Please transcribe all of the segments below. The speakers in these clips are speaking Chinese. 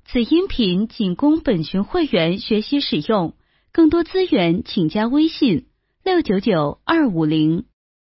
此音频仅供本群会员学习使用，更多资源请加微信699-250。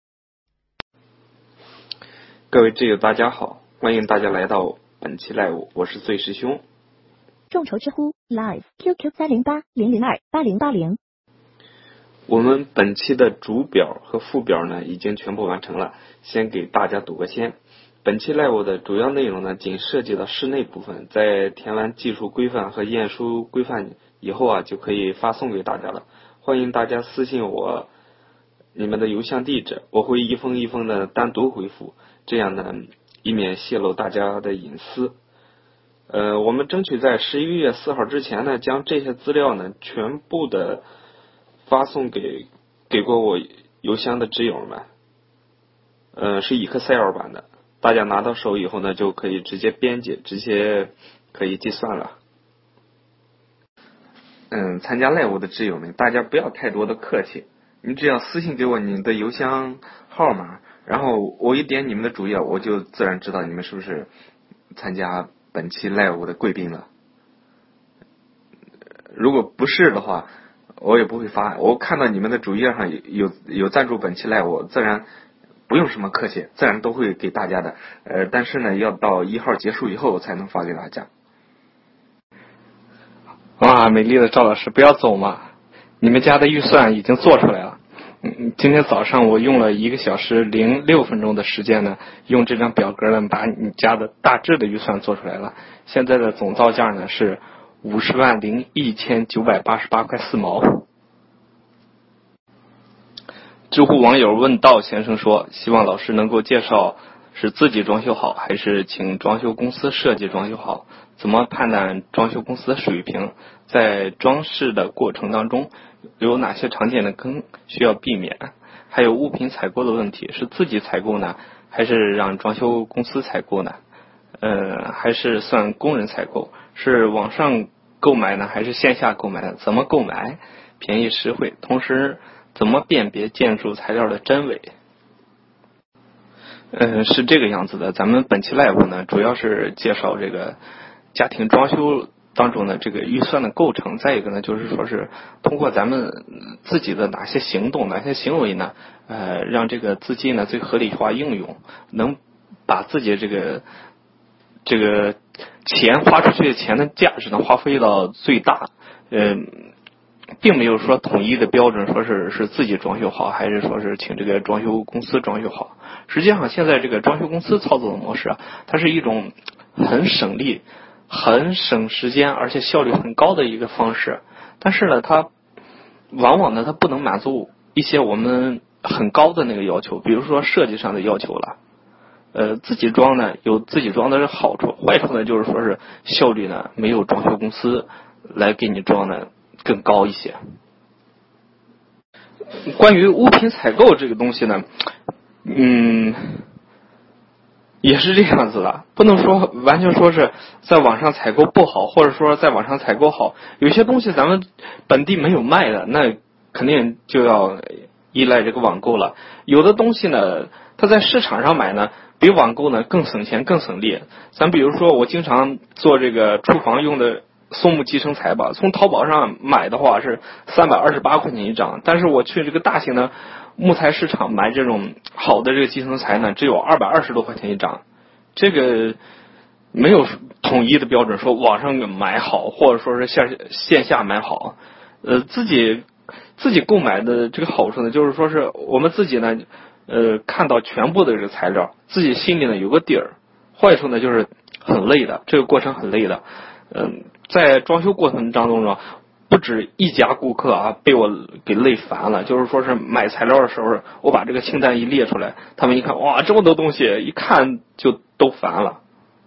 各位挚友大家好，欢迎大家来到本期 live， 我是醉师兄。 众筹知乎 Live QQ 308-002-8080。 我们本期的主表和副表呢已经全部完成了，先给大家赌个先。本期 live 的主要内容呢仅涉及到室内部分，在填完技术规范和验收规范以后就可以发送给大家了。欢迎大家私信我你们的邮箱地址，我会一封一封的单独回复，这样呢以免泄露大家的隐私。我们争取在11月4号之前呢将这些资料呢全部的发送给过我邮箱的挚友们。是Excel版的，大家拿到手以后呢就可以直接编辑，直接可以计算了。参加 live 的挚友们，大家不要太多的客气，你只要私信给我你的邮箱号码，然后我一点你们的主页，我就自然知道你们是不是参加本期 live 的贵宾了。如果不是的话，我也不会发。我看到你们的主页上有赞助本期 live， 我自然不用什么客气，自然都会给大家的。但是呢，要到1号结束以后才能发给大家。 哇，美丽的赵老师，不要走嘛！你们家的预算已经做出来了。今天早上我用了1个小时06分钟的时间呢，用这张表格呢把你家的大致的预算做出来了。现在的总造价呢是50万01988块4毛。知乎网友问道先生说，希望老师能够介绍是自己装修好还是请装修公司设计装修好，怎么判断装修公司的水平，在装饰的过程当中有哪些常见的坑需要避免，还有物品采购的问题，是自己采购呢还是让装修公司采购呢？还是算工人采购，是网上购买呢还是线下购买呢？怎么购买便宜实惠，同时怎么辨别建筑材料的真伪？是这个样子的，咱们本期 live 呢主要是介绍这个家庭装修当中的这个预算的构成，再一个呢就是说是通过咱们自己的哪些行动哪些行为呢让这个资金呢最合理化应用，能把自己这个钱花出去的钱的价值呢发挥到最大。并没有说统一的标准，说是自己装修好还是说是请这个装修公司装修好。实际上现在这个装修公司操作的模式它是一种很省力很省时间而且效率很高的一个方式，但是呢它往往呢它不能满足一些我们很高的那个要求，比如说设计上的要求了。自己装呢有自己装的好处，坏处呢就是说是效率呢没有装修公司来给你装的更高一些。关于物品采购这个东西呢也是这样子的，不能说完全说是在网上采购不好，或者说在网上采购好。有些东西咱们本地没有卖的，那肯定就要依赖这个网购了。有的东西呢它在市场上买呢比网购呢更省钱更省力。咱比如说我经常做这个厨房用的松木集成材吧，从淘宝上买的话是328块钱一张，但是我去这个大型的木材市场买这种好的这个集成材呢只有220多块钱一张。这个没有统一的标准说网上买好或者说是线下买好。自己购买的这个好处呢就是说是我们自己呢看到全部的这个材料，自己心里呢有个底儿。坏处呢就是很累的，这个过程很累的。在装修过程当中呢不止一家顾客被我给累烦了，就是说是买材料的时候我把这个清单一列出来，他们一看哇这么多东西，一看就都烦了。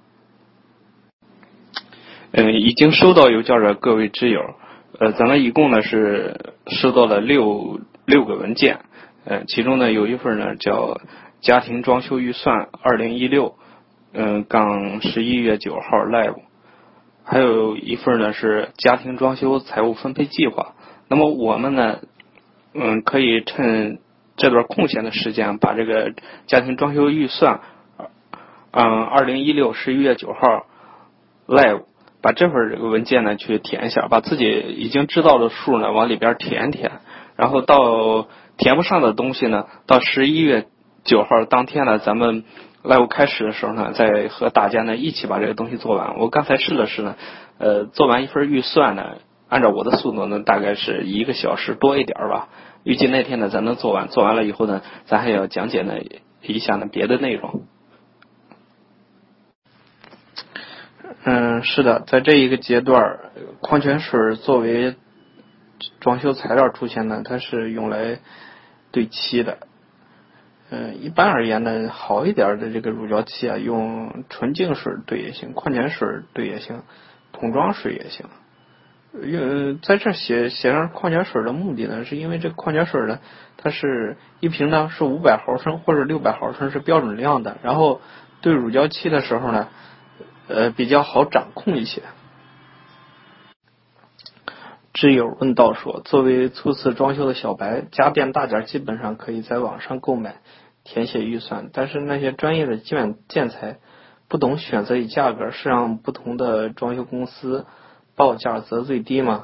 已经收到邮件的各位挚友，咱们一共呢是收到了六个文件。其中呢有一份呢叫家庭装修预算2016杠11月9号 live， 还有一份呢是家庭装修财务分配计划。那么我们呢可以趁这段空闲的时间把这个家庭装修预算2016 11月9号 live 把这份这个文件呢去填一下，把自己已经知道的数呢往里边填填，然后到填不上的东西呢，到11月9号当天呢，咱们live开始的时候呢，再和大家呢一起把这个东西做完。我刚才试了试呢，做完一份预算呢，按照我的速度呢，大概是1个小时多一点吧。预计那天呢咱能做完，做完了以后呢，咱还要讲解呢一下呢别的内容。是的，在这一个阶段，矿泉水作为装修材料出现呢，它是用来对漆的。一般而言呢，好一点的这个乳胶漆啊，用纯净水兑也行，矿泉水兑也行，桶装水也行。在这写上矿泉水的目的呢，是因为这个矿泉水呢，它是一瓶呢是500毫升或者600毫升是标准量的，然后兑乳胶漆的时候呢，比较好掌控一些。挚友问道说，作为初次装修的小白，家电大件基本上可以在网上购买，填写预算，但是那些专业的建材不懂选择与价格，是让不同的装修公司报价择最低吗？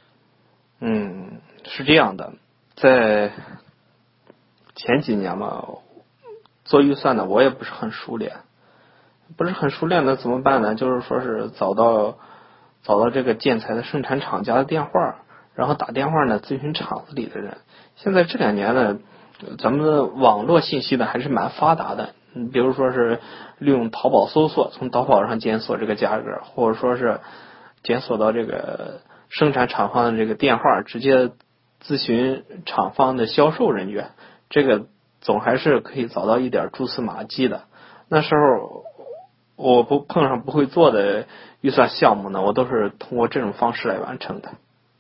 是这样的，在前几年嘛，做预算呢，我也不是很熟练，那怎么办呢？就是说是找到这个建材的生产厂家的电话，然后打电话呢咨询厂子里的人。现在这2年呢，咱们的网络信息呢还是蛮发达的，比如说是利用淘宝搜索，从淘宝上检索这个价格，或者说是检索到这个生产厂方的这个电话，直接咨询厂方的销售人员，这个总还是可以找到一点蛛丝马迹的。那时候我碰上不会做的预算项目呢，我都是通过这种方式来完成的。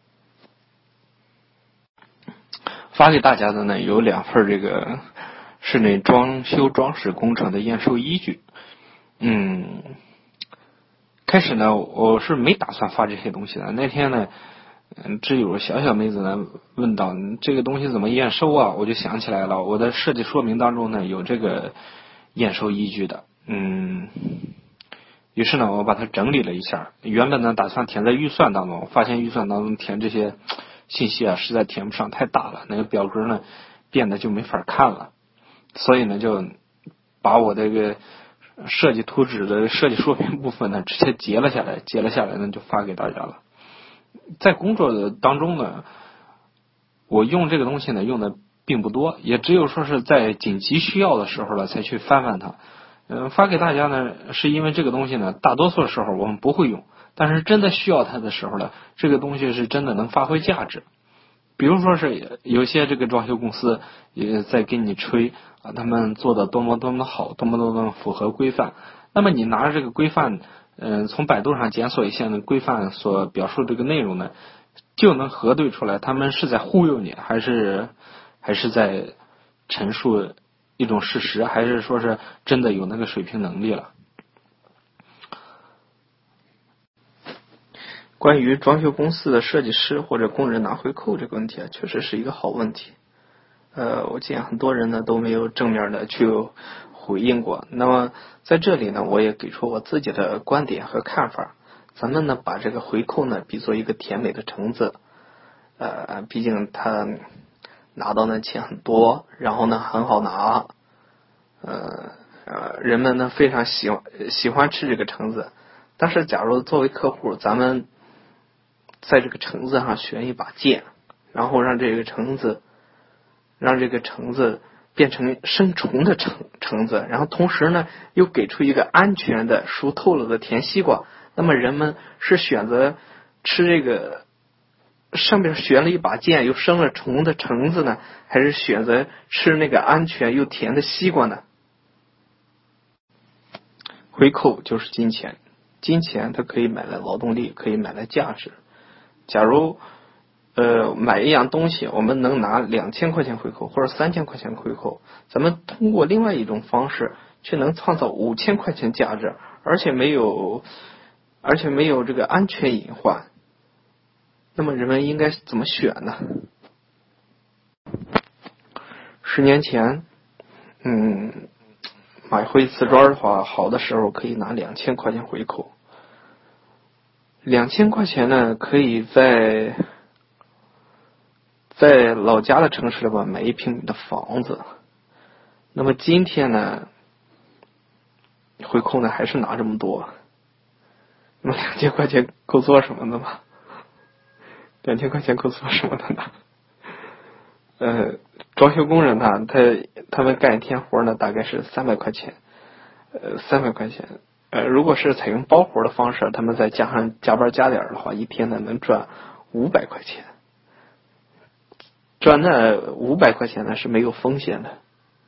发给大家的呢有2份这个室内装修装饰工程的验收依据。开始呢我是没打算发这些东西的，那天呢只有小妹子呢问到这个东西怎么验收啊，我就想起来了，我的设计说明当中呢有这个验收依据的。于是呢我把它整理了一下，原本呢打算填在预算当中，发现预算当中填这些信息啊实在填不上，太大了，那个表格呢变得就没法看了，所以呢就把我这个设计图纸的设计说明部分呢直接截了下来呢就发给大家了。在工作的当中呢，我用这个东西呢用的并不多，也只有说是在紧急需要的时候了才去翻它。发给大家呢是因为这个东西呢大多数时候我们不会用，但是真的需要它的时候呢，这个东西是真的能发挥价值。比如说是有些这个装修公司也在给你吹啊，他们做的多么好，多么符合规范，那么你拿着这个规范从百度上检索一下呢规范所表述这个内容呢，就能核对出来他们是在忽悠你，还是在陈述一种事实，还是说是真的有那个水平能力了。关于装修公司的设计师或者工人拿回扣这个问题啊，确实是一个好问题。我见很多人呢都没有正面的去回应过。那么在这里呢，我也给出我自己的观点和看法。咱们呢把这个回扣呢比作一个甜美的橙子，毕竟它拿到的钱很多，然后呢很好拿，人们呢非常喜欢吃这个橙子。但是假如作为客户，咱们在这个橙子上选一把剑，然后让这个橙子变成生虫的橙子，然后同时呢又给出一个安全的熟透了的甜西瓜，那么人们是选择吃这个上面悬了一把剑又生了虫的橙子呢，还是选择吃那个安全又甜的西瓜呢？回扣就是金钱，金钱它可以买来劳动力，可以买来价值。假如买一样东西我们能拿2000块钱回扣或者3000块钱回扣，咱们通过另外一种方式却能创造5000块钱价值，而且没有这个安全隐患，那么人们应该怎么选呢？10年前买回瓷砖的话，好的时候可以拿2000块钱回扣， 2000块钱呢，可以在老家的城市里边买1平米的房子。那么今天呢，回扣呢还是拿这么多。那么2000块钱够做什么的吗？2000块钱够做什么的呢？装修工人呢，他们干一天活呢，大概是300块钱，300块钱。如果是采用包活的方式，他们再加上加班加点的话，一天呢能赚500块钱。赚那500块钱呢是没有风险的。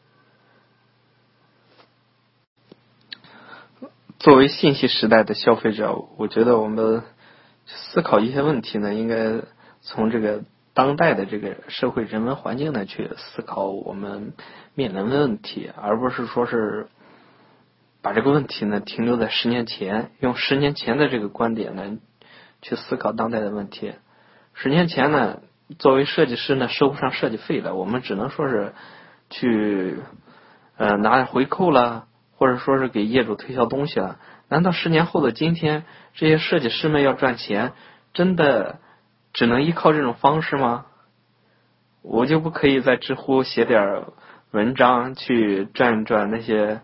作为信息时代的消费者，我觉得我们思考一些问题呢，应该从这个当代的这个社会人文环境呢去思考我们面临的问题，而不是说是把这个问题呢停留在10年前，用10年前的这个观点呢去思考当代的问题。10年前呢，作为设计师呢收不上设计费了，我们只能说是去拿回扣了，或者说是给业主推销东西了。难道10年后的今天，这些设计师们要赚钱，真的只能依靠这种方式吗？我就不可以在知乎写点文章去赚一赚那些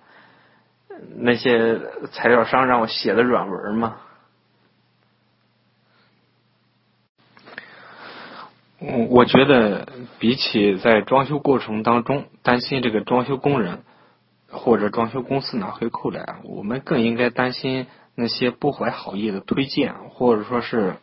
材料商让我写的软文吗？我觉得比起在装修过程当中担心这个装修工人或者装修公司拿回扣来，我们更应该担心那些不怀好意的推荐，或者说是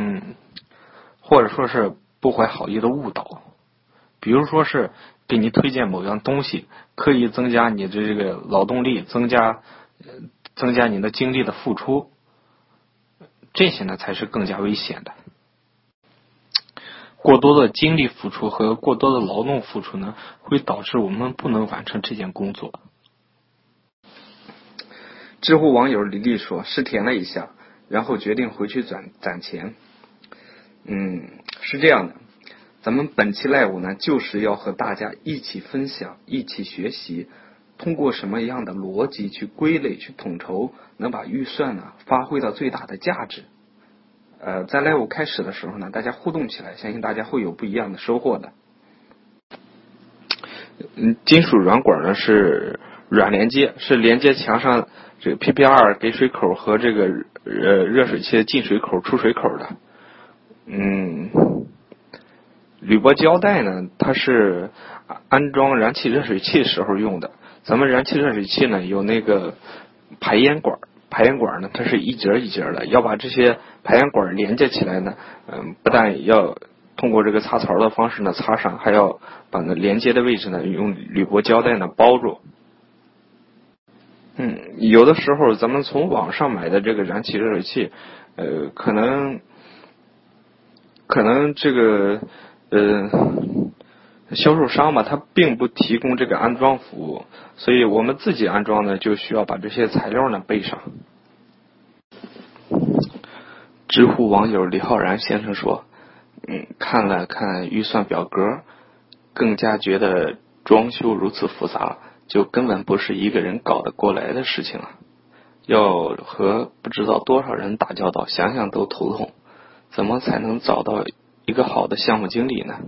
不怀好意的误导。比如说是给你推荐某样东西，刻意增加你的这个劳动力，增加你的精力的付出，这些呢才是更加危险的。过多的精力付出和过多的劳动付出呢，会导致我们不能完成这件工作。 知乎网友李丽说，试填了一下，然后决定回去攒钱。是这样的，咱们本期 live 呢，就是要和大家一起分享，一起学习，通过什么样的逻辑去归类、去统筹，能把预算呢发挥到最大的价值。在 live 开始的时候呢，大家互动起来，相信大家会有不一样的收获的。 金属软管呢是软连接，是连接墙上这个 PPR 给水口和这个热水器的进水口、出水口的。铝箔胶带呢，它是安装燃气热水器时候用的。咱们燃气热水器呢有那个排烟管呢，它是一节一节的，要把这些排烟管连接起来呢，不但要通过这个擦槽的方式呢擦上，还要把那连接的位置呢用铝箔胶带呢包住。有的时候咱们从网上买的这个燃气热水器，可能这个销售商嘛，他并不提供这个安装服务，所以我们自己安装呢，就需要把这些材料呢备上。知乎网友李浩然先生说，看了看预算表格，更加觉得装修如此复杂，就根本不是一个人搞得过来的事情了。要和不知道多少人打交道，想想都头痛。怎么才能找到一个好的项目经理呢？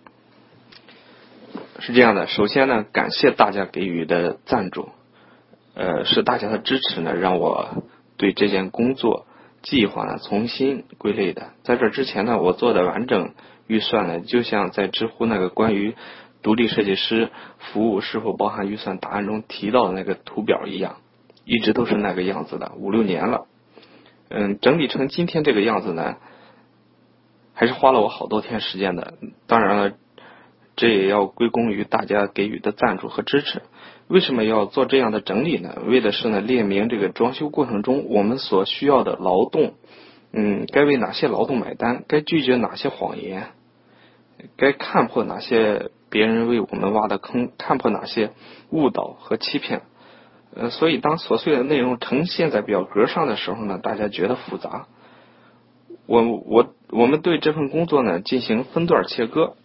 是这样的，首先呢，感谢大家给予的赞助，是大家的支持呢，让我对这件工作计划呢重新归类的。在这之前呢，我做的完整预算呢，就像在知乎那个关于独立设计师服务是否包含预算答案中提到的那个图表一样，一直都是那个样子的，5、6年了。整理成今天这个样子呢，还是花了我好多天时间的。当然了，这也要归功于大家给予的赞助和支持。为什么要做这样的整理呢？为的是呢列明这个装修过程中我们所需要的劳动，该为哪些劳动买单，该拒绝哪些谎言，该看破哪些别人为我们挖的坑，看破哪些误导和欺骗。所以当琐碎的内容呈现在表格上的时候呢，大家觉得复杂。我们对这份工作呢进行分段切割。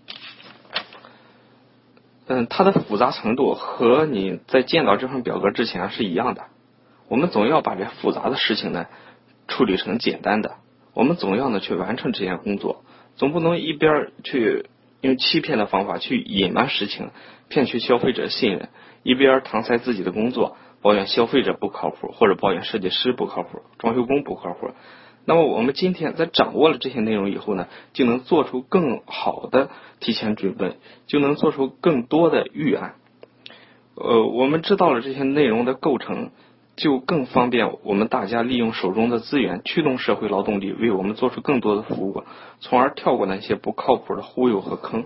它的复杂程度和你在见到这份表格之前是一样的。我们总要把这复杂的事情呢处理成简单的。 我们总要呢去完成这项工作，总不能一边去用欺骗的方法去隐瞒实情，骗取消费者信任，一边搪塞自己的工作，抱怨消费者不靠谱，或者抱怨设计师不靠谱，装修工不靠谱。那么我们今天在掌握了这些内容以后呢，就能做出更好的提前准备，就能做出更多的预案。我们知道了这些内容的构成，就更方便我们大家利用手中的资源，驱动社会劳动力为我们做出更多的服务，从而跳过那些不靠谱的忽悠和坑。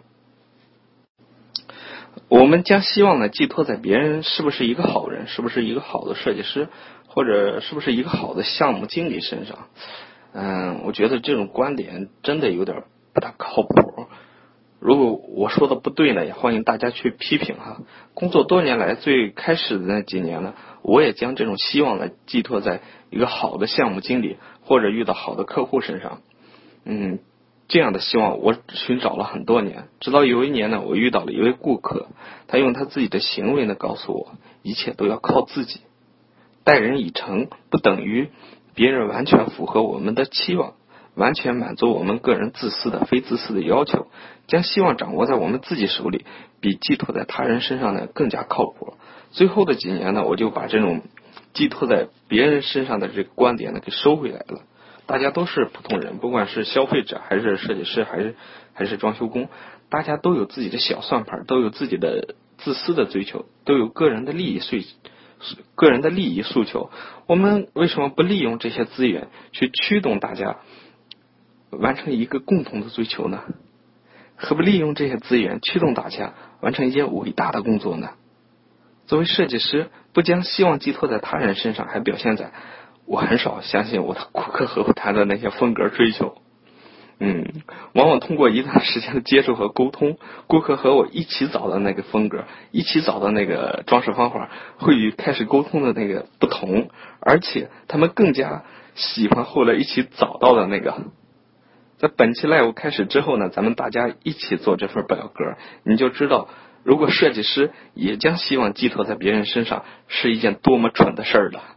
我们将希望呢寄托在别人是不是一个好人，是不是一个好的设计师，或者是不是一个好的项目经理身上。我觉得这种观点真的有点不大靠谱。如果我说的不对呢，也欢迎大家去批评哈。工作多年来，最开始的那几年呢，我也将这种希望呢寄托在一个好的项目经理或者遇到好的客户身上。这样的希望我寻找了很多年，直到有一年呢，我遇到了一位顾客，他用他自己的行为呢告诉我，一切都要靠自己。待人以诚不等于别人完全符合我们的期望，完全满足我们个人自私的非自私的要求，将希望掌握在我们自己手里，比寄托在他人身上呢更加靠谱。最后的几年呢，我就把这种寄托在别人身上的这个观点呢给收回来了。大家都是普通人，不管是消费者还是设计师还是装修工，大家都有自己的小算盘，都有自己的自私的追求，都有个人的利益诉求。我们为什么不利用这些资源去驱动大家完成一个共同的追求呢？何不利用这些资源驱动大家完成一件伟大的工作呢？作为设计师，不将希望寄托在他人身上，还表现在我很少相信我的顾客和我谈的那些风格追求。往往通过一段时间的接触和沟通，顾客和我一起找到那个风格，一起找到那个装饰方法，会与开始沟通的那个不同，而且他们更加喜欢后来一起找到的那个。在本期 live 开始之后呢，咱们大家一起做这份表格，你就知道如果设计师也将希望寄托在别人身上，是一件多么蠢的事儿了。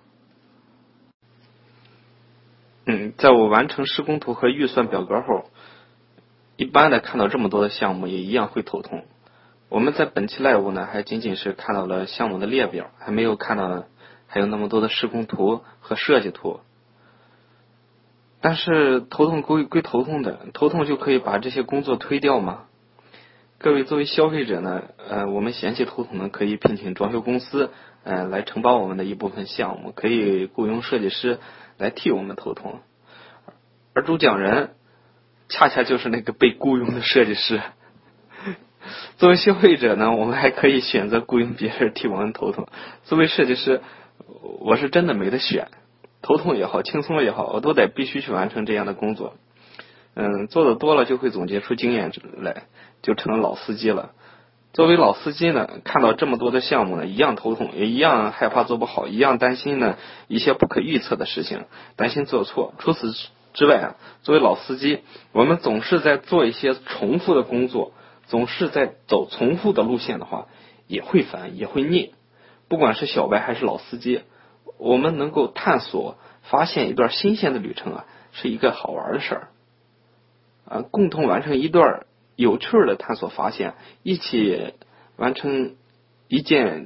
在我完成施工图和预算表格后，一般的看到这么多的项目也一样会头痛。我们在本期 live 呢，还仅仅是看到了项目的列表，还没有看到还有那么多的施工图和设计图。但是头痛归头痛的，头痛就可以把这些工作推掉吗？各位作为消费者呢，我们嫌弃头痛呢，可以聘请装修公司来承包我们的一部分项目，可以雇佣设计师来替我们头痛，而主讲人恰恰就是那个被雇佣的设计师。作为消费者呢，我们还可以选择雇佣别人替我们头痛。作为设计师，我是真的没得选，头痛也好，轻松也好，我都得必须去完成这样的工作。做的多了就会总结出经验来，就成了老司机了。作为老司机呢，看到这么多的项目呢，一样头痛，也一样害怕做不好，一样担心呢一些不可预测的事情，担心做错。除此之外作为老司机，我们总是在做一些重复的工作，总是在走重复的路线的话，也会烦，也会腻。不管是小白还是老司机，我们能够探索发现一段新鲜的旅程是一个好玩的事儿。共同完成一段有趣的探索发现，一起完成一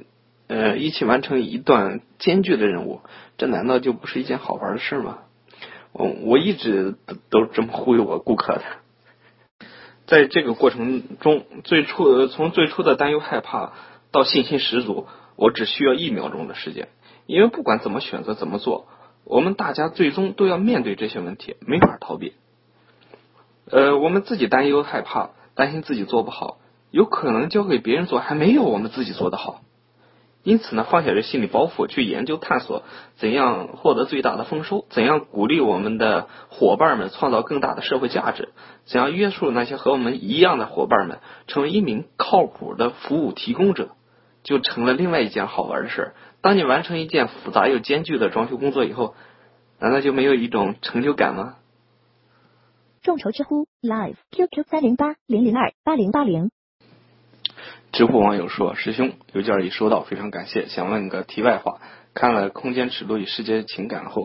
段艰巨的任务，这难道就不是一件好玩的事吗？我一直都这么忽悠我顾客的。在这个过程中，从最初的担忧害怕到信心十足，我只需要1秒钟的时间。因为不管怎么选择怎么做，我们大家最终都要面对这些问题，没法逃避。我们自己担忧害怕，担心自己做不好，有可能交给别人做还没有我们自己做得好。因此呢，放下这心理包袱，去研究探索怎样获得最大的丰收，怎样鼓励我们的伙伴们创造更大的社会价值，怎样约束那些和我们一样的伙伴们成为一名靠谱的服务提供者，就成了另外一件好玩的事。当你完成一件复杂又艰巨的装修工作以后，难道就没有一种成就感吗？ 众筹知乎 Live QQ 308-002-8080。 知乎网友说，师兄邮件已收到，非常感谢。想问个题外话，看了《空间尺度与世界情感》后，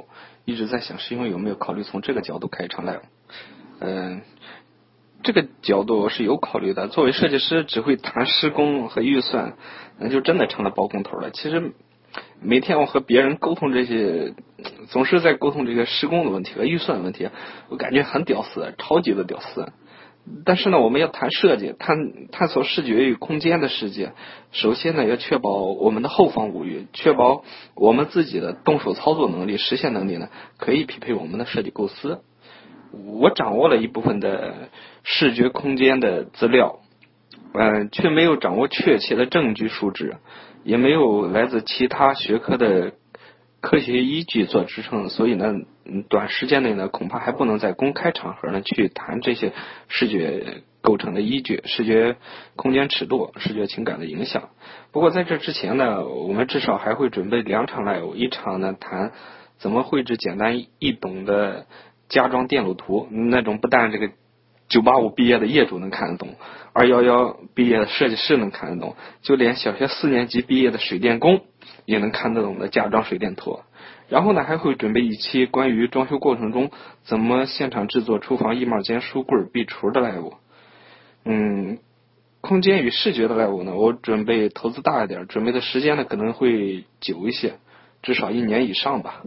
一直在想师兄有没有考虑从这个角度开一场 live。这个角度我是有考虑的。作为设计师，只会谈施工和预算，那就真的成了包工头了。其实每天我和别人沟通这些，总是在沟通这个施工的问题和预算的问题，我感觉很屌丝，超级的屌丝。但是呢，我们要谈设计，探索视觉与空间的世界，首先呢要确保我们的后方无虞，确保我们自己的动手操作能力、实现能力呢可以匹配我们的设计构思。我掌握了一部分的视觉空间的资料，却没有掌握确切的证据数值，也没有来自其他学科的科学依据做支撑，所以呢，短时间内呢，恐怕还不能在公开场合呢去谈这些视觉构成的依据、视觉空间尺度、视觉情感的影响。不过在这之前呢，我们至少还会准备2场 live， 一场呢谈怎么绘制简单易懂的家装电路图，那种不但这个985毕业的业主能看得懂，211毕业的设计师能看得懂，就连小学4年级毕业的水电工也能看得懂的家装水电图。然后呢，还会准备一期关于装修过程中怎么现场制作厨房衣帽间、书柜、壁橱的 live。空间与视觉的 live 呢，我准备投资大一点，准备的时间呢可能会久一些，至少1年以上吧。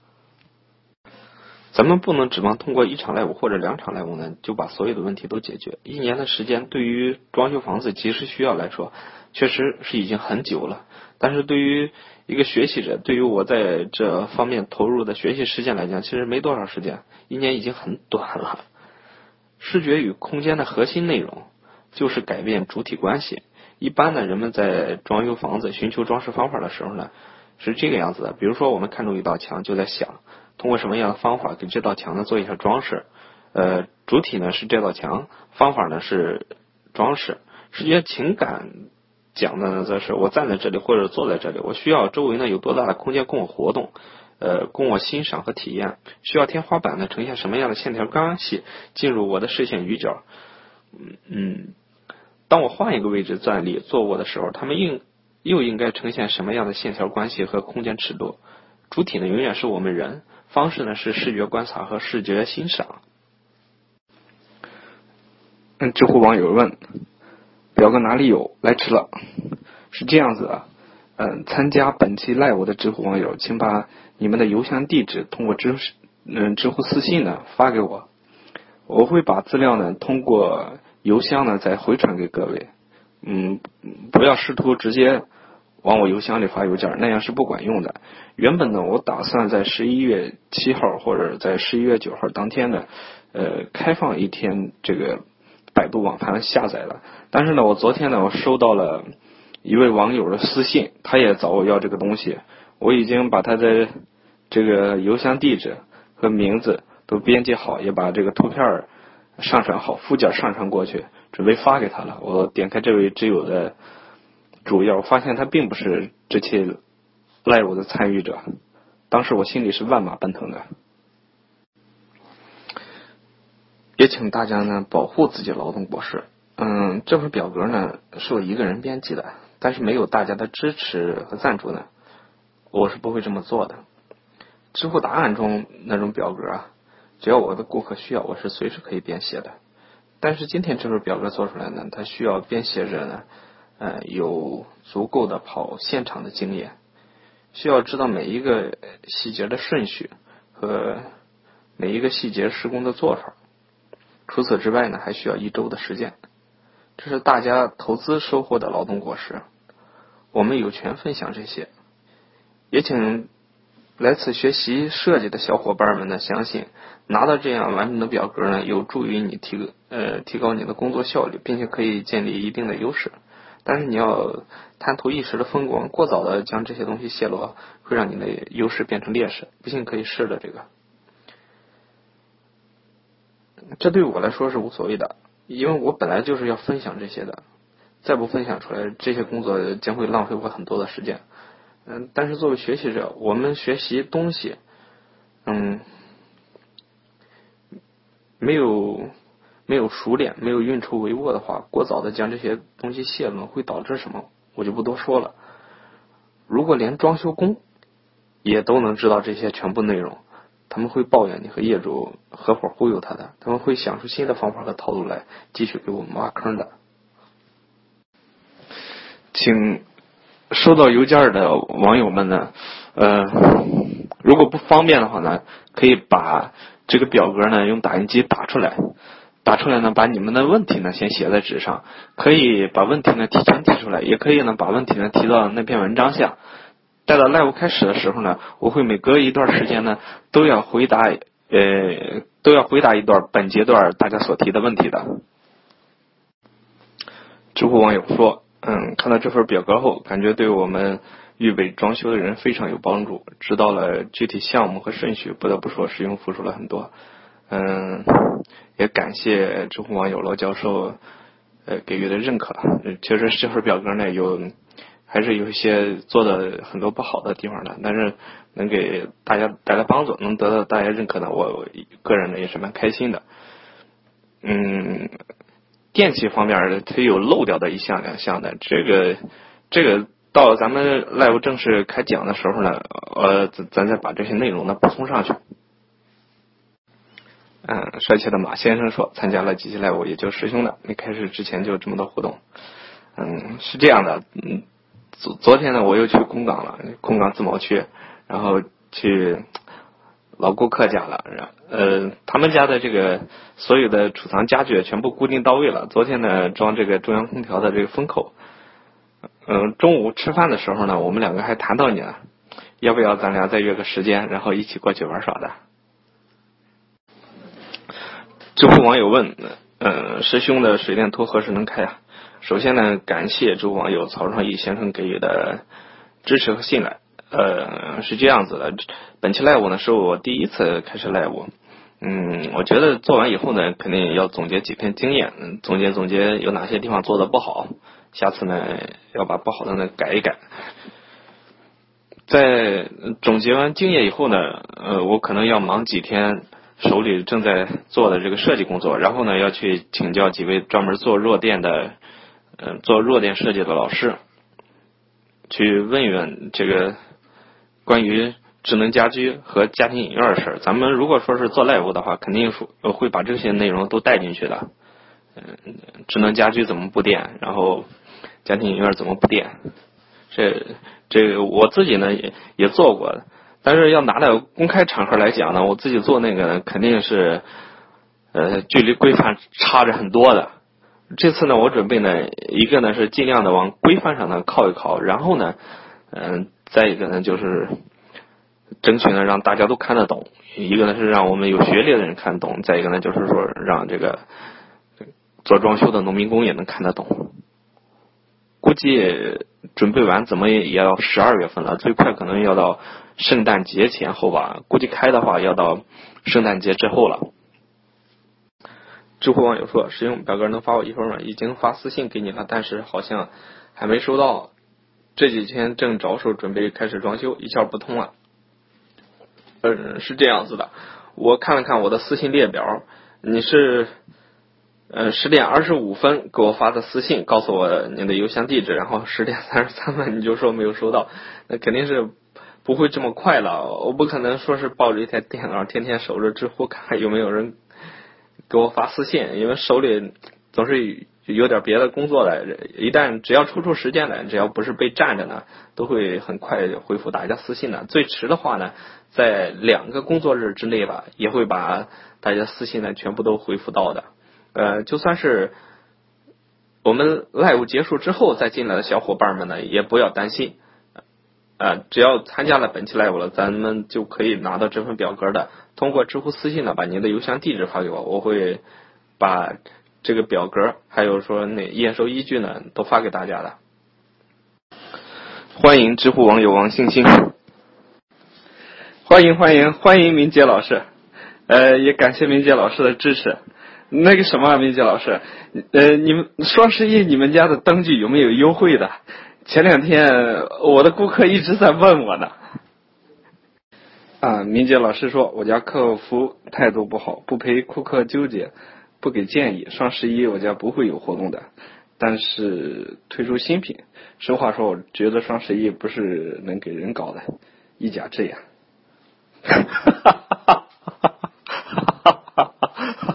咱们不能指望通过1场 live 或者2场 live 呢就把所有的问题都解决。1年的时间对于装修房子及时需要来说，确实是已经很久了。但是对于一个学习者，对于我在这方面投入的学习时间来讲，其实没多少时间，1年已经很短了。视觉与空间的核心内容就是改变主体关系。一般呢，人们在装修房子寻求装饰方法的时候呢，是这个样子的。比如说我们看中一道墙，就在想通过什么样的方法给这道墙呢做一下装饰。主体呢是这道墙，方法呢是装饰。视觉情感讲的呢，则是我站在这里或者坐在这里，我需要周围呢有多大的空间供我活动，供我欣赏和体验。需要天花板呢呈现什么样的线条关系进入我的视线余角。当我换一个位置站立坐卧的时候，他们又应该呈现什么样的线条关系和空间尺度。主体呢永远是我们人，方式呢是视觉观察和视觉欣赏。知乎网友问，表哥哪里有？来迟了。是这样子的，参加本期 live 的知乎网友，请把你们的邮箱地址通过知乎私信呢发给我，我会把资料呢通过邮箱呢再回传给各位。不要试图直接往我邮箱里发邮件，那样是不管用的。原本呢，我打算在11月7号或者在11月9号当天呢，开放一天这个百度网盘下载了。但是呢，我昨天呢，我收到了一位网友的私信，他也找我要这个东西，我已经把他的这个邮箱地址和名字都编辑好，也把这个图片上传好，附件上传过去，准备发给他了。我点开这位知友的主页，我发现他并不是这期 live 的参与者，当时我心里是万马奔腾的。也请大家呢保护自己劳动果实。这份表格呢是我一个人编辑的，但是没有大家的支持和赞助呢，我是不会这么做的。知乎答案中那种表格只要我的顾客需要，我是随时可以编写的。但是今天这份表格做出来呢，它需要编写者呢有足够的跑现场的经验，需要知道每一个细节的顺序和每一个细节施工的做法。除此之外呢，还需要1周的时间。这是大家投资收获的劳动果实，我们有权分享这些。也请来此学习设计的小伙伴们呢，相信拿到这样完整的表格呢，有助于你提高你的工作效率，并且可以建立一定的优势。但是你要贪图一时的风光，过早的将这些东西泄露，会让你的优势变成劣势。不信可以试的这个。这对我来说是无所谓的，因为我本来就是要分享这些的，再不分享出来，这些工作将会浪费我很多的时间。但是作为学习者，我们学习东西，没有熟练，没有运筹帷幄的话，过早的将这些东西泄露，会导致什么？我就不多说了。如果连装修工也都能知道这些全部内容， 他们会抱怨你和业主合伙忽悠他的，他们会想出新的方法和套路来继续给我们挖坑的。请收到邮件的网友们呢，如果不方便的话呢，可以把这个表格呢用打印机打出来呢，把你们的问题呢先写在纸上，可以把问题呢提前提出来，也可以呢把问题呢提到那篇文章下。待到 live 开始的时候呢，我会每隔一段时间呢都要回答一段本节段大家所提的问题的。知乎网友说，看到这份表格后，感觉对我们预备装修的人非常有帮助，知道了具体项目和顺序，不得不说使用付出了很多。也感谢知乎网友罗教授给予的认可。其实这份表格呢还是有一些做的很多不好的地方的，但是能给大家带来帮助，能得到大家认可呢，我个人呢也是蛮开心的。电器方面它有漏掉的一项两项的，这个到咱们 live 正式开讲的时候呢，咱再把这些内容呢补充上去。帅气的马先生说，参加了几期 live 也就师兄的，没开始之前就这么多互动。是这样的，昨天呢我又去空港了，空港自贸区，然后去老顾客家了，他们家的这个所有的储藏家具全部固定到位了。昨天呢装这个中央空调的这个风口，中午吃饭的时候呢，我们两个还谈到你了，要不要咱俩再约个时间，然后一起过去玩耍的。知乎网友问，师兄的水电托何时能开啊？首先呢，感谢知乎网友曹创义先生给予的支持和信赖。是这样子的，本期 live 呢是我第一次开始 live，我觉得做完以后呢，肯定要总结几篇经验，总结有哪些地方做的不好，下次呢要把不好的呢改一改。在总结完经验以后呢，我可能要忙几天手里正在做的这个设计工作，然后呢要去请教几位专门做弱电设计的老师，去问一问这个关于智能家居和家庭影院的事儿。咱们如果说是做 live 的话，肯定会把这些内容都带进去的。智能家居怎么布电，然后家庭影院怎么布电，这个我自己呢也做过的，但是要拿到公开场合来讲呢，我自己做那个肯定是距离规范差着很多的。这次呢我准备呢，一个呢是尽量的往规范上呢靠一靠，然后呢再一个呢就是争取呢让大家都看得懂，一个呢是让我们有学历的人看得懂，再一个呢就是说让这个做装修的农民工也能看得懂。估计准备完怎么也要12月份了，最快可能要到圣诞节前后吧，估计开的话要到圣诞节之后了。知乎网友说，使用表格能发我一份吗？已经发私信给你了，但是好像还没收到，这几天正着手准备开始装修，一窍不通了。是这样子的，我看了看我的私信列表，你是10点25分给我发的私信，告诉我你的邮箱地址，然后10点33分你就说没有收到，那肯定是不会这么快了。我不可能说是抱着一台电脑天天守着知乎看有没有人给我发私信，因为手里总是有点别的工作的，只要抽出时间来，只要不是被占着呢，都会很快回复大家私信的。最迟的话呢，在2个工作日之内吧，也会把大家私信呢全部都回复到的。就算是我们 live 结束之后再进来的小伙伴们呢，也不要担心，只要参加了本期 live 了，咱们就可以拿到这份表格的。通过知乎私信呢，把您的邮箱地址发给我，我会把这个表格还有说那验收依据呢都发给大家的。欢迎知乎网友王星星，欢迎明杰老师，也感谢明杰老师的支持。那个什么，明杰老师，你们双11你们家的灯具有没有优惠的？前2天我的顾客一直在问我呢。明杰老师说，我家客服态度不好，不陪顾客纠结，不给建议。双11我家不会有活动的，但是推出新品。实话说，我觉得双11不是能给人搞的，一家之言。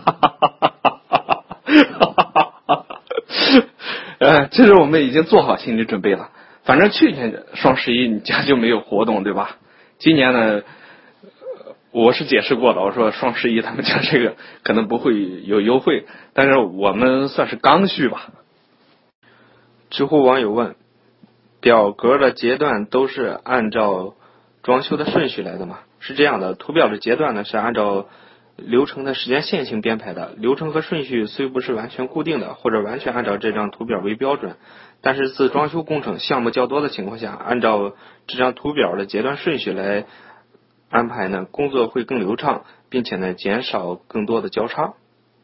其实我们已经做好心理准备了。反正去年双11你家就没有活动，对吧？今年呢，我是解释过了，我说双11他们家这个可能不会有优惠，但是我们算是刚需吧。知乎网友问，表格的阶段都是按照装修的顺序来的吗？是这样的，图表的阶段呢是按照流程的时间线性编排的，流程和顺序虽不是完全固定的，或者完全按照这张图表为标准，但是自装修工程项目较多的情况下，按照这张图表的阶段顺序来安排呢，工作会更流畅，并且呢减少更多的交叉。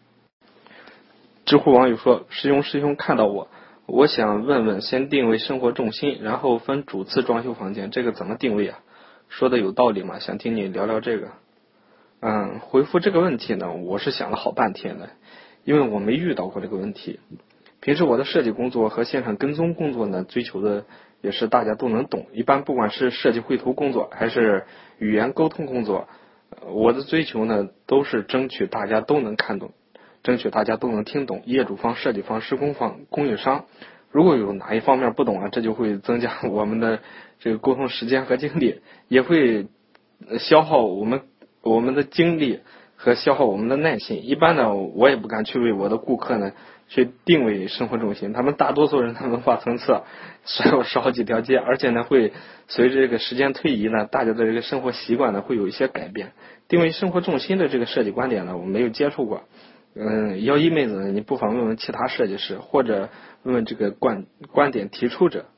知乎网友说，师兄看到我想问问，先定位生活重心，然后分主次装修房间，这个怎么定位啊？说的有道理吗？想听你聊聊这个。回复这个问题呢，我是想了好半天的，因为我没遇到过这个问题。平时我的设计工作和现场跟踪工作呢，追求的也是大家都能懂。一般不管是设计绘图工作还是语言沟通工作，我的追求呢都是争取大家都能看懂，争取大家都能听懂。业主方、设计方、施工方、供应商，如果有哪一方面不懂啊，这就会增加我们的这个沟通时间和精力，也会消耗我们的精力和消耗我们的耐心。一般呢，我也不敢去为我的顾客呢去定位生活重心，他们大多数人的文化层次少好几条街，而且呢会随着这个时间推移呢，大家的这个生活习惯呢会有一些改变。定位生活重心的这个设计观点呢，我没有接触过。要一妹子呢，你不妨问问其他设计师，或者问问这个观点提出者。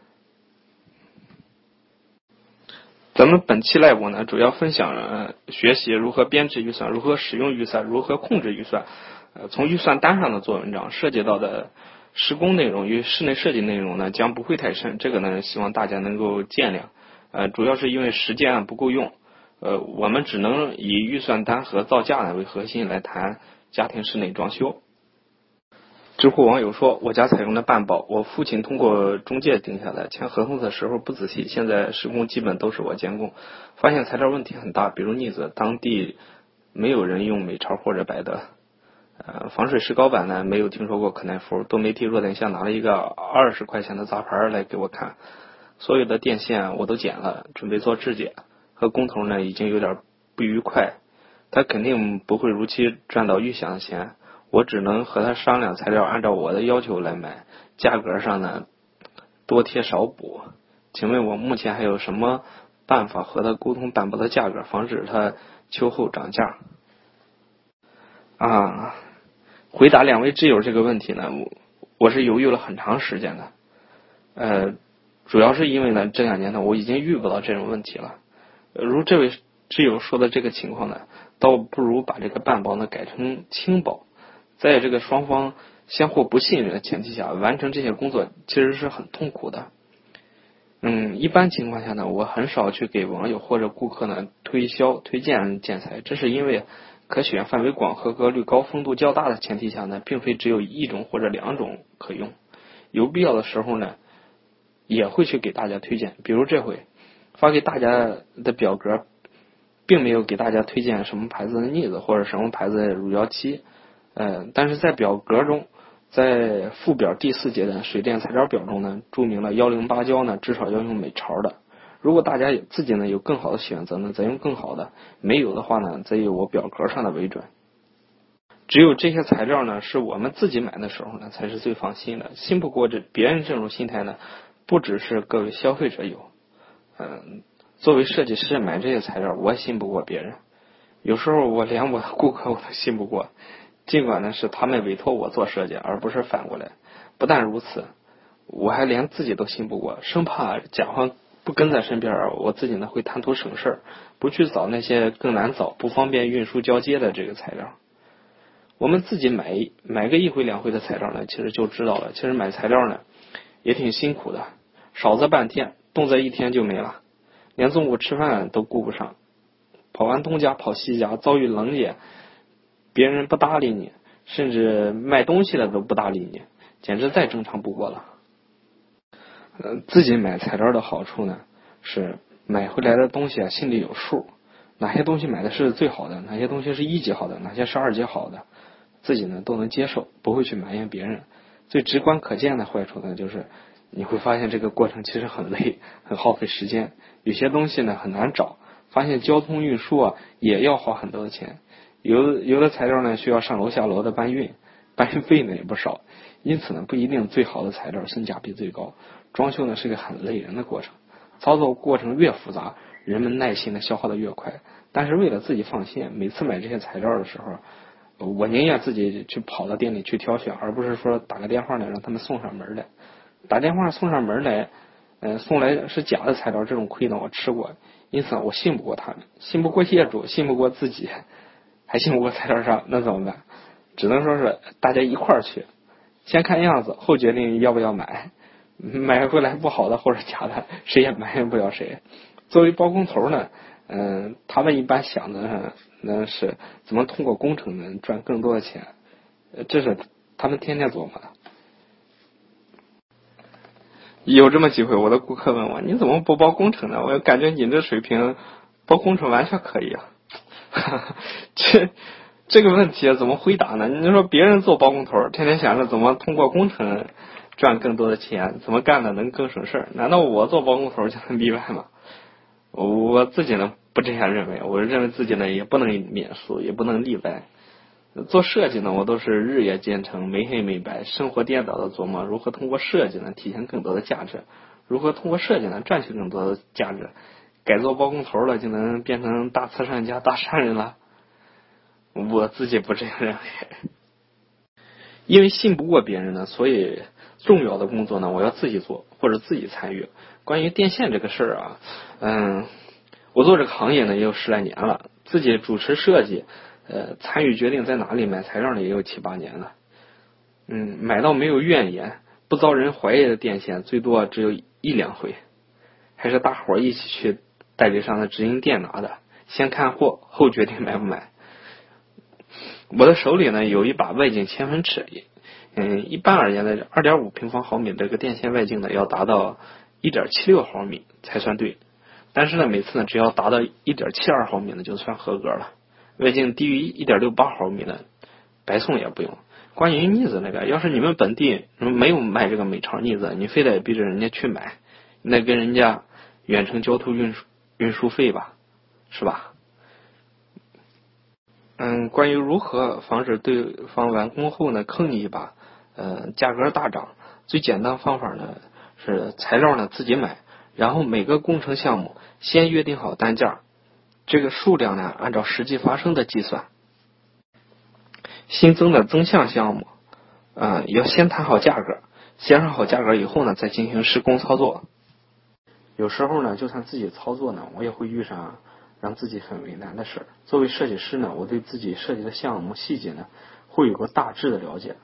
咱们本期 live 呢，主要分享学习如何编制预算，如何使用预算，如何控制预算。从预算单上的做文章，涉及到的施工内容与室内设计内容呢，将不会太深。这个呢，希望大家能够见谅。主要是因为时间不够用，我们只能以预算单和造价呢为核心来谈家庭室内装修。知乎网友说，我家采用的半包，我父亲通过中介定下来，签合同的时候不仔细，现在施工基本都是我监工，发现材料问题很大，比如腻子，当地没有人用美巢或者百德。防水石膏板呢，没有听说过可耐夫。多媒体弱电箱拿了一个20块钱的杂牌来给我看，所有的电线我都剪了，准备做质检。和工头呢已经有点不愉快，他肯定不会如期赚到预想的钱，我只能和他商量材料按照我的要求来买，价格上呢多贴少补。请问我目前还有什么办法和他沟通板薄的价格，防止他秋后涨价？回答两位挚友这个问题呢，我是犹豫了很长时间的。主要是因为呢，这2年呢，我已经遇不到这种问题了。如这位挚友说的这个情况呢，倒不如把这个半包呢改成轻包，在这个双方相互不信任的前提下，完成这些工作其实是很痛苦的。一般情况下呢，我很少去给网友或者顾客呢推荐建材，这是因为可选范围广、合格率高、风度较大的前提下呢，并非只有1种或者2种可用。有必要的时候呢，也会去给大家推荐。比如这回发给大家的表格，并没有给大家推荐什么牌子的腻子或者什么牌子的乳胶漆，但是在表格中，在附表第4节的水电材料表中呢，注明了108胶呢至少要用美巢的。如果大家自己呢有更好的选择呢，再用更好的；没有的话呢，再以我表格上的为准。只有这些材料呢是我们自己买的时候呢，才是最放心的。信不过别人这种心态呢，不只是各位消费者有。作为设计师买这些材料，我也信不过别人。有时候我连我的顾客我都信不过，尽管呢是他们委托我做设计，而不是反过来。不但如此，我还连自己都信不过，生怕甲方不跟在身边，我自己呢会贪图省事，不去找那些更难找、不方便运输交接的这个材料。我们自己买个1回2回的材料呢，其实就知道了。其实买材料呢也挺辛苦的，少则半天，动辄1天就没了，连中午吃饭都顾不上。跑完东家跑西家，遭遇冷眼，别人不搭理你，甚至卖东西的都不搭理你，简直再正常不过了。自己买材料的好处呢，是买回来的东西心里有数， 哪些东西买的是最好的，哪些东西是1级好的，哪些是2级好的，自己呢都能接受，不会去埋怨别人。最直观可见的坏处呢，就是你会发现这个过程其实很累，很耗费时间，有些东西呢很难找，发现交通运输啊也要花很多的钱，有的材料呢需要上楼下楼的搬运费呢也不少，因此呢不一定最好的材料性价比最高。装修呢是个很累人的过程，操作过程越复杂，人们耐心的消耗的越快。但是为了自己放心，每次买这些材料的时候，我宁愿自己去跑到店里去挑选，而不是说打个电话呢让他们送上门来。打电话送上门来，送来是假的材料，这种亏呢我吃过，因此我信不过他们，信不过业主，信不过自己，还信不过材料商，那怎么办？只能说是大家一块儿去，先看样子，后决定要不要买。买回来不好的或者假的，谁也埋怨不了谁。作为包工头呢，他们一般想的呢是怎么通过工程能赚更多的钱，这是他们天天琢磨的。有这么几回，我的顾客问我，你怎么不包工程呢？我感觉你这水平包工程完全可以啊。这个问题怎么回答呢？你说别人做包工头，天天想着怎么通过工程赚更多的钱，怎么干的能更省事儿？难道我做包工头就能例外吗？我自己呢不这样认为，我认为自己呢也不能免俗，也不能例外。做设计呢，我都是日夜兼程，没黑没白，生活颠倒的琢磨如何通过设计呢体现更多的价值，如何通过设计呢赚取更多的价值。改做包工头了，就能变成大慈善家、大善人了？我自己不这样认为。因为信不过别人呢，所以重要的工作呢我要自己做或者自己参与。关于电线这个事儿啊，我做这个行业呢也有10来年了，自己主持设计，参与决定在哪里买材料呢也有7、8年了。买到没有怨言，不遭人怀疑的电线最多只有1、2回，还是大伙一起去代理商的直营店拿的，先看货后决定买不买。我的手里呢有一把外径千分尺，一般而言呢 2.5 平方毫米这个电线外径呢要达到 1.76 毫米才算对，但是呢每次呢只要达到 1.72 毫米呢就算合格了，外径低于 1.68 毫米呢白送也不用。关于腻子那个，要是你们本地没有卖这个美超腻子，你非得逼着人家去买，那跟人家远程交通运输费吧，是吧？关于如何防止对方完工后呢坑你一把，价格大涨，最简单方法呢是材料呢自己买，然后每个工程项目先约定好单价，这个数量呢按照实际发生的计算。新增的增项项目，要先谈好价格，协商好价格以后呢再进行施工操作。有时候呢就算自己操作呢，我也会遇上让自己很为难的事。作为设计师呢，我对自己设计的项目细节呢会有个大致的了解，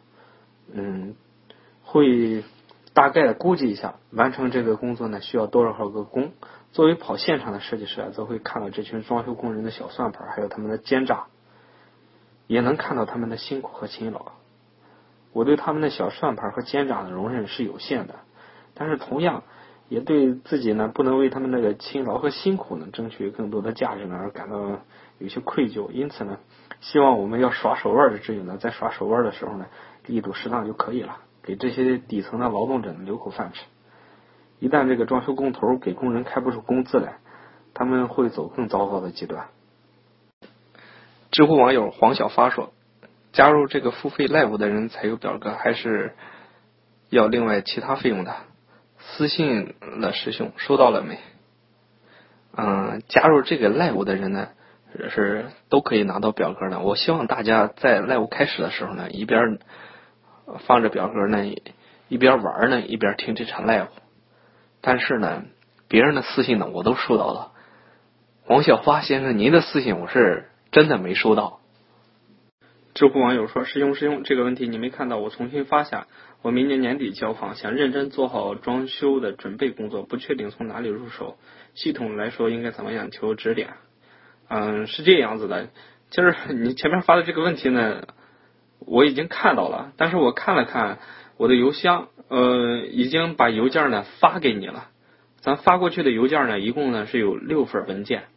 会大概的估计一下完成这个工作呢需要多少个工。作为跑现场的设计师则会看到这群装修工人的小算盘，还有他们的奸诈，也能看到他们的辛苦和勤劳。我对他们的小算盘和奸诈的容忍是有限的，但是同样也对自己呢不能为他们那个勤劳和辛苦呢争取更多的价值呢而感到有些愧疚。因此呢，希望我们要耍手腕的职员呢，在耍手腕的时候呢，力度适当就可以了，给这些底层的劳动者呢留口饭吃。一旦这个装修工头给工人开不出工资来，他们会走更糟糕的极端。知乎网友黄小发说，加入这个付费 Live 的人才有表格，还是要另外其他费用的？私信了师兄，收到了没？加入这个 Live 的人呢，是都可以拿到表格的。我希望大家在 Live 开始的时候呢，一边放着表格呢，一边玩呢，一边听这场 Live。但是呢，别人的私信呢，我都收到了。黄小发先生，您的私信我是真的没收到。知乎网友说，师兄，这个问题你没看到，我重新发下。我明年年底交房，想认真做好装修的准备工作，不确定从哪里入手，系统来说应该怎么样，求指点。是这样子的，其实你前面发的这个问题呢，我已经看到了，但是我看了看我的邮箱，已经把邮件呢发给你了。咱发过去的邮件呢，一共呢是有6份文件，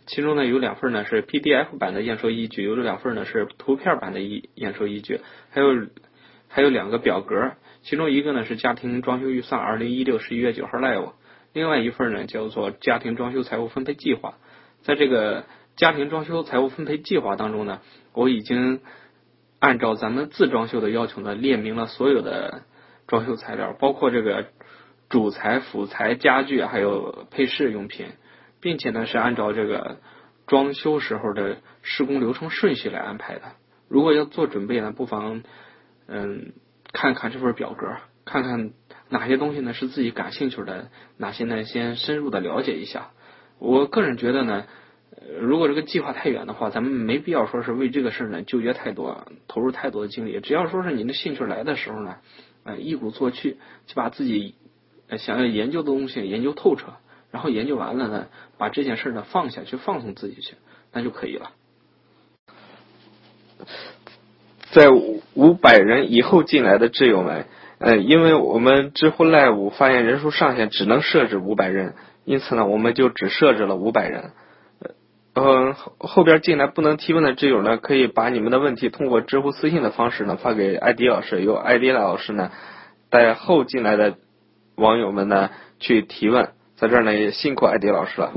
其中呢有2份呢是 PDF 版的验收依据，有2份呢是图片版的验收依据，还有2个表格，其中一个呢是家庭装修预算2016 11月9号 live， 另外一份呢叫做家庭装修财务分配计划。在这个家庭装修财务分配计划当中呢，我已经按照咱们自装修的要求呢列明了所有的装修材料，包括这个主材、辅材、家具还有配饰用品，并且呢是按照这个装修时候的施工流程顺序来安排的。如果要做准备呢，不妨看看这份表格，看看哪些东西呢是自己感兴趣的，哪些呢先深入的了解一下。我个人觉得呢，如果这个计划太远的话，咱们没必要说是为这个事呢纠结太多，投入太多的精力。只要说是你的兴趣来的时候呢，一鼓作气，就把自己想要研究的东西研究透彻，然后研究完了呢，把这件事呢放下去，放松自己去，那就可以了。 在500人以后进来的挚友们，因为我们知乎 Live 发言人数上限只能设置500人，因此呢，我们就只设置了500人。后边进来不能提问的挚友呢，可以把你们的问题通过知乎私信的方式呢发给艾迪老师，由艾迪老师呢带后进来的网友们呢去提问。在这儿呢也辛苦艾迪老师了。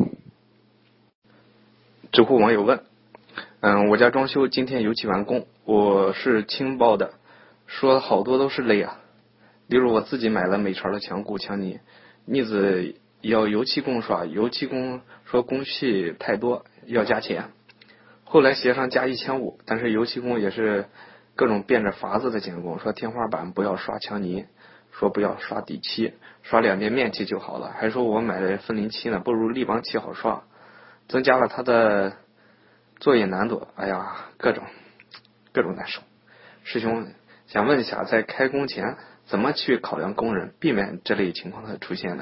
知乎网友问，我家装修今天油漆完工，我是轻包的，说好多都是雷啊。例如我自己买了美巢的墙固墙泥，腻子要油漆工刷，油漆工说工序太多要加钱，后来协商加1500，但是油漆工也是各种变着法子的监工，说天花板不要刷墙泥，说不要刷底漆，刷2遍面漆就好了，还说我买的分林漆呢不如立邦漆好刷，增加了他的作业难度。哎呀，各种难受。师兄想问一下，在开工前怎么去考量工人，避免这类情况的出现呢？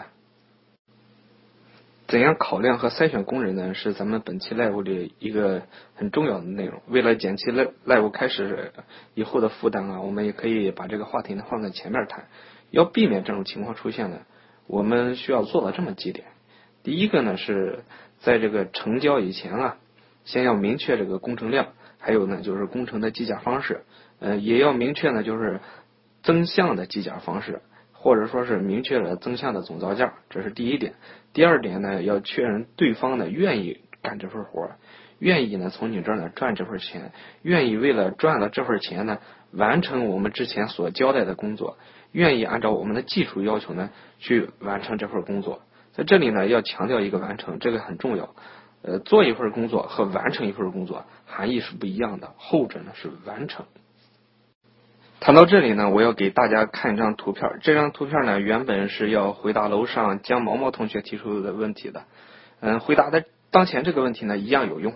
怎样考量和筛选工人呢？是咱们本期 live 里一个很重要的内容。为了减轻 live 开始以后的负担啊，我们也可以把这个话题呢放在前面谈。要避免这种情况出现呢，我们需要做的这么几点。第一个呢是在这个成交以前啊，先要明确这个工程量，还有呢就是工程的计价方式，也要明确呢就是增项的计价方式，或者说是明确了增项的总造价，这是第一点。第二点呢，要确认对方呢愿意干这份活，愿意呢从你这儿呢赚这份钱，愿意为了赚了这份钱呢完成我们之前所交代的工作，愿意按照我们的技术要求呢去完成这份工作。在这里呢要强调一个完成，这个很重要。做一份工作和完成一份工作含义是不一样的，后者呢是完成。谈到这里呢，我要给大家看一张图片。这张图片呢，原本是要回答楼上姜毛毛同学提出的问题的。回答的当前这个问题呢，一样有用。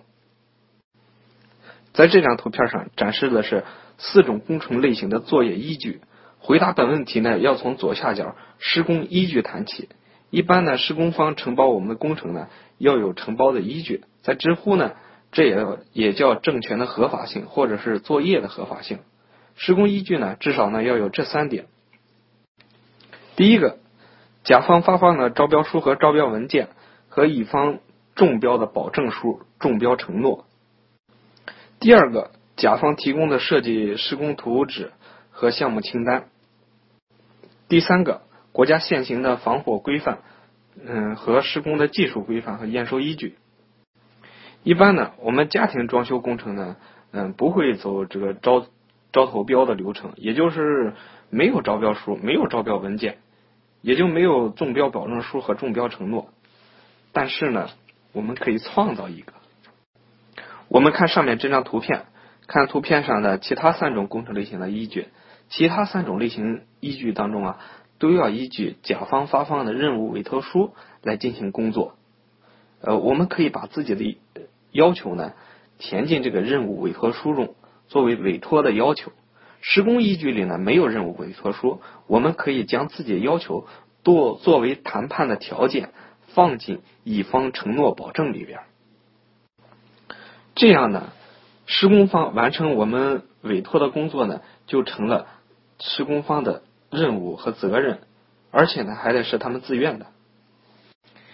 在这张图片上展示的是4种工程类型的作业依据。回答本问题呢，要从左下角施工依据谈起。一般呢，施工方承包我们的工程呢，要有承包的依据。在知乎呢，这也叫证权的合法性，或者是作业的合法性。施工依据呢，至少呢要有这3点。第一个，甲方发放的招标书和招标文件和乙方中标的保证书、中标承诺。第二个，甲方提供的设计施工图纸和项目清单。第三个，国家现行的防火规范，和施工的技术规范和验收依据。一般呢，我们家庭装修工程呢，不会走这个招投标的流程，也就是没有招标书，没有招标文件，也就没有中标保证书和中标承诺。但是呢，我们可以创造一个。我们看上面这张图片，看图片上的其他3种工程类型的依据，其他3种类型依据当中啊，都要依据甲方发放的任务委托书来进行工作。我们可以把自己的要求呢填进这个任务委托书中，作为委托的要求。施工依据里呢没有任务委托书，我们可以将自己的要求作为谈判的条件放进乙方承诺保证里边。这样呢，施工方完成我们委托的工作呢，就成了施工方的任务和责任，而且呢还得是他们自愿的。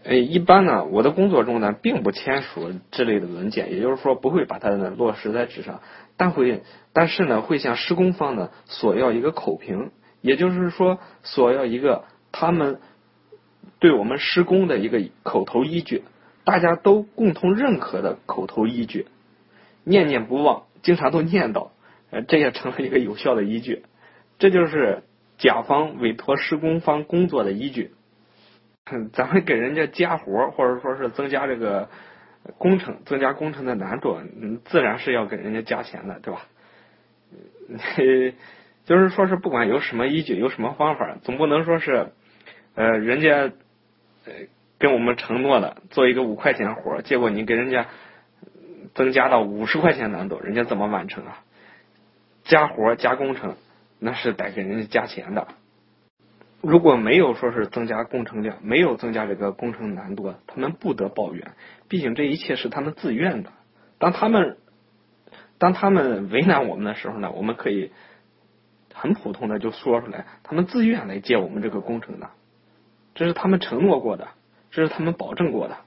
一般呢，我的工作中呢，并不签署这类的文件，也就是说不会把它呢落实在纸上，但是呢，会向施工方呢索要一个口评，也就是说索要一个他们对我们施工的一个口头依据，大家都共同认可的口头依据，念念不忘，经常都念叨，这也成了一个有效的依据，这就是甲方委托施工方工作的依据。咱们给人家加活，或者说是增加这个工程，增加工程的难度，自然是要给人家加钱的，对吧？就是说是不管有什么依据，有什么方法，总不能说是人家跟我们承诺的做一个5块钱活，结果你给人家增加到50块钱难度，人家怎么完成啊？加活加工程，那是得给人家加钱的。如果没有说是增加工程量，没有增加这个工程难度，他们不得抱怨，毕竟这一切是他们自愿的。当他们为难我们的时候呢，我们可以很普通的就说出来，他们自愿来接我们这个工程的，这是他们承诺过的，这是他们保证过的。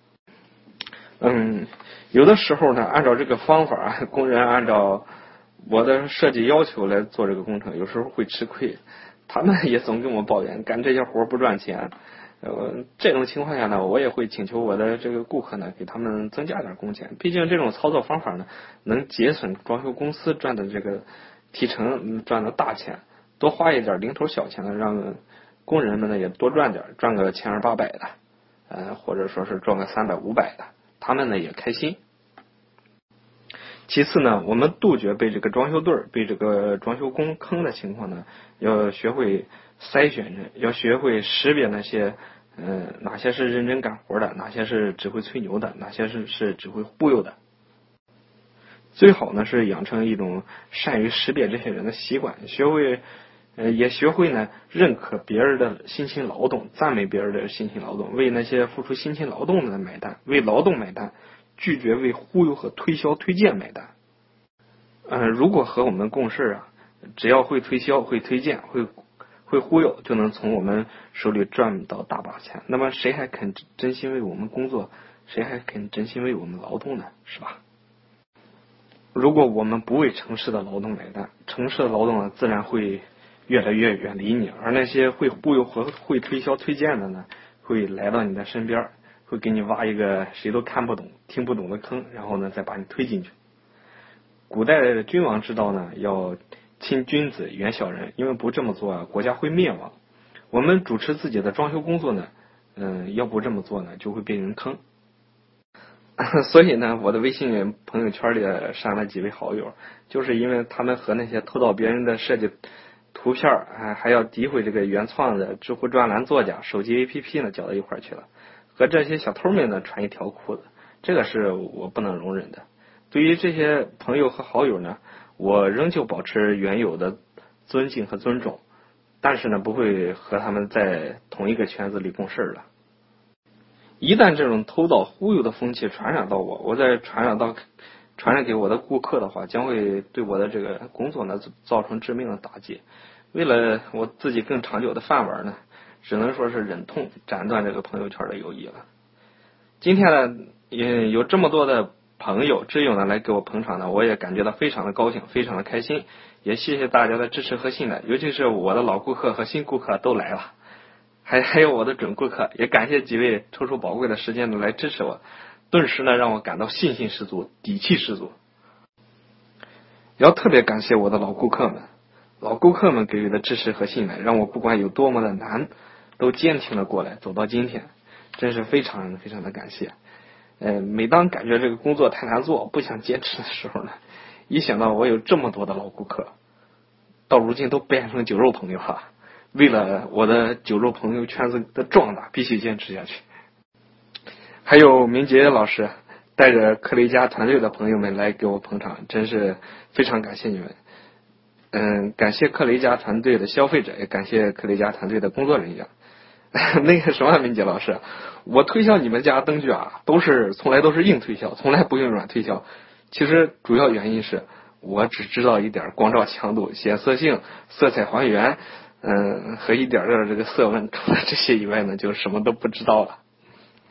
有的时候呢，按照这个方法，工人按照我的设计要求来做这个工程，有时候会吃亏。他们也总跟我抱怨干这些活不赚钱，这种情况下呢，我也会请求我的这个顾客呢给他们增加点工钱，毕竟这种操作方法呢能节省装修公司赚的这个提成赚的大钱，多花一点零头小钱呢，让工人们呢也多赚点，赚个1200-800的，或者说是赚个300-500的，他们呢也开心。其次呢，我们杜绝被这个装修队被这个装修工坑的情况呢，要学会筛选人，要学会识别那些哪些是认真干活的，哪些是只会吹牛的，哪些是只会忽悠的。最好呢是养成一种善于识别这些人的习惯，也学会呢认可别人的辛勤劳动，赞美别人的辛勤劳动，为那些付出辛勤劳动的买单，为劳动买单，拒绝为忽悠和推销推荐买单。如果和我们共事啊，只要会推销、会推荐、会忽悠，就能从我们手里赚到大把钱。那么谁还肯真心为我们工作？谁还肯真心为我们劳动呢？是吧？如果我们不为城市的劳动买单，城市的劳动呢，自然会越来越远离你，而那些会忽悠和会推销推荐的呢，会来到你的身边，会给你挖一个谁都看不懂、听不懂的坑，然后呢再把你推进去。古代的君王之道呢，要亲君子远小人，因为不这么做啊，国家会灭亡。我们主持自己的装修工作呢，要不这么做呢，就会被人坑。所以呢，我的微信朋友圈里删了几位好友，就是因为他们和那些偷盗别人的设计图片，还要诋毁这个原创的知乎专栏作家、手机 APP 呢，搅到一块去了，和这些小偷们呢穿一条裤子，这个是我不能容忍的。对于这些朋友和好友呢，我仍旧保持原有的尊敬和尊重，但是呢，不会和他们在同一个圈子里共事了。一旦这种偷盗忽悠的风气传染到我再传染给我的顾客的话，将会对我的这个工作呢造成致命的打击。为了我自己更长久的饭碗呢，只能说是忍痛斩断这个朋友圈的友谊了。今天呢，也有这么多的朋友挚友呢来给我捧场呢，我也感觉到非常的高兴，非常的开心，也谢谢大家的支持和信赖，尤其是我的老顾客和新顾客都来了，还有我的准顾客，也感谢几位抽出宝贵的时间呢来支持我，顿时呢让我感到信心十足，底气十足。也要特别感谢我的老顾客们给予的支持和信赖，让我不管有多么的难都坚挺了过来，走到今天，真是非常非常的感谢。每当感觉这个工作太难做，不想坚持的时候呢，一想到我有这么多的老顾客，到如今都变成酒肉朋友了，为了我的酒肉朋友圈子的壮大，必须坚持下去。还有明杰老师带着克雷家团队的朋友们来给我捧场，真是非常感谢你们。感谢克雷家团队的消费者，也感谢克雷家团队的工作人员。那个什么，明杰老师，我推销你们家灯具啊，从来都是硬推销，从来不用软推销。其实主要原因是我只知道一点光照强度、显色性、色彩还原，和一点这个色温，除了这些以外呢，就什么都不知道了。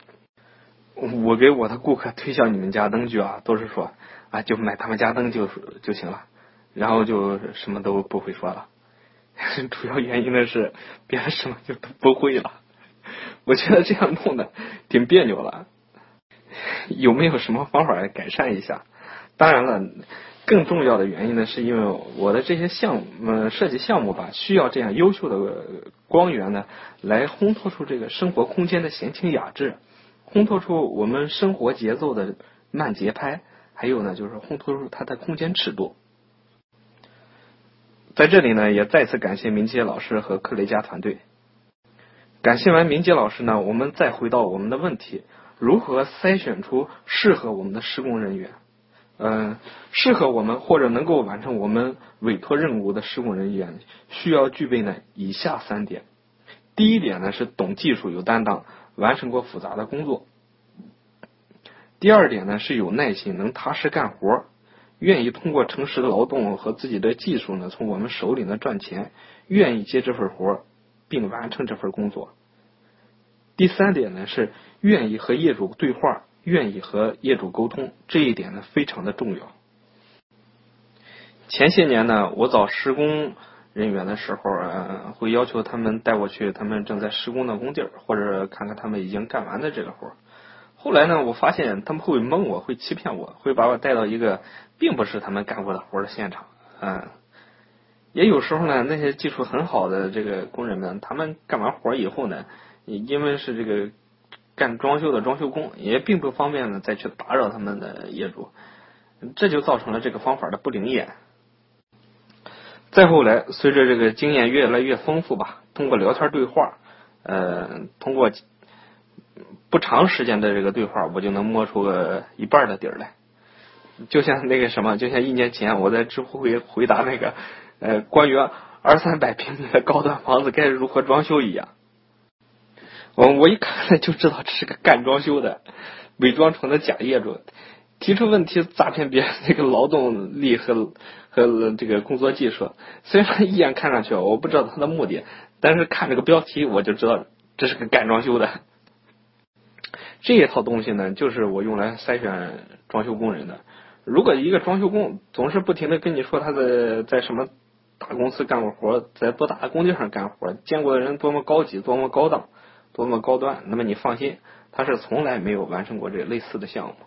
我给我的顾客推销你们家灯具啊，都是说啊，就买他们家灯就行了，然后就什么都不会说了。主要原因呢是别人什么就都不会了，我觉得这样弄的挺别扭了。有没有什么方法来改善一下？当然了，更重要的原因呢，是因为我的这些设计项目吧，需要这样优秀的光源呢，来烘托出这个生活空间的闲情雅致，烘托出我们生活节奏的慢节拍，还有呢，就是烘托出它的空间尺度。在这里呢，也再次感谢明杰老师和克雷嘉团队。感谢完明杰老师呢，我们再回到我们的问题：如何筛选出适合我们的施工人员？适合我们或者能够完成我们委托任务的施工人员，需要具备呢以下3点。第一点呢是懂技术、有担当，完成过复杂的工作。第二点呢是有耐心，能踏实干活，愿意通过诚实的劳动和自己的技术呢从我们手里呢赚钱，愿意接这份活并完成这份工作。第3点呢是愿意和业主对话，愿意和业主沟通，这一点呢非常的重要。前些年呢，我找施工人员的时候，会要求他们带我去他们正在施工的工地，或者看看他们已经干完的这个活。后来呢，我发现他们会蒙我，会欺骗我，会把我带到一个并不是他们干过的活的现场。也有时候呢，那些技术很好的这个工人们，他们干完活以后呢，因为是这个干装修的装修工，也并不方便呢再去打扰他们的业主，这就造成了这个方法的不灵验。再后来，随着这个经验越来越丰富吧，通过聊天对话，通过不长时间的这个对话，我就能摸出个一半的底儿来。就像那个什么，就像1年前我在知乎回答那个关于200-300平米的高端房子该如何装修一样。我一看呢就知道这是个干装修的，伪装成的假业主，提出问题诈骗别人这个劳动力和这个工作技术。虽然一眼看上去我不知道他的目的，但是看这个标题我就知道这是个干装修的。这一套东西呢，就是我用来筛选装修工人的。如果一个装修工总是不停的跟你说他在什么大公司干过活，在多大的工地上干活，见过的人多么高级，多么高档，多么高端，那么你放心，他是从来没有完成过这个类似的项目。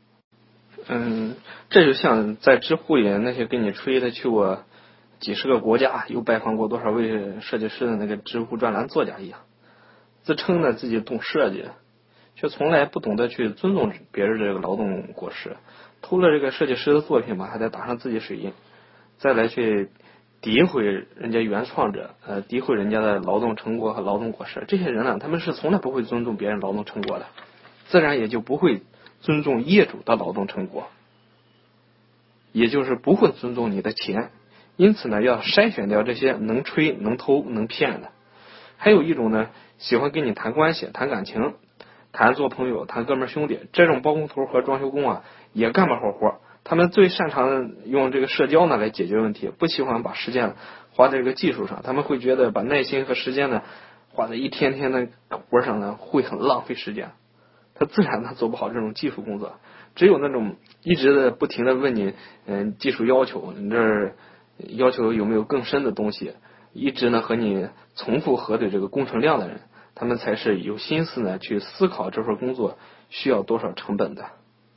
这就像在知乎里那些跟你吹的去过几十个国家，又拜访过多少位设计师的那个知乎专栏作家一样，自称呢自己懂设计，却从来不懂得去尊重别人这个劳动果实，偷了这个设计师的作品嘛，还得打上自己水印，再来去诋毁人家原创者，诋毁人家的劳动成果和劳动果实。这些人呢，他们是从来不会尊重别人劳动成果的，自然也就不会尊重业主的劳动成果，也就是不会尊重你的钱。因此呢，要筛选掉这些能吹、能偷、能骗的。还有一种呢，喜欢跟你谈关系、谈感情、谈做朋友、谈哥们兄弟，这种包工头和装修工啊，也干不好活。他们最擅长用这个社交呢来解决问题，不喜欢把时间花在这个技术上。他们会觉得把耐心和时间呢花在一天天的活上呢，会很浪费时间。他自然呢做不好这种技术工作。只有那种一直的不停的问你技术要求，你这要求有没有更深的东西，一直呢和你重复核对这个工程量的人，他们才是有心思呢去思考这份工作需要多少成本的。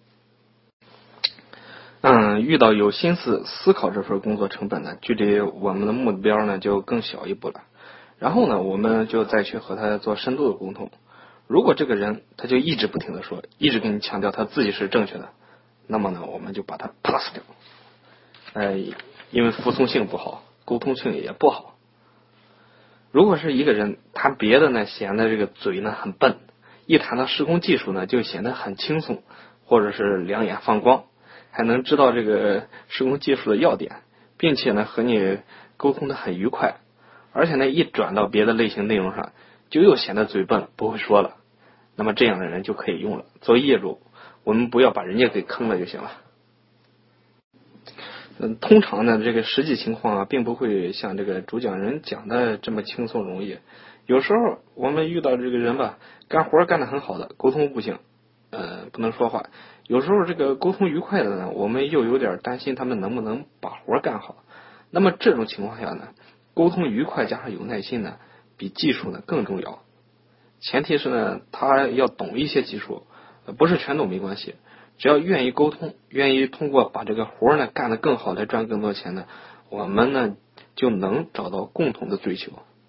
遇到有心思思考这份工作成本呢，距离我们的目标呢就更小一步了。然后呢，我们就再去和他做深度的沟通。如果这个人他就一直不停的说，一直跟你强调他自己是正确的，那么呢，我们就把他 pass 掉。因为服从性不好，沟通性也不好。如果是一个人，他别的呢显得这个嘴呢很笨，一谈到施工技术呢就显得很轻松，或者是两眼放光，还能知道这个施工技术的要点，并且呢和你沟通的很愉快，而且呢一转到别的类型内容上，就又显得嘴笨不会说了。那么这样的人就可以用了。作为业主，我们不要把人家给坑了就行了。通常呢，这个实际情况并不会像这个主讲人讲的这么轻松容易。有时候我们遇到这个人吧，干活干得很好的，沟通不行， 不能说话。有时候这个沟通愉快的呢，我们又有点担心他们能不能把活干好。那么这种情况下呢，沟通愉快加上有耐心呢，比技术呢更重要。前提是呢，他要懂一些技术，不是全懂没关系，只要愿意沟通，愿意通过把这个活呢干得更好来赚更多钱呢，我们呢就能找到共同的追求。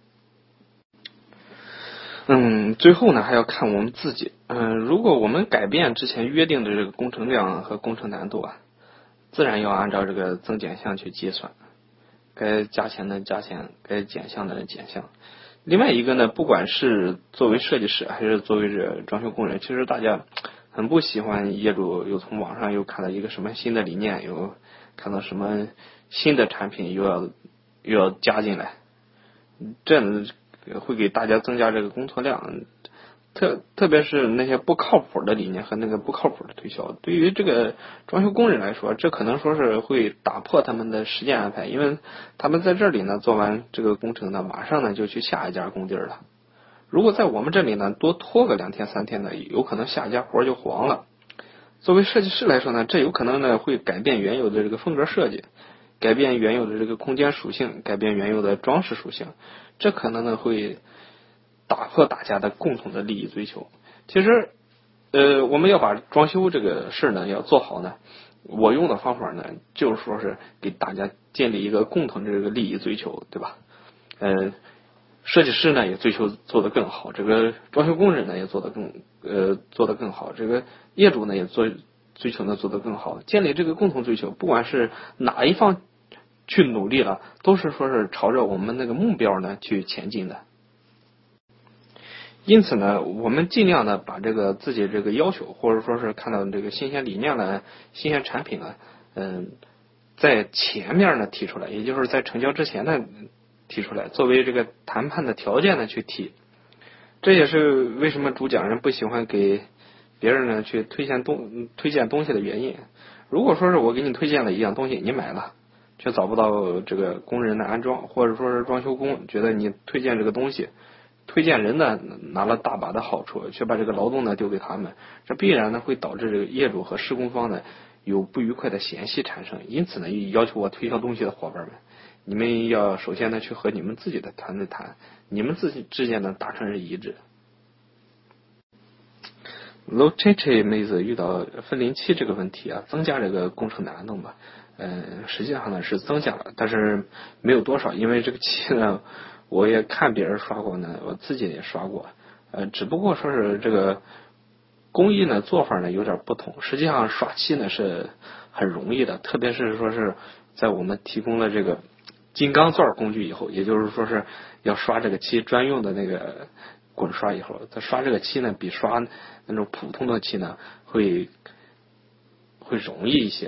最后呢还要看我们自己。如果我们改变之前约定的这个工程量和工程难度啊，自然要按照这个增减项去计算，该加钱的加钱，该减项的减项。另外一个呢，不管是作为设计师还是作为这装修工人，其实大家很不喜欢业主又从网上又看到一个什么新的理念，又看到什么新的产品又要加进来，这会给大家增加这个工作量。特别是那些不靠谱的理念和那个不靠谱的推销，对于这个装修工人来说，这可能说是会打破他们的时间安排，因为他们在这里呢做完这个工程呢，马上呢就去下一家工地了。如果在我们这里呢多拖个2天3天呢，有可能下一家活就黄了。作为设计师来说呢，这有可能呢会改变原有的这个风格设计，改变原有的这个空间属性，改变原有的装饰属性，这可能呢会打破大家的共同的利益追求。其实我们要把装修这个事呢要做好呢，我用的方法呢就是说是给大家建立一个共同的这个利益追求，对吧？设计师呢也追求做得更好，这个装修工人呢也做得更好，这个业主呢也追求呢做得更好，建立这个共同追求，不管是哪一方去努力了，都是说是朝着我们那个目标呢去前进的。因此呢，我们尽量的把这个自己这个要求，或者说是看到这个新鲜理念呢、新鲜产品呢，在前面呢提出来，也就是在成交之前呢提出来，作为这个谈判的条件呢去提。这也是为什么主讲人不喜欢给别人呢去推荐东西的原因。如果说是我给你推荐了一样东西，你买了，却找不到这个工人的安装，或者说是装修工觉得你推荐这个东西，推荐人呢拿了大把的好处，却把这个劳动呢丢给他们，这必然呢会导致这个业主和施工方呢有不愉快的嫌隙产生。因此呢，要求我推销东西的伙伴们，你们要首先呢去和你们自己的团队谈，你们自己之间呢达成一致。Low-Change 妹子遇到分临期这个问题啊，增加这个工程难度吧。实际上呢是增加了，但是没有多少，因为这个漆呢，我也看别人刷过呢，我自己也刷过，只不过说是这个工艺呢做法呢有点不同。实际上刷漆呢是很容易的，特别是说是在我们提供了这个金刚钻工具以后，也就是说是要刷这个漆专用的那个滚刷以后，它刷这个漆呢比刷那种普通的漆呢会容易一些。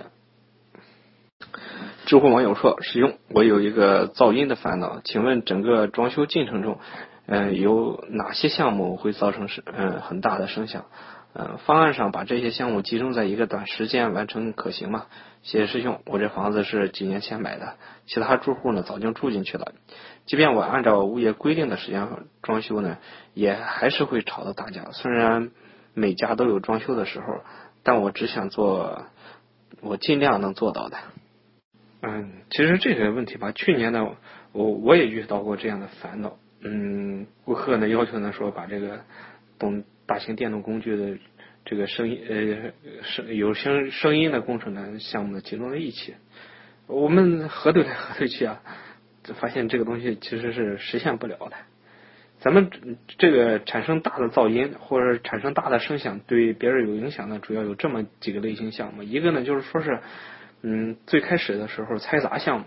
知乎网友说，使用我有一个噪音的烦恼，请问整个装修进程中有哪些项目会造成很大的声响？方案上把这些项目集中在一个短时间完成可行吗？谢谢师兄，我这房子是几年前买的，其他住户呢早就住进去了，即便我按照物业规定的时间装修呢，也还是会吵到大家。虽然每家都有装修的时候，但我只想做我尽量能做到的。其实这个问题吧，去年呢我也遇到过这样的烦恼。顾客呢要求呢说把这个大型电动工具的这个声音的工程的项目呢集中在一起，我们核对来核对去啊，发现这个东西其实是实现不了的。咱们这个产生大的噪音或者产生大的声响对别人有影响呢，主要有这么几个类型项目。一个呢就是说是最开始的时候拆杂项目，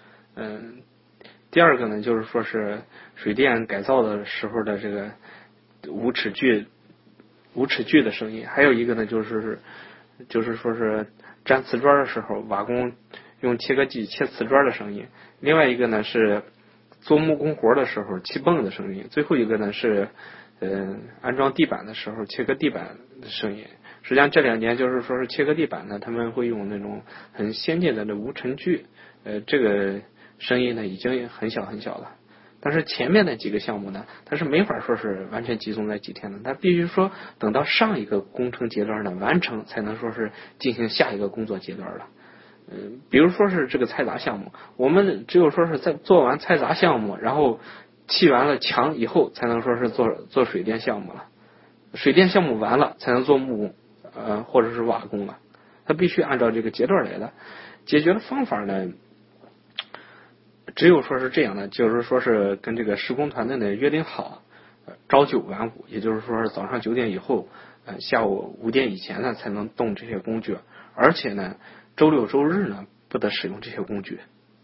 第二个呢就是说是水电改造的时候的这个无齿锯的声音，还有一个呢就是说是粘瓷砖的时候瓦工用切割机切瓷砖的声音，另外一个呢是做木工活的时候气泵的声音，最后一个呢是安装地板的时候切割地板的声音。实际上这2年就是说是切割地板呢，他们会用那种很先进的无尘锯，这个声音呢已经很小很小了。 但是前面的几个项目呢，它是没法说是完全集中在几天的，它必须说等到上一个工程阶段呢完成，才能说是进行下一个工作阶段了。比如说是这个拆闸项目，我们只有说是在做完拆闸项目，然后砌完了墙以后，才能说是做水电项目了。水电项目完了，才能做木工或者是瓦工了。它必须按照这个阶段来的。解决的方法呢，只有说是这样的，就是说是跟这个施工团队呢约定好，朝9晚5，也就是说是早上9点以后，下午5点以前呢才能动这些工具，而且呢，周6周日呢不得使用这些工具。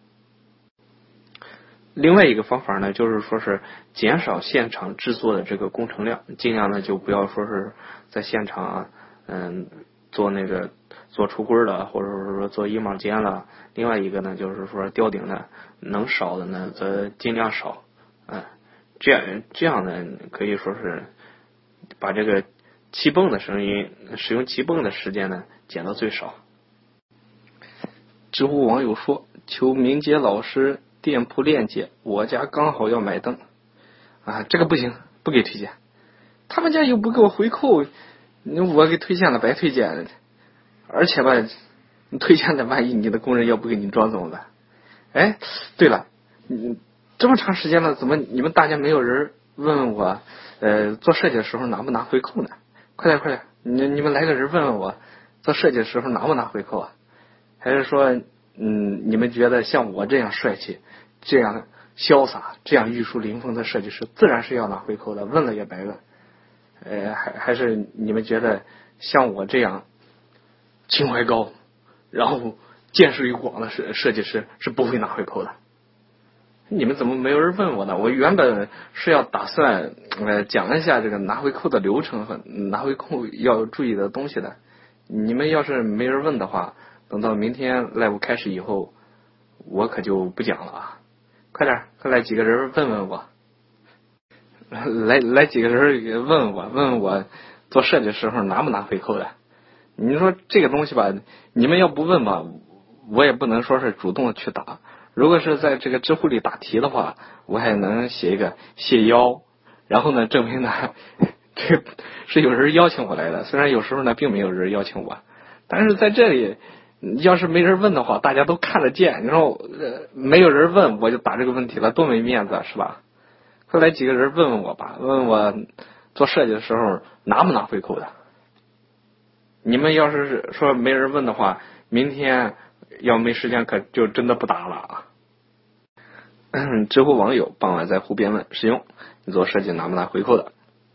另外一个方法呢，就是说是减少现场制作的这个工程量，尽量呢就不要说是在现场做那个做橱柜了，或者说做衣帽间了。另外一个呢，就是说吊顶呢能少的呢则尽量少，这样呢可以说是把这个气泵的使用气泵的时间呢减到最少。知乎网友说，求明杰老师店铺链接，我家刚好要买灯这个不行，不给推荐，他们家又不给我回扣，我给推荐了白推荐了，而且吧，你推荐的万一你的工人要不给你装怎么办？哎，对了，这么长时间了，怎么你们大家没有人问问我做设计的时候拿不拿回扣呢？快点，你们来个人问问我做设计的时候拿不拿回扣啊？还是说你们觉得像我这样帅气，这样潇洒，这样玉树临风的设计师自然是要拿回扣的，问了也白问。还是你们觉得像我这样情怀高，然后见识又广的设计师是不会拿回扣的？你们怎么没有人问我呢？我原本是要打算讲一下这个拿回扣的流程和拿回扣要注意的东西的。你们要是没人问的话，等到明天 live 开始以后，我可就不讲了啊！快来几个人问问我，来几个人问问我做设计的时候拿不拿回扣的？你说这个东西吧，你们要不问吧，我也不能说是主动的去答。如果是在这个知乎里答题的话，我还能写一个谢邀，然后呢证明呢这个是有人邀请我来的，虽然有时候呢并没有人邀请我，但是在这里要是没人问的话，大家都看得见。你说没有人问我就答这个问题了，多没面子是吧？快来几个人问问我吧，问问我做设计的时候拿不拿回扣的？你们要是说没人问的话，明天要没时间可就真的不答了啊！知乎网友傍晚在湖边问石勇，你做设计拿不拿回扣的？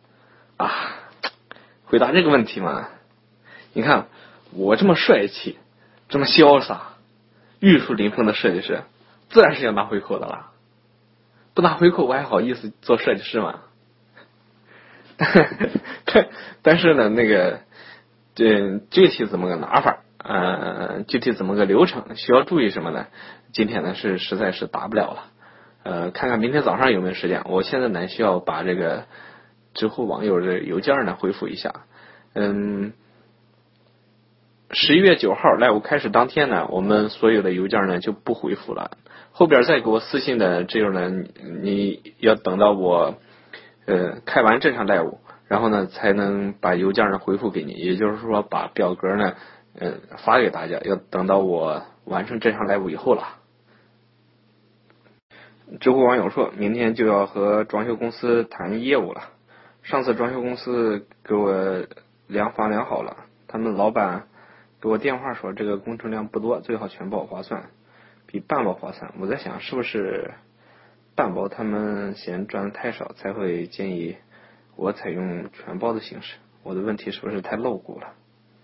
回答这个问题嘛，你看我这么帅气，这么潇洒，玉树临风的设计师，自然是要拿回扣的了。不拿回扣我还好意思做设计师吗？但是呢，那个具体怎么个拿法，具体怎么个流程，需要注意什么呢？今天呢实在是答不了了。看看明天早上有没有时间。我现在呢需要把这个知乎网友的邮件呢回复一下。11月9号 live 开始当天呢，我们所有的邮件呢就不回复了。后边再给我私信的这种呢，你要等到我开完这场 live， 然后呢才能把邮件呢回复给你，也就是说把表格呢发给大家，要等到我完成这场 live 以后了。知乎网友说，明天就要和装修公司谈业务了。上次装修公司给我量房量好了，他们老板给我电话说这个工程量不多，最好全包划算，比半包划算。我在想是不是半包他们嫌赚的太少，才会建议我采用全包的形式。我的问题是不是太露骨了？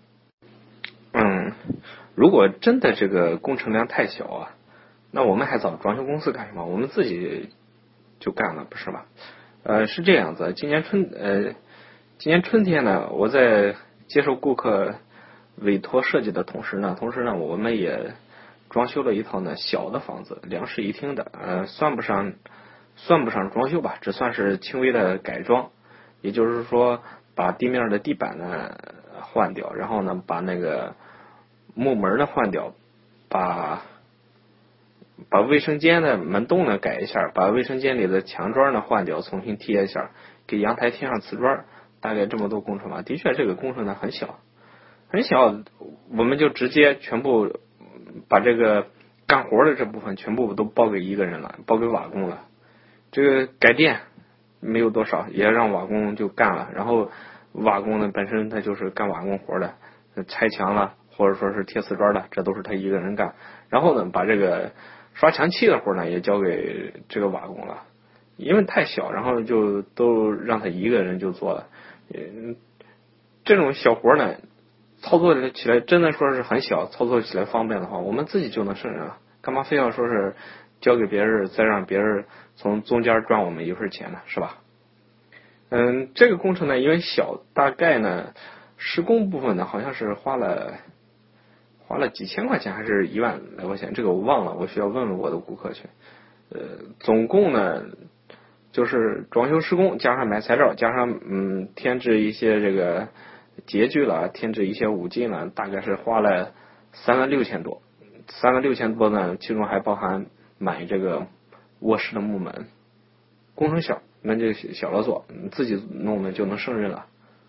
如果真的这个工程量太小啊，那我们还找装修公司干什么？我们自己就干了，不是吧？是这样子，今年春天呢，我在接受顾客委托设计的同时呢，我们也装修了一套呢小的房子，2室1厅的，算不上装修吧，只算是轻微的改装。也就是说，把地面的地板呢换掉，然后呢把那个木门呢换掉，把把卫生间的门洞呢改一下，把卫生间里的墙砖呢换掉，重新贴一下，给阳台贴上瓷砖，大概这么多工程吧。的确这个工程呢很小，我们就直接全部把这个干活的这部分全部都包给一个人了，包给瓦工了。这个改电没有多少，也让瓦工就干了。然后瓦工呢本身他就是干瓦工活的，拆墙了或者说是贴瓷砖的，这都是他一个人干。然后呢把这个刷墙漆的活呢也交给这个瓦工了，因为太小，然后就都让他一个人就做了。这种小活呢操作起来真的说是很小，操作起来方便的话，我们自己就能胜任了，干嘛非要说是交给别人，再让别人从中间赚我们一份钱呢，是吧？这个工程呢因为小，大概呢施工部分呢好像是花了几千块钱还是1万来块钱，这个我忘了，我需要问问我的顾客去。总共呢就是装修施工加上买材料加上添置一些这个洁具了，添置一些五金了，大概是花了36000多。36000多呢，其中还包含买这个卧室的木门。工程小，那就小了做，自己弄的就能胜任了。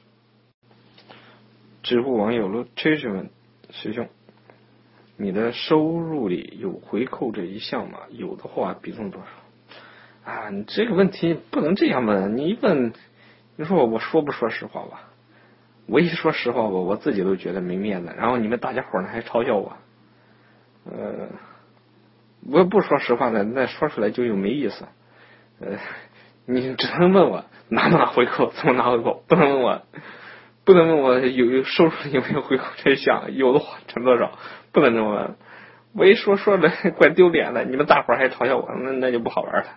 知乎网友陆吹吹问师兄，你的收入里有回扣这一项吗？有的话比重多少？啊，你这个问题不能这样问，你一问，你说我说不说实话吧？我一说实话我自己都觉得没面子，然后你们大家伙呢还嘲笑我。我不说实话呢，那说出来就又没意思。你只能问我拿不拿回扣，怎么拿回扣，不能问我有收入有没有回扣这一项，有的话挣多少，不能这么问。我一说的怪丢脸的，你们大伙还嘲笑我，那就不好玩了。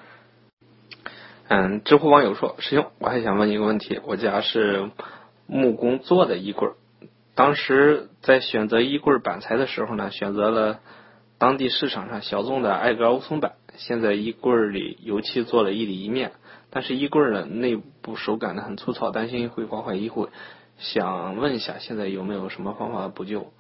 知乎网友说，师兄，我还想问一个问题，我家是木工做的衣柜，当时在选择衣柜板材的时候呢，选择了当地市场上小众的艾格欧松板，现在衣柜里油漆做了1里1面，但是衣柜的内部手感呢很粗糙，担心会刮坏衣柜，想问一下现在有没有什么方法补救？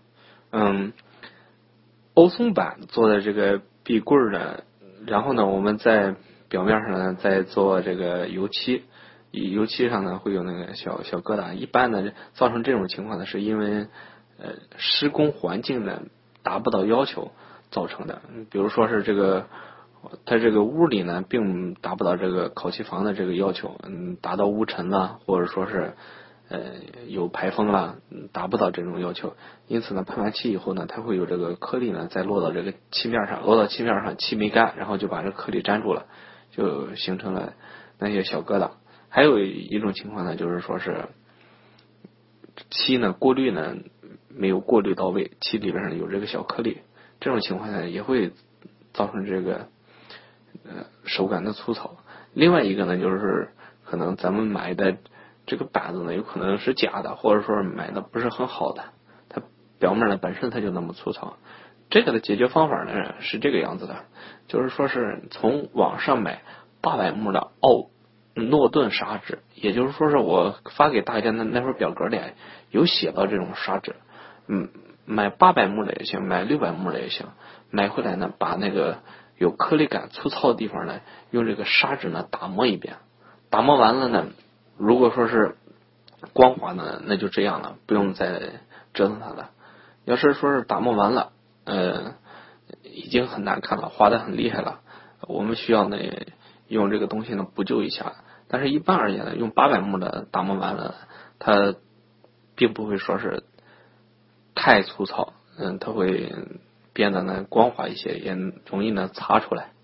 欧松板做的这个壁柜呢，然后呢我们在表面上呢再做这个油漆，油漆上呢会有那个小疙瘩，一般呢造成这种情况呢是因为施工环境呢达不到要求造成的。比如说是它这个屋里呢并达不到这个烤漆房的这个要求，达到污尘了，或者说是有排风了，达不到这种要求，因此呢喷完漆以后呢，它会有这个颗粒呢再落到这个漆面上，落到漆面上，漆没干，然后就把这颗粒粘住了，就形成了那些小疙瘩。还有一种情况呢，就是说是漆呢过滤呢没有过滤到位，漆里边上有这个小颗粒，这种情况呢也会造成这个手感的粗糙。另外一个呢就是可能咱们买的这个板子呢有可能是假的，或者说买的不是很好的，它表面呢本身它就那么粗糙。这个的解决方法呢是这个样子的，就是说是从网上买800目的诺顿砂纸，也就是说是我发给大家的那份表格里有写到这种砂纸，买800目的也行，买600目的也行，买回来呢把那个有颗粒感粗糙的地方呢用这个砂纸呢打磨一遍，打磨完了呢如果说是光滑呢那就这样了，不用再折腾它了。要是说是打磨完了已经很难看了，滑得很厉害了，我们需要呢用这个东西呢补救一下。但是一般而言呢，用800目的打磨完了，它并不会说是太粗糙，它会变得呢光滑一些，也容易呢擦出来。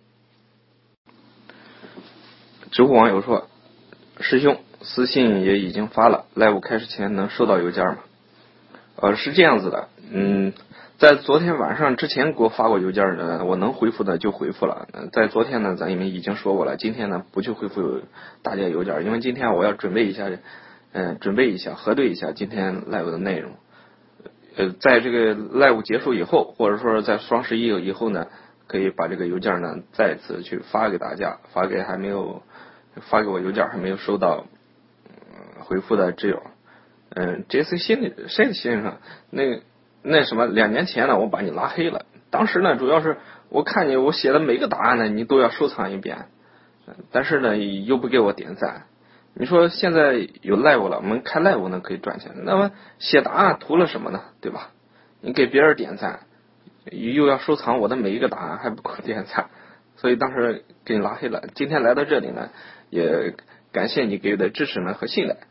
知乎网友说，师兄，私信也已经发了，live开始前能收到邮件吗？是这样子的，在昨天晚上之前给我发过邮件的，我能回复的就回复了。在昨天呢，咱们已经说过了，今天呢不去回复大家邮件，因为今天我要准备一下，核对一下今天 live 的内容。在这个 live 结束以后，或者说在双11以后呢，可以把这个邮件呢再次去发给大家，发给我邮件还没有收到回复的挚友。JC 先生，那什么2年前呢我把你拉黑了，当时呢主要是我看我写的每个答案呢，你都要收藏一遍，但是呢又不给我点赞。你说现在有 live 了，我们开 live 呢可以赚钱，那么写答案图了什么呢？对吧？你给别人点赞，又要收藏我的每一个答案，还不够点赞，所以当时给你拉黑了。今天来到这里呢，也感谢你给我的支持呢和信赖。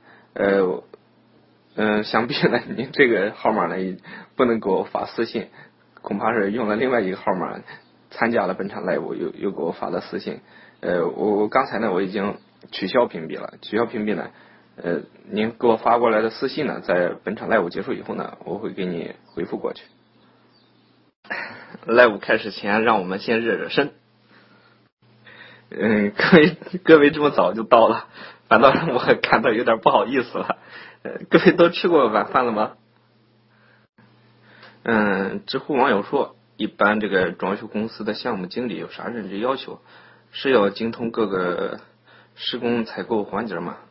想必呢您这个号码呢也不能给我发私信，恐怕是用了另外一个号码参加了本场 live， 又给我发了私信。我刚才呢我已经取消屏蔽了，取消屏蔽呢，您给我发过来的私信呢，在本场 live 结束以后呢，我会给你回复过去。live 开始前，让我们先热热身。各位这么早就到了，反倒让我感到有点不好意思了。各位都吃过晚饭了吗？知乎网友说，一般这个装修公司的项目经理有啥任职要求？是要精通各个施工采购环节吗？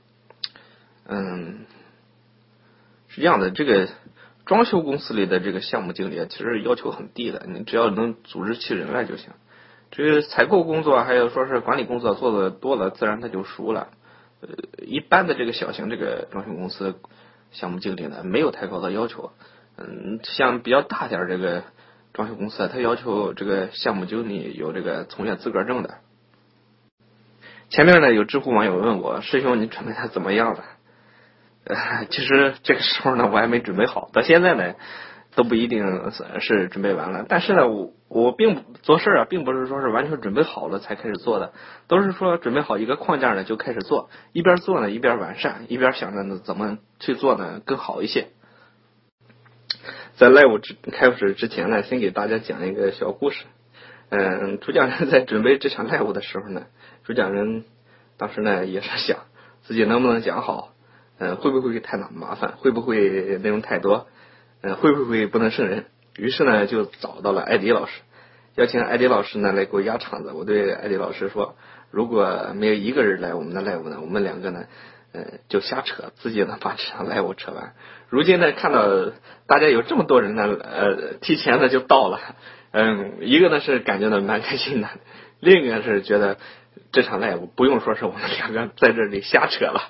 是这样的，这个装修公司里的这个项目经理其实要求很低的，你只要能组织起人来就行。这个采购工作还有说是管理工作做的多了，自然他就熟了。一般的这个小型这个装修公司项目经理呢，没有太高的要求。像比较大点这个装修公司，他要求这个项目经理有这个从业资格证的。前面呢有知乎网友问我，师兄你准备的怎么样了？其实这个时候呢我还没准备好，到现在呢都不一定是准备完了。但是呢我并做事啊，并不是说是完全准备好了才开始做的，都是说准备好一个框架呢就开始做，一边做呢一边完善，一边想着呢怎么去做呢更好一些。在 live 开始之前呢，先给大家讲一个小故事。主讲人在准备这场 live 的时候呢，主讲人当时呢也是想自己能不能讲好，会不会太麻烦，会不会内容太多，会不会不能胜任。于是呢就找到了艾迪老师，邀请艾迪老师呢来给我压场子。我对艾迪老师说，如果没有一个人来我们的 live 呢，我们两个呢就瞎扯，自己呢把这场 live 扯完。如今呢看到大家有这么多人呢提前的就到了，一个呢是感觉到蛮开心的，另一个是觉得这场 live 不用说是我们两个在这里瞎扯了。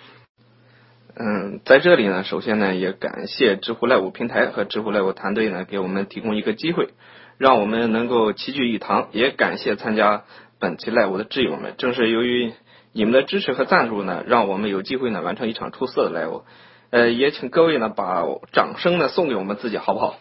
在这里呢首先呢也感谢知乎 live 平台和知乎 live 团队呢给我们提供一个机会，让我们能够齐聚一堂，也感谢参加本期 live 的挚友们，正是由于你们的支持和赞助呢，让我们有机会呢完成一场出色的 live。也请各位呢把掌声呢送给我们自己，好不好？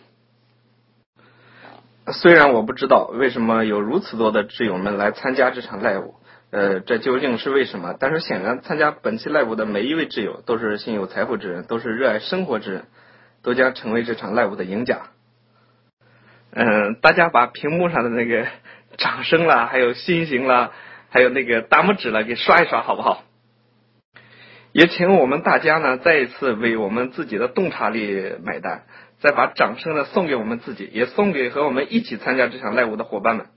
虽然我不知道为什么有如此多的挚友们来参加这场 live，这究竟是为什么？但是显然参加本期 live 的每一位挚友都是心有财富之人，都是热爱生活之人，都将成为这场 live 的赢家。大家把屏幕上的那个掌声啦，还有心形啦，还有那个大拇指了给刷一刷，好不好？也请我们大家呢再一次为我们自己的洞察力买单，再把掌声呢送给我们自己，也送给和我们一起参加这场 live 的伙伴们。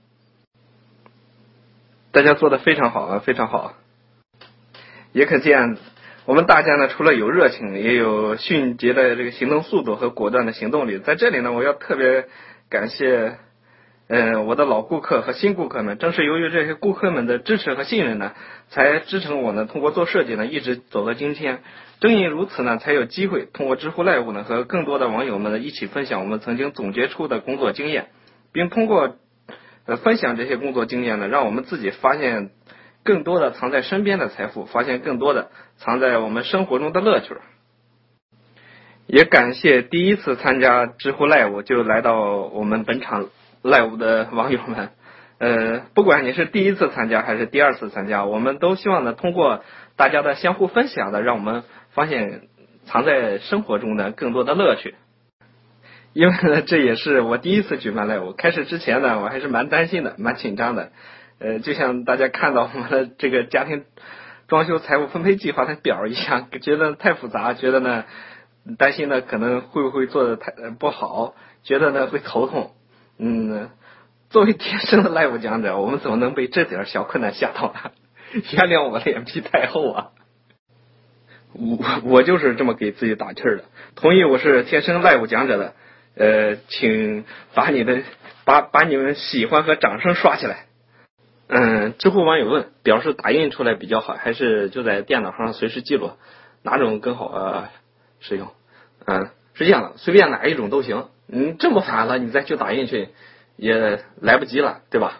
大家做的非常好啊，非常好。也可见我们大家呢除了有热情，也有迅捷的这个行动速度和果断的行动力。在这里呢我要特别感谢我的老顾客和新顾客们，正是由于这些顾客们的支持和信任呢，才支撑我呢通过做设计呢一直走到今天。正因如此呢，才有机会通过知乎 live 呢和更多的网友们呢一起分享我们曾经总结出的工作经验，并通过分享这些工作经验呢，让我们自己发现更多的藏在身边的财富，发现更多的藏在我们生活中的乐趣。也感谢第一次参加知乎 live 就来到我们本场 live 的网友们，不管你是第一次参加还是第二次参加，我们都希望呢通过大家的相互分享的，让我们发现藏在生活中的更多的乐趣。因为呢这也是我第一次举办 live， 开始之前呢我还是蛮担心的，蛮紧张的。就像大家看到我们的这个家庭装修财务分配计划的表一样，觉得太复杂，觉得呢担心呢可能会不会做的太不好，觉得呢会头痛。作为天生的 live 讲者，我们怎么能被这点小困难吓到呢？原谅我脸皮太厚啊。我就是这么给自己打气的。同意我是天生 live 讲者的， 请把你们喜欢和掌声刷起来。知乎网友问，表示打印出来比较好，还是就在电脑上随时记录，哪种更好使用？是这样的，随便哪一种都行。这么烦了，你再去打印去也来不及了，对吧？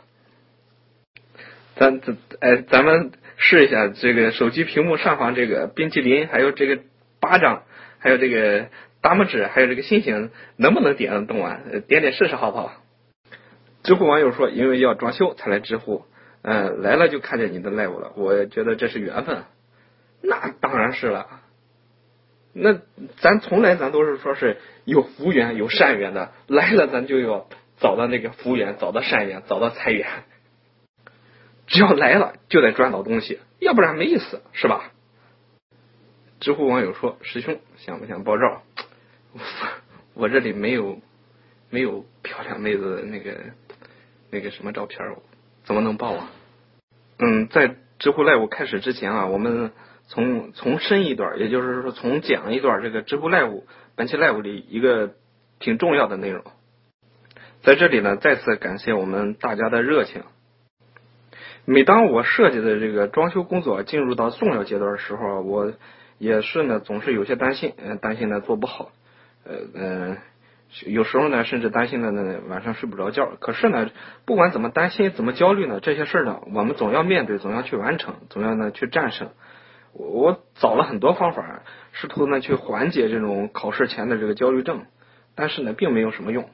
咱们试一下这个手机屏幕上方这个冰淇淋，还有这个巴掌，还有这个大拇指，还有这个星星，能不能点得动啊？点试试好不好？知乎网友说，因为要装修才来知乎，来了就看见你的 live 了，我觉得这是缘分。那当然是了，那咱从来都是说是有福缘有善缘的，来了咱就要找到那个福缘，找到善缘，找到财源。只要来了就得赚到东西，要不然没意思，是吧？知乎网友说，师兄想不想爆照？我这里没有漂亮妹子那个什么照片，怎么能爆啊？在知乎 live 开始之前啊，我们从深一段，也就是说从讲一段这个知乎 live 本期 live 里一个挺重要的内容。在这里呢，再次感谢我们大家的热情。每当我设计的这个装修工作进入到重要阶段的时候，我也是呢总是有些担心呢做不好，有时候呢甚至担心的呢晚上睡不着觉。可是呢，不管怎么担心怎么焦虑呢，这些事呢我们总要面对，总要去完成，总要呢去战胜。我找了很多方法，试图呢去缓解这种考试前的这个焦虑症，但是呢并没有什么用。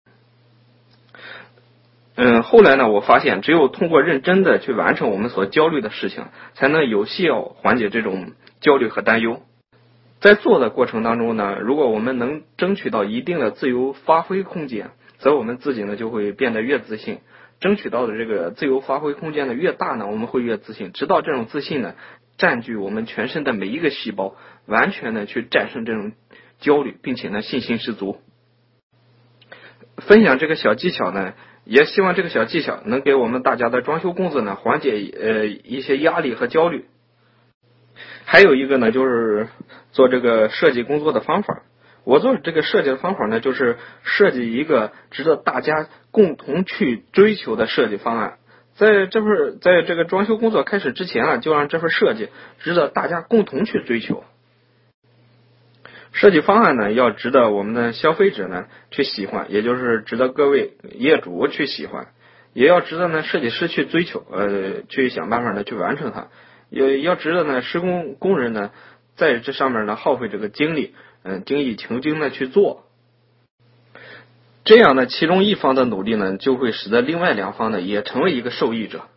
后来呢，我发现只有通过认真的去完成我们所焦虑的事情，才能有效缓解这种焦虑和担忧。在做的过程当中呢，如果我们能争取到一定的自由发挥空间，则我们自己呢就会变得越自信。争取到的这个自由发挥空间呢越大呢，我们会越自信，直到这种自信呢占据我们全身的每一个细胞，完全的去战胜这种焦虑，并且呢信心十足。分享这个小技巧呢，也希望这个小技巧能给我们大家的装修工作呢缓解一些压力和焦虑。还有一个呢，就是做这个设计工作的方法。我做这个设计的方法呢，就是设计一个值得大家共同去追求的设计方案。在这个装修工作开始之前啊，就让这份设计值得大家共同去追求。设计方案呢，要值得我们的消费者呢去喜欢，也就是值得各位业主去喜欢，也要值得呢设计师去追求，去想办法呢去完成它，也要值得呢施工人呢在这上面呢耗费这个精力，精益求精的去做。这样呢，其中一方的努力呢，就会使得另外两方呢也成为一个受益者。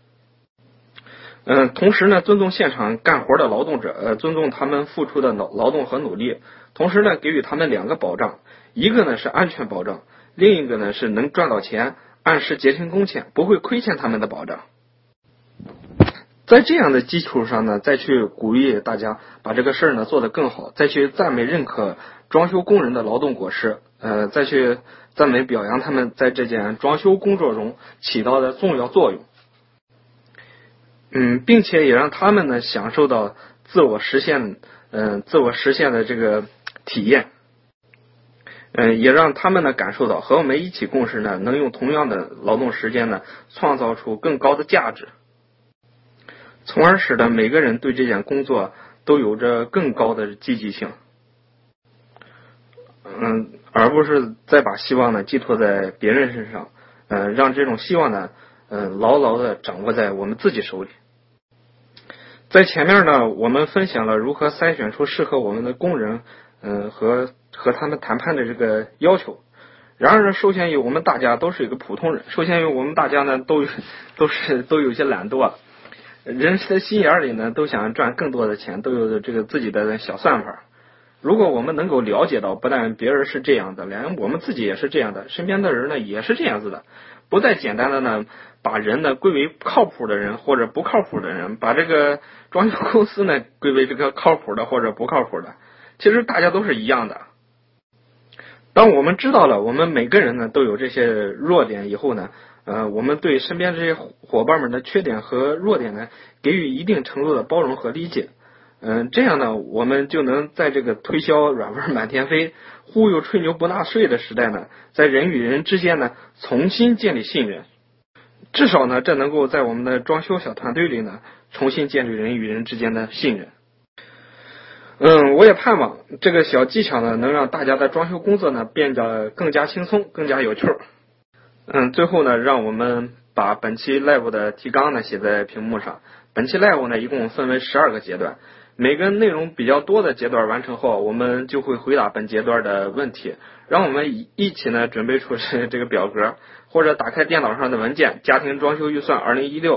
同时呢，尊重现场干活的劳动者，尊重他们付出的劳动和努力，同时呢，给予他们两个保障，一个呢是安全保障，另一个呢是能赚到钱，按时结清工钱，不会亏欠他们的保障。在这样的基础上呢，再去鼓励大家把这个事儿呢做得更好，再去赞美认可装修工人的劳动果实，再去赞美表扬他们在这件装修工作中起到的重要作用。并且也让他们呢享受到自我实现的这个体验，也让他们呢感受到和我们一起共事呢，能用同样的劳动时间呢，创造出更高的价值，从而使得每个人对这件工作都有着更高的积极性，而不是再把希望呢寄托在别人身上，让这种希望呢，牢牢的掌握在我们自己手里。在前面呢，我们分享了如何筛选出适合我们的工人，和他们谈判的这个要求。然而，首先我们大家都是一个普通人，首先我们大家呢都有些懒惰，人的心眼里呢都想赚更多的钱，都有这个自己的小算法。如果我们能够了解到，不但别人是这样的，连我们自己也是这样的，身边的人呢也是这样子的，不再简单的呢把人呢归为靠谱的人或者不靠谱的人，把这个装修公司呢归为这个靠谱的或者不靠谱的，其实大家都是一样的。当我们知道了我们每个人呢都有这些弱点以后呢，我们对身边这些伙伴们的缺点和弱点呢给予一定程度的包容和理解， 这样呢，我们就能在这个推销软文满天飞、忽悠吹牛不纳税的时代呢，在人与人之间呢重新建立信任。至少呢，这能够在我们的装修小团队里呢，重新建立人与人之间的信任。我也盼望这个小技巧呢，能让大家的装修工作呢变得更加轻松、更加有趣。最后呢，让我们把本期 live 的提纲呢写在屏幕上。本期 live 呢一共分为12个阶段，每个内容比较多的阶段完成后，我们就会回答本阶段的问题。让我们一起呢准备出这个表格，或者打开电脑上的文件，家庭装修预算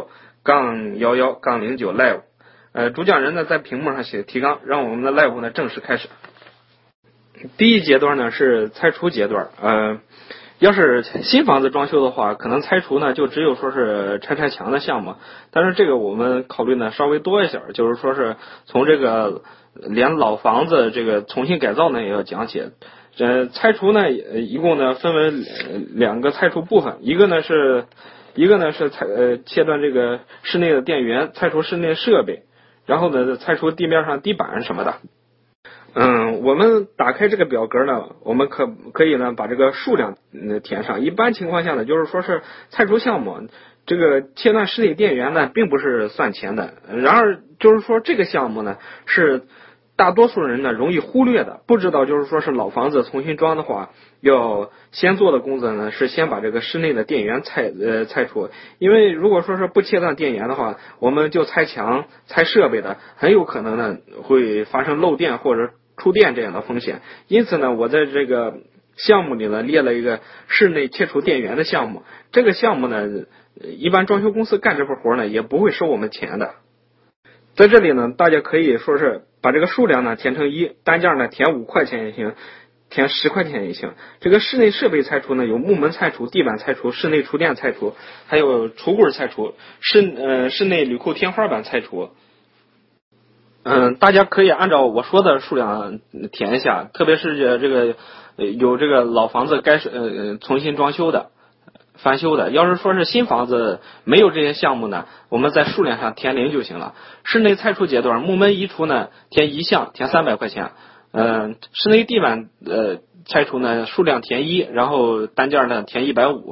2016-11-09 live。主讲人呢在屏幕上写提纲，让我们的 live 呢正式开始。第一阶段呢是拆除阶段。要是新房子装修的话，可能拆除呢就只有说是拆墙的项目，但是这个我们考虑呢稍微多一些，就是说是从这个连老房子这个重新改造呢也要讲解。拆除呢一共呢分为2个拆除部分，一个呢是切断这个室内的电源，拆除室内设备，然后呢拆除地面上地板什么的。我们打开这个表格呢，我们可以呢把这个数量填上。一般情况下呢，就是说是拆除项目，这个切断室内电源呢并不是算钱的。然而就是说这个项目呢是大多数人呢容易忽略的，不知道就是说是老房子重新装的话，要先做的工作呢是先把这个室内的电源拆除。因为如果说是不切断电源的话，我们就拆墙拆设备的，很有可能呢会发生漏电或者触电这样的风险。因此呢，我在这个项目里呢列了一个室内切除电源的项目。这个项目呢一般装修公司干这份活呢也不会收我们钱的。在这里呢，大家可以说是把这个数量呢填成1，单价呢填5块钱也行，填10块钱也行。这个室内设备拆除呢有木门拆除、地板拆除、室内厨电拆除，还有橱柜拆除、室内铝扣天花板拆除。大家可以按照我说的数量填一下，特别是这个有这个老房子该重新装修的、翻修的。要是说是新房子没有这些项目呢，我们在数量上填0就行了。室内拆除阶段，木门移除呢填1项，填300块钱。室内地板拆除呢数量填1，然后单价呢填150。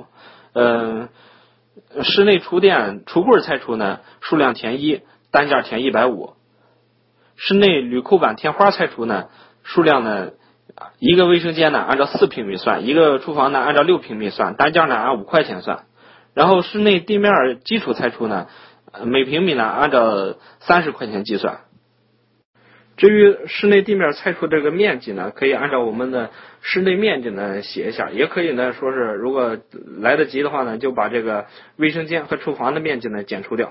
室内厨电橱柜拆除呢数量填1，单价填150。室内铝扣板天花拆除呢数量呢，一个卫生间呢按照4平米算，一个厨房呢按照6平米算，单价呢按5块钱算。然后室内地面基础拆除呢，每平米呢按照30块钱计算。至于室内地面拆除这个面积呢，可以按照我们的室内面积呢写一下，也可以呢说是如果来得及的话呢，就把这个卫生间和厨房的面积呢减除掉。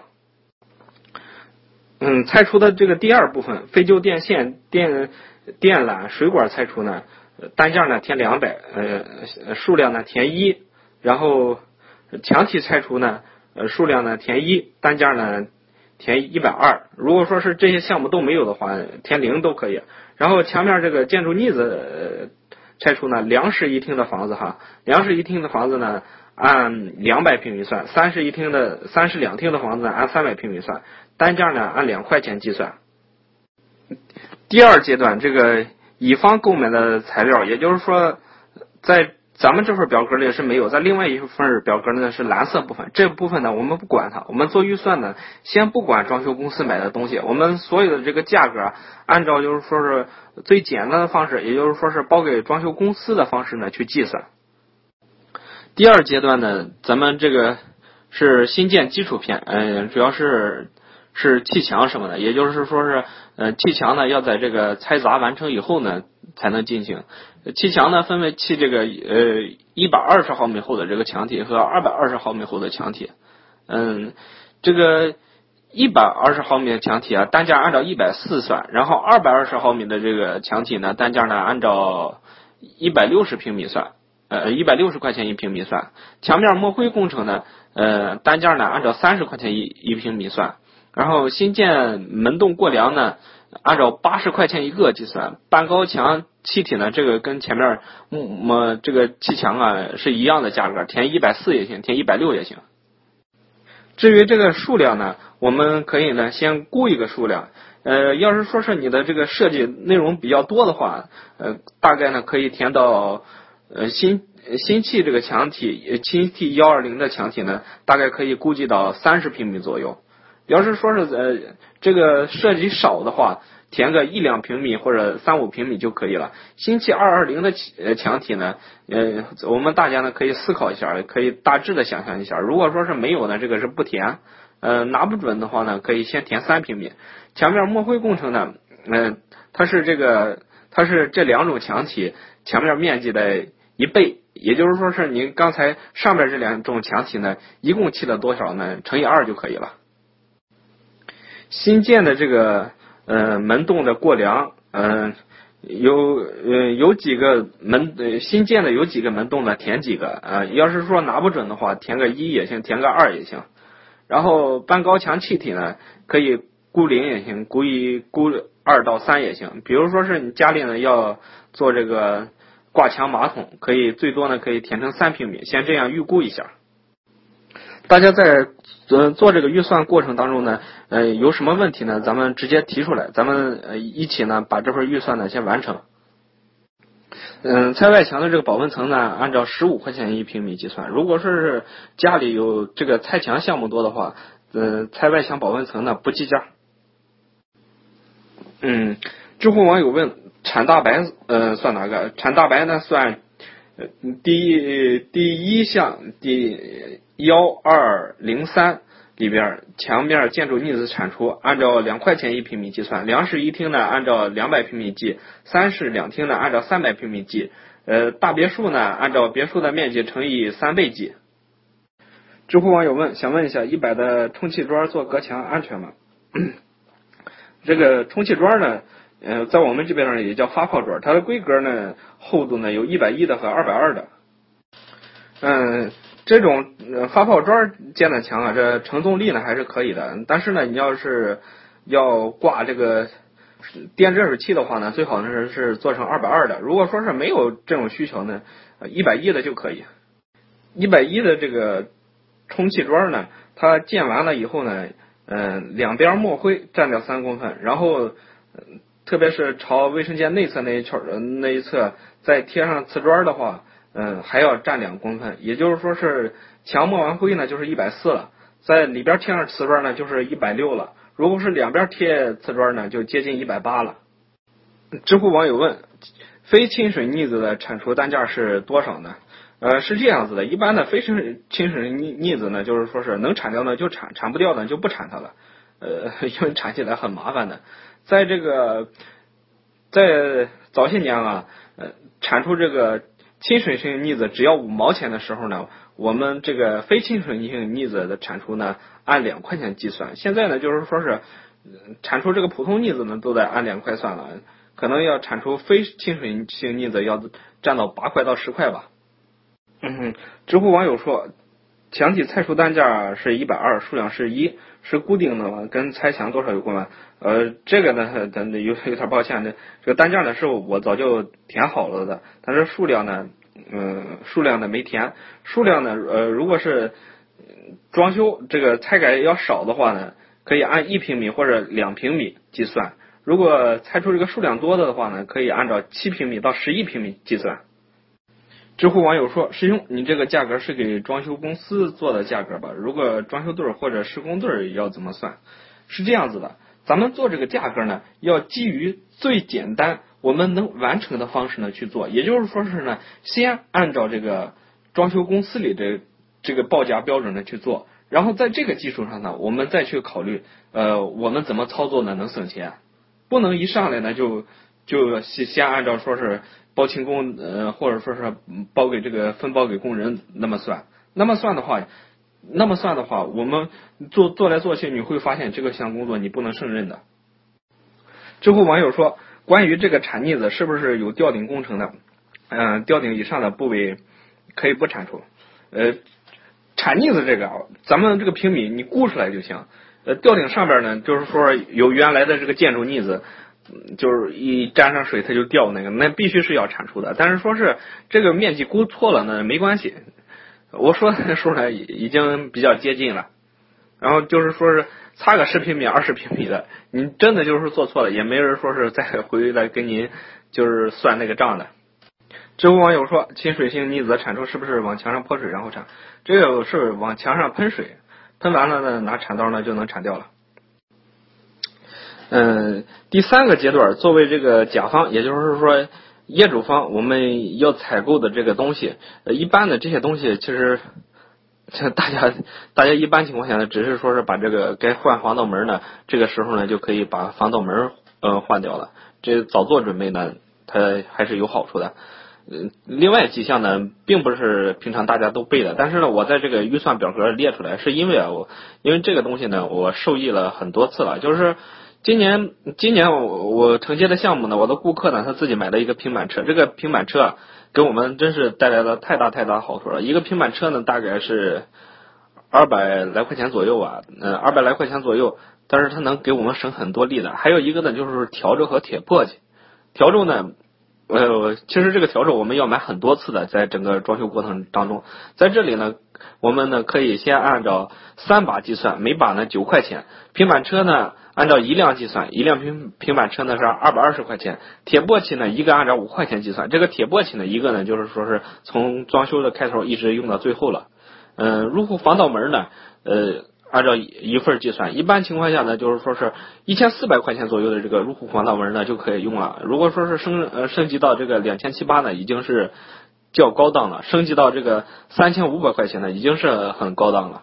拆除的这个第2部分，废旧电线、电缆、水管拆除呢，单价呢填200，数量呢填1，然后墙体拆除呢，数量呢填1，单价呢填120。如果说是这些项目都没有的话，填0都可以。然后墙面这个建筑腻子拆除呢，2室1厅的房子2室1厅的房子呢按200平米算，3室2厅的房子呢按300平米算，单价呢按2块钱计算。第2阶段，这个乙方购买的材料，也就是说在咱们这份表格里是没有，在另外一份表格呢是蓝色部分，这部分呢我们不管它，我们做预算呢先不管装修公司买的东西，我们所有的这个价格按照就是说是最简单的方式，也就是说是包给装修公司的方式呢去计算。第2阶段呢，咱们这个是新建基础片，主要是砌墙什么的，也就是说是砌墙呢要在这个拆杂完成以后呢才能进行。砌墙呢分为砌这个120毫米厚的这个墙体和220毫米厚的墙体。这个120毫米的墙体单价按照140算，然后220毫米的这个墙体呢单价呢按照160平米算，160块钱1平米算。墙面抹灰工程呢单价呢按照30块钱1平米算。然后新建门洞过梁呢按照80块钱1个计算。半高墙砌体呢，这个跟前面这个砌墙是一样的价格，填140也行，填160也行。至于这个数量呢，我们可以呢先估一个数量， 要是说是你的这个设计内容比较多的话，大概呢可以填到新砌这个墙体，新砌120的墙体呢，大概可以估计到30平米左右。要是说是这个设计少的话，填个1-2平米或者3-5平米就可以了。新砌220的墙体呢，我们大家呢可以思考一下，可以大致的想象一下。如果说是没有呢，这个是不填。拿不准的话呢，可以先填3平米。墙面抹灰工程呢，它是这2种墙体墙面面积的1倍，也就是说是您刚才上面这2种墙体呢，一共砌了多少呢？乘以2就可以了。新建的这个门洞的过梁，有几个新建的有几个门洞呢？填几个要是说拿不准的话，填个1也行，填个2也行。然后半高墙砌体呢，可以估0也行，估2到3也行。比如说是你家里呢要做这个挂墙马桶，最多呢可以填成3平米，先这样预估一下。大家在做这个预算过程当中呢，有什么问题呢？咱们直接提出来，咱们一起呢把这份预算呢先完成。拆外墙的这个保温层呢，按照15块钱1平米计算。如果说是家里有这个拆墙项目多的话，拆外墙保温层呢不计价。知乎网友问铲大白算哪个？铲大白呢算第一项第1203里边墙面建筑逆子铲除，按照2块钱1平米计算。2室1厅呢按照200平米计，3室2厅呢按照300平米计，大别墅呢按照别墅的面积乘以3倍计。知乎网友想问一下，100的充气砖做隔墙安全吗？这个充气砖呢，在我们这边呢也叫发泡砖，它的规格呢厚度呢有110的和220的。这种发泡砖建的墙啊，这承重力呢还是可以的，但是呢，你要是要挂这个电热水器的话呢，最好呢是做成220的。如果说是没有这种需求呢，110的就可以。110的这个充气砖呢，它建完了以后呢，两边抹灰占掉3公分，然后特别是朝卫生间内侧那一侧再贴上瓷砖的话，还要占2公分，也就是说是墙抹完灰呢就是140了，在里边贴上瓷砖呢就是160了，如果是两边贴瓷砖呢就接近180了。知乎网友问，非亲水腻子的铲除单价是多少呢？是这样子的，一般的非亲水腻子呢，就是说是能铲掉呢就铲，铲不掉呢就不铲它了，因为铲起来很麻烦的。在早些年啊，铲除这个亲水性腻子只要5毛钱的时候呢，我们这个非亲水性腻子的铲除呢按2块钱计算。现在呢就是说是铲除这个普通腻子呢都得按2块算了，可能要铲除非亲水性腻子要占到8块到10块吧。知乎网友说，墙体拆除单价是120，数量是1，是固定的吗？跟拆墙多少有关吗？这个呢，有点抱歉，这个单价呢是我早就填好了的，但是数量呢没填。数量呢，如果是装修这个拆改要少的话呢，可以按1平米或者2平米计算。如果拆除这个数量多的话呢，可以按照7平米到11平米计算。知乎网友说，师兄，你这个价格是给装修公司做的价格吧？如果装修队或者施工队要怎么算？是这样子的，咱们做这个价格呢，要基于最简单我们能完成的方式呢去做，也就是说是呢，先按照这个装修公司里的这个报价标准呢去做，然后在这个基础上呢，我们再去考虑我们怎么操作呢能省钱，不能一上来呢就先按照说是包勤工或者说是包给这个分包给工人那么算的话，我们做来做去，你会发现这个项工作你不能胜任的。知乎网友说，关于这个铲腻子是不是有吊顶工程的？吊顶以上的部位可以不铲除。铲腻子这个咱们这个平米你估出来就行。吊顶上边呢，就是说有原来的这个建筑腻子，就是一沾上水它就掉那必须是要铲除的。但是说是这个面积估错了呢没关系，我说的数呢已经比较接近了。 然后就是说是差个10平米、20平米的，你真的就是做错了，也没人说是再回来跟您就是算那个账的。知乎网友说，亲水性腻子的铲除是不是往墙上泼水然后铲？这个是往墙上喷水，喷完了呢，拿铲刀呢就能铲掉了。第3个阶段，作为这个甲方，也就是说业主方，我们要采购的这个东西，一般的这些东西其实大家一般情况下呢，只是说是把这个该换防盗门呢，这个时候呢就可以把防盗门换掉了，这早做准备呢，它还是有好处的。另外几项呢，并不是平常大家都背的，但是呢，我在这个预算表格列出来，是因为因为这个东西呢，我受益了很多次了。就是今年我承接的项目呢，我的顾客呢，他自己买了一个平板车，这个平板车给我们真是带来了太大好处了。一个平板车呢，大概是200来块钱左右吧，200来块钱左右，但是它能给我们省很多力的。还有一个呢，就是笤帚和铁簸箕。笤帚呢，其实这个笤帚我们要买很多次的，在整个装修过程当中，在这里呢，我们呢可以先按照3把计算，每把呢9块钱。平板车呢按照1辆计算，一辆平板车呢是220块钱。铁簸箕呢一个按照5块钱计算，这个铁簸箕呢一个呢就是说是从装修的开头一直用到最后了。入户防盗门呢按照一份计算，一般情况下呢，就是说是1400块钱左右的这个入户防盗门呢就可以用了。如果说是升级到这个2700呢，已经是较高档了；升级到这个3500块钱呢，已经是很高档了。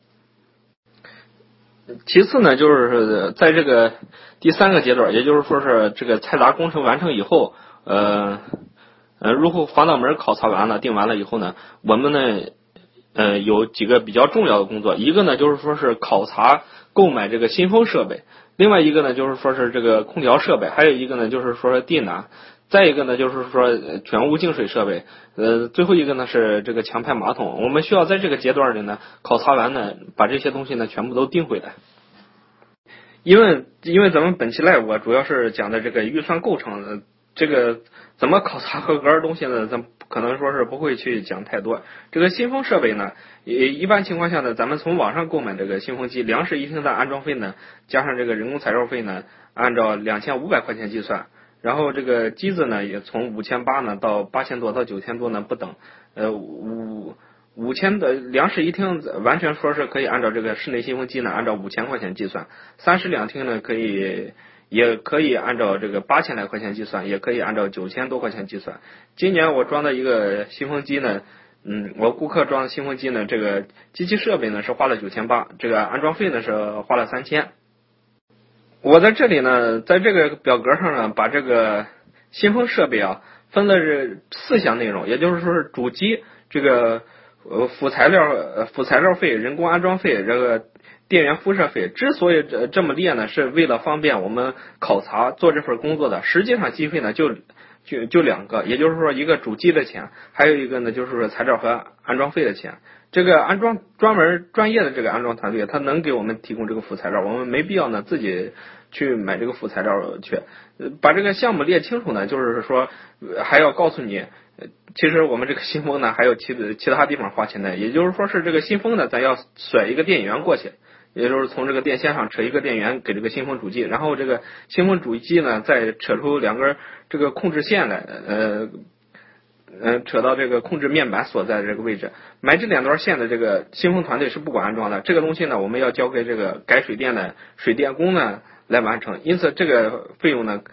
其次呢，就是在这个第3个阶段，也就是说是这个拆闸工程完成以后，入户防盗门考察完了、定完了以后呢，我们呢有几个比较重要的工作，一个呢就是说是考察购买这个新风设备，另外一个呢就是说是这个空调设备，还有一个呢就是说是地暖，再一个呢就是说全屋净水设备，最后一个呢是这个强排马桶。我们需要在这个阶段里呢考察完呢，把这些东西呢全部都订回来。因为咱们本期 live 主要是讲的这个预算构成，这个怎么考察合格的东西呢，咱可能说是不会去讲太多。这个新风设备呢，一般情况下呢，咱们从网上购买这个新风机，两室一厅的安装费呢，加上这个人工材料费呢，按照2500块钱计算。然后这个机子呢，也从5800呢到8000多到9000多呢不等。5000的两室一厅完全说是可以按照这个室内新风机呢，按照5000块钱计算。3室2厅呢也可以按照这个8000来块钱计算，也可以按照9000多块钱计算。今年我装的一个新风机呢，我顾客装的新风机呢，这个机器设备呢是花了9800，这个安装费呢是花了3000。我在这里呢，在这个表格上呢，把这个新风设备分了是4项内容，也就是说是主机这个辅材料费、人工安装费、这个电源辐射费。之所以这么列呢，是为了方便我们考察做这份工作的。实际上机费呢就2个，也就是说一个主机的钱，还有一个呢就是说材料和安装费的钱。这个安装专业的这个安装团队，他能给我们提供这个辅材料，我们没必要呢自己去买这个辅材料去。把这个项目列清楚呢，就是说还要告诉你，其实我们这个新风呢还有其他地方花钱的，也就是说是这个新风呢，咱要甩一个电源过去，也就是从这个电线上扯一个电源给这个新风主机，然后这个新风主机呢再扯出2根这个控制线来，扯到这个控制面板所在的这个位置。买这2段线的这个新风团队是不管安装的，这个东西呢我们要交给这个改水电的水电工呢来完成，因此这个费用呢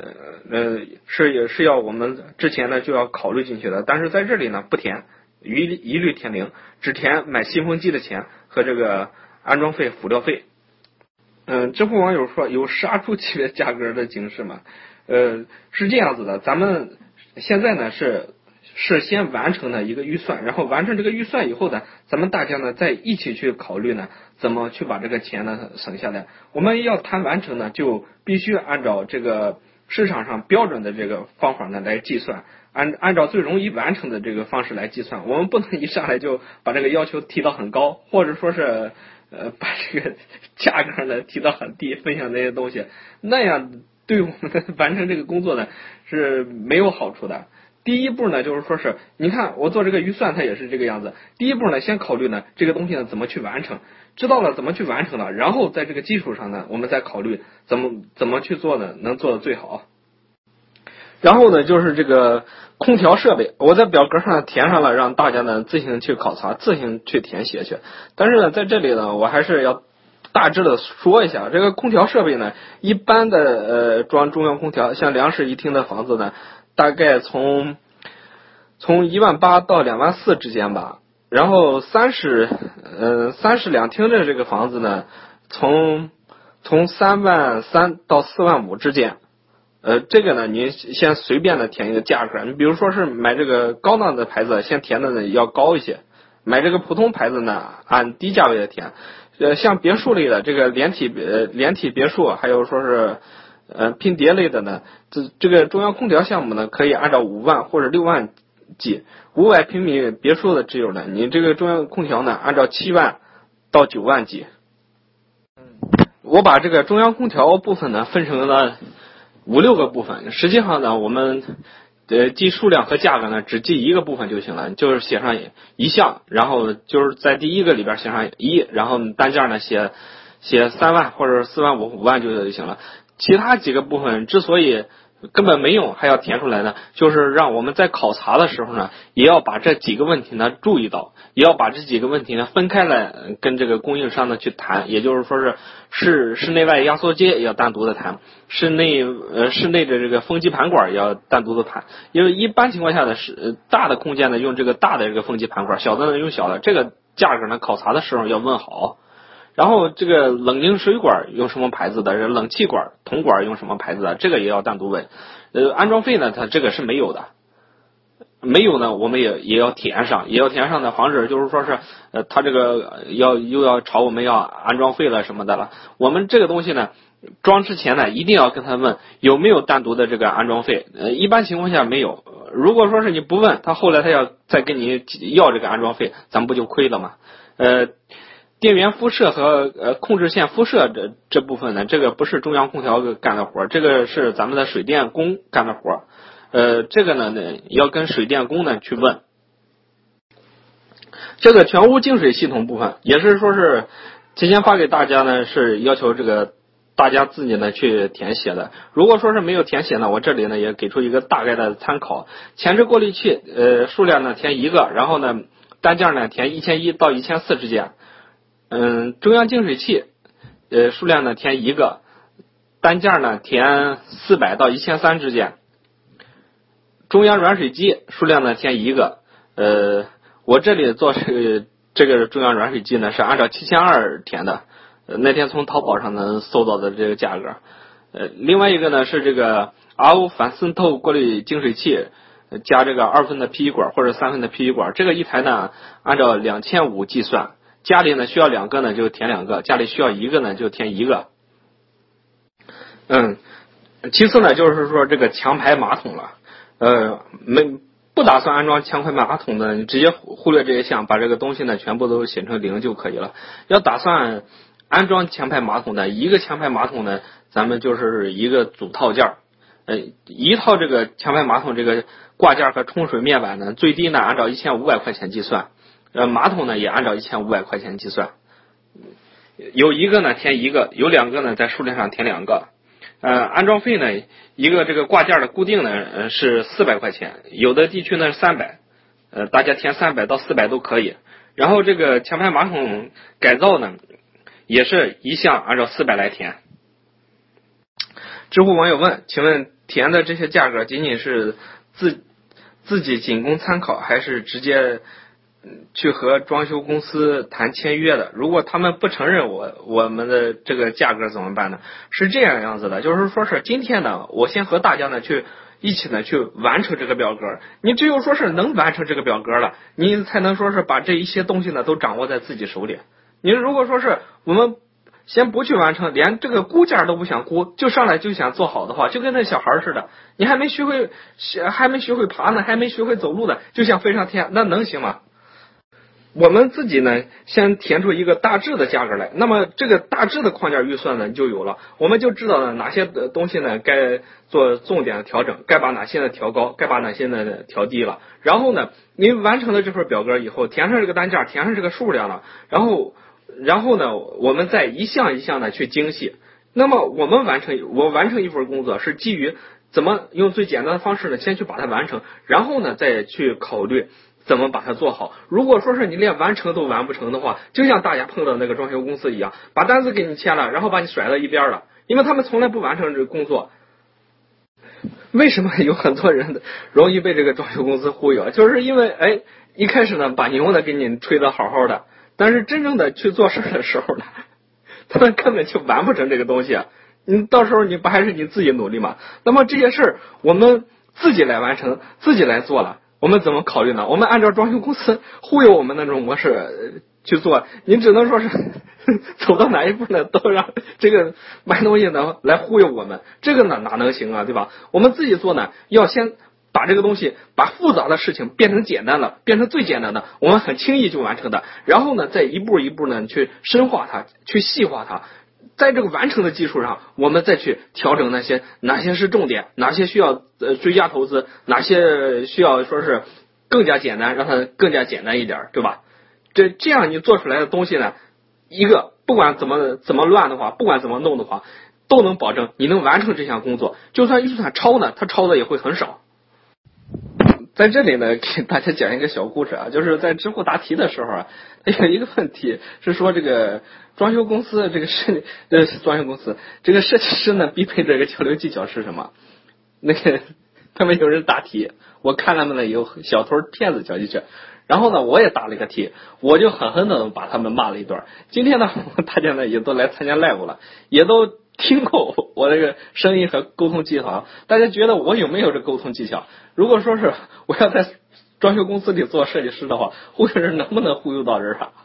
是要我们之前呢就要考虑进去的，但是在这里呢不填，一律填0，只填买新风机的钱和这个安装费、辅料费。知乎网友说有杀猪级别价格的警示吗？是这样子的，咱们现在呢是先完成的一个预算，然后完成这个预算以后呢，咱们大家呢再一起去考虑呢怎么去把这个钱呢省下来。我们要谈完成呢，就必须按照这个市场上标准的这个方法呢来计算，按照最容易完成的这个方式来计算。我们不能一上来就把这个要求提到很高，或者说是把这个价格呢提到很低，分享这些东西，那样对我们完成这个工作呢是没有好处的。第一步呢，就是说是你看我做这个预算，它也是这个样子。第一步呢，先考虑呢这个东西呢怎么去完成。 知道了怎么去完成了，然后在这个基础上呢，我们再考虑怎么去做呢，能做的最好。然后呢，就是这个空调设备，我在表格上填上了，让大家呢自行去考察，自行去填写去。但是呢，在这里呢，我还是要大致的说一下，这个空调设备呢，一般的装中央空调，像2室1厅的房子呢，大概从18000到24000之间吧。然后3室2厅的这个房子呢，从33000到45000之间。这个呢，你先随便的填一个价格，你比如说是买这个高档的牌子，先填的呢要高一些；买这个普通牌子呢，按低价位的填。像别墅类的这个连体别墅，还有说是拼叠类的呢，这个中央空调项目呢，可以按照5万或者6万计。500平米别墅的只有呢，你这个中央空调呢，按照7万到9万计。我把这个中央空调部分呢分成了5-6个部分，实际上呢，我们记数量和价格呢，只记一个部分就行了，就是写上一项，然后就是在第一个里边写上1，然后单价呢写3万或者4万5万就行了。其他几个部分之所以根本没用还要填出来呢，就是让我们在考察的时候呢，也要把这几个问题呢注意到，也要把这几个问题呢分开来跟这个供应商呢去谈，也就是说是室内外压缩机也要单独的谈，室内的这个风机盘管也要单独的谈，因为一般情况下呢是大的空间呢用这个大的这个风机盘管，小的呢用小的，这个价格呢考察的时候要问好。然后这个冷凝水管用什么牌子的，冷气管铜管用什么牌子的，这个也要单独问。安装费呢，它这个是没有的，没有呢，我们也要填上，呢，防止就是说是他这个又要吵我们要安装费了什么的了。我们这个东西呢，装之前呢，一定要跟他问有没有单独的这个安装费。一般情况下没有，如果说是你不问，他后来他要再跟你要这个安装费，咱们不就亏了吗？电源辐射和控制线辐射这部分呢，这个不是中央空调干的活，这个是咱们的水电工干的活。这个呢要跟水电工呢去问。这个全屋净水系统部分也是说是提前发给大家呢，是要求这个大家自己呢去填写的。如果说是没有填写呢，我这里呢也给出一个大概的参考。前置过滤器数量呢填1个，然后呢单价呢填1100到1400之间。中央净水器数量呢填1个，单价呢填400到1300之间。中央软水机数量呢填1个，我这里做这个中央软水机呢是按照7200填的，那天从淘宝上能搜到的这个价格。另外一个呢是这个 RO 反渗透过滤净水器加这个2分的 PE 管或者3分的 PE 管，这个一台呢按照2500计算。家里呢需要2个呢就填2个，家里需要1个呢就填1个。其次呢就是说这个强排马桶了，不打算安装强排马桶的，你直接忽略这些项，把这个东西呢全部都写成0就可以了。要打算安装强排马桶的，一个强排马桶呢，咱们就是一个组套件，一套这个强排马桶这个挂件和冲水面板呢，最低呢按照1500块钱计算。马桶呢也按照1500块钱计算，有1个呢填1个，有2个呢在数量上填2个。安装费呢，一个这个挂件的固定呢是400块钱，有的地区呢是300，大家填300到400都可以。然后这个强排马桶改造呢，也是一项按照400来填。知乎网友问，请问填的这些价格仅仅是自己仅供参考，还是直接去和装修公司谈签约的？如果他们不承认我们的这个价格怎么办呢？是这样子的，就是说是今天呢，我先和大家呢一起呢去完成这个表格。你只有说是能完成这个表格了，你才能说是把这一些东西呢都掌握在自己手里。你如果说是我们先不去完成，连这个估价都不想估，就上来就想做好的话，就跟那小孩似的，你还没学会爬呢，还没学会走路呢，就想飞上天，那能行吗？我们自己呢先填出一个大致的价格来，那么这个大致的框架预算呢就有了，我们就知道了哪些东西呢该做重点的调整，该把哪些呢调高，该把哪些呢调低了。然后呢你完成了这份表格以后，填上这个单价，填上这个数量了，然后然后呢，我们再一项一项的去精细。那么我完成一份工作是基于怎么用最简单的方式呢，先去把它完成，然后呢再去考虑怎么把它做好。如果说是你连完成都完不成的话，就像大家碰到那个装修公司一样，把单子给你签了，然后把你甩到一边了，因为他们从来不完成这个工作。为什么有很多人容易被这个装修公司忽悠？就是因为一开始呢把牛呢给你吹得好好的，但是真正的去做事的时候呢，他们根本就完不成这个东西。你到时候你不还是你自己努力吗？那么这些事儿我们自己来完成，自己来做了，我们怎么考虑呢？我们按照装修公司忽悠我们那种模式去做，你只能说是走到哪一步呢，都让这个卖东西呢来忽悠我们，这个呢哪能行啊，对吧？我们自己做呢，要先把这个东西，把复杂的事情变成简单了，变成最简单的，我们很轻易就完成的，然后呢再一步一步呢去深化它，去细化它。在这个完成的基础上，我们再去调整哪些是重点，哪些需要追加投资，哪些需要说是更加简单，让它更加简单一点，对吧？这样你做出来的东西呢，一个不管怎么乱的话，不管怎么弄的话，都能保证你能完成这项工作。就算预算超呢，它超的也会很少。在这里呢，给大家讲一个小故事啊，就是在知乎答题的时候啊，有一个问题是说这个装修公司这个这个设计师呢必备这个交流技巧是什么？那个他们有人答题，我看他们呢有小偷骗子交进去，然后呢我也答了一个题，我就狠狠的把他们骂了一段。今天呢大家呢也都来参加 live 了，也都听过我这个声音和沟通技巧，大家觉得我有没有这沟通技巧？如果说是我要在装修公司里做设计师的话，忽悠人能不能忽悠到人啊？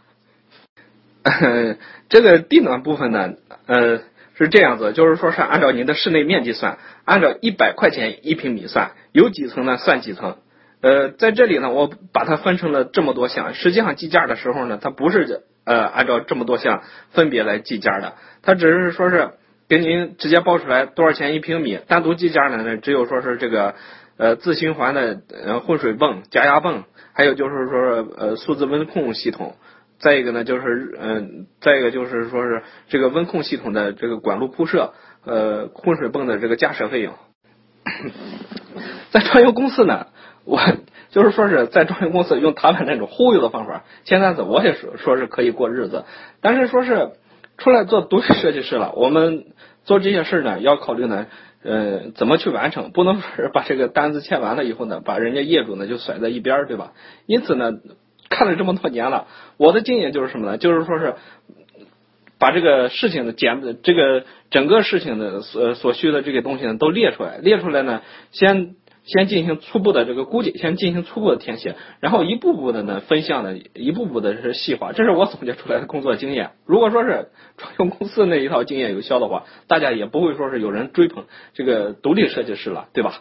这个地暖部分呢，是这样子，就是说是按照您的室内面积算，按照100块钱1平米算，有几层呢算几层。在这里呢，我把它分成了这么多项，实际上计价的时候呢，它不是按照这么多项分别来计价的，它只是说是给您直接报出来多少钱1平米，单独计价呢，只有说是这个自循环的混水泵、加压泵，还有就是说数字温控系统，再一个呢就是说是这个温控系统的这个管路铺设，混水泵的这个架设费用。在装修公司呢，我就是说是在装修公司用他们那种忽悠的方法，前阵子我也说是可以过日子，但是说是出来做独立设计师了，我们做这些事呢要考虑呢怎么去完成，不能是把这个单子签完了以后呢，把人家业主呢就甩在一边，对吧？因此呢，看了这么多年了，我的经验就是什么呢？就是说是把这个事情的这个整个事情的所需的这个东西呢都列出来呢，先进行初步的这个估计，先进行初步的填写，然后一步步的呢分项呢，一步步的是细化，这是我总结出来的工作经验。如果说是装修公司那一套经验有效的话，大家也不会说是有人追捧这个独立设计师了，对吧？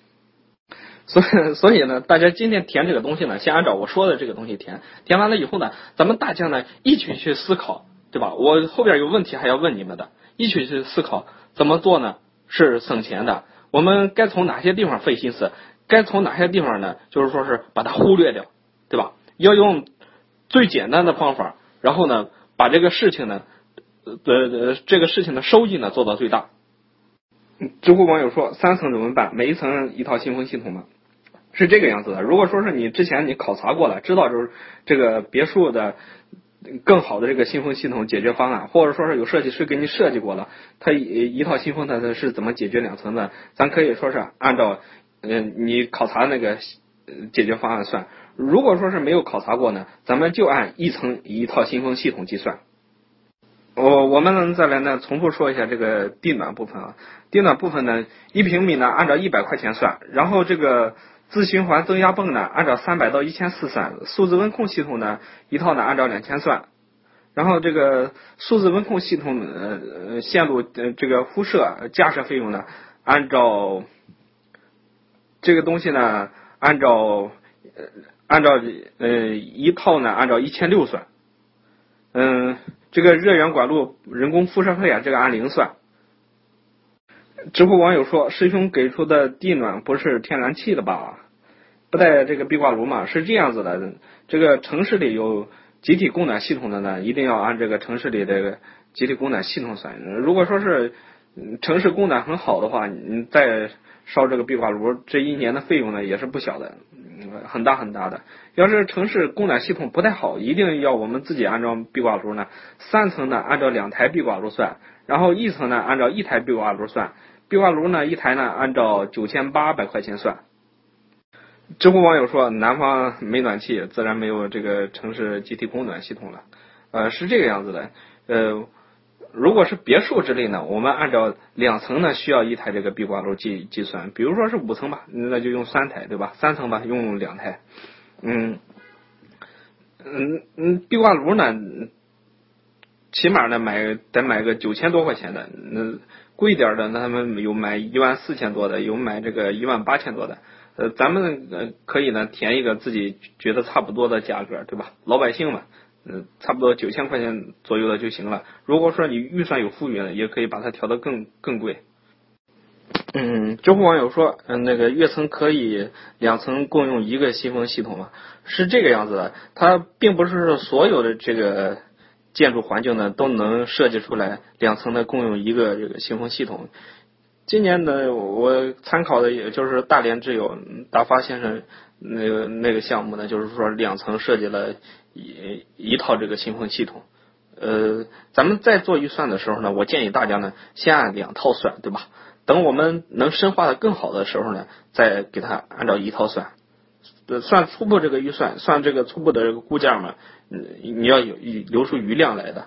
所以呢，大家今天填这个东西呢，先按照我说的这个东西填完了以后呢，咱们大家呢一起去思考，对吧？我后边有问题还要问你们的，一起去思考怎么做呢是省钱的。我们该从哪些地方费心思，该从哪些地方呢就是说是把它忽略掉，对吧？要用最简单的方法，然后呢把这个事情呢这个事情的收益呢做到最大。知乎网友说3层怎么办？每一层一套新风系统吗？是这个样子的。如果说是你之前你考察过了，知道就是这个别墅的更好的这个新风系统解决方案，或者说是有设计师给你设计过了，它一套新风它是怎么解决2层的，咱可以说是按照你考察那个解决方案算。如果说是没有考察过呢，咱们就按1层一套新风系统计算。我们再来呢重复说一下这个地暖部分啊。地暖部分呢1平米呢按照100块钱算，然后这个自循环增压泵呢按照300到1400算，数字温控系统呢一套呢按照2000算，然后这个数字温控系统线路这个铺设架设费用呢按照这个东西呢按照一套呢按照1600算，这个热源管路人工辐射费啊这个按0算。知乎网友说师兄给出的地暖不是天然气的吧？不带这个壁挂炉嘛？是这样子的，这个城市里有集体供暖系统的呢，一定要按这个城市里这个集体供暖系统算。如果说是城市供暖很好的话，你再烧这个壁挂炉，这一年的费用呢也是不小的，很大很大的。要是城市供暖系统不太好，一定要我们自己安装壁挂炉呢，3层呢按照2台壁挂炉算，然后1层呢按照1台壁挂炉算，壁挂炉呢1台呢按照9800块钱算。知乎网友说，南方没暖气，自然没有这个城市集体供暖系统了。是这个样子的。如果是别墅之类呢，我们按照2层呢需要1台这个壁挂炉计算，比如说是5层吧，那就用3台，对吧？3层吧用2台。壁挂炉呢，起码呢得买个9000多块钱的，那贵一点的，那他们有买14000多的，有买这个18000多的。咱们可以呢填一个自己觉得差不多的价格，对吧？老百姓嘛，差不多9000块钱左右的就行了。如果说你预算有富裕呢，也可以把它调得更贵。知乎网友说，那个跃层可以2层共用一个新风系统吗？是这个样子的，它并不是所有的这个建筑环境呢都能设计出来2层的共用一个这个新风系统。今年呢，我参考的也就是大连智友大发先生那个项目呢，就是说2层设计了一套这个新风系统。咱们在做预算的时候呢，我建议大家呢先按2套算，对吧？等我们能深化的更好的时候呢，再给它按照1套算。算初步这个预算，算这个初步的这个估价嘛，你要留出余量来的。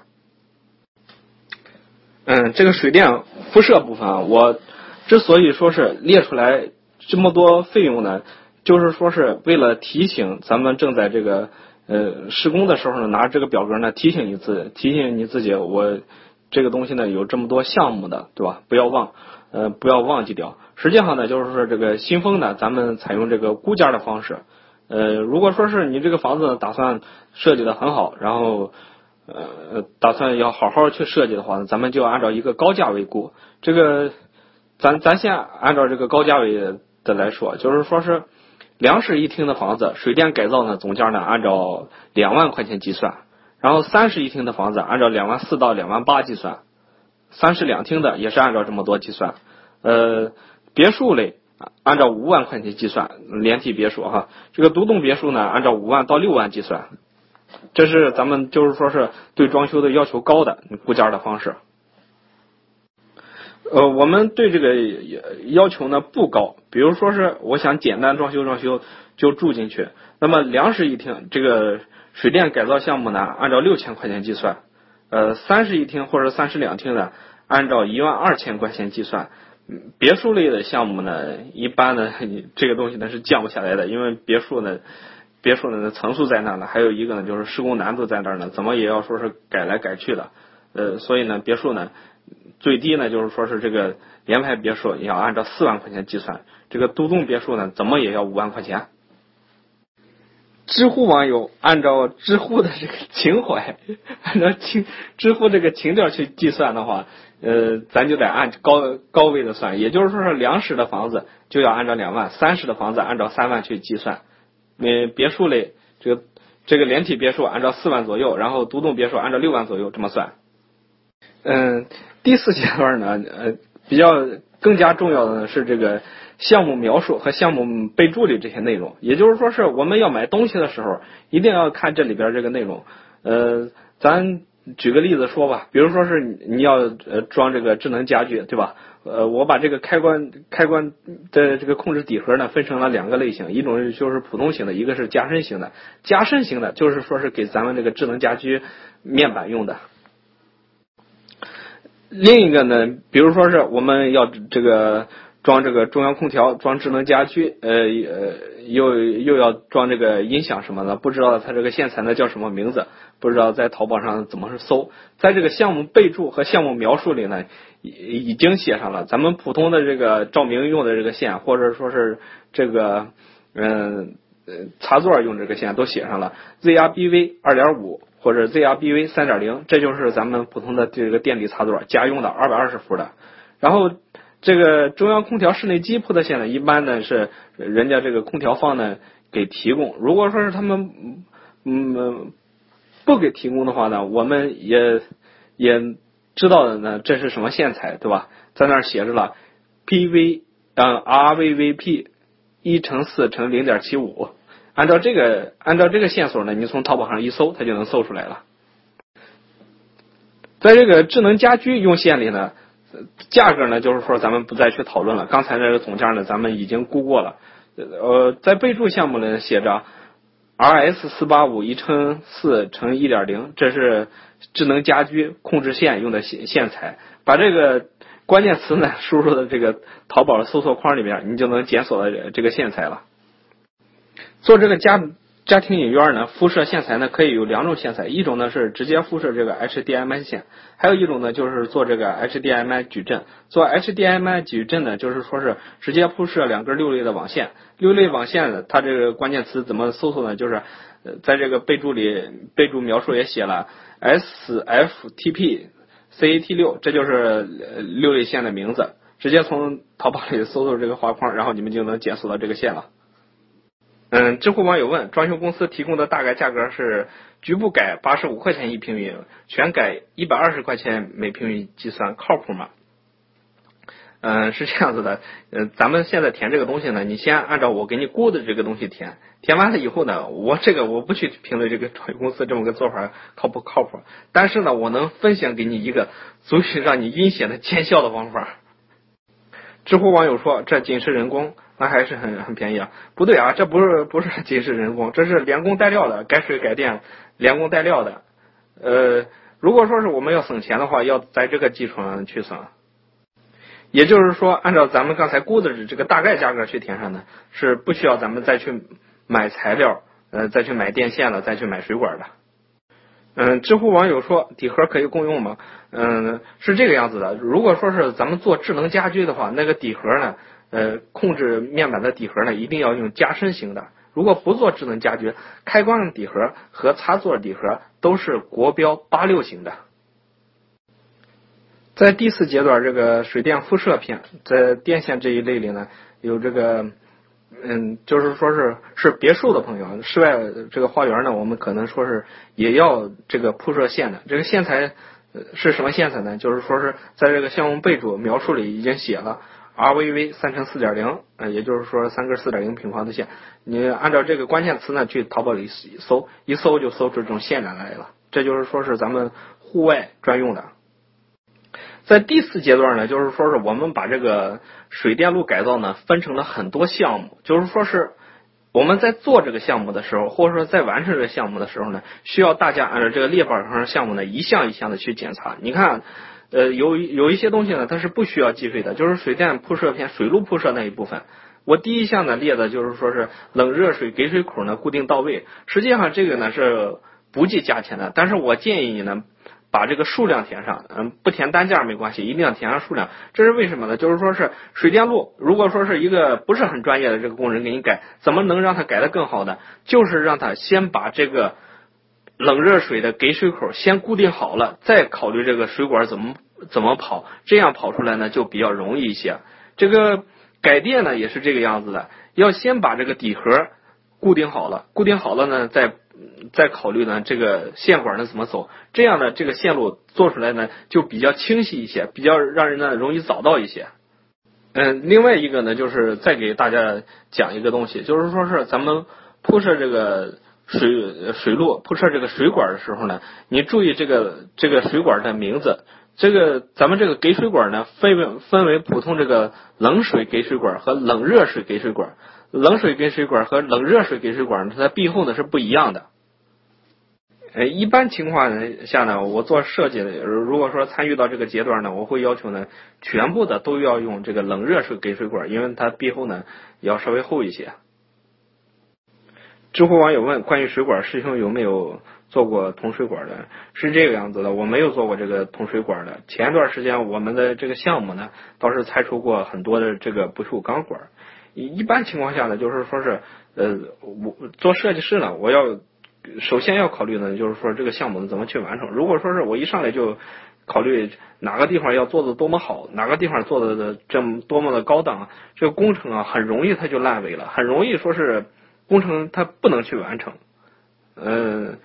这个水电辐射部分啊，我之所以说是列出来这么多费用呢，就是说是为了提醒咱们正在这个施工的时候呢，拿这个表格呢提醒你自己，我这个东西呢有这么多项目的，对吧？不要忘记掉。实际上呢，就是说这个新风呢，咱们采用这个估价的方式。如果说是你这个房子打算设计的很好，然后打算要好好去设计的话呢，咱们就按照一个高价位估。这个咱先按照这个高价位的来说，就是说是2室1厅的房子，水电改造呢总价呢按照2万块钱计算，然后3室1厅的房子按照24000到28000计算，3室2厅的也是按照这么多计算。别墅类按照5万块钱计算，连体别墅哈，这个独栋别墅呢按照5万到6万计算。这是咱们就是说是对装修的要求高的估价的方式。我们对这个要求呢不高，比如说是我想简单装修就住进去，那么2室1厅这个水电改造项目呢按照6000块钱计算，3室1厅或者3室2厅的按照12000块钱计算。别墅类的项目呢，一般呢这个东西呢是降不下来的，因为别墅呢层数在那呢，还有一个呢就是施工难度在那呢，怎么也要说是改来改去的。所以呢别墅呢最低呢就是说是这个联排别墅也要按照4万块钱计算，这个独栋别墅呢怎么也要5万块钱。知乎网友按照知乎的这个情怀，按照知乎这个情调去计算的话，咱就得按高位的算，也就是说是2室的房子就要按照2万，3室的房子按照3万去计算。别墅类这个连体别墅按照4万左右，然后独栋别墅按照6万左右这么算。第4阶段呢，比较更加重要的呢是这个项目描述和项目备注里这些内容，也就是说是我们要买东西的时候一定要看这里边这个内容。咱举个例子说吧，比如说是你要装这个智能家居，对吧？我把这个开关的这个控制底盒呢分成了2个类型，一种就是普通型的，一个是加深型的。加深型的就是说是给咱们这个智能家居面板用的。另一个呢，比如说是我们要这个装这个中央空调，装智能家居，又要装这个音响什么的，不知道它这个线材呢叫什么名字，不知道在淘宝上怎么搜。在这个项目备注和项目描述里呢，已经写上了咱们普通的这个照明用的这个线，或者说是这个插座用这个线都写上了 ZRBV 2.5 或者 ZRBV 3.0， 这就是咱们普通的这个电力插座，家用的220伏的。然后这个中央空调室内机铺的线呢，一般呢是人家这个空调方呢给提供。如果说是他们不给提供的话呢，我们也知道的呢，这是什么线材，对吧？在那儿写着了 RVVP 1×4×0.75，按照这个线索呢，你从淘宝上一搜，它就能搜出来了。在这个智能家居用线里呢，价格呢，就是说咱们不再去讨论了。刚才这个总价呢，咱们已经估过了。在备注项目呢写着 RS485 1×4×1.0，这是智能家居控制线用的线材。把这个关键词呢输入到这个淘宝的搜索框里面，你就能检索到这个线材了。做这个家庭影院呢，辐射线材呢可以有2种线材，一种呢是直接辐射这个 HDMI 线，还有一种呢就是做这个 HDMI 矩阵。做 HDMI 矩阵呢，就是说是直接铺设2根6类的网线。6类网线呢，它这个关键词怎么搜索呢？就是在这个备注描述也写了 SFTP CAT6， 这就是6类线的名字。直接从淘宝里搜索这个画框，然后你们就能检索到这个线了。知乎网友问，装修公司提供的大概价格是局部改85块钱1平米，全改120块钱每平米计算，靠谱吗？是这样子的，咱们现在填这个东西呢，你先按照我给你估的这个东西填完了以后呢，我不去评论这个装修公司这么个做法靠不靠谱，但是呢，我能分享给你一个足以让你晕血的见效的方法。知乎网友说，这仅是人工，那还是很便宜啊。不对啊，这不是仅是人工，这是连工带料的，改水改电连工带料的。如果说是我们要省钱的话，要在这个基础上去省。也就是说，按照咱们刚才估的这个大概价格去填上呢，是不需要咱们再去买材料，再去买电线了，再去买水管的。知乎网友说，底盒可以共用吗？是这个样子的。如果说是咱们做智能家居的话，那个底盒呢，控制面板的底盒呢，一定要用加深型的。如果不做智能家居，开关底盒和插座底盒都是国标86型的。在第4阶段，这个水电辐射片，在电线这一类里呢，有这个就是说是别墅的朋友，室外这个花园呢，我们可能说是也要这个铺设线的。这个线材是什么线材呢？就是说是在这个项目备注描述里已经写了 RVV 3×4.0，也就是说3根4.0平方的线。你按照这个关键词呢去淘宝里搜，一搜就搜出这种线来了。这就是说是咱们户外专用的。在第4阶段呢，就是说是我们把这个水电路改造呢分成了很多项目，就是说是我们在做这个项目的时候，或者说在完成这个项目的时候呢，需要大家按照这个列表上的项目呢一项一项的去检查。你看，有一些东西呢它是不需要计费的，就是水电铺设片水路铺设那一部分。我第一项呢列的就是说是冷热水给水口呢固定到位，实际上这个呢是不计价钱的，但是我建议你呢把这个数量填上，不填单价没关系，一定要填上数量。这是为什么呢？就是说是水电路，如果说是一个不是很专业的这个工人给你改，怎么能让他改得更好呢？就是让他先把这个冷热水的给水口先固定好了，再考虑这个水管怎么跑，这样跑出来呢就比较容易一些。这个改电呢也是这个样子的，要先把这个底盒固定好了呢，再考虑呢这个线管呢怎么走，这样呢这个线路做出来呢就比较清晰一些，比较让人呢容易找到一些。另外一个呢就是再给大家讲一个东西，就是说是咱们铺设这个水路铺设这个水管的时候呢，你注意这个水管的名字。这个咱们这个给水管呢分为普通这个冷水给水管和冷热水给水管。冷水给水管和冷热水给水管它的壁厚呢是不一样的。一般情况下呢，我做设计的，如果说参与到这个阶段呢，我会要求呢全部的都要用这个冷热水给水管，因为它壁厚呢要稍微厚一些。知乎网友问，关于水管师兄有没有做过通水管的？是这个样子的，我没有做过这个通水管的。前一段时间我们的这个项目呢倒是拆除过很多的这个不锈钢管。一般情况下呢，就是说是我做设计师呢，我要首先要考虑呢，就是说这个项目怎么去完成。如果说是我一上来就考虑哪个地方要做的多么好，哪个地方做的这么多么的高档，这个工程啊很容易它就烂尾了，很容易说是工程它不能去完成。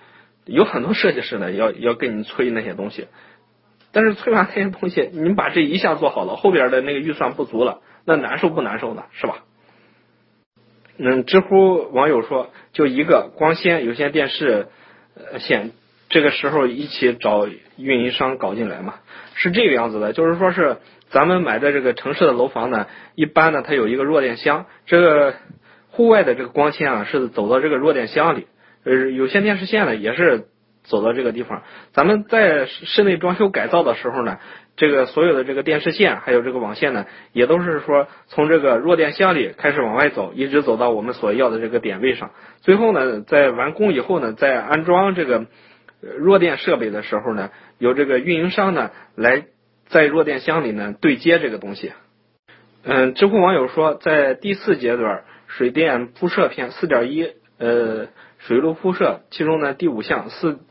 有很多设计师呢要跟你催那些东西，但是催完那些东西，你把这一下做好了，后边的那个预算不足了，那难受不难受呢？是吧？知乎网友说，就一个光纤有线电视线，这个时候一起找运营商搞进来嘛，是这个样子的，就是说是咱们买的这个城市的楼房呢，一般呢它有一个弱电箱，这个户外的这个光纤啊是走到这个弱电箱里，有线电视线呢也是走到这个地方。咱们在室内装修改造的时候呢，这个所有的这个电视线还有这个网线呢，也都是说从这个弱电箱里开始往外走，一直走到我们所要的这个点位上。最后呢，在完工以后呢，在安装这个弱电设备的时候呢，由这个运营商呢来在弱电箱里呢对接这个东西。知乎网友说，在第4阶段水电铺设篇 4.1 水路铺设，其中呢第5项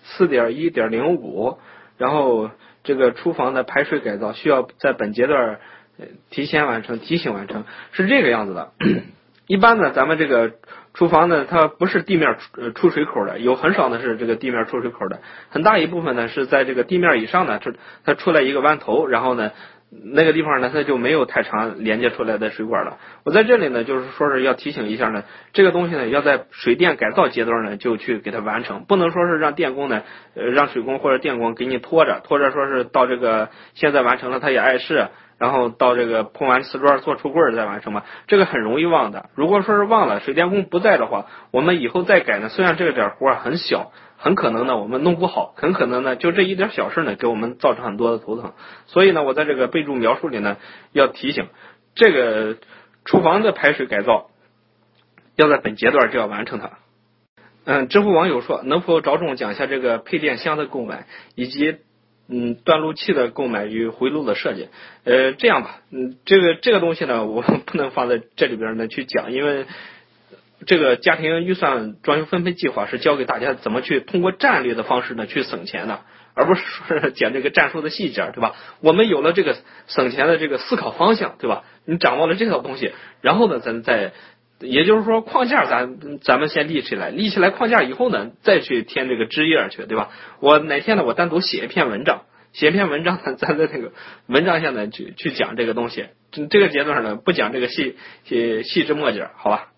4.1.05， 然后这个厨房的排水改造需要在本阶段提醒完成，是这个样子的。一般呢，咱们这个厨房呢，它不是地面出水口的，有很少呢是这个地面出水口的，很大一部分呢是在这个地面以上呢，它出来一个弯头，然后呢那个地方呢它就没有太长连接出来的水管了。我在这里呢就是说是要提醒一下呢，这个东西呢要在水电改造阶段呢就去给它完成，不能说是让电工呢让水工或者电工给你拖着说是到这个现在完成了他也碍事，然后到这个铺完瓷砖做橱柜再完成嘛，这个很容易忘的。如果说是忘了，水电工不在的话，我们以后再改呢，虽然这个点活很小，很可能呢我们弄不好，很可能呢就这一点小事呢给我们造成很多的头疼。所以呢，我在这个备注描述里呢要提醒，这个厨房的排水改造要在本阶段就要完成它。知乎网友说，能否着重讲一下这个配电箱的购买以及断路器的购买与回路的设计。这样吧，这个东西呢，我不能放在这里边呢去讲，因为这个家庭预算装修分配计划是教给大家怎么去通过战略的方式呢去省钱的，而不是说讲这个战术的细节，对吧？我们有了这个省钱的这个思考方向，对吧？你掌握了这套东西，然后呢，咱再也就是说框架咱们先立起来框架以后呢，再去添这个枝叶去，对吧？我哪天呢，我单独写一篇文章呢，咱在这个文章下呢去讲这个东西。这个阶段呢不讲这个细枝末节，好吧？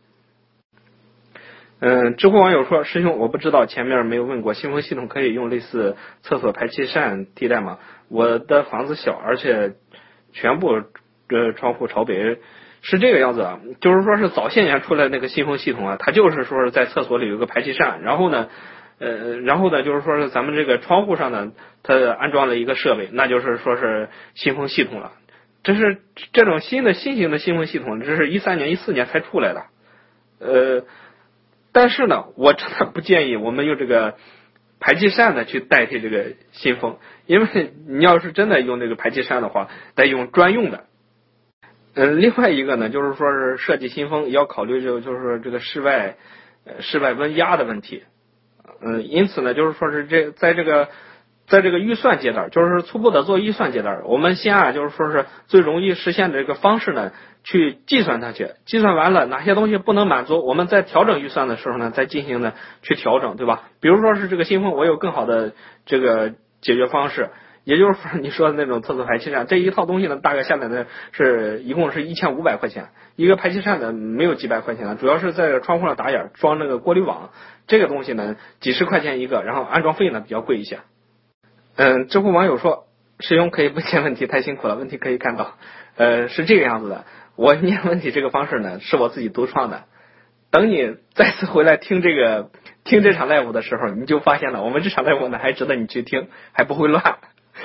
知乎网友说，师兄，我不知道，前面没有问过，新风系统可以用类似厕所排气扇替代吗？我的房子小，而且全部窗户朝北。是这个样子啊，就是说是早些年出来那个新风系统啊，它就是说是在厕所里有个排气扇，然后呢就是说是咱们这个窗户上呢，它安装了一个设备，那就是说是新风系统了。这是这种新型的新风系统，这是13年14年才出来的。但是呢，我真的不建议我们用这个排气扇呢去代替这个新风，因为你要是真的用这个排气扇的话，得用专用的。另外一个呢，就是说是设计新风也要考虑就是这个室外温压的问题。因此呢，就是说是在这个预算阶段，就是初步的做预算阶段，我们先就是说是最容易实现的这个方式呢，去计算它去，计算完了哪些东西不能满足，我们在调整预算的时候呢，再进行呢去调整，对吧？比如说是这个新风，我有更好的这个解决方式。也就是说，你说的那种厕所排气扇这一套东西呢，大概下来呢一共是1500块钱一个排气扇呢，没有几百块钱的，主要是在窗户上打眼装那个过滤网，这个东西呢几十块钱一个，然后安装费呢比较贵一些。知乎网友说，师兄可以不念问题，太辛苦了，问题可以看到。是这个样子的，我念问题这个方式呢是我自己独创的，等你再次回来听这场 live 的时候，你就发现了我们这场 live 呢还值得你去听，还不会乱。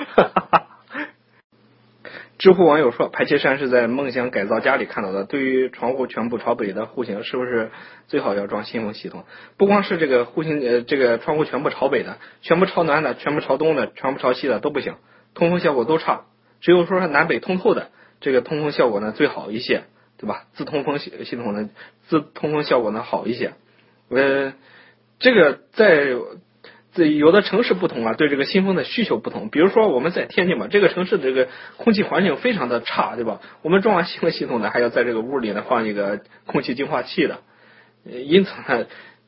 知乎网友说，排气扇是在梦想改造家里看到的，对于窗户全部朝北的户型，是不是最好要装新风系统？不光是这个户型，这个窗户全部朝北的，全部朝南的，全部朝东的，全部朝西的都不行，通风效果都差，只有说是南北通透的，这个通风效果呢最好一些，对吧？自通风系统呢，自通风效果呢好一些。这个在有的城市不同啊，对这个新风的需求不同。比如说我们在天津嘛，这个城市的这个空气环境非常的差，对吧？我们装完新风系统呢，还要在这个屋里呢放一个空气净化器的。因此呢，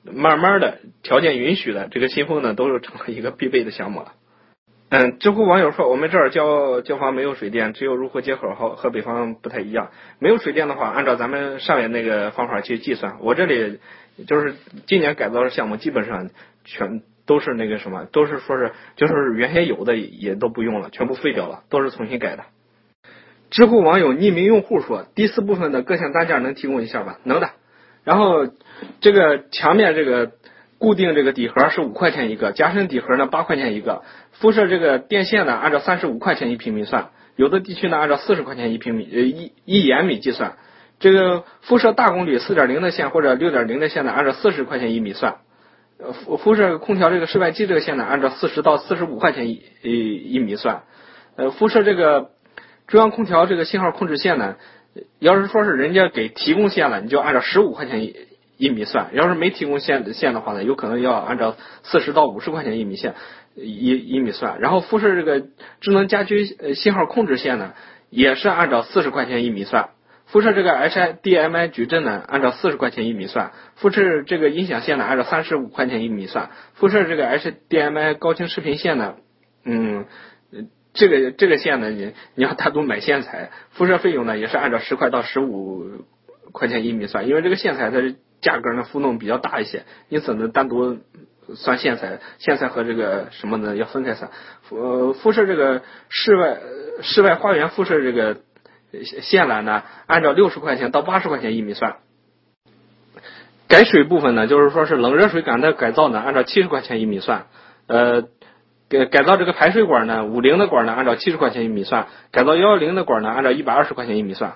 慢慢的条件允许的，这个新风呢都是成了一个必备的项目了。知乎网友说，我们这儿交房没有水电，只有入户接口和北方不太一样。没有水电的话，按照咱们上面那个方法去计算，我这里就是今年改造的项目基本上全都是那个什么，都是说是就是原先有的也都不用了，全部废掉了，都是重新改的。知乎网友匿名用户说，第4部分的各项单件能提供一下吧？能的。然后这个墙面这个固定这个底盒是5块钱一个，加深底盒呢8块钱一个，辐射这个电线呢按照35块钱一平米算，有的地区呢按照40块钱一平米一延米计算。这个辐射大功率 4.0 的线或者 6.0 的线呢按照40块钱一米算。辐射空调这个室外机这个线呢按照40到45块钱一米算。辐射这个中央空调这个信号控制线呢，要是说是人家给提供线了，你就按照15块钱一米算，要是没提供线的话呢，有可能要按照40到50块钱一米算。然后辐射这个智能家居信号控制线呢，也是按照40块钱一米算。辐射这个 HDMI 矩阵呢，按照40块钱一米算。辐射这个音响线呢，按照35块钱一米算。辐射这个 HDMI 高清视频线呢，这个线呢，你要单独买线材，辐射费用呢也是按照10块到15块钱一米算，因为这个线材它价格呢浮动比较大一些，因此呢单独算线材和这个什么呢要分开算。辐射这个室外花园辐射这个线缆呢，按照60块钱到80块钱一米算。改水部分呢，就是说是冷热水管的改造呢，按照70块钱一米算。改造这个排水管呢，50的管呢按照70块钱一米算，改造110的管呢按照120块钱一米算。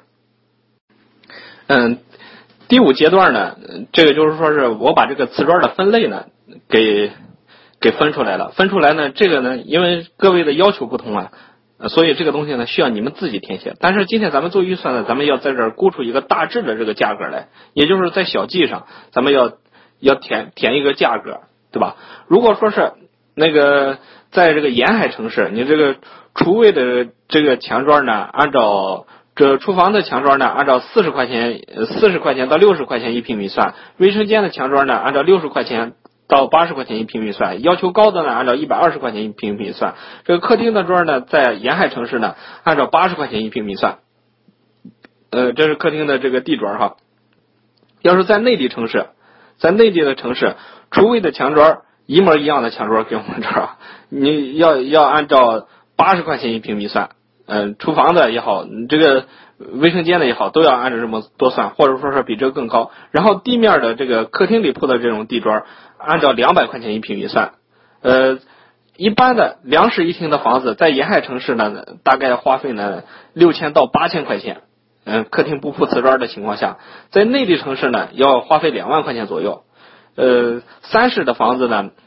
第5阶段呢，这个就是说是我把这个瓷砖的分类呢给分出来了。分出来呢，这个呢因为各位的要求不同啊，所以这个东西呢需要你们自己填写。但是今天咱们做预算呢，咱们要在这儿估出一个大致的这个价格来，也就是在小计上咱们要填一个价格，对吧？如果说是那个在这个沿海城市，你这个厨卫的这个墙砖呢，按照这厨房的墙砖呢，按照40块钱到60块钱一平米算；卫生间的墙砖呢，按照60块钱到80块钱一平米算；要求高的呢，按照120块钱一平米算。这个客厅的砖呢，在沿海城市呢，按照80块钱一平米算。这是客厅的这个地砖哈。要是在内地的城市，厨卫的墙砖一模一样的墙砖给我们这儿，你要按照80块钱一平米算。厨房的也好，这个卫生间的也好，都要按照这么多算，或者说是比这个更高。然后地面的这个客厅里铺的这种地砖，按照200块钱一平米算。一般的2室1厅的房子，在沿海城市呢，大概花费呢6000到8000块钱。客厅不铺瓷砖的情况下，在内地城市呢，要花费2万块钱左右。3室的房子呢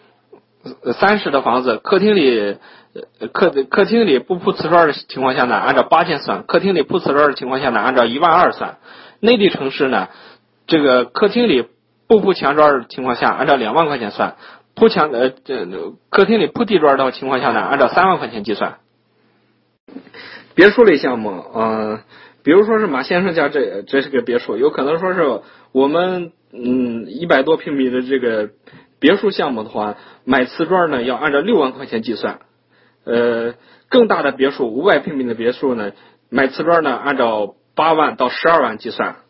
，3室的房子，客厅里不铺瓷砖的情况下呢，按照8000算；客厅里铺瓷砖的情况下呢，按照12000算。内地城市呢，这个客厅里不铺墙砖的情况下，按照2万块钱算；客厅里铺地砖的情况下呢，按照3万块钱计算。别墅类项目，比如说是马先生家这是个别墅，有可能说是我们100多平米的这个别墅项目的话，买瓷砖呢要按照6万块钱计算。更大的别墅500平米的别墅呢，买瓷砖呢按照8万到12万计算。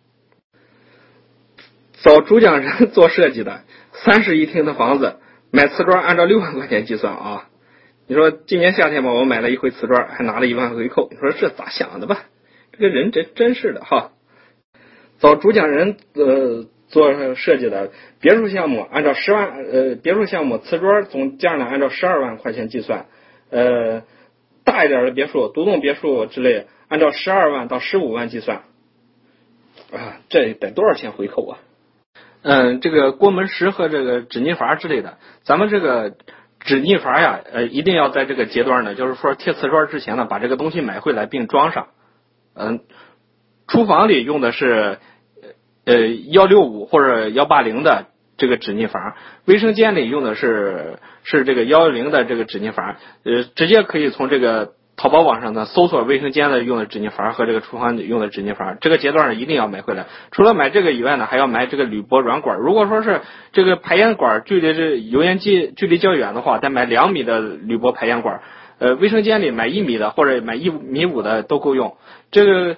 找主讲人做设计的3室1厅的房子，买瓷砖按照6万块钱计算啊。你说今年夏天吧，我买了一回瓷砖，还拿了1万回扣，你说这咋想的吧？这个人真是的哈。找主讲人做设计的别墅项目，按照10万别墅项目瓷砖总价呢按照12万块钱计算。大一点的别墅，独栋别墅之类，按照12万到15万计算。这得多少钱回扣啊？这个锅门石和这个纸泥阀之类的，咱们这个纸泥阀呀，一定要在这个阶段呢，就是说贴瓷砖之前呢，把这个东西买回来并装上。厨房里用的是165或者180的这个纸泥阀，卫生间里用的是这个110的这个纸泥阀，直接可以从这个淘宝网上呢搜索卫生间的用的纸泥阀和这个厨房用的纸泥阀，这个阶段呢一定要买回来。除了买这个以外呢，还要买这个铝箔软管。如果说是这个排烟管距离这油烟机距离较远的话，再买2米的铝箔排烟管。卫生间里买1米的或者买1.5米的都够用。这个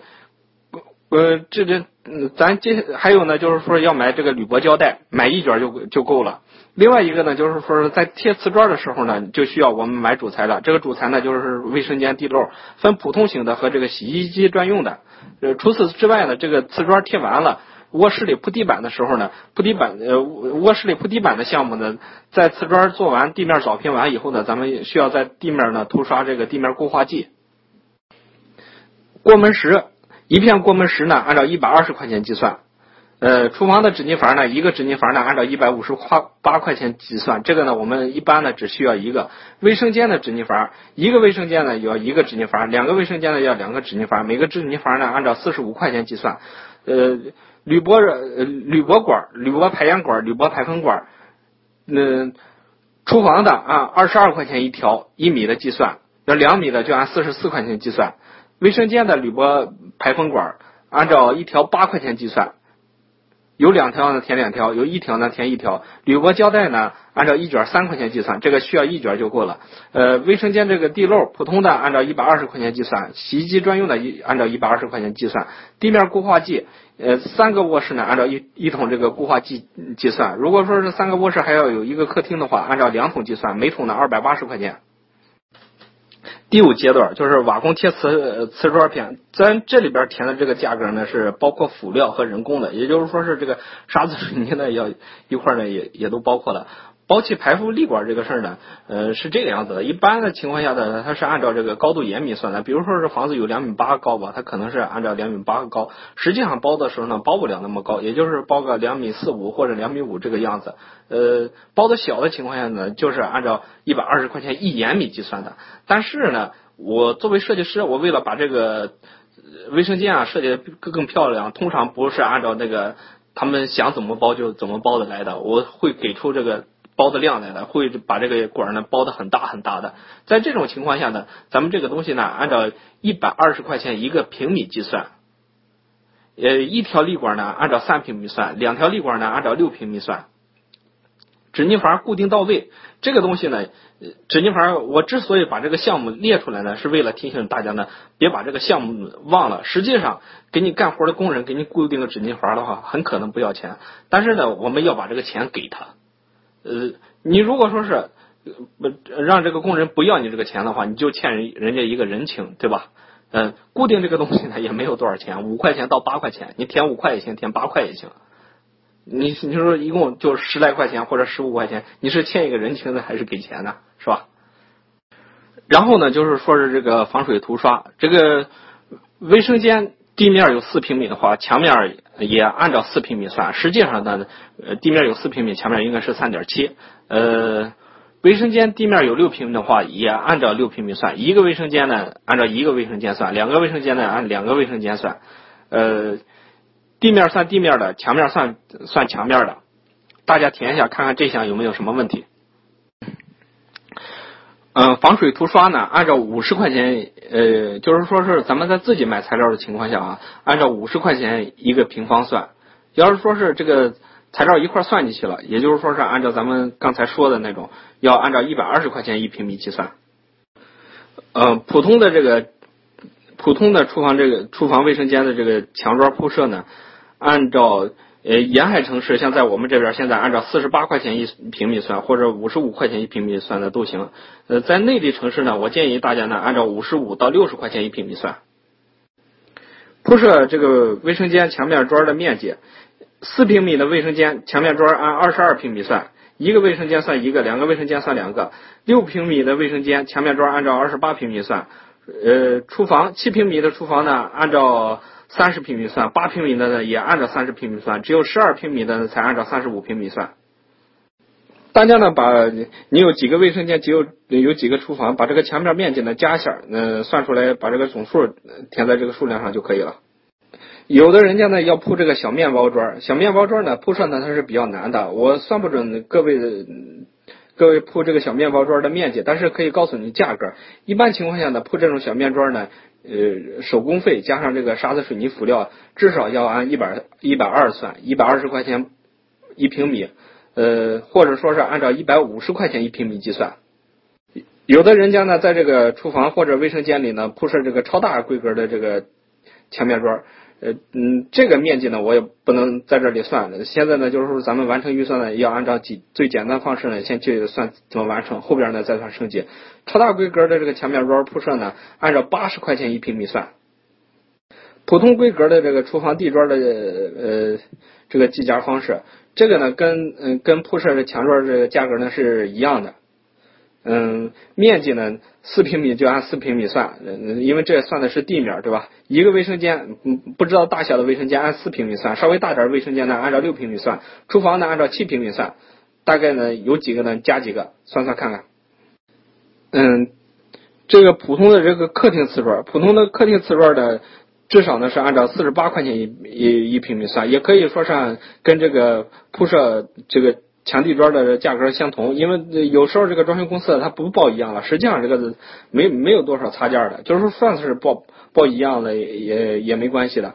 咱还有呢，就是说要买这个铝箔胶带，买1卷就够了。另外一个呢，就是说在贴瓷砖的时候呢，就需要我们买主材了。这个主材呢，就是卫生间地漏，分普通型的和这个洗衣机专用的。除此之外呢，这个瓷砖贴完了，卧室里铺地板的时候呢，卧室里铺地板的项目呢，在瓷砖做完地面扫平完以后呢，咱们需要在地面呢涂刷这个地面固化剂。过门石，1片过门石呢，按照120块钱计算。厨房的纸泥阀呢，一个纸泥阀呢，按照158块钱计算。这个呢，我们一般呢只需要一个。卫生间的纸泥阀，一个卫生间呢要一个纸泥阀，2个卫生间呢要2个纸泥阀，每个纸泥阀呢按照45块钱计算。铝箔管、铝箔排烟管、铝箔排风管，厨房的按22块钱一条，1米的计算，要2米的就按44块钱计算。卫生间的铝箔排风管按照1条8块钱计算。有2条呢填2条，有1条呢填1条。铝箔胶带呢按照1卷3块钱计算，这个需要1卷就够了。卫生间这个地漏普通的按照120块钱计算，洗衣机专用的按照120块钱计算。地面固化剂3个卧室呢按照一桶这个固化剂计算。如果说是3个卧室还要有1个客厅的话，按照2桶计算，每桶呢280块钱。第5阶段就是瓦工贴瓷砖片，咱这里边填的这个价格呢是包括辅料和人工的，也就是说是这个沙子水泥呢要一块呢也都包括了。包气排污立管这个事儿呢，是这个样子的。一般的情况下呢，它是按照这个高度严密算的。比如说是房子有2.8米高吧，它可能是按照2.8米高。实际上包的时候呢，包不了那么高，也就是包个2.45米或者2.5米这个样子。包的小的情况下呢，就是按照120块钱1严米计算的。但是呢，我作为设计师，我为了把这个卫生间设计得更漂亮，通常不是按照那个他们想怎么包就怎么包的来的，我会给出这个包的量来的，会把这个管呢包得很大很大的。在这种情况下呢，咱们这个东西呢按照120块钱1个平米计算。1条立管呢按照3平米算，2条立管呢按照6平米算。纸泥阀固定到位，这个东西呢，纸泥阀我之所以把这个项目列出来呢，是为了提醒大家呢，别把这个项目忘了。实际上，给你干活的工人给你固定个纸泥阀的话，很可能不要钱，但是呢，我们要把这个钱给他。你如果说是让这个工人不要你这个钱的话，你就欠人家一个人情，对吧？固定这个东西呢也没有多少钱，5块钱到8块钱，你填5块也行，填8块也行。你说一共就10来块钱或者15块钱，你是欠一个人情的还是给钱的，是吧？然后呢，就是说是这个防水涂刷，这个卫生间地面有4平米的话，墙面也按照4平米算。实际上呢，地面有4平米，墙面应该是3.7。卫生间地面有6平米的话，也按照6平米算。一个卫生间呢，按照1个卫生间算；2个卫生间呢，按2个卫生间算。地面算地面的，墙面算墙面的。大家填一下，看看这项有没有什么问题。防水涂刷呢，按照50块钱，就是说是咱们在自己买材料的情况下按照50块钱1个平方算。要是说是这个材料一块算进去了，也就是说是按照咱们刚才说的那种，要按照120块钱1平米计算。普通的厨房卫生间的这个墙砖铺设呢，按照沿海城市，像在我们这边现在按照48块钱1平米算，或者55块钱1平米算的都行。在内地城市呢，我建议大家呢按照55到60块钱1平米算。铺设这个卫生间墙面砖的面积，4平米的卫生间墙面砖按22平米算，一个卫生间算1个，2个卫生间算2个。6平米的卫生间墙面砖按照28平米算。厨房7平米的厨房呢按照30平米算，8平米的呢也按照30平米算，只有12平米的才按照35平米算。大家呢把你有几个卫生间，有几个厨房，把这个墙面面积呢加一下，算出来把这个总数填在这个数量上就可以了。有的人家呢要铺这个小面包砖，小面包砖呢铺设呢它是比较难的，我算不准各位各位铺这个小面包砖的面积，但是可以告诉你价格。一般情况下呢，铺这种小面砖呢，手工费加上这个沙子水泥辅料，至少要按120算，120块钱一平米，或者说是按照150块钱一平米计算。有的人家呢，在这个厨房或者卫生间里呢，铺设这个超大规格的这个墙面砖，这个面积呢，我也不能在这里算。现在呢，就是说咱们完成预算呢，要按照最简单方式呢，先去算怎么完成，后边呢再算升级。超大规格的这个墙面砖铺设呢，按照80块钱一平米算。普通规格的这个厨房地砖的这个计价方式，这个呢跟铺设的墙砖这个价格呢是一样的。面积呢4平米就按4平米算，因为这算的是地面，对吧？一个卫生间，不知道大小的卫生间按4平米算，稍微大点的卫生间呢按照6平米算，厨房呢按照7平米算，大概呢有几个呢加几个，算算看看。这个普通的这个客厅瓷砖，呢至少呢是按照48块钱一平米算，也可以说是跟这个铺设这个墙地砖的价格相同，因为有时候这个装修公司它不报一样了，实际上这个没有多少差价的，就是说算是报一样的也没关系的。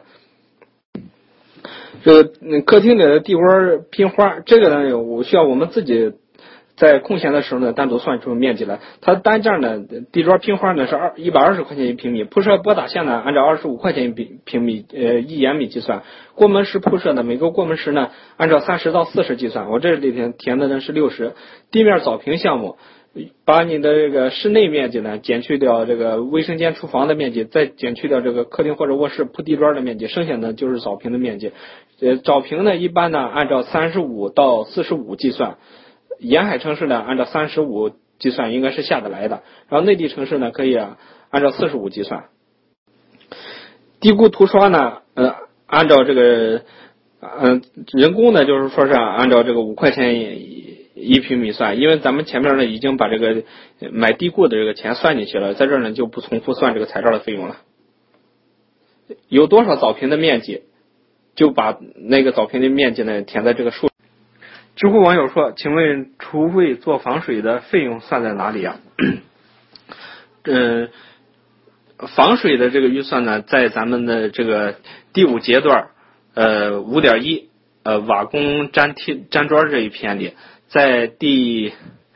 这个客厅里的地砖拼花，这个呢我需要我们自己在空闲的时候呢单独算出面积来。它单价呢地砖拼花呢是120块钱一平米，铺设波打线呢按照25块钱一平米一延米计算，过门石铺设呢每个过门石呢按照30到40计算，我这里填的呢是60。地面枣平项目，把你的这个室内面积呢减去掉这个卫生间厨房的面积，再减去掉这个客厅或者卧室铺地砖的面积，剩下呢就是枣平的面积。枣平呢一般呢按照35到45计算，沿海城市呢按照35计算应该是下得来的，然后内地城市呢可以按照45计算。地固涂刷呢按照这个人工呢就是说是按照这个5块钱一平米算，因为咱们前面呢已经把这个买地固的这个钱算进去了，在这儿呢就不重复算这个材料的费用了。有多少枣平的面积，就把那个枣平的面积呢填在这个数。知乎网友说，请问厨卫做防水的费用算在哪里啊？防水的这个预算呢，在咱们的这个第5节段5.1瓦工粘砖这一篇里，在第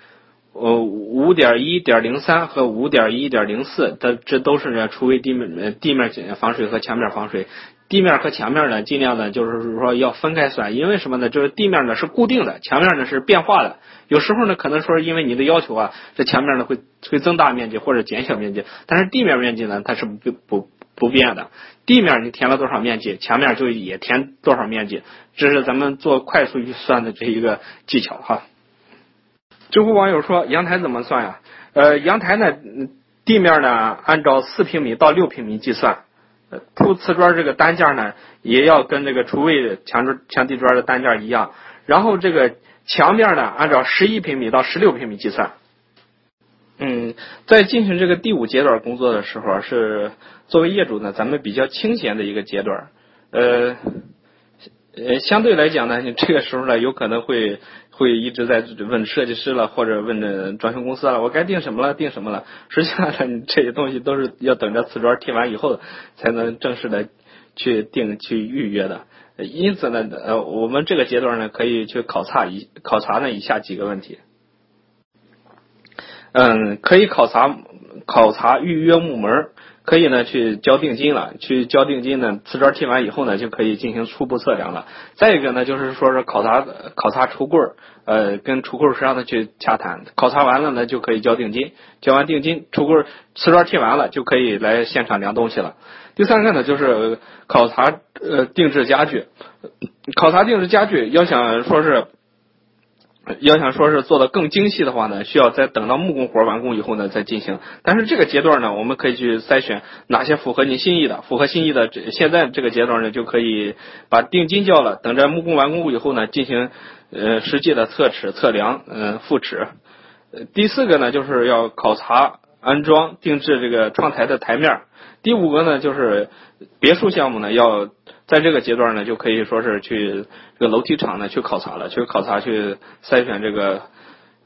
5.1.03 和5.1.04，这都是呢厨卫地面防水和墙面防水。地面和墙面呢，尽量呢就是说要分开算，因为什么呢？就是地面呢是固定的，墙面呢是变化的。有时候呢，可能说是因为你的要求这墙面呢会增大面积或者减小面积，但是地面面积呢它是不变的。地面你填了多少面积，墙面就也填多少面积，这是咱们做快速预算的这一个技巧哈。知乎网友说，阳台怎么算呀？阳台呢，地面呢按照4平米到6平米计算。铺瓷砖这个单价呢，也要跟这个厨卫墙地砖的单价一样。然后这个墙面呢，按照11平米到16平米计算。在进行这个第5阶段工作的时候，是作为业主呢，咱们比较清闲的一个阶段。相对来讲呢，这个时候呢，有可能会一直在问设计师了，或者问装修公司了，我该定什么了。实际上呢，这些东西都是要等着瓷砖贴完以后才能正式的去预约的。因此呢，我们这个阶段呢，可以去考察呢以下几个问题。可以考察预约木门。可以呢去交定金了，瓷砖贴完以后呢，就可以进行初步测量了。再一个呢，就是说是考察橱柜跟橱柜商的去洽谈，考察完了呢就可以交定金，交完定金，橱柜瓷砖贴完了就可以来现场量东西了。第三个呢，就是考察定制家具，要想说是做的更精细的话呢，需要在等到木工活完工以后呢再进行。但是这个阶段呢，我们可以去筛选哪些符合你心意的，现在这个阶段呢，就可以把定金交了，等着木工完工以后呢，进行实际的测尺、测量、复尺。第4个呢，就是要考察安装定制这个窗台的台面。第5个呢，就是别墅项目呢，要在这个阶段呢，就可以说是去这个楼梯厂呢去考察了，去筛选这个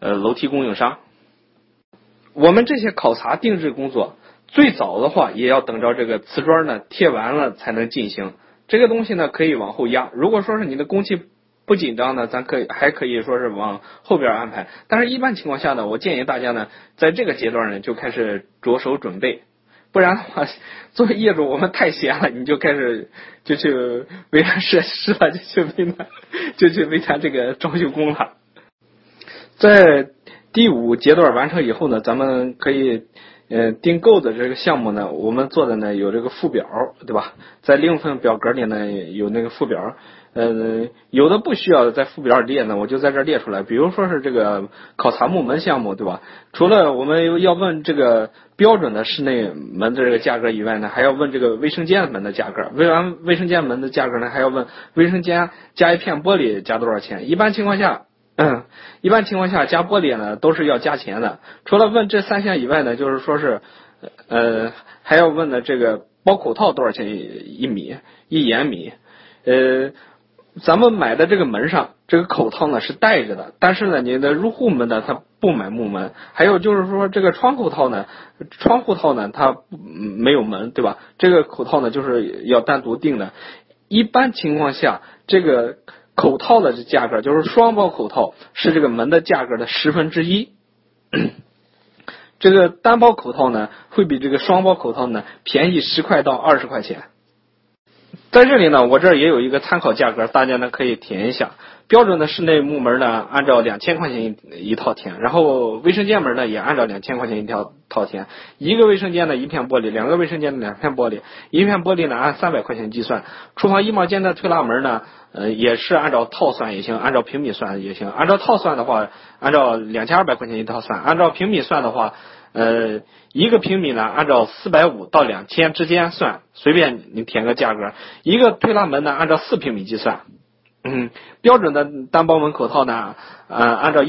楼梯供应商。我们这些考察定制工作，最早的话也要等着这个瓷砖呢贴完了才能进行。这个东西呢可以往后压，如果说是你的工期不紧张呢，咱还可以说是往后边安排。但是一般情况下呢，我建议大家呢在这个阶段呢就开始着手准备，不然的话，作为业主我们太闲了，你就开始就去为他设施了，就去为他这个装修工了。在第5阶段完成以后呢，咱们可以订购的这个项目呢，我们做的呢有这个附表，对吧？在另一份表格里呢有那个附表，有的不需要在附表里列呢，我就在这列出来。比如说是这个考察木门项目，对吧？除了我们要问这个标准的室内门的这个价格以外呢，还要问这个卫生间门的价格。问完卫生间门的价格呢，还要问卫生间加一片玻璃加多少钱。一般情况下加玻璃呢都是要加钱的。除了问这3项以外呢，就是说是还要问的这个包口套多少钱1延米。咱们买的这个门上这个口套呢是带着的，但是呢你的入户门呢它不买木门。还有就是说这个窗户套呢它没有门，对吧？这个口套呢就是要单独定的。一般情况下这个口套的价格，就是双包口套是这个门的价格的1/10。这个单包口套呢会比这个双包口套呢便宜10块到20块钱。在这里呢，我这儿也有一个参考价格，大家呢可以填一下。标准的室内木门呢按照2000块钱一套填，然后卫生间门呢也按照2000块钱一套填。一个卫生间的1片玻璃，2个卫生间的2片玻璃，1片玻璃呢按300块钱计算。厨房衣帽间的推拉门呢也是按照套算也行，按照平米算也行。按照套算的话，按照2200块钱一套算；按照平米算的话，一个平米呢按照450到2000之间算，随便你填个价格。一个推拉门呢按照4平米计算。标准的单包门口套呢按照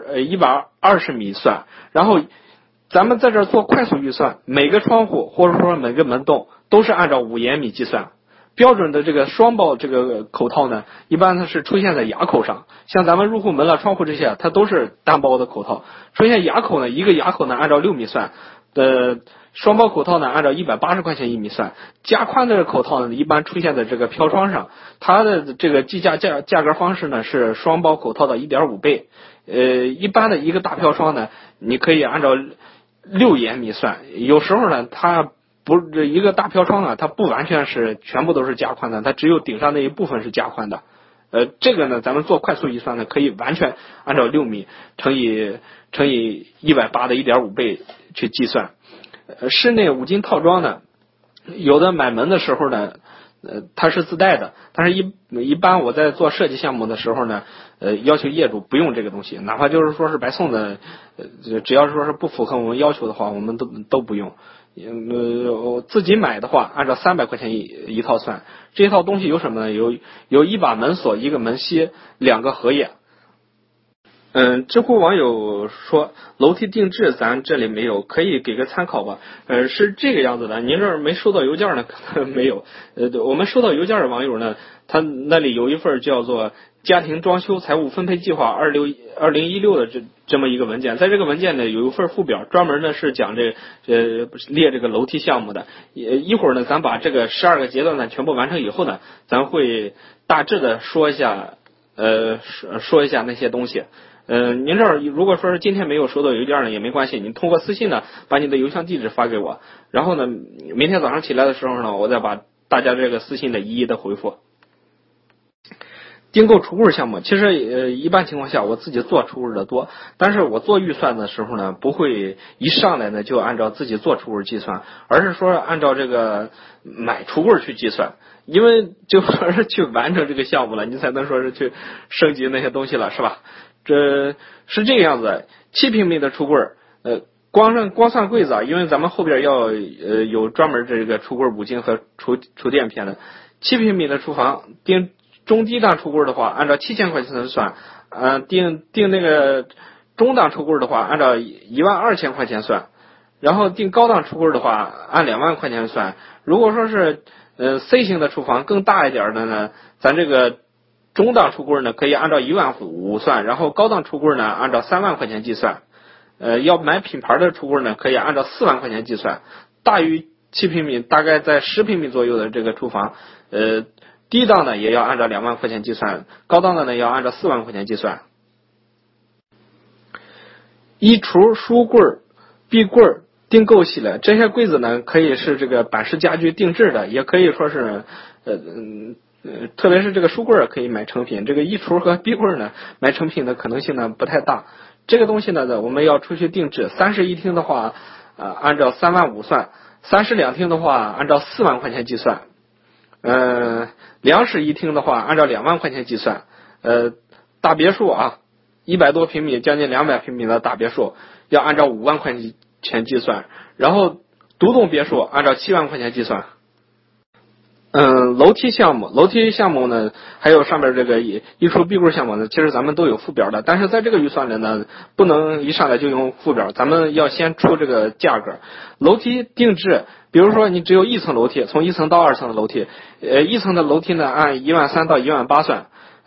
120米算。然后咱们在这做快速预算，每个窗户或者说每个门洞都是按照5延米计算。标准的这个双包这个口套呢，一般它是出现在牙口上，像咱们入户门了、窗户这些，它都是单包的口套。出现牙口呢，一个牙口呢按照6米算，双包口套呢按照180块钱1米算。加宽的口套呢，一般出现在这个飘窗上，它的这个计价格方式呢是双包口套的1.5倍。一般的一个大飘窗呢，你可以按照6延米算。有时候呢，它不是一个大飘窗啊，它不完全是全部都是加宽的，它只有顶上那一部分是加宽的。这个呢，咱们做快速预算呢，可以完全按照6米乘以180的1.5倍去计算。室内5金套装呢，有的买门的时候呢，它是自带的，但是一般我在做设计项目的时候呢，要求业主不用这个东西，哪怕就是说是白送的，只要是说是不符合我们要求的话，我们都不用。自己买的话，按照300块钱一套算。这一套东西有什么呢？有一把门锁、一个门吸、2个合页。知乎网友说楼梯定制咱这里没有，可以给个参考吧。是这个样子的，您这儿没收到邮件呢？可能没有。我们收到邮件的网友呢，他那里有一份叫做家庭装修财务分配计划2016的这么一个文件。在这个文件呢有一份附表，专门呢是讲列这个楼梯项目的。一会儿呢咱把这个12个阶段呢全部完成以后呢，咱会大致的说一下那些东西。您这儿如果说是今天没有收到邮件呢也没关系，你通过私信呢把你的邮箱地址发给我，然后呢明天早上起来的时候呢，我再把大家这个私信的一一的回复。订购橱柜项目，其实一般情况下我自己做橱柜的多，但是我做预算的时候呢，不会一上来呢就按照自己做橱柜计算，而是说按照这个买橱柜去计算。因为就说是去完成这个项目了，你才能说是去升级那些东西了，是吧？这是这个样子。7平米的橱柜，光算柜子啊，因为咱们后边要有专门这个橱柜5金和厨电片的。7平米的厨房订中低档橱柜的话，按照7000块钱算，订那个中档橱柜的话，按照12000块钱算，然后订高档橱柜的话，按2万块钱算。如果说是C 型的厨房更大一点的呢，咱这个中档橱柜呢可以按照15000算，然后高档橱柜呢按照3万块钱计算。要买品牌的橱柜呢可以按照4万块钱计算。大于7平米，大概在10平米左右的这个厨房，低档的也要按照2万块钱计算，高档的呢要按照4万块钱计算。衣橱、书柜、壁柜订购系列，这些柜子呢可以是这个板式家具定制的，也可以说是特别是这个书柜可以买成品，这个衣橱和壁柜呢买成品的可能性呢不太大。这个东西呢我们要出去定制，31厅的话按照3万5算，32厅的话按照4万块钱计算，2室1厅的话按照2万块钱计算，大别墅100多平米将近200平米的大别墅要按照5万块钱计算，然后独栋别墅按照7万块钱计算。楼梯项目呢，还有上面这个衣橱壁柜项目呢，其实咱们都有附表的，但是在这个预算里呢，不能一上来就用附表，咱们要先出这个价格。楼梯定制，比如说你只有1层楼梯，从1层到2层的楼梯，1层的楼梯呢按13000到18000算，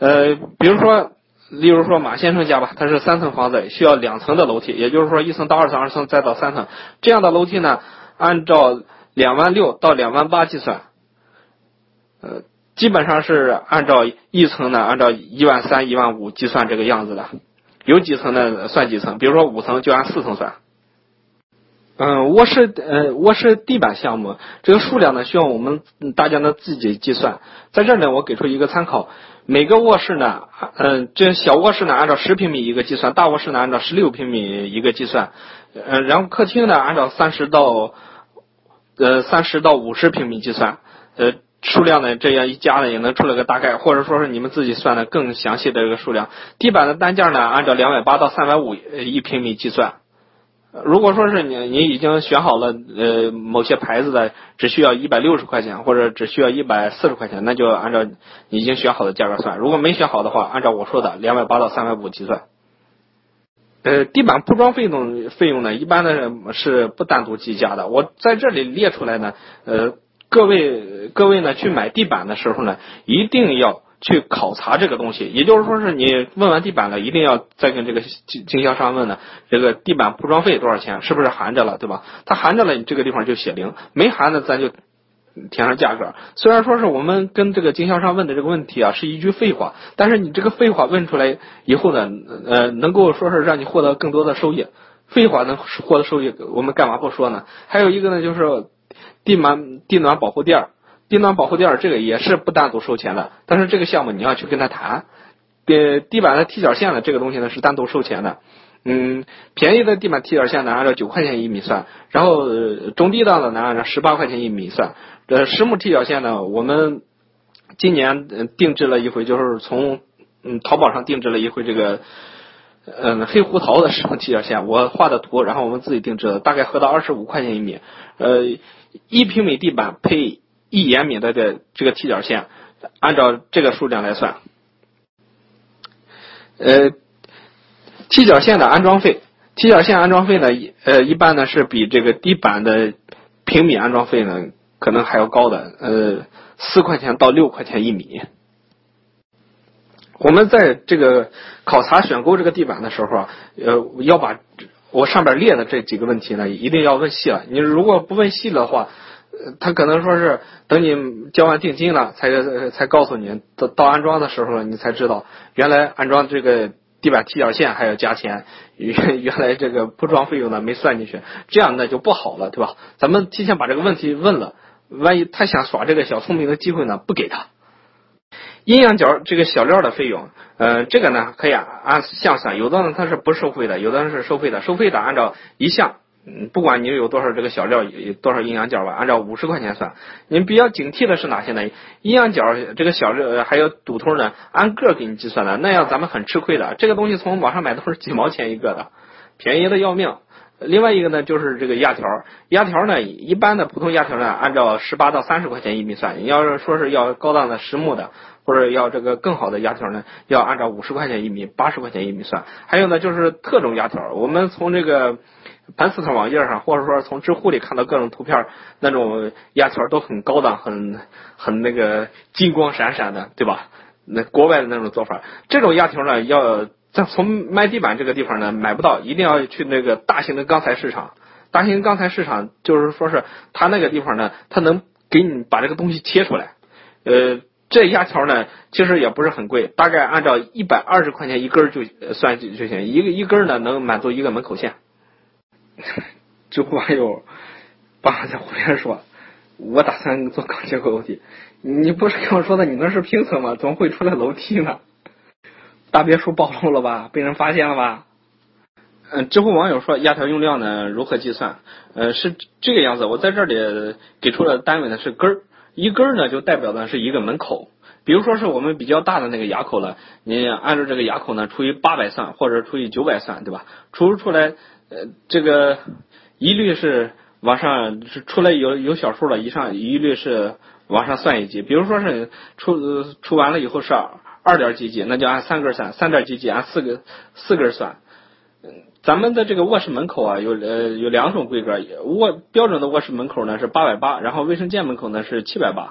例如说马先生家吧，它是3层房子，需要2层的楼梯，也就是说1层到2层，2层再到3层，这样的楼梯呢按照26000到28000计算。基本上是按照1层呢按照13000、15000计算这个样子的，有几层呢算几层，比如说5层就按4层算。卧室地板项目这个数量呢需要我们大家呢自己计算，在这儿呢我给出一个参考，每个卧室呢这小卧室呢按照10平米一个计算，大卧室呢按照16平米一个计算，然后客厅呢按照30到50平米计算，数量呢这样一加呢也能出了个大概，或者说是你们自己算的更详细的这个数量。地板的单价呢按照280到350一平米计算。如果说是你已经选好了某些牌子的只需要160块钱或者只需要140块钱，那就按照你已经选好的价格算，如果没选好的话按照我说的280到350计算。地板铺装费用呢一般呢是不单独计价的，我在这里列出来呢各位呢去买地板的时候呢一定要去考察这个东西，也就是说是你问完地板了一定要再跟这个经销商问呢，这个地板铺装费多少钱，是不是含着了，对吧？它含着了，你这个地方就写0，没含的咱就填上价格。虽然说是我们跟这个经销商问的这个问题是一句废话，但是你这个废话问出来以后呢能够说是让你获得更多的收益，废话能获得收益我们干嘛不说呢？还有一个呢就是地暖保护垫，地暖保护垫这个也是不单独收钱的，但是这个项目你要去跟他谈。地板的踢脚线的这个东西呢是单独收钱的，便宜的地板踢脚线呢按照9块钱一米算，然后中低档的呢按照18块钱一米算。实木踢脚线呢我们今年定制了一回，就是从淘宝上定制了一回这个黑胡桃的实木踢脚线，我画的图，然后我们自己定制的，大概合到25块钱一米。1平米地板配1延米的这个踢脚线，按照这个数量来算。踢脚线的安装费，踢脚线安装费呢一般呢是比这个地板的平米安装费呢可能还要高的，4块钱到6块钱一米。我们在这个考察选购这个地板的时候要把我上边列的这几个问题呢一定要问细了，你如果不问细的话他可能说是等你交完定金了才告诉你，到安装的时候你才知道原来安装这个地板踢脚线还要加钱，原来这个铺装费用呢没算进去，这样呢就不好了，对吧？咱们提前把这个问题问了，万一他想耍这个小聪明的机会呢不给他。阴阳角这个小料的费用这个呢可以按项算，有的呢它是不收费的，有的是收费的，收费的按照一项不管你有多少这个小料，有多少阴阳角吧，按照50块钱算。你比较警惕的是哪些呢？阴阳角这个小料还有堵头呢按个给你计算的，那样咱们很吃亏的，这个东西从网上买都是几毛钱一个的，便宜的要命。另外一个呢就是这个压条，压条呢一般的普通压条呢按照18到30块钱一米算，你要是说是要高档的实木的或者要这个更好的压条呢要按照50块钱一米、80块钱一米算。还有呢就是特种压条，我们从这个盘丝团网页上或者说从知乎里看到各种图片，那种压条都很高档，很那个金光闪闪的，对吧？ 那国外的那种做法。这种压条呢，要在从卖地板这个地方呢买不到，一定要去那个大型的钢材市场。大型钢材市场就是说是它那个地方呢，它能给你把这个东西切出来。这压条呢其实也不是很贵，大概按照120块钱一根就算就行，一根呢能满足一个门口线。知乎网友爸爸在湖边说，我打算做钢结构楼梯。你不是跟我说的你那是平层吗？怎么会出来楼梯呢？大别墅暴露了吧？被人发现了吧？知乎网友说压条用量呢如何计算？是这个样子，我在这里给出的单位呢是根儿，一根儿呢就代表的是一个门口。比如说是我们比较大的那个牙口了，你按照这个牙口呢除以800算，或者除以900算，对吧？出来这个一律是往上出来有小数了以上，一律是往上算一级。比如说是出完了以后是2点几级，那就按3根算；3点几级按4根算。咱们的这个卧室门口啊，有2种规格，标准的卧室门口呢是880，然后卫生间门口呢是780。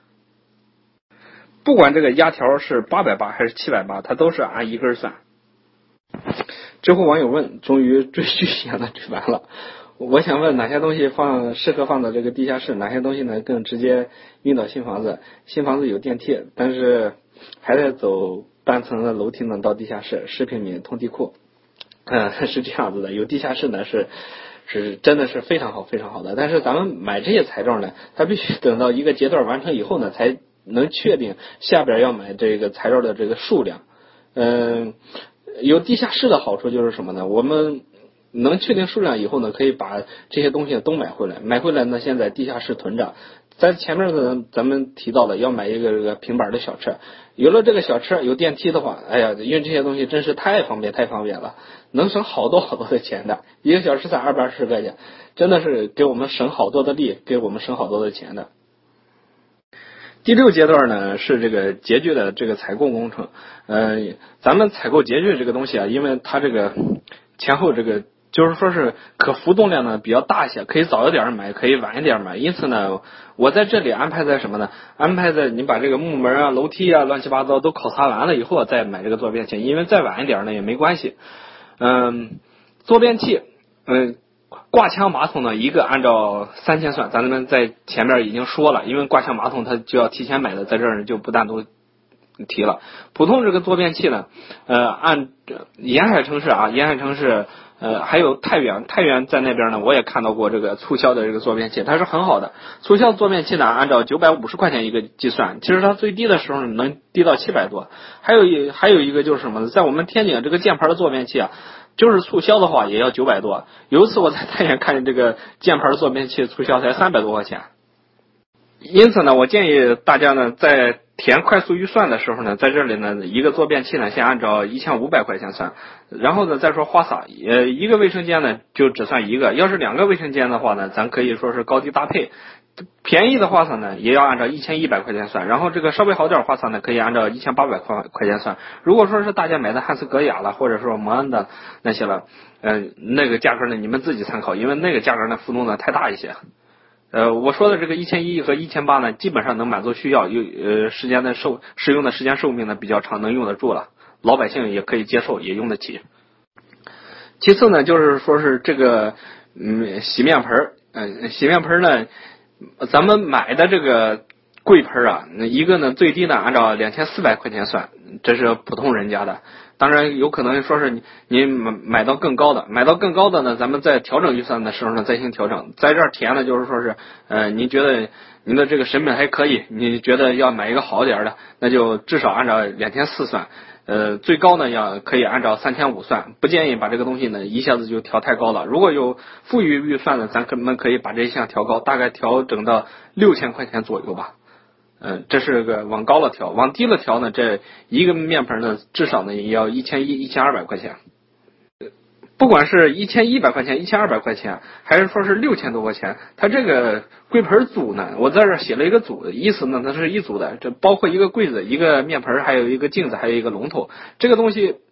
不管这个压条是880还是780，它都是按一根算。知乎网友问，终于追剧一样的追完了。我想问哪些东西适合放到这个地下室，哪些东西呢更直接运到新房子？新房子有电梯，但是还得走半层的楼梯呢到地下室，10平米通地库。是这样子的，有地下室呢是真的是非常好非常好的，但是咱们买这些材料呢，它必须等到一个阶段完成以后呢，才能确定下边要买这个材料的这个数量。有地下室的好处就是什么呢？我们能确定数量以后呢，可以把这些东西都买回来呢，先在地下室囤着。在前面呢，咱们提到了要买一个这个平板的小车，有了这个小车有电梯的话，哎呀，因为这些东西真是太方便了，能省好多的钱的，1个小时才220块钱，真的是给我们省好多的力，给我们省好多的钱的。第6阶段呢是这个洁具的这个采购工程。咱们采购洁具这个东西啊，因为它这个前后这个就是说是可浮动量呢比较大一些，可以早一点买，可以晚一点买。因此呢，我在这里安排在什么呢？安排在你把这个木门啊、楼梯啊、乱七八糟都考察完了以后再买这个坐便器，因为再晚一点呢也没关系。坐便器，挂墙马桶呢，一个按照3000算，咱们在前面已经说了，因为挂墙马桶它就要提前买的，在这儿就不单独提了。普通这个坐便器呢，按沿海城市还有太原在那边呢，我也看到过这个促销的这个坐便器，它是很好的。促销坐便器呢，按照950块钱一个计算，其实它最低的时候能低到700多。还有一个就是什么呢？在我们天津这个箭牌的坐便器啊，就是促销的话也要900多。有一次我在太原看见这个箭牌坐便器促销才300多块钱。因此呢，我建议大家呢在填快速预算的时候呢，在这里呢一个坐便器呢先按照1500块钱算，然后呢再说花洒，一个卫生间呢就只算一个，要是2个卫生间的话呢，咱可以说是高低搭配。便宜的花洒呢也要按照1100块钱算，然后这个稍微好点花洒呢可以按照1800块钱算。如果说是大家买的汉斯格雅了，或者说摩恩的那些了，那个价格呢你们自己参考，因为那个价格呢浮动呢太大一些。我说的这个1100和1800呢，基本上能满足需要，使用的时间寿命呢比较长，能用得住了，老百姓也可以接受，也用得起。其次呢，就是说是这个洗面盆，洗面盆呢，咱们买的这个贵盆啊，一个呢最低呢按照2400块钱算，这是普通人家的。当然有可能说是你买到更高的呢，咱们在调整预算的时候呢再行调整。在这儿填呢就是说是您觉得您的这个审美还可以，你觉得要买一个好点的，那就至少按照2400算，最高呢可以按照3500算，不建议把这个东西呢一下子就调太高了。如果有富裕预算呢，咱们可以把这一项调高，大概调整到6000块钱左右吧。这是个往高了调，往低了调呢，这一个面盆呢至少呢也要1200块钱。不管是1100块钱、1200块钱，还是说是6000多块钱，它这个柜盆组呢，我在这儿写了一个组，意思呢它是一组的，这包括一个柜子、一个面盆，还有一个镜子，还有一个龙头。这个东西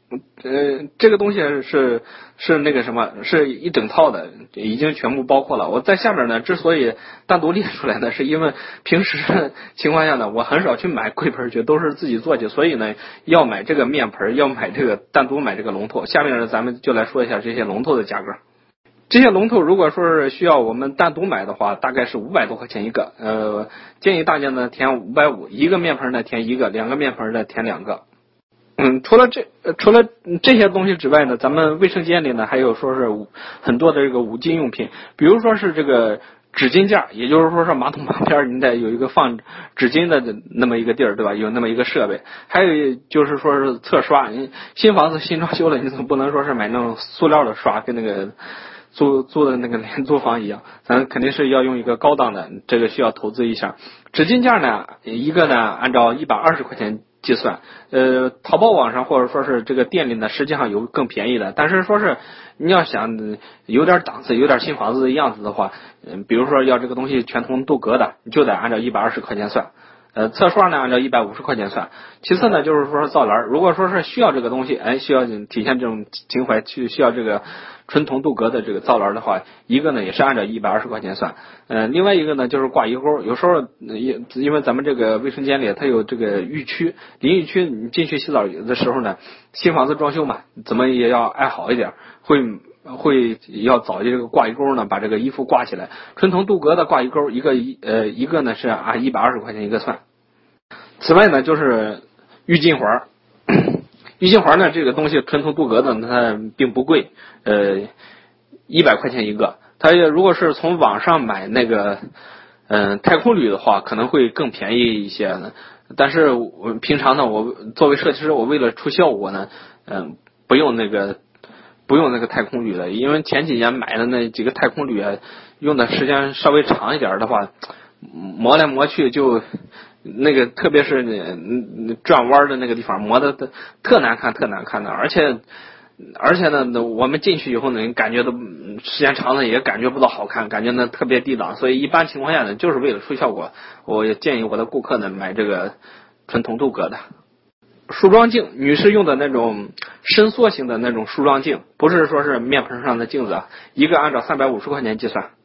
这个东西是那个什么，是一整套的，已经全部包括了。我在下面呢，之所以单独列出来呢，是因为平时情况下呢，我很少去买贵盆去，都是自己做去，所以呢，要买这个面盆，要买这个单独买这个龙头。下面呢，咱们就来说一下这些龙头的价格。这些龙头如果说是需要我们单独买的话，大概是500多块钱一个。建议大家呢填550，一个面盆呢填一个，两个面盆呢填两个。除了这些东西之外呢，咱们卫生间里呢还有说是很多的这个五金用品，比如说是这个纸巾架，也就是说是马桶旁边你得有一个放纸巾的那么一个地儿，对吧？有那么一个设备。还有就是说是厕刷，你新房子新装修了，你总不能说是买那种塑料的刷，跟那个租的那个廉租房一样，咱肯定是要用一个高档的，这个需要投资一下。纸巾架呢，一个呢按照120块钱计算，淘宝网上或者说是这个店里呢，实际上有更便宜的，但是说是你要想有点档次，有点新房子的样子的话，比如说要这个东西全通镀铬的，你就得按照120块钱算。厕刷呢按照150块钱算。其次呢就是说皂篮，如果说是需要这个东西，需要体现这种情怀，需要这个纯铜镀铬的这个皂篮的话，一个呢也是按照120块钱算。另外一个呢就是挂鱼钩，有时候因为咱们这个卫生间里它有这个浴区、淋浴区，你进去洗澡的时候呢，新房子装修嘛，怎么也要爱好一点，会要找这个挂鱼钩呢，把这个衣服挂起来。纯铜镀铬的挂鱼钩，一个呢是按120块钱一个算。此外呢就是浴巾环，浴巾环呢这个东西纯铜镀铬的它并不贵，100块钱一个。它如果是从网上买那个太空铝的话，可能会更便宜一些呢。但是我平常呢，我作为设计师，我为了出效果呢，不用那个太空铝的，因为前几年买的那几个太空铝用的时间稍微长一点的话，磨来磨去就那个，特别是转弯的那个地方磨的特难看的，而且呢，我们进去以后呢，感觉都时间长了也感觉不到好看，感觉呢特别低档，所以一般情况下呢，就是为了出效果，我也建议我的顾客呢买这个纯铜镀铬的。梳妆镜，女士用的那种伸缩型的那种梳妆镜，不是说是面盆上的镜子，一个按照350块钱计算。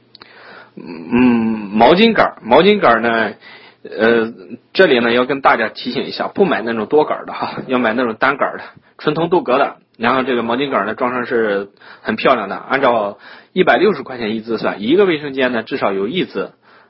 毛巾杆呢，这里呢要跟大家提醒一下，不买那种多杆的哈，要买那种单杆的，纯铜镀铬的。然后这个毛巾杆呢装上是很漂亮的，按照160块钱一支算，一个卫生间呢至少有一支，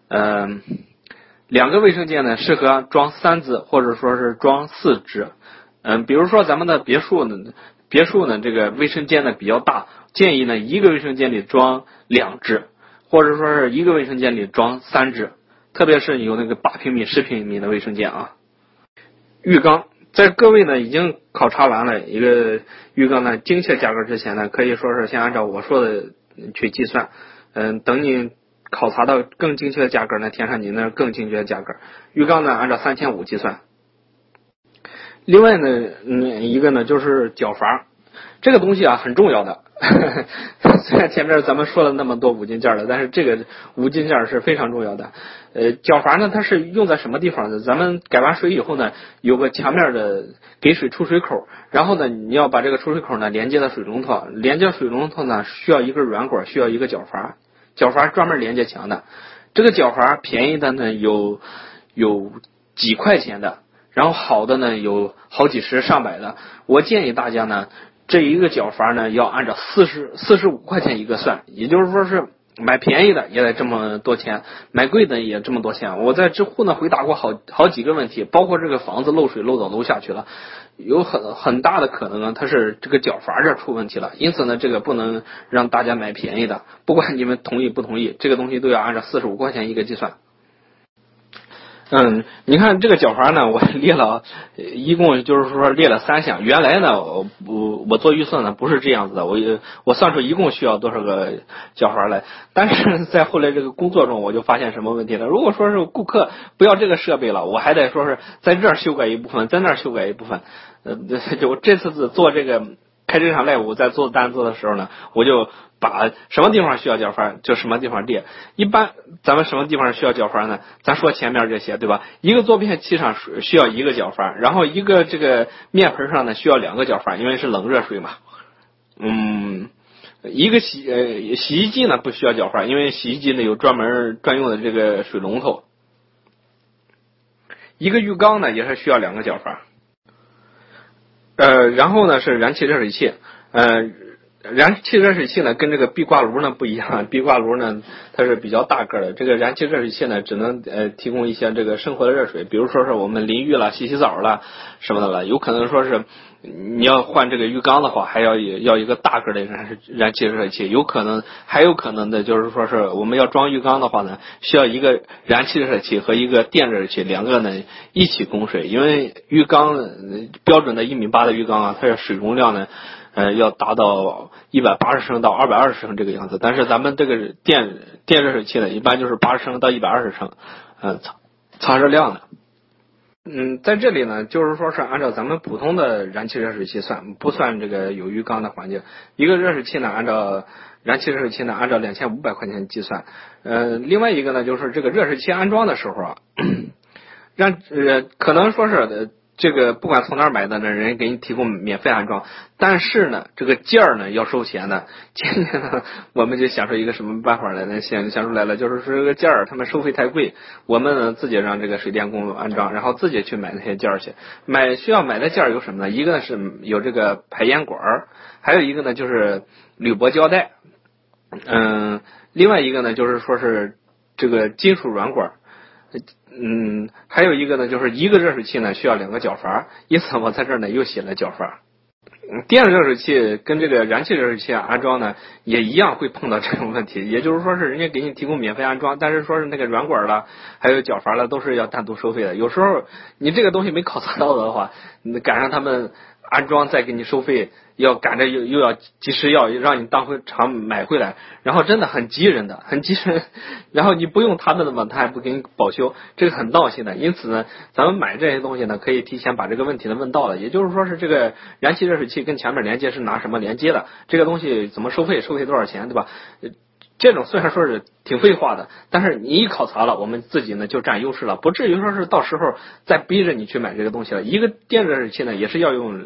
两个卫生间呢适合装3支或者说是装4支。比如说咱们的别墅呢这个卫生间呢比较大，建议呢一个卫生间里装2支，或者说是一个卫生间里装3支，特别是有那个8平米、10平米的卫生间啊。浴缸，在各位呢已经考察完了一个浴缸呢精确价格之前呢，可以说是先按照我说的去计算，等你考察到更精确的价格呢，填上你那更精确的价格。浴缸呢按照3500计算。另外呢，一个呢就是脚阀，这个东西啊很重要的。虽然前面咱们说了那么多五金件了，但是这个五金件是非常重要的。脚阀呢它是用在什么地方呢？咱们改完水以后呢，有个墙面的给水出水口，然后呢你要把这个出水口呢连接到水龙头，连接水龙头呢需要一根软管，需要一个脚阀，脚阀专门连接墙的。这个脚阀便宜的呢有几块钱的，然后好的呢有好几十上百的。我建议大家呢，这一个脚阀呢要按照45块钱一个算，也就是说是买便宜的也得这么多钱，买贵的也这么多钱。我在知乎呢回答过好几个问题，包括这个房子漏水漏到楼下去了，有很大的可能呢它是这个脚阀这出问题了，因此呢这个不能让大家买便宜的，不管你们同意不同意，这个东西都要按照45块钱一个计算。你看这个脚阀呢，我列了，一共就是说列了3项。原来呢，我做预算呢不是这样子的，我算出一共需要多少个脚阀来。但是在后来这个工作中，我就发现什么问题呢？如果说是顾客不要这个设备了，我还得说是在这儿修改一部分，在那儿修改一部分。就这次做这个开这场赖务在做单子的时候呢，我就把什么地方需要角阀就什么地方列。一般咱们什么地方需要角阀呢？咱说前面这些，对吧？一个做片器上需要一个角阀，然后一个这个面盆上呢需要2个角阀，因为是冷热水嘛。一个洗衣机呢不需要角阀，因为洗衣机呢有专用的这个水龙头。一个浴缸呢也是需要2个角阀。然后呢是燃气热水器，燃气热水器呢跟这个壁挂炉呢不一样，壁挂炉呢它是比较大个的，这个燃气热水器呢只能提供一些这个生活的热水，比如说是我们淋浴了、洗澡了什么的了，有可能说是你要换这个浴缸的话，还要一个大个的燃气热水器，还有可能的就是说是我们要装浴缸的话呢，需要一个燃气热水器和一个电热水器2个呢一起供水，因为浴缸标准的1.8米的浴缸啊，它的水容量呢要达到180升到220升这个样子，但是咱们这个电热水器呢，一般就是80升到120升，擦热量的。在这里呢，就是说是按照咱们普通的燃气热水器算，不算这个有浴缸的环境。一个热水器呢，燃气热水器呢，按照2500块钱计算。另外一个呢，就是这个热水器安装的时候啊，可能说是这个不管从哪儿买的呢，人给你提供免费安装，但是呢，这个件儿呢要收钱的。今天呢，我们就想出一个什么办法来呢？想出来了，就是说这个件儿他们收费太贵，我们呢自己让这个水电工安装，然后自己去买那些件儿去。需要买的件儿有什么呢？一个呢是有这个排烟管，还有一个呢就是铝箔胶带，另外一个呢就是说是这个金属软管。还有一个呢，就是一个热水器呢需要2个角阀，因此我在这儿呢又写了角阀。电热水器跟这个燃气热水器安装呢也一样会碰到这种问题，也就是说是人家给你提供免费安装，但是说是那个软管了还有角阀了都是要单独收费的。有时候你这个东西没考察到的话，你赶上他们安装再给你收费，要赶着又要及时要让你当回厂买回来，然后真的很急人，然后你不用他们的嘛，他还不给你保修，这个很闹心的。因此呢，咱们买这些东西呢，可以提前把这个问题呢问到了，也就是说是这个燃气热水器跟前面连接是拿什么连接的，这个东西怎么收费多少钱，对吧？这种虽然说是挺废话的，但是你一考察了，我们自己呢就占优势了，不至于说是到时候再逼着你去买这个东西了。一个电热水器呢也是要用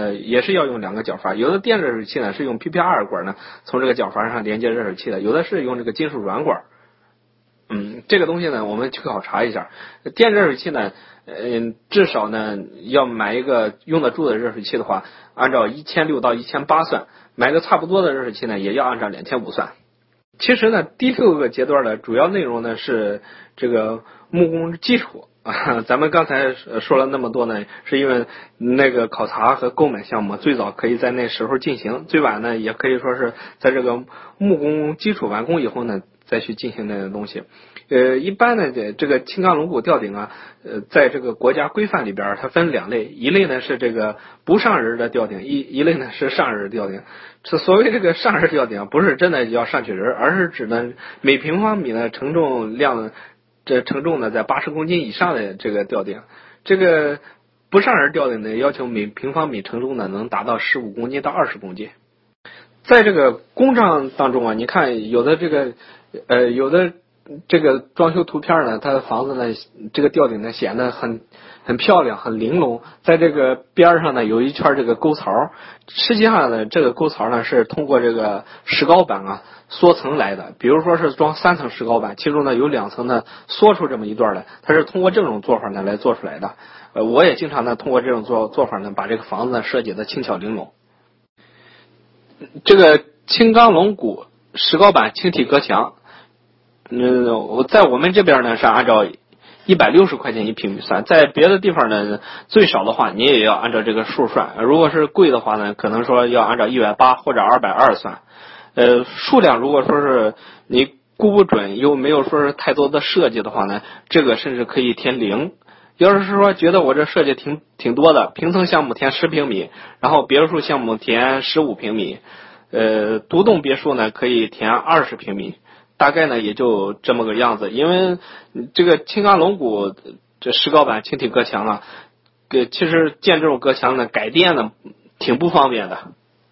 2个角阀，有的电热水器呢是用 PPR 管呢从这个角阀上连接热水器的，有的是用这个金属软管。这个东西呢我们去考察一下。电热水器呢至少呢要买一个用得住的热水器的话，按照1600到1800算，买个差不多的热水器呢也要按照2500算。其实呢，第6个阶段的主要内容呢是这个木工基础咱们刚才说了那么多呢，是因为那个考察和购买项目最早可以在那时候进行，最晚呢也可以说是在这个木工基础完工以后呢再去进行那个东西。一般呢这个轻钢龙骨吊顶啊，在这个国家规范里边它分2类，一类呢是这个不上人的吊顶，一类呢是上人的吊顶。所谓这个上人吊顶不是真的要上去人，而是指呢每平方米的承重量，这承重呢在80公斤以上的这个吊顶。这个不上人吊顶呢要求每平方米承重呢能达到15公斤到20公斤。在这个工章当中啊，你看有的这个装修图片呢，它的房子呢这个吊顶呢显得很漂亮很玲珑，在这个边上呢有一圈这个沟槽，实际上呢这个沟槽呢是通过这个石膏板啊缩层来的，比如说是装3层石膏板，其中呢有2层呢缩出这么一段来，它是通过这种做法呢来做出来的。我也经常呢通过这种做法呢把这个房子呢设计的轻巧玲珑。这个轻钢龙骨石膏板轻体隔墙，在我们这边呢是按照160块钱1平米算，在别的地方呢最少的话你也要按照这个数算，如果是贵的话呢可能说要按照180或者220算。数量如果说是你估不准又没有说是太多的设计的话呢，这个甚至可以填0。要是说觉得我这设计挺多的，平层项目填10平米，然后别墅项目填15平米，独栋别墅呢可以填20平米，大概呢也就这么个样子。因为这个轻钢龙骨这石膏板轻体隔墙啊，其实建这种隔墙呢改电呢挺不方便的。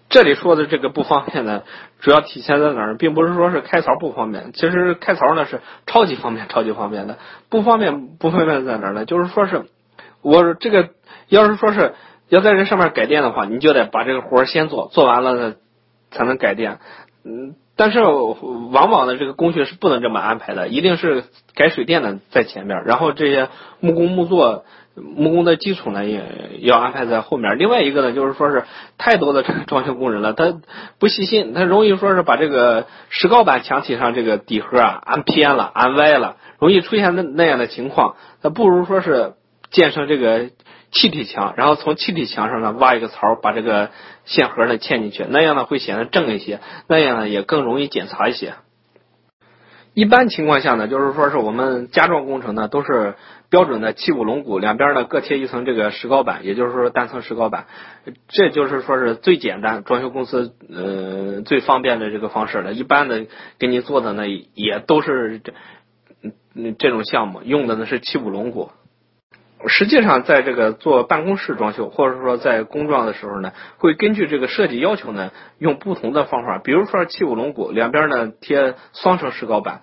这里说的这个不方便呢，主要体现在哪儿？并不是说是开槽不方便，其实开槽呢是超级方便的。不方便在哪儿呢？就是说是我这个要是说是要在这上面改电的话，你就得把这个活先做完了呢才能改电。但是往往的这个工序是不能这么安排的，一定是改水电的在前面，然后这些木工的基础呢也要安排在后面。另外一个呢，就是说是太多的这个装修工人了，他不细心，他容易说是把这个石膏板墙体上这个底盒安偏了、安歪了，容易出现那样的情况。那不如说是建成这个气体墙，然后从气体墙上呢挖一个槽，把这个线盒呢嵌进去，那样呢会显得正一些，那样呢也更容易检查一些。一般情况下呢，就是说是我们加装工程呢都是标准的气五龙骨，两边呢各贴一层这个石膏板，也就是说单层石膏板，这就是说是最简单，装修公司最方便的这个方式了。一般的给你做的呢也都是这种项目，用的呢是气五龙骨。实际上在这个做办公室装修或者说在工装的时候呢，会根据这个设计要求呢用不同的方法，比如说气五龙骨两边呢贴双层石膏板。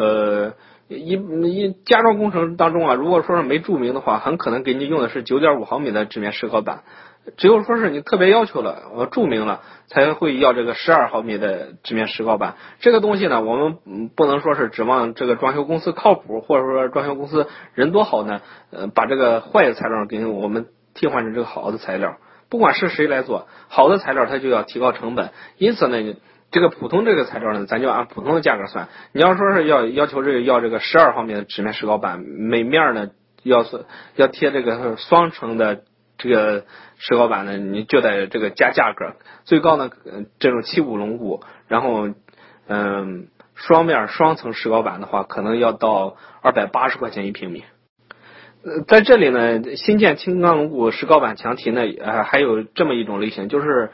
加装工程当中啊，如果说是没注明的话，很可能给你用的是 9.5 毫米的直面石膏板，只有说是你特别要求了注明了，才会要这个12毫米的直面石膏板。这个东西呢，我们不能说是指望这个装修公司靠谱，或者说装修公司人多好呢，把这个坏的材料给我们替换成这个好的材料。不管是谁来做，好的材料它就要提高成本，因此呢这个普通这个材料呢，咱就按普通的价格算。你要说是要求这个12毫米的直面石膏板，每面呢要贴这个双层的这个石膏板呢，你就得这个加价格。最高呢这种气五龙骨，然后双面双层石膏板的话，可能要到280块钱1平米。在这里呢，新建轻钢龙骨石膏板墙体呢，还有这么一种类型，就是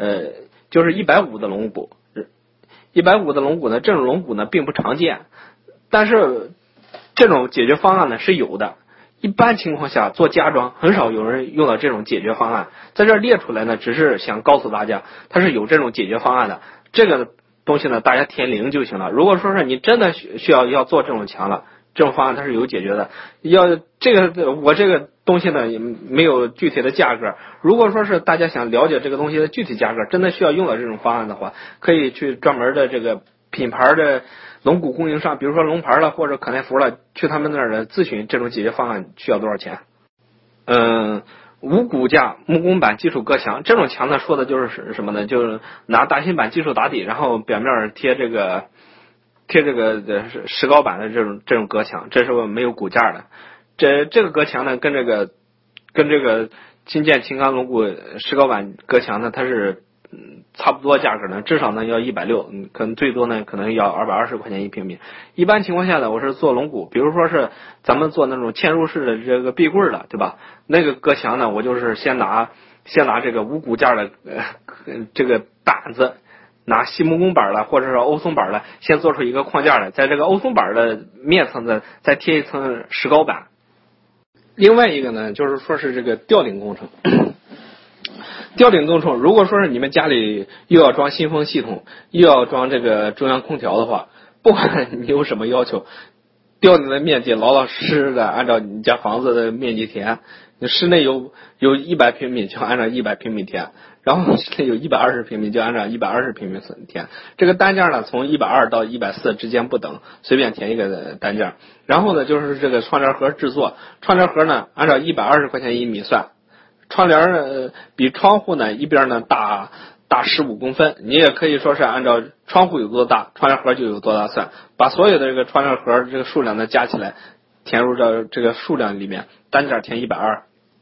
150的龙骨。150的龙骨呢，这种龙骨呢并不常见，但是这种解决方案呢是有的。一般情况下做家装很少有人用到这种解决方案，在这儿列出来呢，只是想告诉大家它是有这种解决方案的。这个东西呢，大家填0就行了。如果说是你真的需要做这种墙了，这种方案它是有解决的。我这个东西呢也没有具体的价格，如果说是大家想了解这个东西的具体价格，真的需要用到这种方案的话，可以去专门的这个品牌的龙骨供应商，比如说龙牌了或者可耐福了，去他们那儿的咨询这种解决方案需要多少钱。无骨架木工板基础隔墙，这种墙呢说的就是什么呢？就是拿大芯板基础打底，然后表面贴这个石膏板的这种隔墙，这是没有骨架的。这个隔墙呢，跟这个新建轻钢龙骨石膏板隔墙呢，它是差不多价格呢，至少呢要160，可能最多呢可能要220块钱1平米。一般情况下呢，我是做龙骨，比如说是咱们做那种嵌入式的这个壁柜的，对吧？那个隔墙呢，我就是先拿这个无骨架的这个板子。拿细木工板了，或者是欧松板了，先做出一个框架来，在这个欧松板的面层呢，再贴一层石膏板。另外一个呢，就是说是这个吊顶工程。吊顶工程，如果说是你们家里又要装新风系统，又要装这个中央空调的话，不管你有什么要求，吊顶的面积老老实实的按照你家房子的面积填。你室内有100平米就按照100平米填，然后室内有120平米就按照120平米填。这个单价呢，从120到140之间不等，随便填一个单价。然后呢，就是这个窗帘盒制作，窗帘盒呢按照120块钱1米算。窗帘比窗户呢一边呢大15公分，你也可以说是按照窗户有多大，窗帘盒就有多大算，把所有的这个窗帘盒这个数量呢加起来，填入到这个数量里面，单价填120。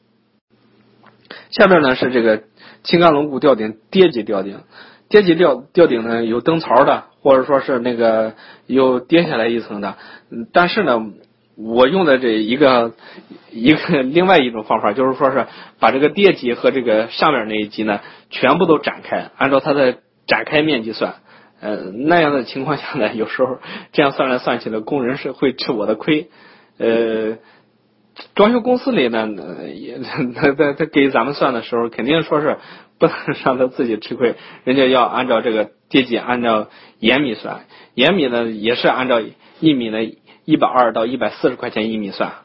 下面呢是这个轻钢龙骨吊顶跌级吊顶，跌级吊顶呢有灯槽的，或者说是那个有跌下来一层的，但是呢我用的这一个另外一种方法，就是说是把这个跌级和这个上面那一级呢全部都展开，按照它的展开面积算。那样的情况下呢，有时候这样算来算去的，工人是会吃我的亏。 装修公司里呢，他给咱们算的时候，肯定说是不能让他自己吃亏，人家要按照这个地基，按照盐米算，盐米呢也是按照一米呢120到140块钱一米算。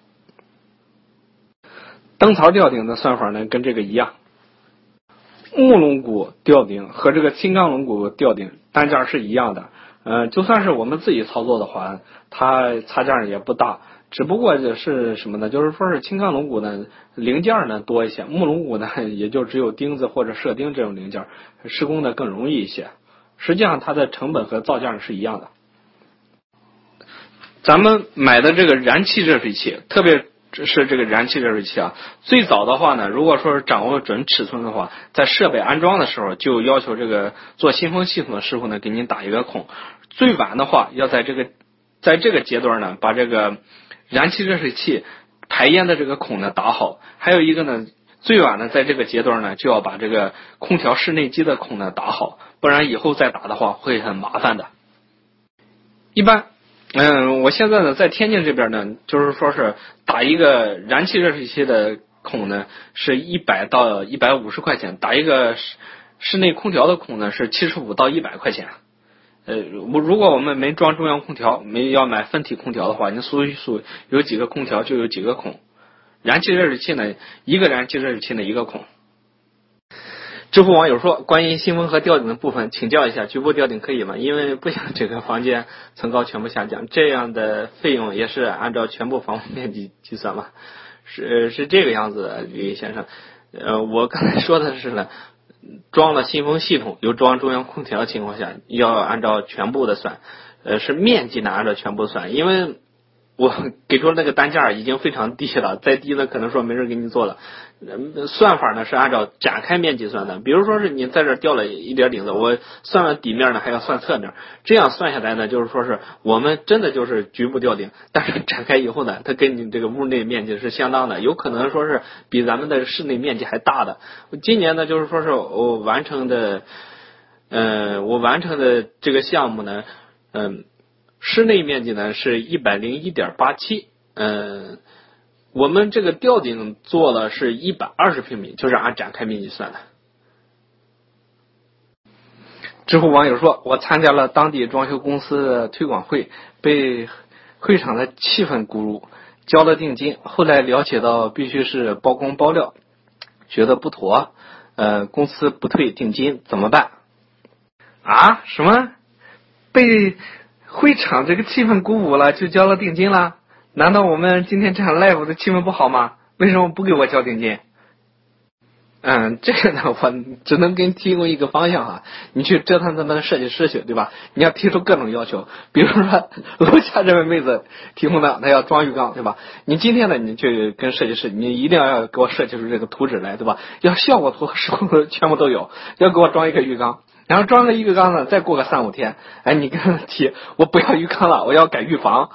灯槽吊顶的算法呢跟这个一样，木龙骨吊顶和这个轻钢龙骨吊顶单价是一样的。就算是我们自己操作的话，它差价也不大，只不过是什么呢？就是说是轻钢龙骨呢零件呢多一些，木龙骨呢也就只有钉子或者射钉这种零件，施工的更容易一些。实际上它的成本和造价是一样的。咱们买的这个燃气热水器，特别是这个燃气热水器啊，最早的话呢，如果说是掌握准尺寸的话，在设备安装的时候就要求这个做新风系统的师傅呢给您打一个孔。最晚的话要在这个阶段呢把这个燃气热水器排烟的这个孔呢打好。还有一个呢，最晚呢在这个阶段呢就要把这个空调室内机的孔呢打好，不然以后再打的话会很麻烦的。一般我现在呢在天津这边呢，就是说是打一个燃气热水器的孔呢是100到150块钱，打一个室内空调的孔呢是75到100块钱。如果我们没装中央空调，要买分体空调的话，你数一数有几个空调就有几个孔。燃气热水器呢，一个燃气热水器呢一个孔。知乎网友说，关于新风和吊顶的部分请教一下，局部吊顶可以吗？因为不想这个房间层高全部下降，这样的费用也是按照全部房屋面积计算嘛？是这个样子的，李先生。我刚才说的是呢，装了新风系统有装中央空调的情况下，要按照全部的算，是面积呢按照全部算，因为我给出那个单价已经非常低了，再低呢可能说没人给你做了。算法呢是按照展开面积算的，比如说是你在这吊了一点顶子，我算完底面呢还要算侧面，这样算下来呢就是说是我们真的就是局部吊顶，但是展开以后呢它跟你这个屋内面积是相当的，有可能说是比咱们的室内面积还大的。今年呢就是说是我完成的这个项目呢室内面积呢是101.87，我们这个吊顶做了是120平米，就是按展开面积算的。知乎网友说，我参加了当地装修公司的推广会，被会场的气氛鼓舞，交了定金，后来了解到必须是包工包料，觉得不妥，公司不退定金怎么办？啊？什么？被会场这个气氛鼓舞了就交了定金了？难道我们今天这场 live 的气氛不好吗？为什么不给我交定金？这个呢我只能给你提供一个方向哈，你去折腾咱们的设计师去，对吧？你要提出各种要求，比如说楼下这位妹子提供的她要装浴缸，对吧？你今天呢你去跟设计师，你一定要给我设计出这个图纸来，对吧？要效果图和施工图全部都有，要给我装一个浴缸，然后装个浴缸呢再过个3-5天，你跟他提我不要浴缸了，我要改浴房，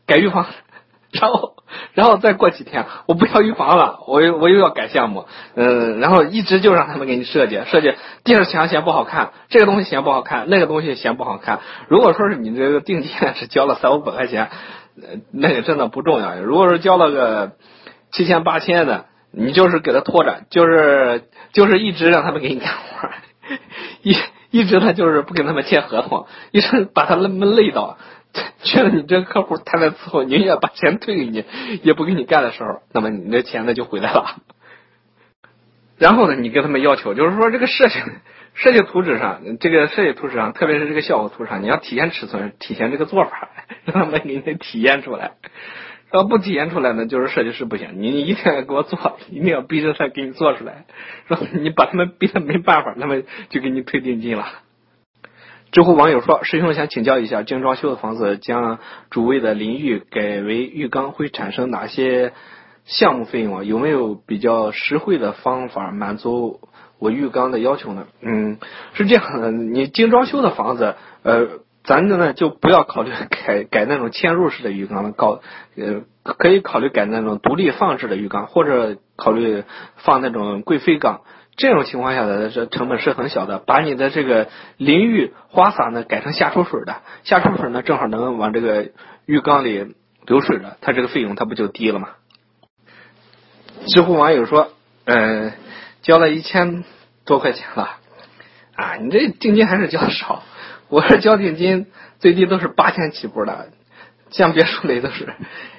然后再过几天我不要浴房了，我又要改项目，然后一直就让他们给你设计电视墙嫌不好看，这个东西嫌不好看，那个东西嫌不好看。如果说是你这个定金是交了300-500块钱，那个真的不重要。如果说交了个7000-8000的，你就是给他拖着，就是一直让他们给你干活，一直他就是不跟他们签合同，一直把他们累到觉得你这个客户谈了之后宁愿把钱退给你也不给你干的时候，那么你的钱呢就回来了。然后呢你跟他们要求就是说这个设计图纸上，特别是这个效果图上，你要体现尺寸，体现这个做法，让他们给你体验出来。然后不体现出来呢就是设计师不行，你一定要给我做，一定要逼着他给你做出来，然后你把他们逼得没办法，那么就给你退定金了。知乎网友说，师兄想请教一下，精装修的房子将主卫的淋浴改为浴缸会产生哪些项目费用啊？有没有比较实惠的方法满足我浴缸的要求呢？是这样的，你精装修的房子咱呢就不要考虑改那种嵌入式的浴缸了，可以考虑改那种独立放置的浴缸，或者考虑放那种贵妃缸。这种情况下的这成本是很小的，把你的这个淋浴花洒呢改成下出水的，下出水呢正好能往这个浴缸里流水的，它这个费用它不就低了吗？ 知乎网友说，交了1000多块钱了啊，你这定金还是交的少。我是交定金最低都是8000起步的，像别墅类都是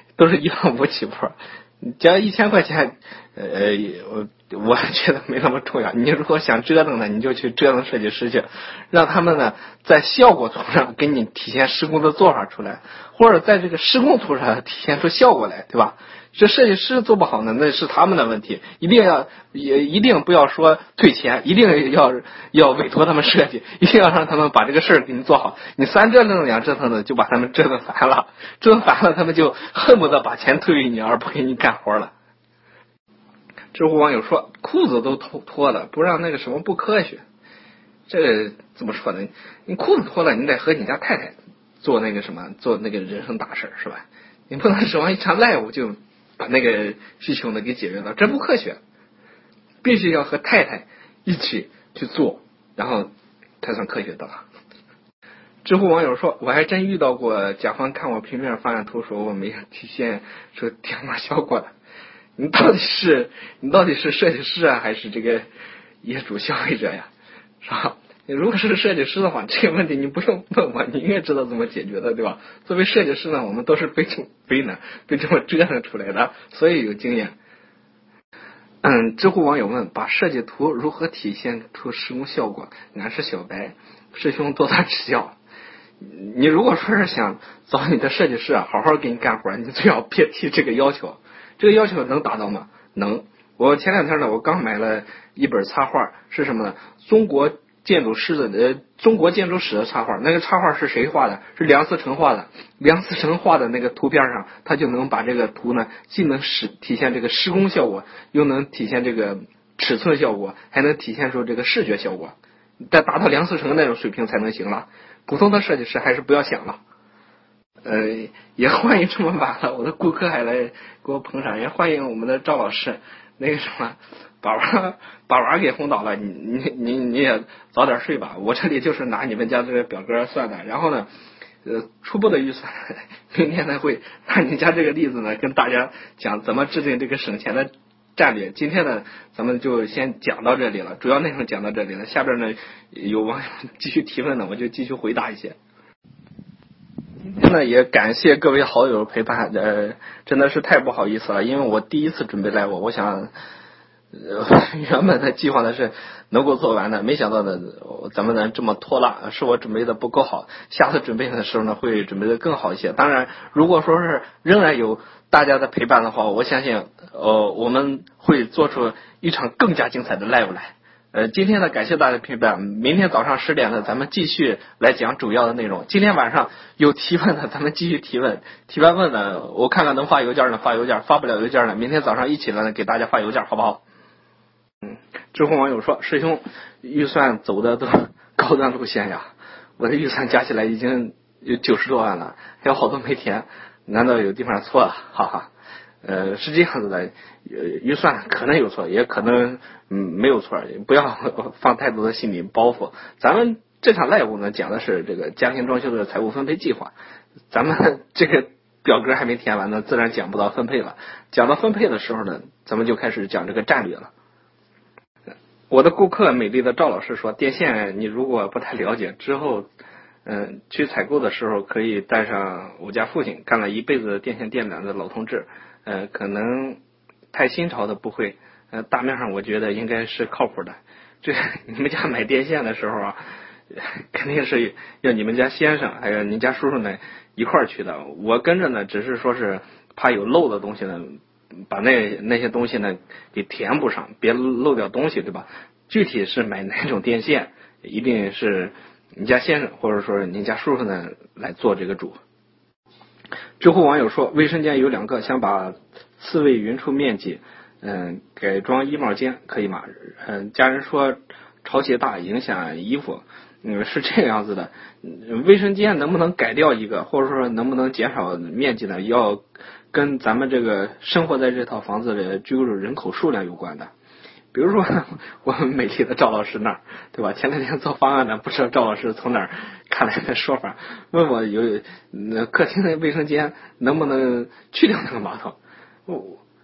15000起步。你交1000块钱，我觉得没那么重要。你如果想折腾呢，你就去折腾设计师去，让他们呢在效果图上给你体现施工的做法出来，或者在这个施工图上体现出效果来，对吧？这设计师做不好呢，那是他们的问题，一定不要说退钱，一定要委托他们设计，一定要让他们把这个事儿给你做好。你3折腾2折腾的，就把他们折腾烦了，他们就恨不得把钱退给你，而不给你干活了。知乎网友说，裤子都脱了，不让那个什么不科学。这个怎么说呢？你裤子脱了，你得和你家太太做那个人生大事，是吧？你不能指望一场live就把那个需求呢给解决了，这不科学。必须要和太太一起去做，然后才算科学的了。知乎网友说，我还真遇到过甲方看我平面方案图说我没有体现出天马效果的。你到底是设计师啊，还是这个业主消费者呀？是吧？你如果是设计师的话，这个问题你不用问我，你应该知道怎么解决的，对吧？作为设计师呢，我们都是被这么折腾出来的，所以有经验。知乎网友问，把设计图如何体现出施工效果？俺是小白，师兄多多指教。你如果说是想找你的设计师啊，好好给你干活，你最好别提这个要求。这个要求能达到吗？能。我前2天呢，我刚买了一本插画，是什么呢？中国建筑史的插画。那个插画是谁画的？是梁思成画的。梁思成画的那个图片上，他就能把这个图呢，既能体现这个施工效果，又能体现这个尺寸效果，还能体现出这个视觉效果。再达到梁思成那种水平才能行了。普通的设计师还是不要想了。也欢迎这么晚了，我的顾客还来给我捧场，也欢迎我们的赵老师。那个什么，把娃给轰倒了，你也早点睡吧。我这里就是拿你们家这个表格算的，然后呢，初步的预算，明天呢会拿你家这个例子呢跟大家讲怎么制定这个省钱的战略。今天呢，咱们就先讲到这里了，主要内容讲到这里了。下边呢有网友继续提问呢，我就继续回答一些。今天呢，也感谢各位好友陪伴，真的是太不好意思了，因为我第一次准备live，我想，原本的计划呢是能够做完的，没想到呢，咱们呢这么拖拉，是我准备的不够好，下次准备的时候呢会准备的更好一些。当然，如果说是仍然有大家的陪伴的话，我相信，我们会做出一场更加精彩的 live 来。今天呢，感谢大家陪伴。明天早上10点呢，咱们继续来讲主要的内容。今天晚上有提问的，咱们继续提问。提完问呢，我看看能发邮件的发邮件，发不了邮件的，明天早上一起来给大家发邮件，好不好？知乎网友说，师兄预算走的都高端路线呀，我的预算加起来已经有90多万了，还有好多没填，难道有地方错了？哈哈。是这样子的，预算可能有错，也可能没有错，不要放太多的心理包袱。咱们这场 live 呢讲的是这个家庭装修的财务分配计划，咱们这个表格还没填完呢，自然讲不到分配了。讲到分配的时候呢，咱们就开始讲这个战略了。我的顾客美丽的赵老师说，电线你如果不太了解，之后去采购的时候可以带上我家父亲干了一辈子电线电缆的老同志，可能太新潮的不会，大面上我觉得应该是靠谱的。这你们家买电线的时候啊，肯定是要你们家先生还有您家叔叔呢一块儿去的。我跟着呢，只是说是怕有漏的东西呢，把那些东西呢给填补上，别漏掉东西，对吧？具体是买哪种电线，一定是你家先生或者说您家叔叔呢来做这个主。知乎网友说，卫生间有2个，想把4卫云处面积改装衣帽间，可以吗？家人说潮气大影响衣服，是这个样子的。卫生间能不能改掉一个，或者说能不能减少面积呢，要跟咱们这个生活在这套房子的居住人口数量有关的。比如说我们美丽的赵老师那儿，对吧？前2天做方案呢，不知道赵老师从哪儿看来的说法，问我有客厅的卫生间能不能去掉那个马桶。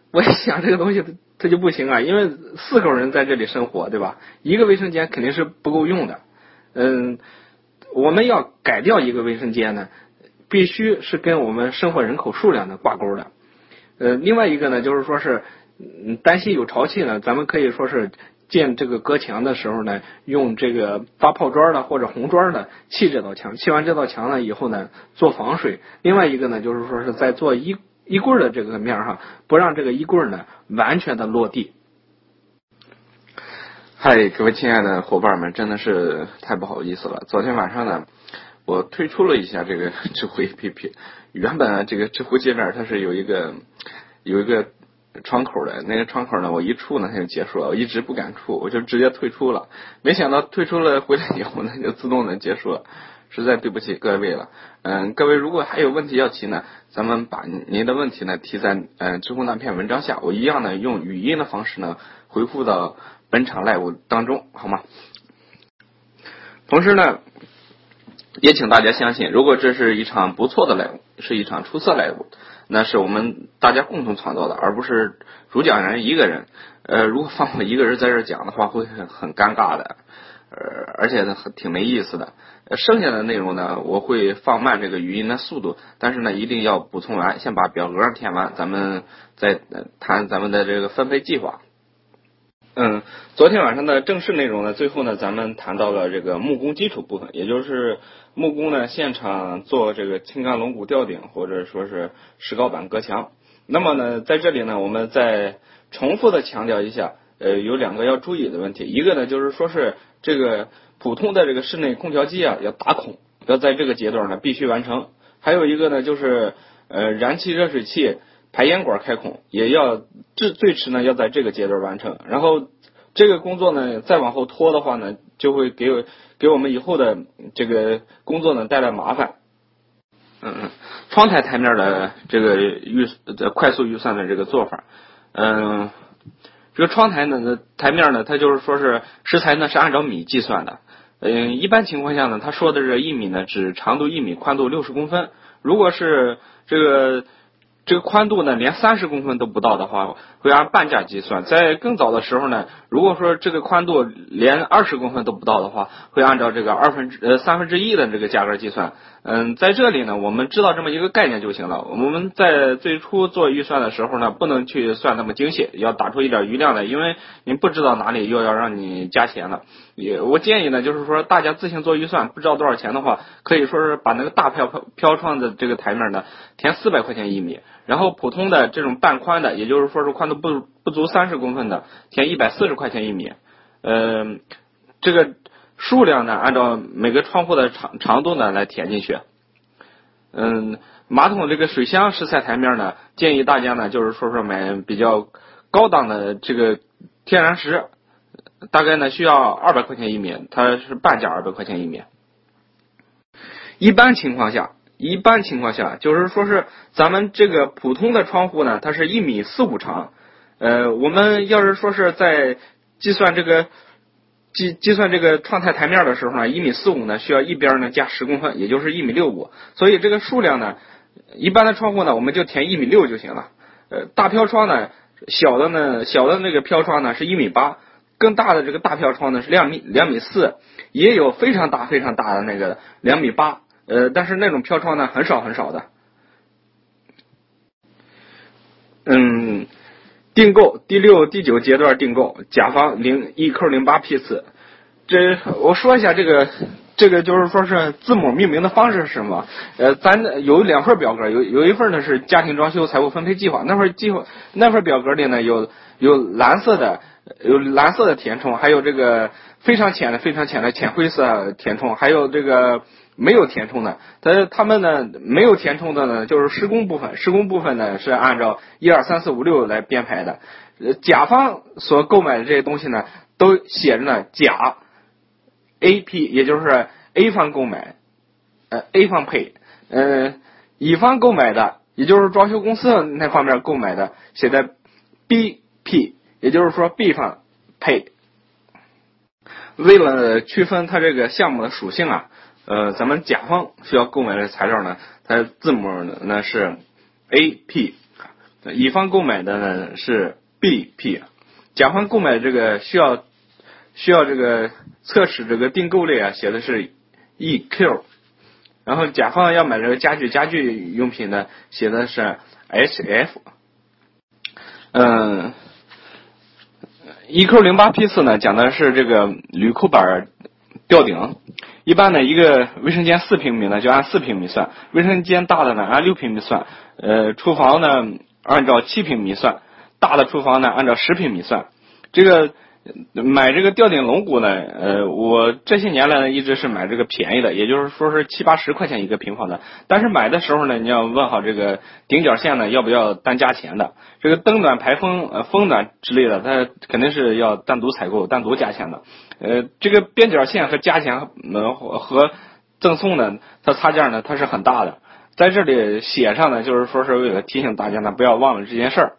我一想这个东西它就不行啊，因为4口人在这里生活，对吧？一个卫生间肯定是不够用的。我们要改掉一个卫生间呢，必须是跟我们生活人口数量的挂钩的。另外一个呢，就是说是担心有潮气呢，咱们可以说是建这个隔墙的时候呢，用这个发泡砖的或者红砖的砌这道墙，砌完这道墙了以后呢，做防水。另外一个呢，就是说是在做衣柜的这个面上，不让这个衣柜呢完全的落地。 嗨，各位亲爱的伙伴们，真的是太不好意思了。昨天晚上呢，我退出了一下这个知乎 APP。原本这个知乎界面它是有一个窗口的，那个窗口呢，我一触呢它就结束了，我一直不敢触，我就直接退出了。没想到退出了回来以后呢，就自动的结束了，实在对不起各位了。各位如果还有问题要提呢，咱们把您的问题呢提在知乎那篇文章下，我一样呢用语音的方式呢回复到本场 live 当中，好吗？同时呢，也请大家相信，如果这是一场不错的 live， 是一场出色 live， 那是我们大家共同创造的，而不是主讲人一个人。如果放我一个人在这讲的话，会很尴尬的，而且呢挺没意思的。剩下的内容呢，我会放慢这个语音的速度，但是呢一定要补充完，先把表格填完，咱们再谈咱们的这个分配计划。昨天晚上的正式内容呢，最后呢，咱们谈到了这个木工基础部分，也就是木工呢现场做这个轻钢龙骨吊顶，或者说是石膏板隔墙。那么呢，在这里呢，我们再重复的强调一下，有2个要注意的问题。一个呢，就是说是这个普通的这个室内空调机啊，要打孔，要在这个阶段呢必须完成。还有一个呢，就是燃气热水器排烟管开孔也要最迟呢要在这个阶段完成，然后这个工作呢再往后拖的话呢，就会给我们以后的这个工作呢带来麻烦。窗台台面的这个快速预算的这个做法，这个窗台呢台面呢，它就是说是石材呢是按照米计算的。一般情况下呢，他说的是1米呢指长度1米，宽度60公分。如果是这个宽度呢连30公分都不到的话，会按半价计算。在更早的时候呢，如果说这个宽度连20公分都不到的话，会按照这个1/3的这个价格计算。在这里呢，我们知道这么一个概念就行了。我们在最初做预算的时候呢，不能去算那么精细，要打出一点余量来，因为您不知道哪里又要让你加钱了。我建议呢，就是说大家自行做预算，不知道多少钱的话，可以说是把那个大飘窗的这个台面呢填400块钱1米，然后普通的这种半宽的，也就是说是宽度不足30公分的，填140块钱1米。这个数量呢，按照每个窗户的长度呢来填进去。马桶这个水箱石材台面呢，建议大家呢就是说是买比较高档的这个天然石，大概呢需要200块钱1米，它是半价200块钱1米。一般情况下就是说是咱们这个普通的窗户呢，它是1.45米长。我们要是说是在计算这个窗台台面的时候呢，1.45米呢需要一边呢加10公分，也就是1.65米。所以这个数量呢，一般的窗户呢我们就填1.6米就行了。大飘窗呢，小的那个飘窗呢是1.8米，更大的这个大飘窗呢是2.4米，也有非常大的那个2.8米。但是那种飘窗呢很少的。订购第6、第9阶段订购，甲方1Q08 批次。我说一下这个就是说是字母命名的方式是什么？咱有2份表格，有一份呢是家庭装修财务分配计划，那份表格里呢有蓝色的填充，还有这个非常浅的浅灰色填充，还有这个没有填充的。他们呢没有填充的呢就是施工部分呢是按照1、2、3、4、5、6来编排的。甲方所购买的这些东西呢都写着呢甲 A 批，也就是 A 方购买，A 方配。乙方购买的，也就是装修公司那方面购买的，写在 B 批，也就是说 B 方配。为了区分它这个项目的属性啊，咱们甲方需要购买的材料呢，它字母呢是 AP， 乙方购买的呢是 BP， 甲方购买这个需要这个测试这个订购类啊，写的是 EQ， 然后甲方要买这个家具用品呢，写的是 HF。EQ08P4 呢讲的是这个铝扣板吊顶，一般呢一个卫生间4平米呢就按4平米算，卫生间大的呢按6平米算，厨房呢按照7平米算，大的厨房呢按照10平米算。这个买这个吊顶龙骨呢，我这些年来呢一直是买这个便宜的，也就是说是70-80块钱一个平方的。但是买的时候呢，你要问好这个顶角线呢要不要单加钱的，这个灯暖、排风、风暖之类的，它肯定是要单独采购、单独加钱的。这个边角线和加钱和赠送呢，它差价呢它是很大的。在这里写上呢，就是说是为了提醒大家呢不要忘了这件事儿。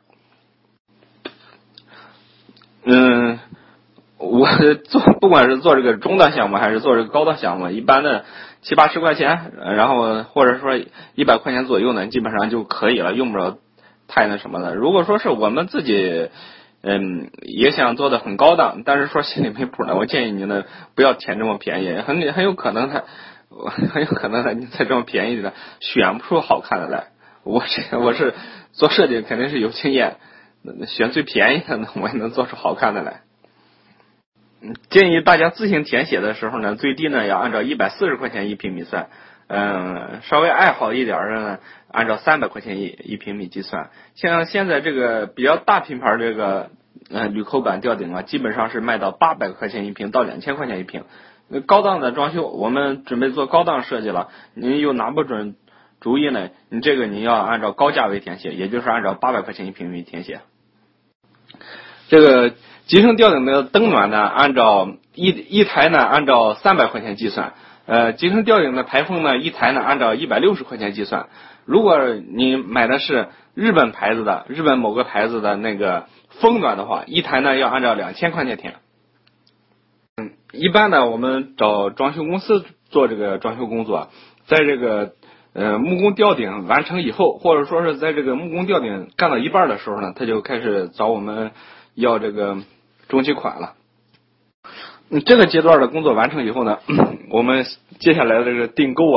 我不管是做这个中端项目还是做这个高端项目，一般的70-80块钱，然后或者说100块钱左右呢，基本上就可以了，用不着太那什么的。如果说是我们自己也想做的很高档，但是说心里没谱呢，我建议你呢不要填这么便宜，很有可能你在这么便宜的选不出好看的来。我是做设计肯定是有经验，选最便宜的呢，我也能做出好看的来。建议大家自行填写的时候呢，最低呢要按照140块钱一平米算，稍微爱好一点的呢，按照300块钱一平米计算。像现在这个比较大品牌这个铝扣板吊顶啊，基本上是卖到800块钱一平到2000块钱一平。高档的装修，我们准备做高档设计了，您又拿不准主意呢，你要按照高价位填写，也就是按照800块钱一平米填写。这个集成吊顶的灯暖呢，按照一台呢按照300块钱计算，集成吊顶的排风呢一台呢按照160块钱计算。如果你买的是日本某个牌子的那个风暖的话，一台呢要按照2000块钱填。一般呢我们找装修公司做这个装修工作，在这个木工吊顶完成以后，或者说是在这个木工吊顶干到一半的时候呢，他就开始找我们要这个中期款了。这个阶段的工作完成以后呢，我们接下来的这个订购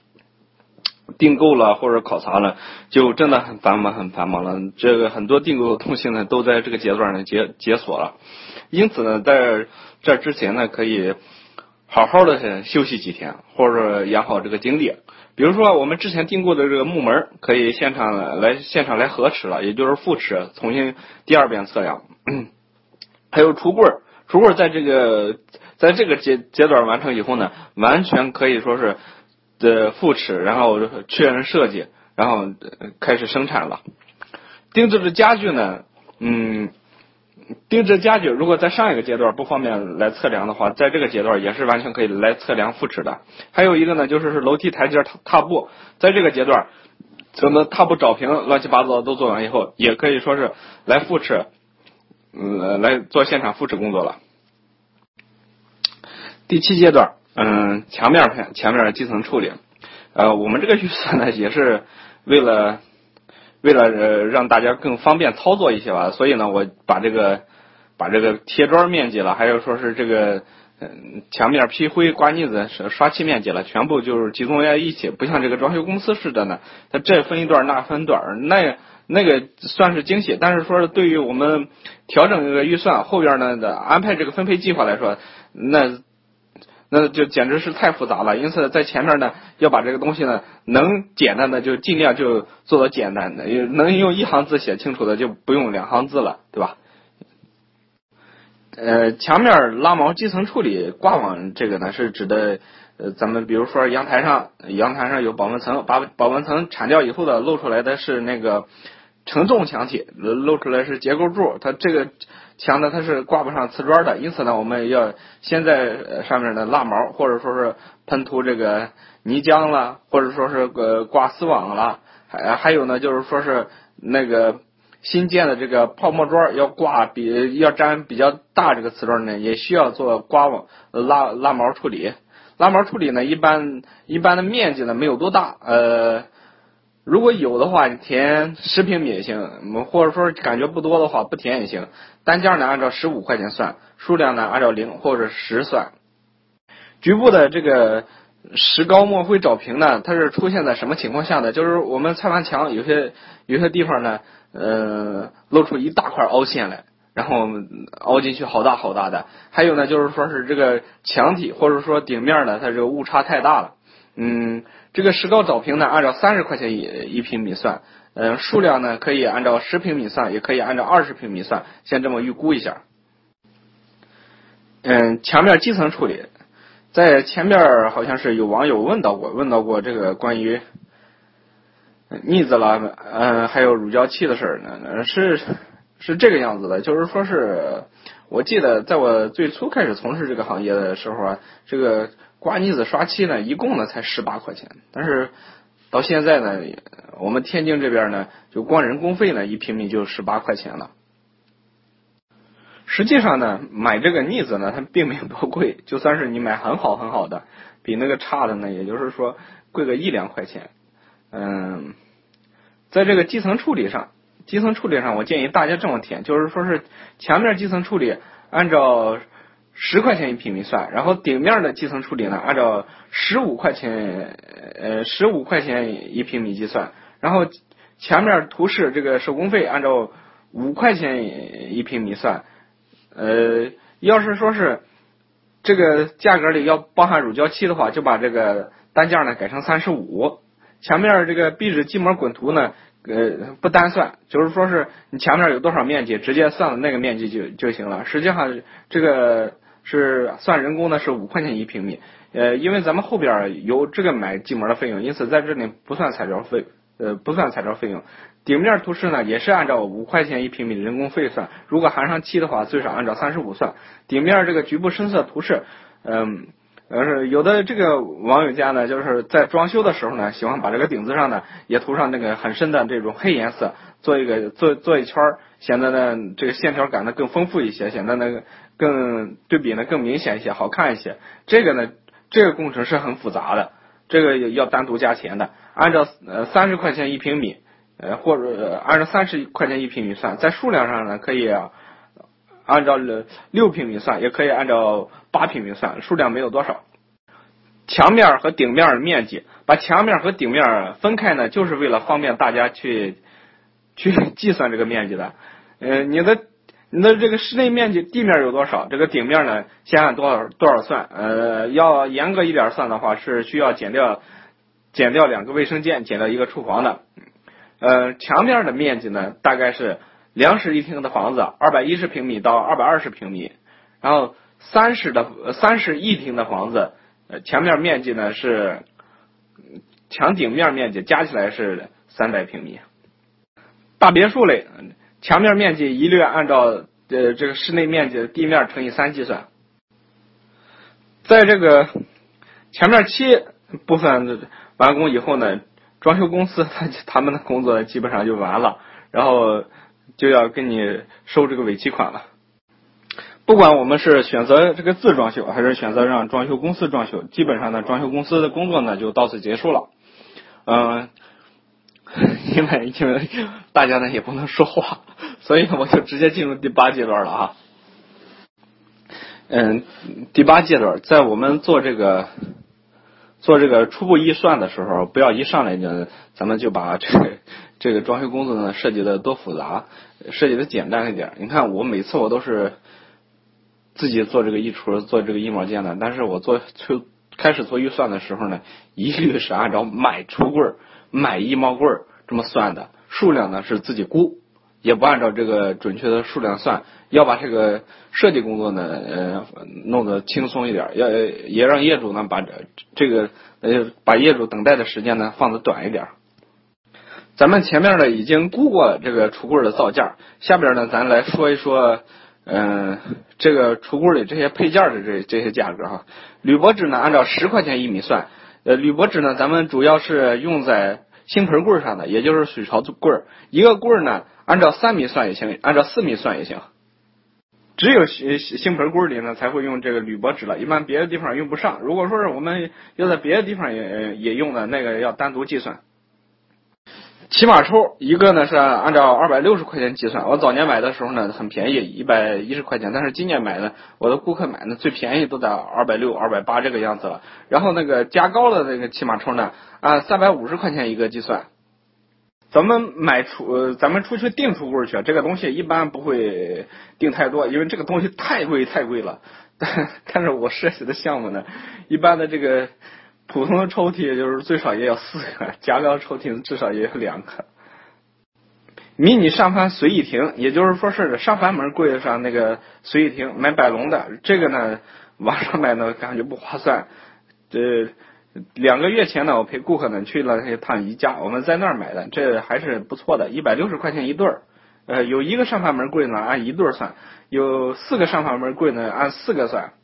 了或者考察了，就真的很繁忙了。这个很多订购的东西呢，都在这个阶段呢解锁了。因此呢，在这之前呢，可以好好的休息几天，或者养好这个精力。比如说我们之前订购的这个木门，可以现场来合尺了，也就是复尺，重新第2遍测量。还有橱柜在这个阶段完成以后呢，完全可以说是复尺，然后确认设计，然后开始生产了。定制的家具呢，定制家具如果在上一个阶段不方便来测量的话，在这个阶段也是完全可以来测量复尺的。还有一个呢，就是楼梯台阶踏步，在这个阶段咱们踏步找平乱七八糟都做完以后，也可以说是来复尺，来做现场复尺工作了。第7阶段，墙面基层处理，我们这个预算呢也是为了让大家更方便操作一些吧，所以呢我把这个贴砖面积了，还有说是这个墙面批灰刮腻子刷漆面积了，全部就是集中在一起，不像这个装修公司似的呢，它这分一段那分段，那个算是精细，但是说是对于我们调整这个预算后边呢的安排这个分配计划来说，那就简直是太复杂了。因此在前面呢要把这个东西呢能简单的就尽量就做到简单的，能用1行字写清楚的就不用2行字了，对吧？墙面拉毛基层处理挂网，这个呢是指的咱们比如说阳台上有保温层，把保温层铲掉以后的露出来的是那个承重墙体，露出来是结构柱，它这个墙呢它是挂不上瓷砖的，因此呢我们要先在上面的拉毛，或者说是喷涂这个泥浆啦，或者说是挂丝网啦，还有呢就是说是那个新建的这个泡沫砖要粘比较大这个瓷砖呢，也需要做刮网拉毛处理。拉毛处理呢一般的面积呢没有多大， 如果有的话，你填10平米也行，或者说感觉不多的话，不填也行。单件呢按照15块钱算，数量呢按照0或者10算。局部的这个石膏墨灰找平呢，它是出现在什么情况下呢？就是我们菜板墙有些地方呢，露出一大块凹陷来，然后凹进去好大好大的。还有呢，就是说是这个墙体或者说顶面呢，它这个误差太大了。这个石膏找平呢，按照30块钱一平米算，数量呢可以按照10平米算，也可以按照20平米算，先这么预估一下。墙面基层处理，在前面好像是有网友问到过这个关于腻子啦，还有乳胶漆的事儿呢，是这个样子的，就是说是我记得在我最初开始从事这个行业的时候啊，这个刮腻子刷漆呢，一共呢才18块钱，但是到现在呢，我们天津这边呢，就光人工费呢1平米就18块钱了。实际上呢，买这个腻子呢，它并没有多贵，就算是你买很好的，比那个差的呢，也就是说贵个1-2块钱。在这个基层处理上，我建议大家这么填，就是说是墙面基层处理按照10块钱一平米算，然后顶面的基层处理呢按照15块钱一平米计算，然后墙面涂饰这个手工费按照5块钱一平米算。要是说是这个价格里要包含乳胶漆的话，就把这个单价呢改成35。墙面这个壁纸基膜滚涂呢，不单算，就是说是你墙面有多少面积，直接算那个面积就行了。实际上这个是算人工的是5块钱一平米，因为咱们后边有这个买基膜的费用，因此在这里不算彩照费用。顶面涂饰呢也是按照5块钱一平米的人工费算，如果含上漆的话，最少按照35算。顶面这个局部深色涂饰，有的这个网友家呢，就是在装修的时候呢，喜欢把这个顶子上呢也涂上那个很深的这种黑颜色，做一圈，显得呢这个线条感呢更丰富一些，显得呢更对比呢更明显一些，好看一些。这个工程是很复杂的，这个要单独加钱的。按照30块钱一平米，或者按照30块钱一平米算，在数量上呢可以按照6平米算，也可以按照8平米算，数量没有多少。墙面和顶面面积，把墙面和顶面分开呢，就是为了方便大家去计算这个面积的。你的这个室内面积地面有多少，这个顶面呢先按多少算。要严格一点算的话，是需要减掉2个卫生间，减掉1个厨房的。墙面的面积呢，大概是2室一厅的房子210平米到220平米，然后3室一厅的房子，墙面面积呢是墙顶面面积加起来是300平米。大别墅类，墙面面积一律按照这个室内面积的地面乘以3计算。在这个墙面漆部分完工以后呢，装修公司他们的工作基本上就完了，然后就要跟你收这个尾期款了。不管我们是选择这个自装修，还是选择让装修公司装修，基本上呢，装修公司的工作呢就到此结束了。因为大家呢也不能说话，所以我就直接进入第8阶段了哈。第8阶段，在我们做这个初步预算的时候，不要一上来呢，咱们就把这个装修工作呢设计的多复杂，设计的简单一点。你看我每次我都是自己做这个衣橱，做这个衣帽间的，但是我开始做预算的时候呢，一律是按照买橱柜、买衣帽柜这么算的，数量呢是自己估，也不按照这个准确的数量算，要把这个设计工作呢弄得轻松一点，也让业主呢把业主等待的时间呢放得短一点。咱们前面呢已经估过了这个橱柜的造价，下边呢咱来说一说这个橱柜里这些配件的这些价格哈。铝箔纸呢按照10块钱一米算，铝箔纸呢咱们主要是用在星盆柜上的，也就是水槽柜，一个柜呢按照3米算也行，按照4米算也行。只有星盆柜里呢才会用这个铝箔纸了，一般别的地方用不上。如果说是我们要在别的地方也用的，那个要单独计算。 起码抽一个呢是按照260块钱计算，我早年买的时候呢很便宜，110块钱，但是今年买呢，我的顾客买呢最便宜都在260、280这个样子了。然后那个加高的那个起码抽呢，按350块钱一个计算。咱们出去订橱柜去，这个东西一般不会订太多，因为这个东西太贵了。但是我设计的项目呢，一般的这个普通的抽屉就是最少也要4个，加高抽屉至少也有2个。迷你上翻随意亭，也就是说是上翻门柜上那个随意亭买百龙的，这个呢网上买呢感觉不划算。2个月前呢，我陪顾客呢去了一趟宜家，我们在那儿买的，这还是不错的，160块钱一对儿。有1个上翻门柜呢按1对算，有4个上翻门柜呢按4个算。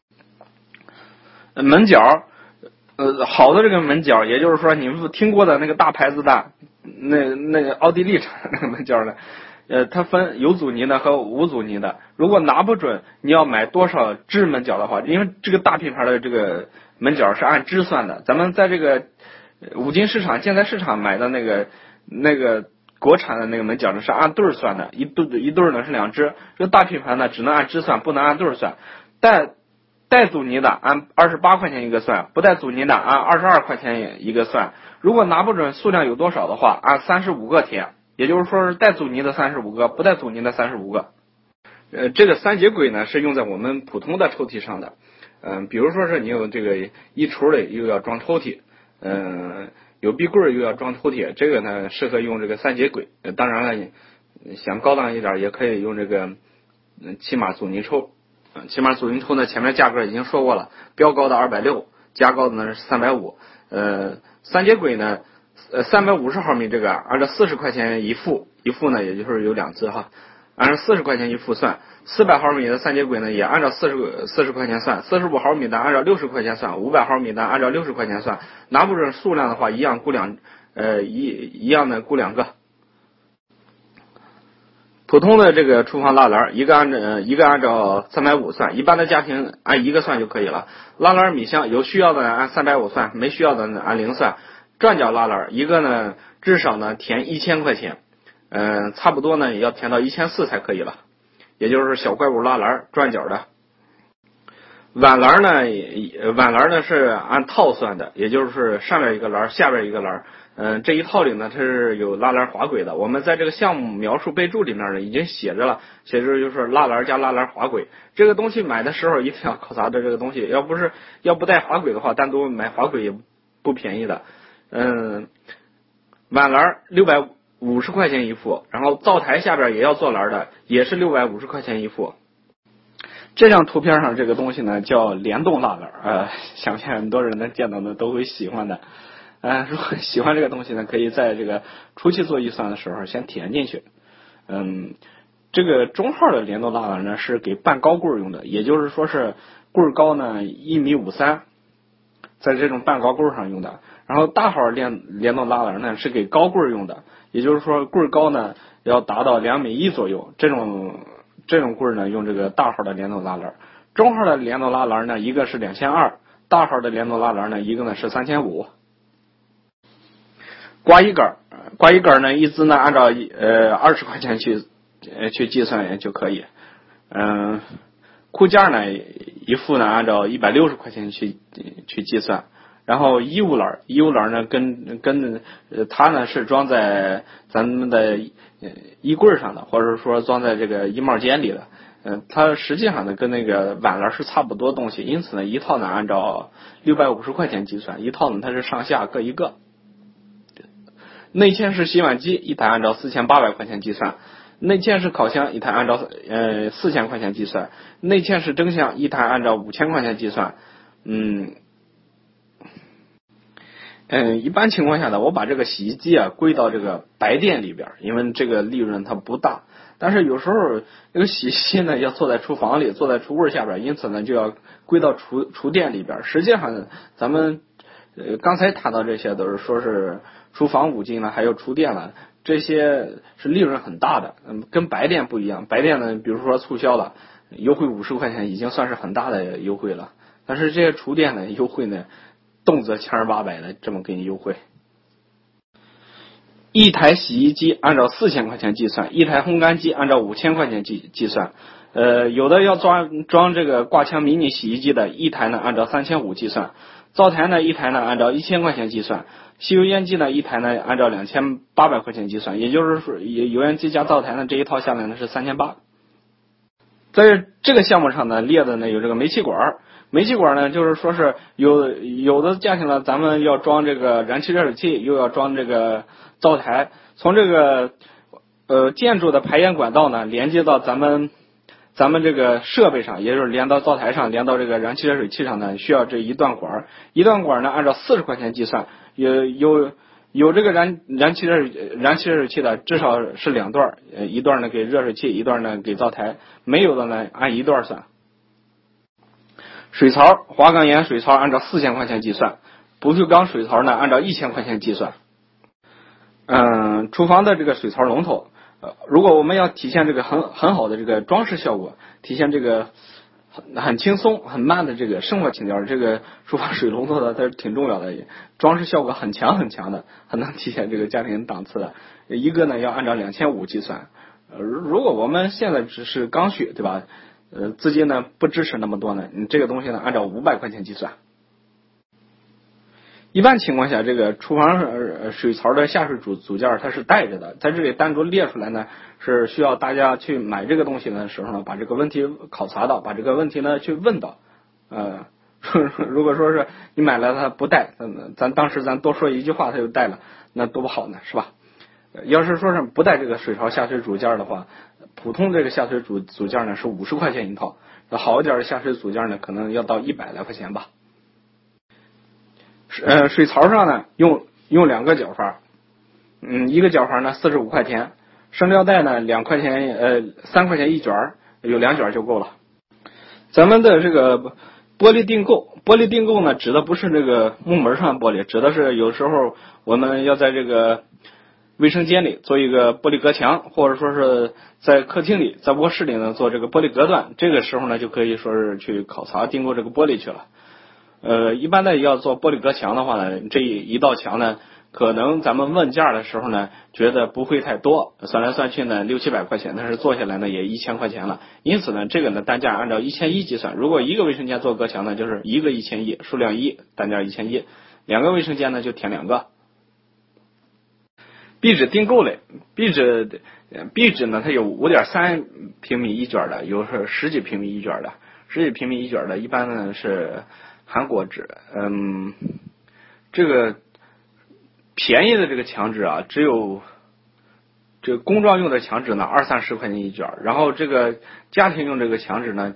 门角，好的这个门角，也就是说你们听过的那个大牌子的，那个奥地利产那个门角呢，它分有阻尼的和无阻尼的。如果拿不准你要买多少支门角的话，因为这个大品牌的这个门角是按支算的，咱们在这个五金市场、建材市场买的那个国产的那个门角呢是按对算的，一对呢是2支，这个大品牌呢只能按支算，不能按对算。带阻尼的按28块钱一个算，不带阻尼的按22块钱一个算。如果拿不准数量有多少的话，按35个填，也就是说是带阻尼的35个，不带阻尼的35个。这个3节轨呢是用在我们普通的抽屉上的。比如说是你有这个一橱里又要装抽屉，有壁柜又要装抽屉，这个呢适合用这个3节轨。当然了，想高档一点也可以用这个起码阻尼抽。起码阻尼抽呢，前面价格已经说过了，标高的260，加高的呢是350。3节轨呢，350毫米这个按照40块钱一副呢，也就是有2只哈，按照40块钱一副算。400毫米的3节轨呢，也按照40块钱算，45毫米的按照60块钱算，500毫米的按照60块钱算。拿不准数量的话，一样雇一样的雇2个。普通的这个厨房拉篮，一个按照350算，一般的家庭按1个算就可以了。拉篮米箱有需要的按350算，没需要的按0算。转角拉篮一个呢至少呢填1000块钱，差不多呢也要填到1400才可以了，也就是小怪物拉篮转角的。碗篮呢是按套算的，也就是上面一个篮，下边一个篮。这一套里呢，它是有拉篮滑轨的。我们在这个项目描述备注里面呢，已经写着就是拉篮加拉篮滑轨。这个东西买的时候一定要考察的这个东西，要不带滑轨的话，单独买滑轨也不便宜的。碗篮650块钱一副，然后灶台下边也要做篮的，也是650块钱一副。这张图片上这个东西呢叫联动拉篮，相信很多人呢见到的都会喜欢的。如果喜欢这个东西呢，可以在这个初期做预算的时候先填进去。这个中号的联动拉篮呢是给半高柜用的，也就是说是柜高呢1.53米，在这种半高柜上用的。然后大号联动拉篮呢是给高柜用的，也就是说柜高呢要达到2.1米左右，这种柜呢用这个大号的联动拉篮。中号的联动拉篮呢一个是2200，大号的联动拉篮呢一个呢是3500。刮衣杆呢一支呢按照20块钱去计算就可以。裤架呢一副呢按照160块钱去计算。然后衣物篮呢跟它呢是装在咱们的衣柜上的，或者说装在这个衣帽间里的。它实际上呢跟那个碗篮是差不多东西，因此呢一套呢按照650块钱计算，一套呢它是上下各一个。内嵌式洗碗机一台按照4800块钱计算，内嵌式烤箱一台按照4000块钱计算，内嵌式蒸箱一台按照5000块钱计算。一般情况下呢，我把这个洗衣机归到这个白电里边，因为这个利润它不大。但是有时候这个洗衣机呢要坐在厨房里，坐在橱柜下边，因此呢就要归到厨电里边。实际上咱们刚才谈到这些都是说是厨房五金了，还有厨电了，这些是利润很大的。跟白电不一样，白电呢比如说促销了，优惠50块钱已经算是很大的优惠了。但是这些厨电呢优惠呢动辄1800的这么给你优惠。 一台洗衣机按照4000块钱计算，一台烘干机按照5000块钱计算。有的要装这个挂墙迷你洗衣机的，一台呢按照3500计算，灶台呢一台呢按照1000块钱计算，吸油烟机呢一台呢按照2800块钱计算，也就是说油烟机加灶台呢这一套下来呢是3800。在这个项目上呢列的呢有这个煤气管，煤气管呢就是说是有的家庭呢咱们要装这个燃气热水器，又要装这个灶台，从这个建筑的排烟管道呢连接到咱们这个设备上，也就是连到灶台上，连到这个燃气热水器上呢，需要这一段管呢按照40块钱计算，有这个燃气热水器的至少是2段，一段呢给热水器，一段呢给灶台，没有的呢按一段算。水槽花岗岩水槽按照4000块钱计算，不锈钢水槽呢按照1000块钱计算。厨房的这个水槽龙头，如果我们要体现这个很好的这个装饰效果，体现这个很轻松很慢的这个生活情调，这个厨房水龙头的它是挺重要的，装饰效果很强的，很能体现这个家庭档次的。一个呢要按照2500计算。如果我们现在只是刚需，对吧？资金呢不支持那么多呢，你这个东西呢按照500块钱计算。一般情况下，这个厨房水槽的下水组件它是带着的，在这里单独列出来呢，是需要大家去买这个东西的时候呢，把这个问题考察到，把这个问题呢去问到。如果说是你买了它不带，咱当时多说一句话它就带了，那多不好呢，是吧？要是说是不带这个水槽下水组件的话，普通这个下水组件呢是50块钱一套，好一点的下水组件呢可能要到100来块钱吧。水槽上呢用2个角阀，一个角阀呢45块钱，生料袋呢2块钱3块钱一卷，有2卷就够了。咱们的这个玻璃订购呢指的不是这个木门上的玻璃，指的是有时候我们要在这个卫生间里做一个玻璃隔墙，或者说是在客厅里在卧室里呢做这个玻璃隔断，这个时候呢就可以说是去考察订购这个玻璃去了。一般的要做玻璃隔墙的话呢，这一道墙呢可能咱们问价的时候呢觉得不会太多，算来算去呢600-700块钱，但是做下来呢也1000块钱了，因此呢这个呢单价按照1100计算。如果一个卫生间做隔墙呢就是一个1100，数量1，单价1100，两个卫生间呢就填2个。壁纸订购类，壁纸呢它有5.3平米一卷的，有是10几平米一卷的，10几平米一卷的一般呢是韩国纸。这个便宜的这个墙纸啊，只有这个工装用的墙纸呢20-30块钱一卷，然后这个家庭用这个墙纸呢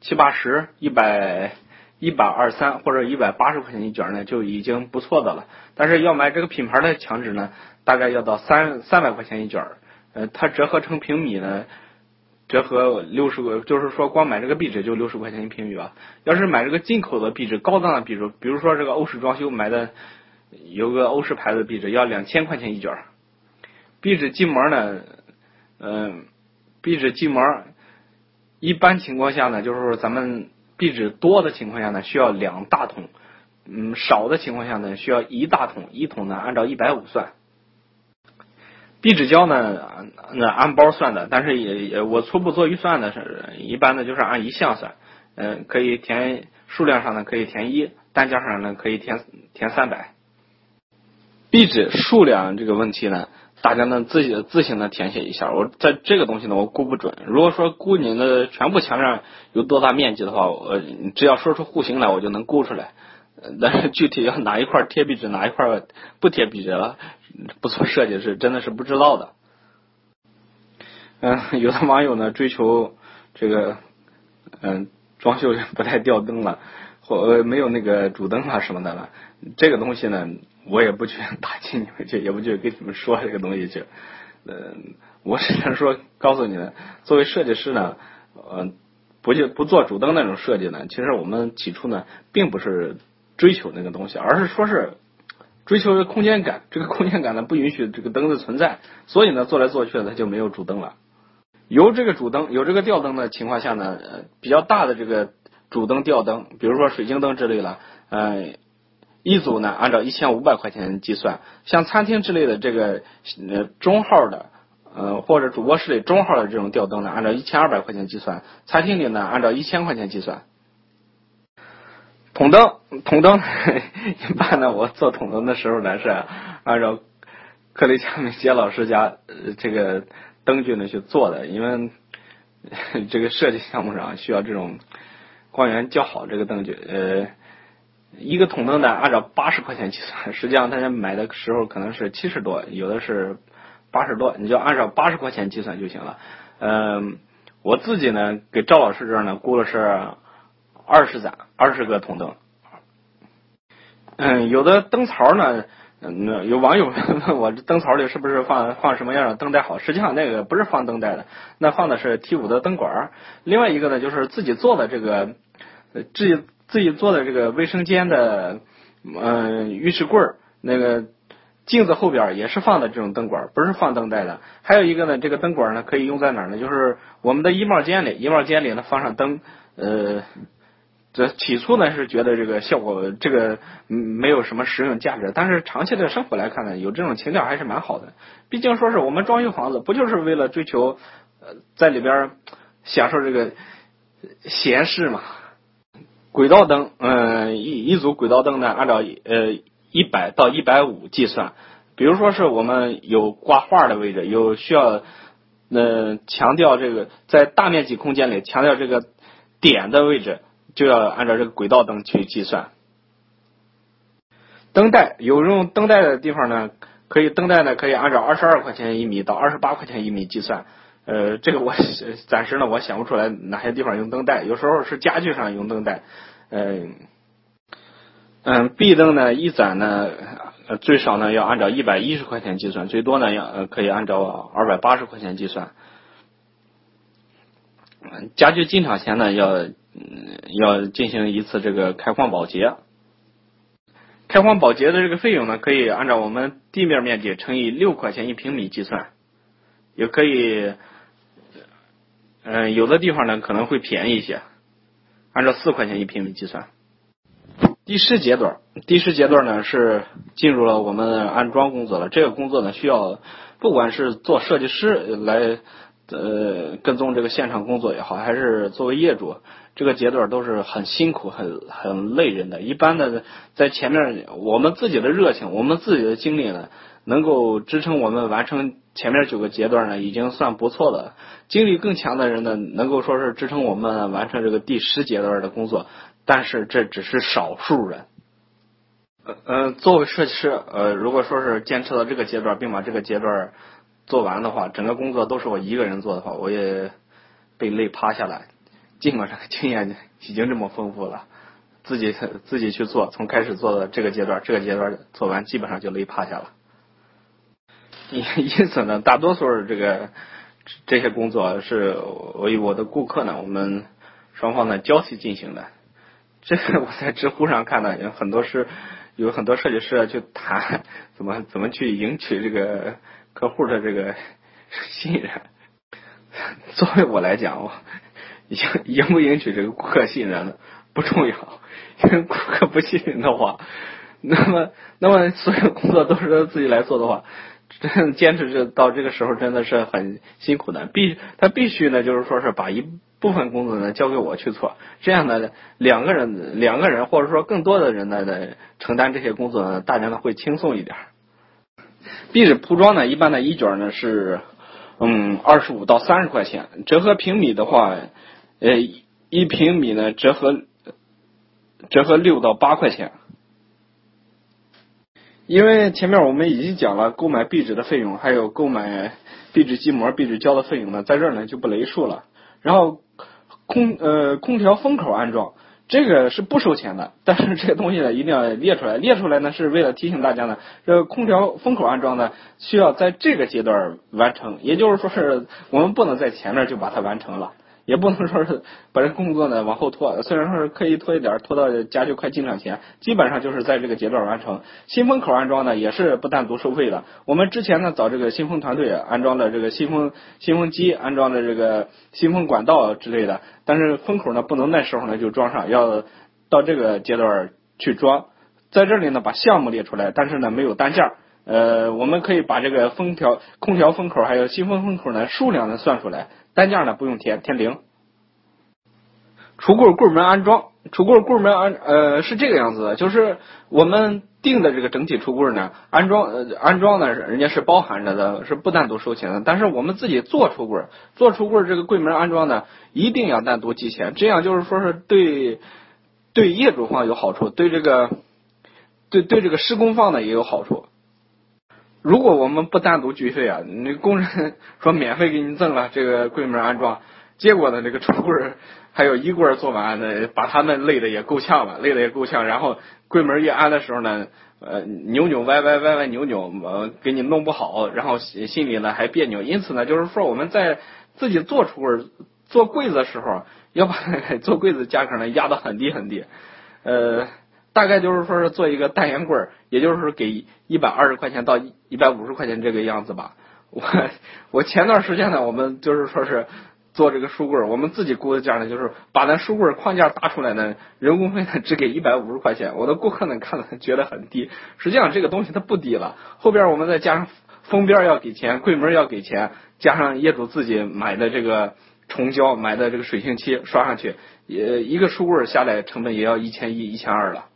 70-80、123或者180块钱一卷呢就已经不错的了。但是要买这个品牌的墙纸呢，大概要到300块钱一卷，它折合成平米呢，折合60个，就是说光买这个壁纸就60块钱一平米吧。要是买这个进口的壁纸，高档的壁纸，比如说这个欧式装修买的有个欧式牌子的壁纸要2000块钱一卷。壁纸基膜呢，壁纸基膜一般情况下呢，就是说咱们壁纸多的情况下呢需要2大桶，少的情况下呢需要1大桶，一桶呢按照150算。壁纸胶呢按包算的，但是也我初步做预算的是一般的就是按1项算，可以填数量上呢可以填1，单价上呢可以填300。壁纸数量这个问题呢，大家呢自行的填写一下，我在这个东西呢我估不准。如果说估你的全部墙上有多大面积的话，只要说出户型来我就能估出来。但是具体要哪一块贴壁纸，哪一块不贴壁纸了，不做设计是真的是不知道的。有的网友呢追求这个装修不带吊灯了，或没有那个主灯啊什么的了，这个东西呢我也不去打击你们去，也不去跟你们说这个东西去。我只能说告诉你呢，作为设计师呢，不做主灯那种设计呢，其实我们起初呢并不是追求那个东西，而是说是追求空间感。这个空间感呢不允许这个灯的存在，所以呢做来做去它就没有主灯了。有这个主灯有这个吊灯的情况下呢，比较大的这个主灯吊灯，比如说水晶灯之类的， 一组呢按照1500块钱计算。像餐厅之类的这个中号的或者主播室里中号的这种吊灯呢，按照1200块钱计算，餐厅里呢按照1000块钱计算。筒灯一般呢，我做筒灯的时候呢是按照克雷嘉美杰老师家这个灯具呢去做的，因为这个设计项目上需要这种光源较好这个灯具。一个筒灯呢按照80块钱计算，实际上大家买的时候可能是70多，有的是80多，你就按照80块钱计算就行了。我自己呢给赵老师这儿呢估了是20个筒灯。有的灯槽呢，有网友问我这灯槽里是不是放什么样的灯带好？实际上那个不是放灯带的，那放的是 T5 的灯管。另外一个呢就是自己做的这个自己做的这个卫生间的浴室柜，那个镜子后边也是放的这种灯管，不是放灯带的。还有一个呢，这个灯管呢可以用在哪儿呢？就是我们的衣帽间里呢放上灯。这起初呢是觉得这个效果这个没有什么实用价值，但是长期的生活来看呢，有这种情调还是蛮好的。毕竟说是我们装修房子，不就是为了追求在里边享受这个闲适嘛？轨道灯，一组轨道灯呢按照100到150计算。比如说是我们有挂画的位置，有需要强调这个在大面积空间里强调这个点的位置，就要按照这个轨道灯去计算。灯带有用灯带的地方呢，灯带呢可以按照22块钱1米到28块钱1米计算。这个我暂时呢我想不出来哪些地方用灯带，有时候是家具上用灯带。壁灯呢一盏呢最少呢要按照110块钱计算，最多呢可以按照280块钱计算。家具进场前呢要进行一次这个开荒保洁。开荒保洁的这个费用呢可以按照我们地面面积乘以6块钱1平米计算，也可以有的地方呢可能会便宜一些，按照4块钱1平米计算。第10阶段呢是进入了我们安装工作了。这个工作呢需要不管是做设计师来跟踪这个现场工作也好，还是作为业主，这个阶段都是很辛苦很累人的。一般的在前面我们自己的热情，我们自己的精力呢能够支撑我们完成前面9个阶段呢已经算不错了。精力更强的人呢能够说是支撑我们完成这个第10阶段的工作，但是这只是少数人。作为设计师如果说是坚持到这个阶段并把这个阶段做完的话，整个工作都是我一个人做的话，我也被累趴下来。尽管这个经验已经这么丰富了，自己去做，从开始做的这个阶段做完基本上就累趴下了。因此呢，大多数这些工作是我与我的顾客呢，我们双方呢交替进行的。这个我在知乎上看到有很多设计师去谈怎么去赢取这个客户的这个信任。作为我来讲，赢不赢取这个顾客信任呢不重要，因为顾客不信任的话，那么所有工作都是他自己来做的话，真坚持到这个时候真的是很辛苦的。他必须呢就是说是把一部分工作呢交给我去做，这样呢两个人或者说更多的人呢承担这些工作呢，大家呢会轻松一点。壁纸铺装呢一般的一卷呢是25到30块钱，折合平米的话1平米呢折合6到8块钱。因为前面我们已经讲了购买壁纸的费用，还有购买壁纸基膜、壁纸胶的费用呢，在这儿呢就不雷数了。然后空调风口安装，这个是不收钱的，但是这个东西呢一定要列出来呢是为了提醒大家呢，这个空调风口安装呢需要在这个阶段完成，也就是说是我们不能在前面就把它完成了，也不能说是把这工作呢往后拖，虽然说是可以拖一点，拖到家具快进场前，基本上就是在这个阶段完成。新风口安装呢也是不单独收费的，我们之前呢找这个新风团队安装了这个新风机，安装了这个新风管道之类的，但是风口呢不能那时候呢就装上，要到这个阶段去装， 在这里呢把项目列出来，但是呢没有单价。我们可以把这个空调风口还有新风口呢数量呢算出来，单价呢不用填0。橱柜门安装，橱柜门是这个样子的，就是我们定的这个整体橱柜呢安装呢人家是包含着的，是不单独收钱的。但是我们自己做橱柜这个柜门安装呢一定要单独计钱，这样就是说是对业主方有好处，对这个施工方呢也有好处。如果我们不单独计费啊，那工人说免费给你赠了这个柜门安装，结果呢这个橱柜还有衣柜做完呢，把他们累得也够呛，然后柜门一安的时候呢扭歪扭给你弄不好，然后心里呢还别扭。因此呢就是说我们在自己做橱柜做柜子的时候，要把做柜子价格呢压得很低，大概就是说是做一个单元柜，也就是说给120块钱到150块钱这个样子吧。我前段时间呢，我们就是说是做这个书柜，我们自己估的价呢，就是把那书柜框架搭出来呢，人工费呢只给150块钱。我的顾客呢看了觉得很低，实际上这个东西它不低了。后边我们再加上封边要给钱，柜门要给钱，加上业主自己买的这个重胶，买的这个水性漆刷上去，一个书柜下来成本也要1100、1200了。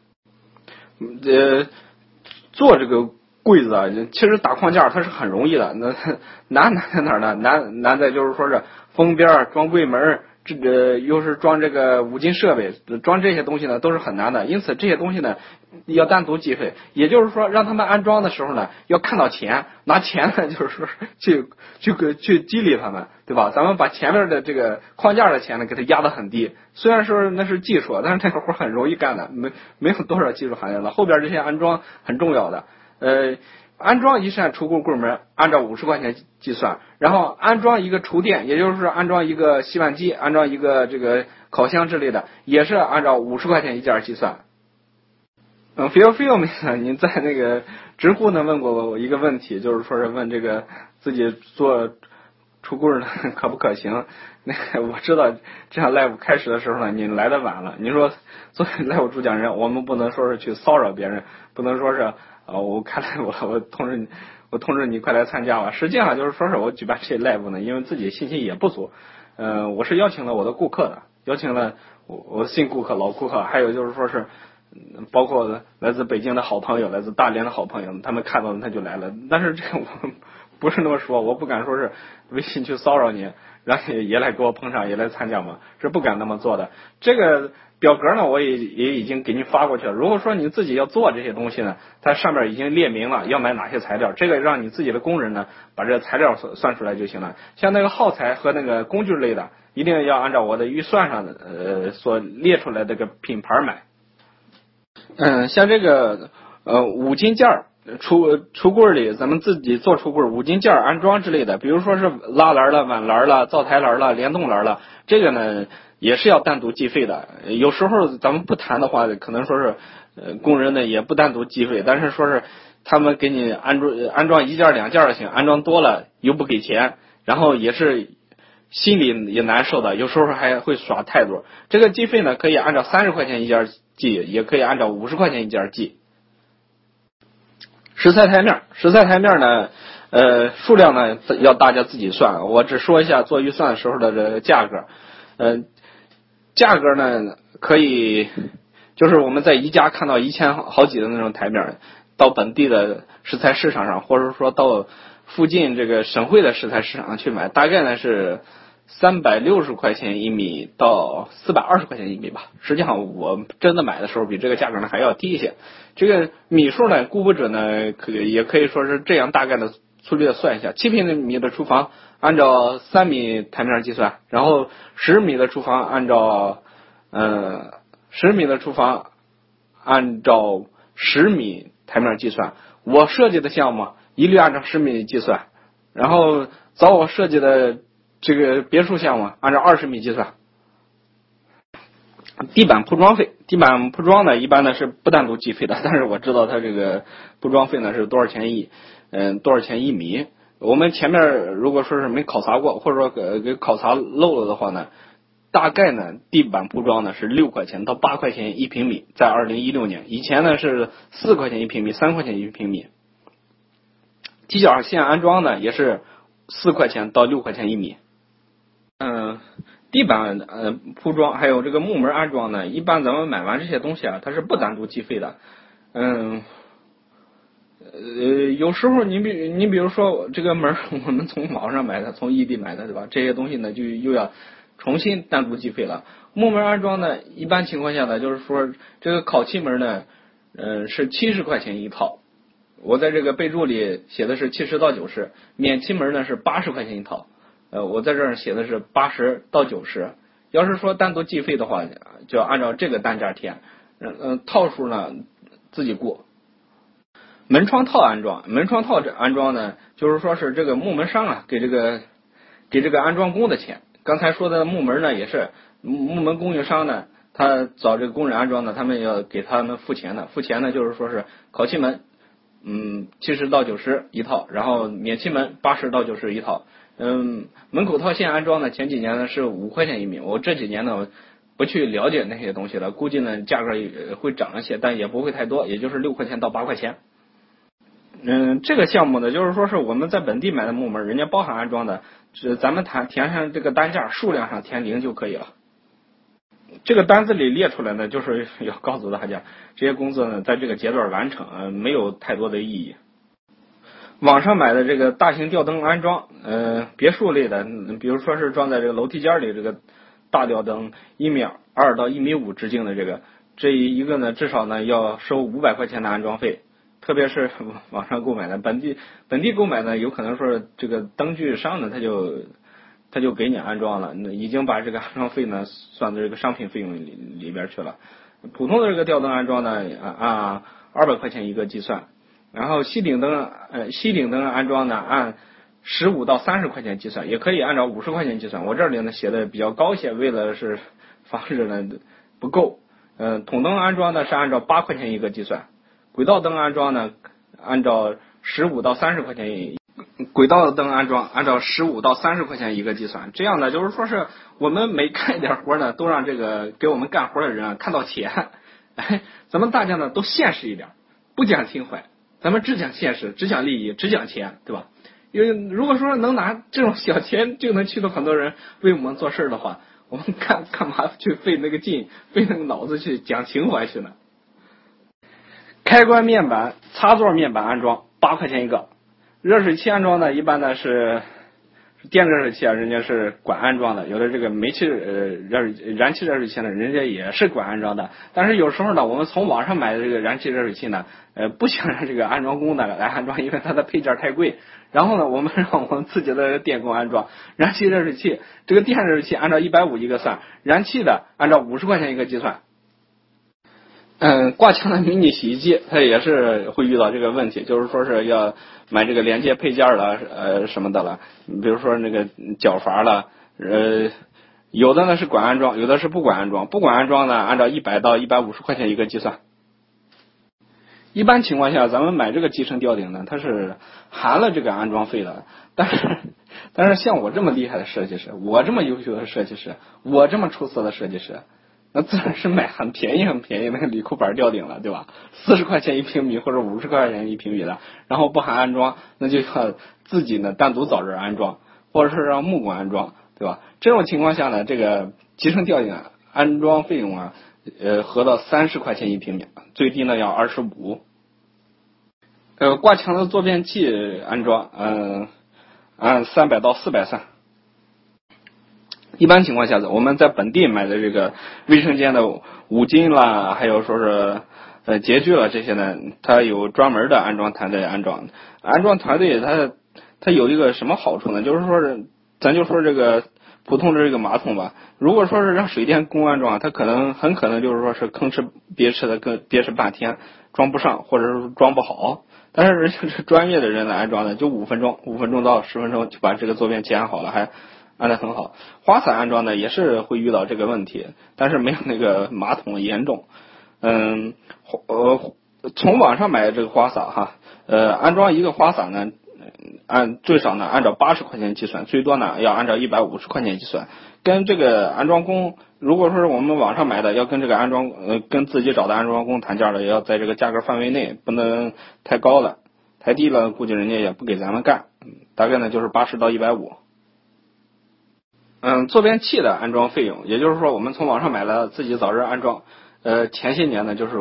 做这个柜子啊，其实打框架它是很容易的，那难在哪儿呢？难在就是说是封边、装柜门，又是装这个五金设备，装这些东西呢都是很难的。因此这些东西呢要单独计费，也就是说让他们安装的时候呢要看到钱，拿钱呢就是说去激励他们，对吧？咱们把前面的这个框架的钱呢给它压得很低，虽然说那是技术，但是这个活很容易干的，没有多少技术含量了。后边这些安装很重要的，安装一扇橱柜门按照50块钱计算，然后安装一个厨电，也就是安装一个洗碗机，安装一个这个烤箱之类的，也是按照50块钱一件计算。feel 妹呢，您在那个知乎呢问过我一个问题，就是说是问这个自己做橱柜呢可不可行？那个我知道这样 live 开始的时候呢，你来的晚了。你说作为 live 主讲人，我们不能说是去骚扰别人，不能说是我开 live 了，我通知你快来参加吧。实际上就是说是我举办这 live 呢，因为自己信息也不足，我是邀请了我的顾客的，邀请了我的新顾客、老顾客，还有就是说是包括来自北京的好朋友，来自大连的好朋友，他们看到了他就来了。但是这个我不是那么说，我不敢说是微信去骚扰你，让你也来给我捧场，也来参加嘛，是不敢那么做的。这个表格呢，我也已经给您发过去了。如果说你自己要做这些东西呢，它上面已经列明了要买哪些材料，这个让你自己的工人呢把这个材料算出来就行了。像那个耗材和那个工具类的，一定要按照我的预算上的所列出来这个品牌买。像这个五金件儿。橱柜里咱们自己做橱柜五金件安装之类的，比如说是拉篮了、碗篮了、灶台篮了、联动篮了，这个呢也是要单独计费的。有时候咱们不谈的话，可能说是工人呢也不单独计费，但是说是他们给你安装一件两件就行，安装多了又不给钱，然后也是心里也难受的，有时候还会耍态度。这个计费呢可以按照30块钱一件计，也可以按照50块钱一件计。食材台面呢，数量呢要大家自己算，我只说一下做预算的时候的这个价格。价格呢可以，就是我们在宜家看到1000好几的那种台面，到本地的食材市场上，或者说到附近这个省会的食材市场上去买，大概呢是360块钱一米到420块钱一米吧。实际上我真的买的时候比这个价格呢还要低一些。这个米数呢估不准呢，也可以说是这样大概的粗略的算一下。7平米的厨房按照3米台面计算，然后10米的厨房按照10米的厨房按照10米台面计算。我设计的项目一律按照10米计算，然后找我设计的这个别墅项目按照20米计算。地板铺装呢一般呢是不单独计费的，但是我知道它这个铺装费呢是多少钱一米。我们前面如果说是没考察过，或者说给考察漏了的话呢， 大概呢地板铺装呢是6块钱到8块钱一平米，在2016年，以前呢是4块钱一平米、3块钱一平米。踢脚线安装呢也是4块钱到6块钱一米。地板铺装还有这个木门安装呢，一般咱们买完这些东西啊，它是不单独计费的。有时候你比如说这个门我们从网上买的，从异地买的，对吧？这些东西呢就又要重新单独计费了。木门安装呢，一般情况下呢，就是说这个烤漆门呢，是70块钱一套。我在这个备注里写的是70到90，免漆门呢是80块钱一套。我在这儿写的是80到90。要是说单独计费的话，就要按照这个单价填。套数呢自己过。门窗套安装，门窗套这安装呢，就是说是这个木门商啊给这个安装工的钱。刚才说的木门呢，也是木门供应商呢，他找这个工人安装呢，他们要给他们付钱的。付钱呢，就是说是烤漆门70到90一套，然后免漆门80到90一套。门口套线安装呢，前几年呢是5块钱一米，我这几年呢不去了解那些东西了，估计呢价格会涨一些，但也不会太多，也就是6块钱到8块钱。这个项目呢，就是说是我们在本地买的木门，人家包含安装的，咱们填上这个单价，数量上填0就可以了。这个单子里列出来呢，就是要告诉大家，这些工作呢，在这个阶段完成，没有太多的意义。网上买的这个大型吊灯安装，别墅类的，比如说是装在这个楼梯间里这个大吊灯，1.2米到1.5米直径的这一个呢，至少呢要收500块钱的安装费。特别是网上购买的，本地购买呢，有可能说这个灯具商呢，他就给你安装了，已经把这个安装费呢算到这个商品费用里边去了。普通的这个吊灯安装呢，按200块钱一个计算，然后吸顶灯安装呢，按15到30块钱计算，也可以按照50块钱计算。我这里呢写的比较高些，为了是防止呢不够。筒灯安装呢是按照8块钱一个计算。轨道灯安装呢，按照15到30块钱轨道灯安装按照15到30块钱一个计算。这样呢，就是说是我们每干一点活呢，都让这个给我们干活的人啊看到钱。咱们大家呢都现实一点，不讲情怀，咱们只讲现实，只讲利益，只讲钱，对吧？因为如果说能拿这种小钱就能驱动很多人为我们做事的话，我们干嘛去费那个劲，费那个脑子去讲情怀去呢？开关面板、插座面板安装8块钱一个。热水器安装呢，一般呢是电热水器啊，人家是管安装的。有的这个燃气热水器呢，人家也是管安装的。但是有时候呢，我们从网上买的这个燃气热水器呢，不想让这个安装工呢来安装，因为它的配件太贵。然后呢，我们让我们自己的电工安装燃气热水器。这个电热水器按照150一个算，燃气的按照50块钱一个计算。挂墙的迷你洗衣机，它也是会遇到这个问题，就是说是要买这个连接配件了，什么的了，比如说那个脚阀了，有的呢是管安装，有的是不管安装。不管安装呢，按照100到150块钱一个计算。一般情况下，咱们买这个集成吊顶呢，它是含了这个安装费的。但是像我这么厉害的设计师，我这么优秀的设计师，我这么出色的设计师，那自然是买很便宜那个铝库板吊顶了，对吧？40块钱一平米或者50块钱一平米的，然后不含安装，那就要自己呢单独找人安装，或者是让木工安装，对吧？这种情况下呢，这个集成吊顶安装费用啊，合到30块钱一平米，最低呢要25。挂墙的坐便器安装，按300到400算。一般情况下，我们在本地买的这个卫生间的五金啦，还有说是洁具了这些呢，它有专门的安装团队安装。安装团队它有一个什么好处呢？就是说是咱就说这个普通的这个马桶吧，如果说是让水电工安装，它很可能就是说是吭哧憋哧半天装不上，或者是装不好。但是人家是专业的人来安装的，就5分钟到10分钟就把这个坐便器安好了，还安得很好。花洒安装呢也是会遇到这个问题，但是没有那个马桶严重。从网上买的这个花洒哈，安装一个花洒呢， 最少呢按照80块钱计算，最多呢要按照150块钱计算。跟这个安装工，如果说是我们网上买的，要跟这个跟自己找的安装工谈价的，也要在这个价格范围内，不能太高了，太低了估计人家也不给咱们干。大概呢就是80到150。坐便器的安装费用，也就是说我们从网上买了自己早日安装，前些年呢就是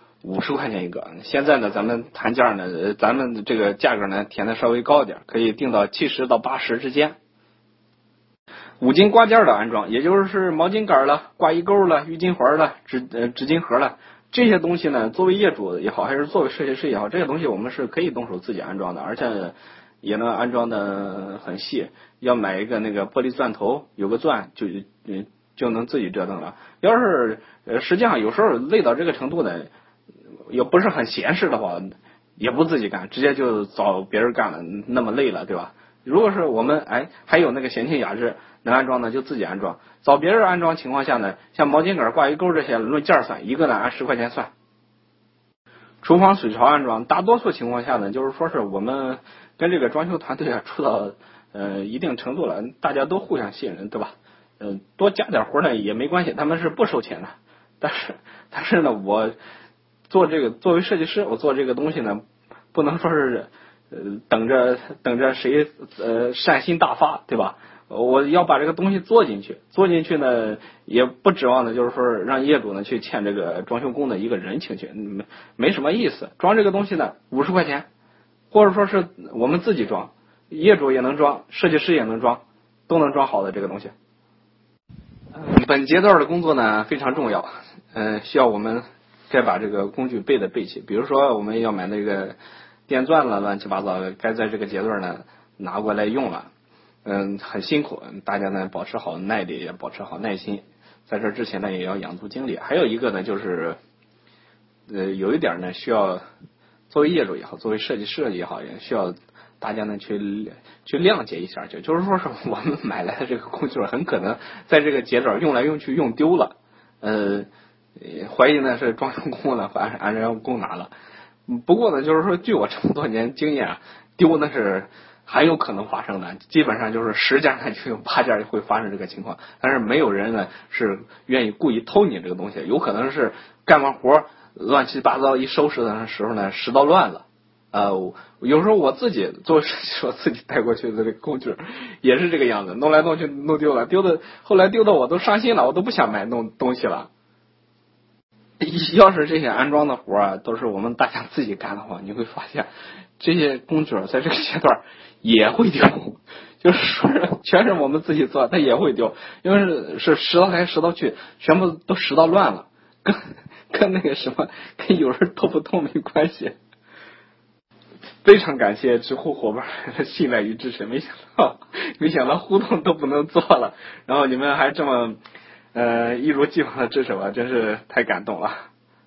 50块钱一个，现在呢咱们谈价呢，咱们这个价格呢填的稍微高一点，可以定到70到80之间。五金挂件的安装，也就是毛巾杆了、挂衣钩了、浴巾环了、纸巾盒了，这些东西呢，作为业主也好，还是作为设计师也好，这些东西我们是可以动手自己安装的，而且也能安装的很细。要买一个那个玻璃钻头，有个钻就能自己折腾了。要是实际上有时候累到这个程度呢，也不是很闲适的话，也不自己干，直接就找别人干了，那么累了，对吧？如果是我们还有那个闲情雅致能安装的，就自己安装。找别人安装情况下呢，像毛巾杆、挂衣钩这些论件算，一个呢按10块钱算。厨房水槽安装，大多数情况下呢，就是说是我们跟这个装修团队处到一定程度了，大家都互相信任，对吧？多加点活呢也没关系，他们是不收钱的。但是呢，我作为设计师，我做这个东西呢，不能说是等着谁善心大发，对吧？我要把这个东西做进去呢，也不指望的就是说让业主呢去欠这个装修工的一个人情去，没什么意思。装这个东西呢50块钱，或者说是我们自己装，业主也能装，设计师也能装，都能装好的这个东西。本阶段的工作呢非常重要，需要我们该把这个工具备齐。比如说我们要买那个电钻了，乱七八糟的，该在这个阶段呢拿过来用了。很辛苦，大家呢保持好耐力，也保持好耐心。在这之前呢，也要养足精力。还有一个呢，就是有一点呢，需要作为业主也好，作为设计师也好，也需要大家呢去谅解一下。就是说是我们买来的这个工具很可能在这个阶段用来用去用丢了，怀疑呢是装修工呢把安装工拿了。不过呢，就是说据我这么多年经验，丢那是很有可能发生的，基本上就是10件呢就有8件会发生这个情况。但是没有人呢是愿意故意偷你这个东西，有可能是干完活乱七八糟一收拾的时候呢拾到乱了。有时候我自己作为设计师，我自己带过去的这个工具也是这个样子，弄来弄去弄丢了，后来丢的我都伤心了，我都不想买弄东西了。要是这些安装的活啊都是我们大家自己干的话，你会发现这些工具在这个阶段也会丢，就是说全是我们自己做，它也会丢，因为是拾到来拾到去，全部都拾到乱了，跟那个什么跟有人偷不偷没关系。非常感谢知乎伙伴的信赖与支持，没想到互动都不能做了，然后你们还这么一如既往的支持我，真是太感动了。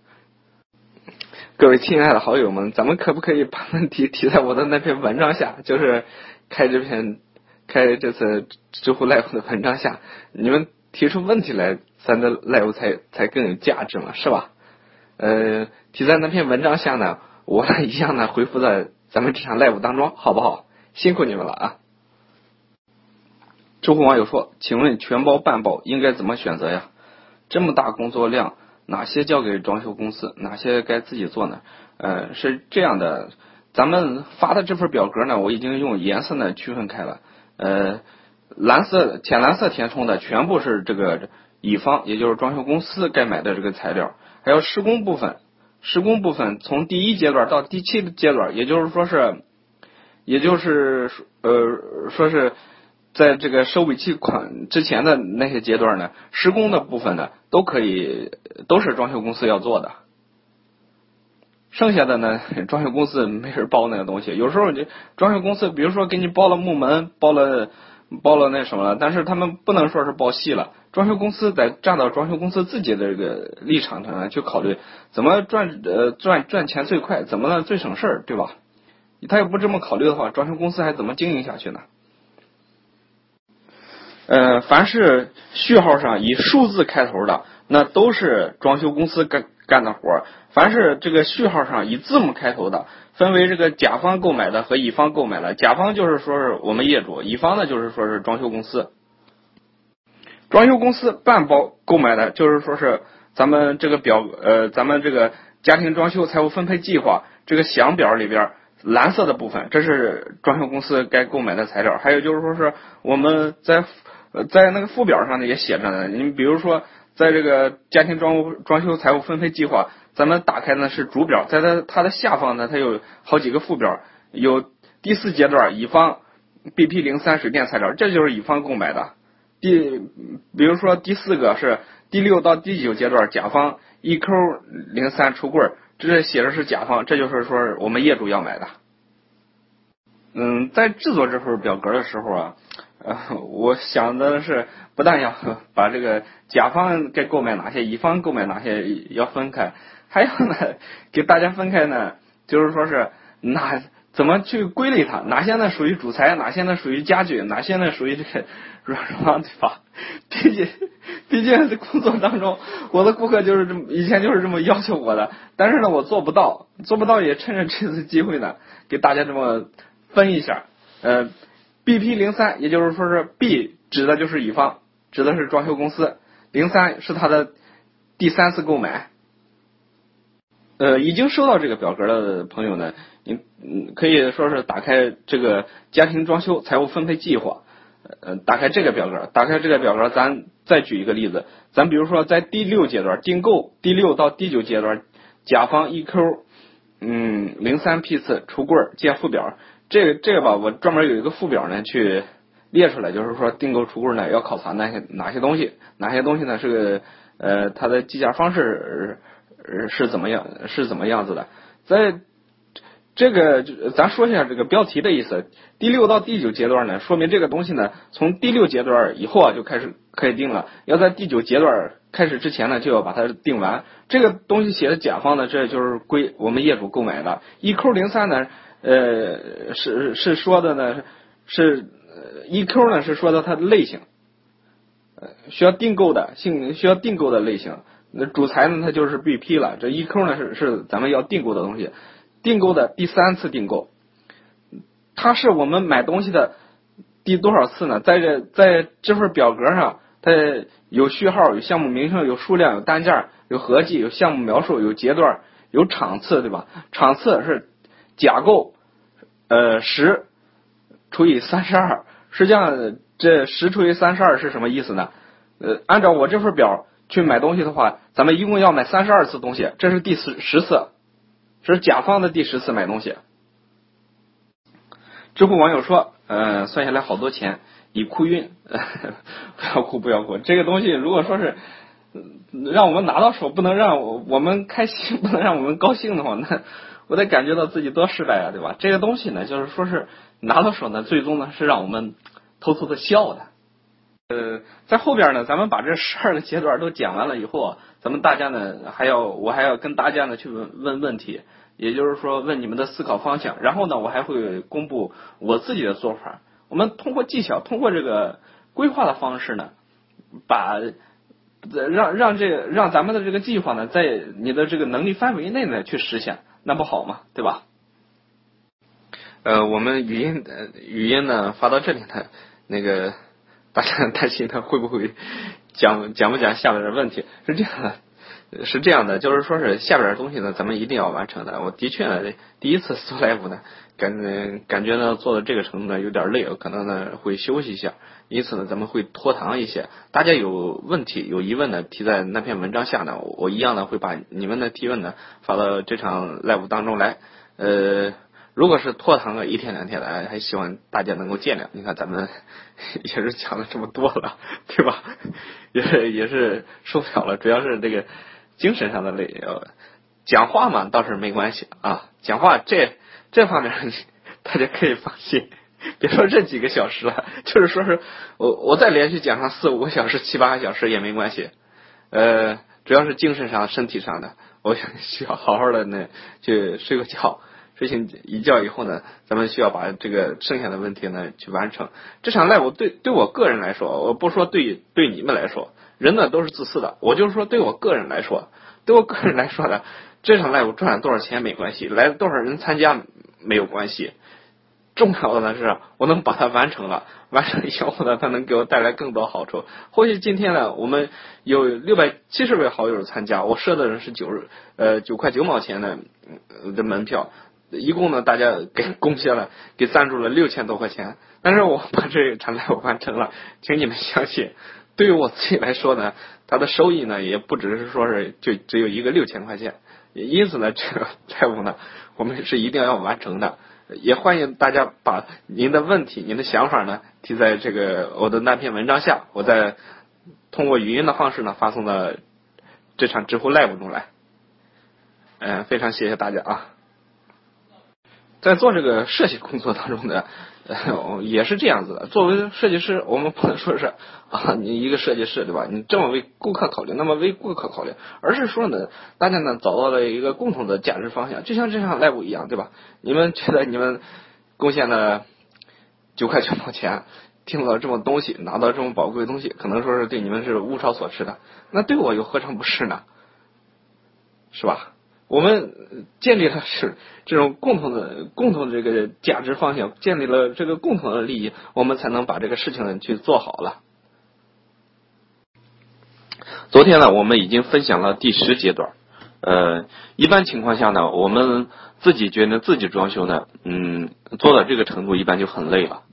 各位亲爱的好友们，咱们可不可以把问题提在我的那篇文章下，就是开这次知乎 live 的文章下，你们提出问题来，咱的 live 才更有价值嘛，是吧？提在那篇文章下呢，我呢一样呢回复在咱们这场 live 当中，好不好？辛苦你们了啊！知乎网友说，请问全包半包应该怎么选择呀？这么大工作量，哪些交给装修公司，哪些该自己做呢？是这样的，咱们发的这份表格呢，我已经用颜色呢区分开了。浅蓝色填充的全部是这个乙方，也就是装修公司该买的这个材料，还有施工部分从第1阶段到第7阶段，也就是说是在这个收尾期款之前的那些阶段呢，施工的部分呢都是装修公司要做的。剩下的呢，装修公司没人包那个东西。有时候装修公司比如说给你包了木门，包了那什么了，但是他们不能说是包细了。装修公司得站到装修公司自己的这个立场上去考虑怎么赚钱最快，怎么呢最省事儿，对吧？他要不这么考虑的话，装修公司还怎么经营下去呢？凡是序号上以数字开头的， 那都是装修公司干的活儿。凡是这个序号上以字母开头的，分为这个甲方购买的和乙方购买的。甲方就是说是我们业主，乙方呢就是说是装修公司。装修公司半包购买的，就是说是咱们这个咱们这个家庭装修财务分配计划这个详表里边蓝色的部分，这是装修公司该购买的材料。还有就是说是我们在那个附表上呢也写着呢。你比如说在这个家庭装修财务分配计划，咱们打开呢是主表，在它的下方呢它有好几个附表，有第4阶段乙方 BP03 水电材料，这就是乙方购买的。比如说第4个是第6到第9阶段甲方 EQ03 橱柜，这写的是甲方，这就是说我们业主要买的。在制作这份表格的时候啊，我想的是不但要把这个甲方该购买哪些，乙方购买哪些要分开，还要呢给大家分开呢，就是说是怎么去归类它，哪些呢属于主材，哪些呢属于家具，哪些呢属于这个软对吧？毕竟在工作当中，我的顾客就是以前就是这么要求我的，但是呢我做不到也趁着这次机会呢，给大家这么分一下。BP03 也就是说是 B 指的就是乙方，指的是装修公司，03是他的第3次购买。已经收到这个表格的朋友呢，你可以说是打开这个家庭装修财务分配计划，打开这个表格，咱再举一个例子，咱比如说在第6阶段订购，第6到第9阶段甲方 EQ 03批次橱柜见附表，这个吧，我专门有一个附表呢去列出来，就是说订购橱柜呢要考察哪些东西呢是个它的计价方式是怎么样子的。在这个咱说一下这个标题的意思，第6到第9阶段呢，说明这个东西呢从第6阶段以后啊就开始可以定了，要在第9阶段开始之前呢就要把它定完。这个东西写的甲方呢，这就是归我们业主购买的。EQ03 呢是说的呢是EQ 呢是说的它的类型，需要订购的类型。那主材呢它就是 BP 了，这 EQ 呢是咱们要订购的东西，订购的第3次订购，它是我们买东西的第多少次呢？在这份表格上，它有序号，有项目名称，有数量，有单价，有合计，有项目描述，有阶段，有场次，对吧？场次是甲购10除以32，实际上这10除以32是什么意思呢？按照我这份表去买东西的话，咱们一共要买32次东西，这是第10次，这是甲方的第10次买东西。知乎网友说，算下来好多钱，已哭晕，不要哭，这个东西如果说是让我们拿到手，不能让我们开心，不能让我们高兴的话，那我得感觉到自己多失败啊，对吧？这个东西呢，就是说是拿到手呢，最终呢是让我们偷偷的笑的。在后边呢，咱们把这12个阶段都讲完了以后，咱们大家呢我还要跟大家呢去问问题，也就是说问你们的思考方向，然后呢我还会公布我自己的做法。我们通过技巧，通过这个规划的方式呢，让咱们的这个计划呢在你的这个能力范围内呢去实现，那不好吗？对吧？我们语音呢发到这里呢，那个大家担心他会不会讲不讲下面的问题？是这样的，就是说是下边的东西呢，咱们一定要完成的。我的确呢，第一次做 live 呢，感觉呢做到这个程度呢有点累，可能呢会休息一下，因此呢咱们会拖堂一些。大家有问题有疑问呢，提在那篇文章下呢，我一样呢会把你们的提问呢发到这场 live 当中来。如果是拖堂个1天2天的，还希望大家能够见谅。你看咱们也是讲了这么多了，对吧？也是受不了了，主要是这个精神上的累。讲话嘛倒是没关系啊，讲话这方面大家可以放心，别说这几个小时了，就是说是我再连续讲上4-5个小时、7-8个小时也没关系。主要是精神上、身体上的，我需要好好的呢去睡个觉。睡醒一觉以后呢，咱们需要把这个剩下的问题呢去完成。这场 live 对我个人来说，我不说对你们来说， 人呢都是自私的。我就是说对我个人来说呢，这场 live 赚了多少钱没关系，来了多少人参加没有关系，重要的呢是我能把它完成了，完成以后呢，它能给我带来更多好处。或许今天呢，我们有670位好友参加，我设的人是9块9毛钱的门票，一共呢大家给赞助了6000多块钱，但是我把这场 live 完成了，请你们相信，对于我自己来说呢，它的收益呢也不只是说是就只有一个6000块钱，因此呢，这个 live 呢，我们是一定要完成的。也欢迎大家把您的问题、您的想法呢提在这个我的那篇文章下，我再通过语音的方式呢发送到这场知乎 live 中来。非常谢谢大家啊！在做这个设计工作当中呢，也是这样子的。作为设计师，我们不能说是你一个设计师对吧？你这么为顾客考虑，那么为顾客考虑，而是说呢，大家呢找到了一个共同的价值方向，就像这场 live 一样，对吧？你们觉得你们贡献了9块9毛钱，听到这么东西，拿到这么宝贵的东西，可能说是对你们是物超所值的，那对我又何尝不是呢？是吧？我们建立了是这种共同的这个价值方向，建立了这个共同的利益，我们才能把这个事情去做好了。 昨天呢，我们已经分享了第10阶段。一般情况下呢，我们自己觉得自己装修呢，做到这个程度一般就很累了。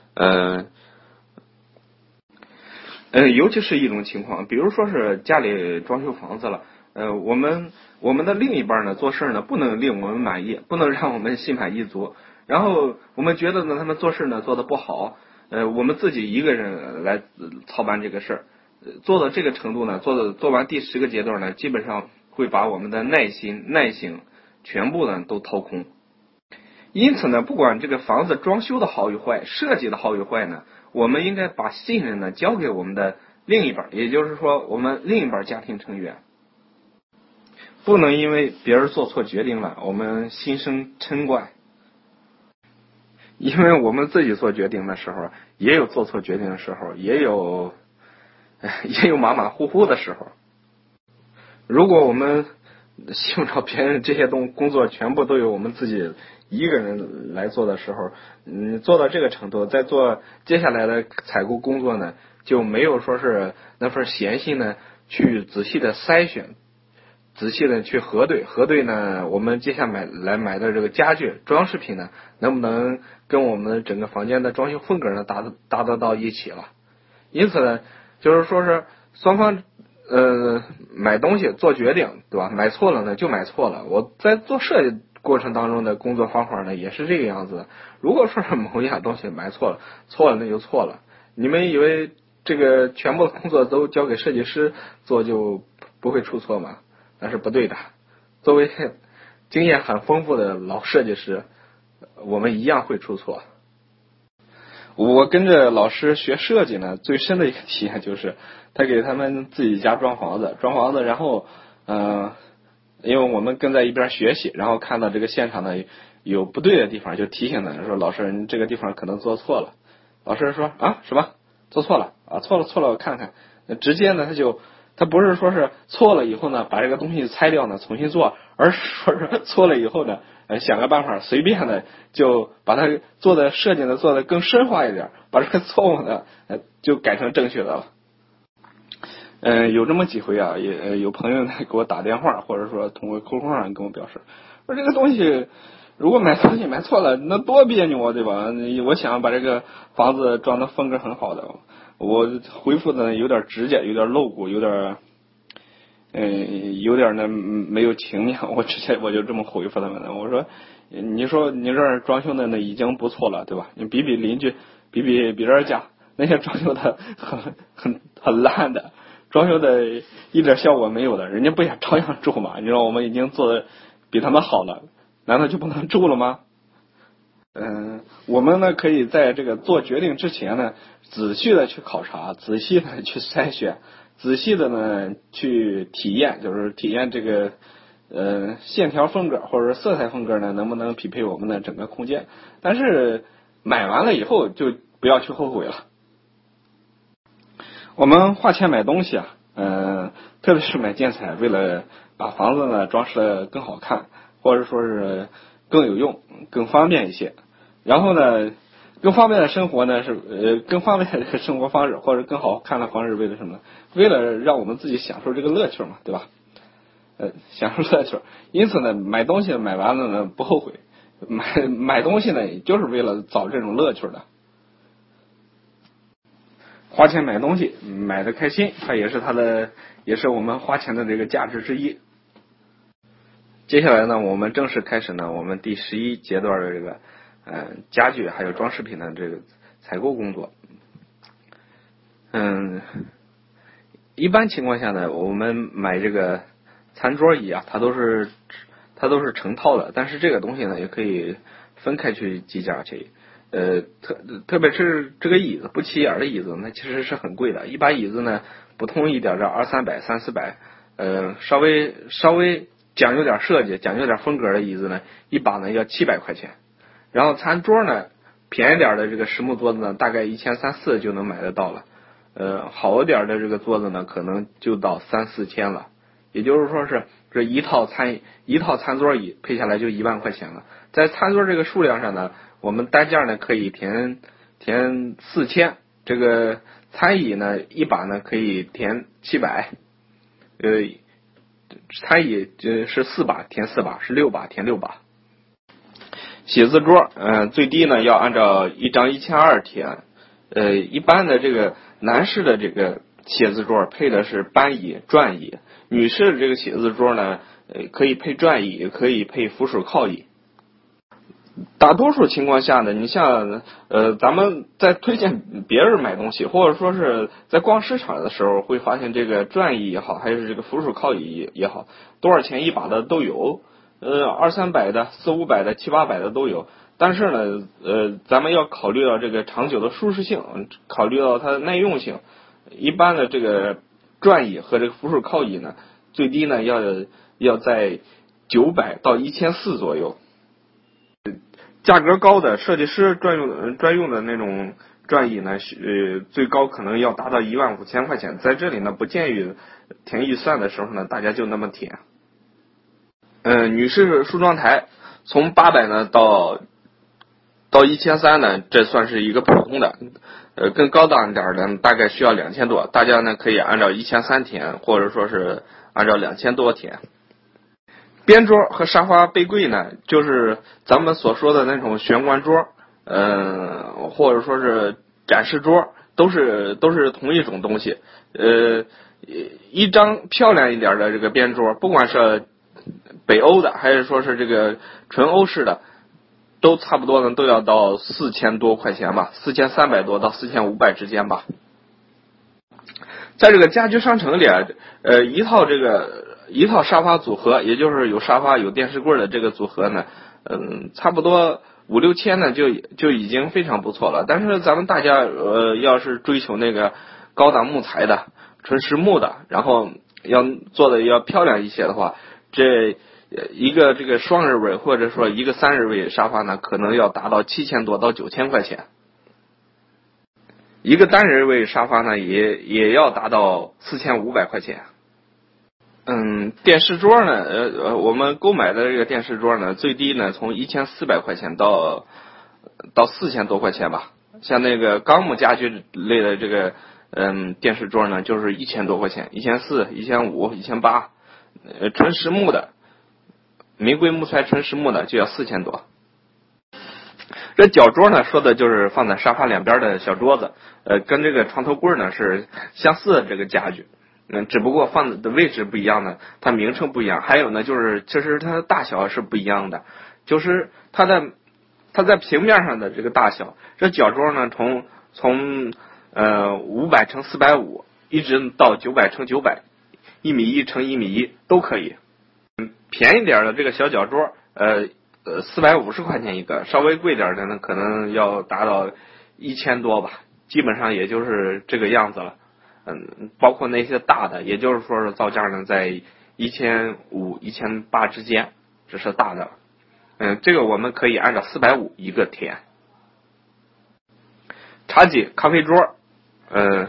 尤其是一种情况，比如说是家里装修房子了。我们的另一半呢做事呢不能令我们满意，不能让我们心满意足，然后我们觉得呢他们做事呢做得不好，我们自己一个人来操办这个事儿，做到这个程度呢，做完第10个阶段呢，基本上会把我们的耐性全部呢都掏空。因此呢，不管这个房子装修的好与坏，设计的好与坏呢，我们应该把信任呢交给我们的另一半，也就是说我们另一半家庭成员。不能因为别人做错决定了，我们心生嗔怪，因为我们自己做决定的时候，也有做错决定的时候，也有马马虎虎的时候。如果我们希望别人这些工作全部都由我们自己一个人来做的时候，做到这个程度，再做接下来的采购工作呢，就没有说是那份闲心呢去仔细的筛选。仔细的去核对呢，我们接下来买的这个家具装饰品呢，能不能跟我们整个房间的装修风格呢达得到一起了？因此呢，就是说是双方买东西做决定，对吧？买错了呢就买错了。我在做设计过程当中的工作方法呢也是这个样子。如果说是某一样东西买错了那就错了。你们以为这个全部的工作都交给设计师做就不会出错吗？那是不对的。作为经验很丰富的老设计师，我们一样会出错。我跟着老师学设计呢，最深的一个体验就是他给他们自己家装房子，然后因为我们跟在一边学习，然后看到这个现场呢有不对的地方，就提醒他说老师你这个地方可能做错了。老师说什么做错了错了我看看。直接呢他不是说是错了以后呢把这个东西拆掉呢重新做，而是说是错了以后呢想个办法随便的就把它做的设计呢做的更深化一点，把这个错误呢就改成正确的了。有这么几回啊，也有朋友呢给我打电话，或者说通过 QQ 上跟我表示说这个东西如果买东西买错了那多别扭啊，对吧？我想把这个房子装的风格很好的，我回复的有点直接，有点露骨，有点呢没有情面，我就这么回复他们了。我说你说你这儿装修的呢已经不错了，对吧？你比邻居比别人家那些装修的很烂的，装修的一点效果没有的，人家不也照样住吗？你说我们已经做的比他们好了，难道就不能住了吗？我们呢可以在这个做决定之前呢，仔细的去考察，仔细的去筛选，仔细的呢去体验，就是体验这个线条风格或者色彩风格呢能不能匹配我们的整个空间。但是买完了以后就不要去后悔了。 我们花钱买东西啊，特别是买建材，为了把房子呢装饰的更好看，或者说是更有用、更方便一些。然后呢，更方便的生活呢是更方便的生活方式或者更好看的方式，为了什么呢？为了让我们自己享受这个乐趣嘛，对吧？享受乐趣。因此呢，买东西买完了呢不后悔，买东西呢也就是为了找这种乐趣的。花钱买东西，买的开心，它也是我们花钱的这个价值之一。接下来呢，我们正式开始呢我们第11阶段的这个家具还有装饰品的这个采购工作。一般情况下呢，我们买这个餐桌椅啊，它都是成套的，但是这个东西呢也可以分开去计价去。特别是这个椅子不起眼的椅子，那其实是很贵的。一把椅子呢，不同一点的200-300、300-400，稍微讲究点设计、讲究点风格的椅子呢，一把呢要700块钱。然后餐桌呢，便宜点的这个实木桌子呢，大概1300-1400就能买得到了。好一点的这个桌子呢，可能就到3-4千了。也就是说是这一套餐桌椅配下来就1万块钱了。在餐桌这个数量上呢，我们单价呢可以填4000，这个餐椅呢一把呢可以填700，餐椅是4把填4把，是6把填6把。写字桌最低呢要按照1张1200填，一般的这个男士的这个写字桌配的是班椅、转椅，女士的这个写字桌呢可以配转椅，也可以配扶手靠椅。大多数情况下呢，你像咱们在推荐别人买东西，或者说是在逛市场的时候，会发现这个转椅也好，还是这个扶手靠椅也好，多少钱一把的都有，200-300的、400-500的、700-800的都有。但是呢，咱们要考虑到这个长久的舒适性，考虑到它的耐用性。一般的这个转椅和这个扶手靠椅呢，最低呢要在900-1400左右。价格高的设计师专用的那种转椅呢，最高可能要达到15000块钱。在这里呢，不建议填预算的时候呢，大家就那么填。女士梳妆台从800呢到1300呢，这算是一个普通的。更高档一点的大概需要2000多，大家呢可以按照1300填，或者说是按照2000多填。边桌和沙发背柜呢，就是咱们所说的那种玄关桌，或者说是展示桌，都是同一种东西。一张漂亮一点的这个边桌，不管是北欧的还是说是这个纯欧式的，都差不多呢，都要到4000多块钱吧，4300多到4500之间吧。在这个家居商城里啊，一套沙发组合，也就是有沙发有电视柜的这个组合呢，差不多5-6千呢就已经非常不错了。但是咱们大家要是追求那个高档木材的、纯实木的，然后要做的要漂亮一些的话，这一个这个双人位或者说一个3人位沙发呢，可能要达到7000多到9000块钱。一个单人位沙发呢，也要达到4500块钱。电视桌呢，我们购买的这个电视桌呢，最低呢从1400块钱到4000多块钱吧。像那个钢木家具类的这个电视桌呢，就是1000多块钱，1400、1500、1800。纯实木的名贵木材纯实木的就要4000多。这脚桌呢，说的就是放在沙发两边的小桌子，跟这个床头柜呢是相似的这个家具。只不过放的位置不一样呢，它名称不一样。还有呢，就是其实它的大小是不一样的，就是它在平面上的这个大小。这脚桌呢，从500×450一直到900×900，1.1米×1.1米都可以。便宜点的这个小脚桌，450块钱一个，稍微贵点的呢，可能要达到1000多吧，基本上也就是这个样子了。包括那些大的，也就是说是造价呢在1500、1800之间，这是大的。这个我们可以按照450一个填。茶几、咖啡桌，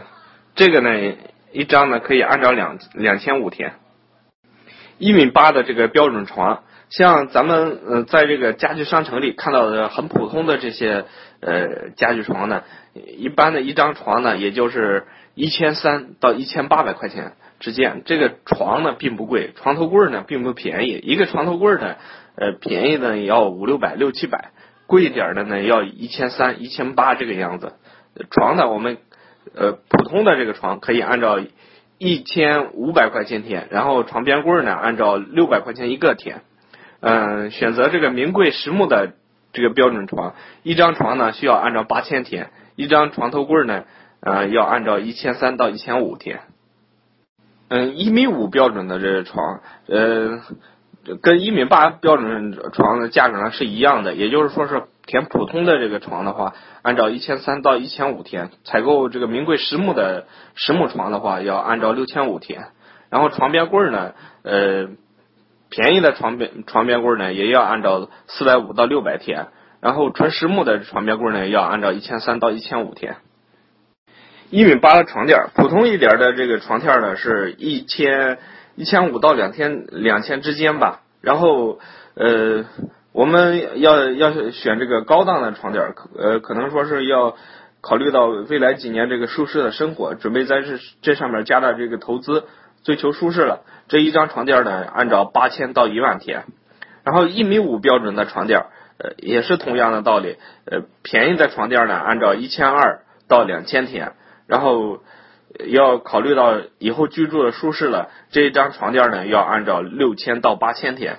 这个呢一张呢可以按照2500填。1.8米的这个标准床，像咱们在这个家具商城里看到的很普通的这些家具床呢，一般的一张床呢也就是1300到1800块钱之间。这个床呢并不贵，床头柜呢并不便宜，一个床头柜呢便宜的也要500-600、600-700，贵一点的呢要1300、1800这个样子。床呢我们普通的这个床可以按照1500块钱填，然后床边柜呢按照600块钱一个填。选择这个名贵实木的这个标准床，一张床呢需要按照8000填，一张床头柜呢要按照1300到1500填。1.5米标准的这个床，跟1.8米标准床的价格呢是一样的，也就是说是填普通的这个床的话，按照1300到1500填；采购这个名贵实木的实木床的话，要按照6500填。然后床边柜呢，便宜的床边柜呢也要按照450到600填，然后纯实木的床边柜呢要按照1300到1500填。1.8米的床垫，普通一点的这个床垫呢是1500到2000之间吧。然后我们要选这个高档的床垫，可能说是要考虑到未来几年这个舒适的生活，准备在这上面加大这个投资，追求舒适了。这一张床垫呢按照8000到10000填。然后1.5米标准的床垫也是同样的道理，便宜的床垫呢按照1200到2000填。然后要考虑到以后居住的舒适了，这一张床垫呢要按照6000到8000填。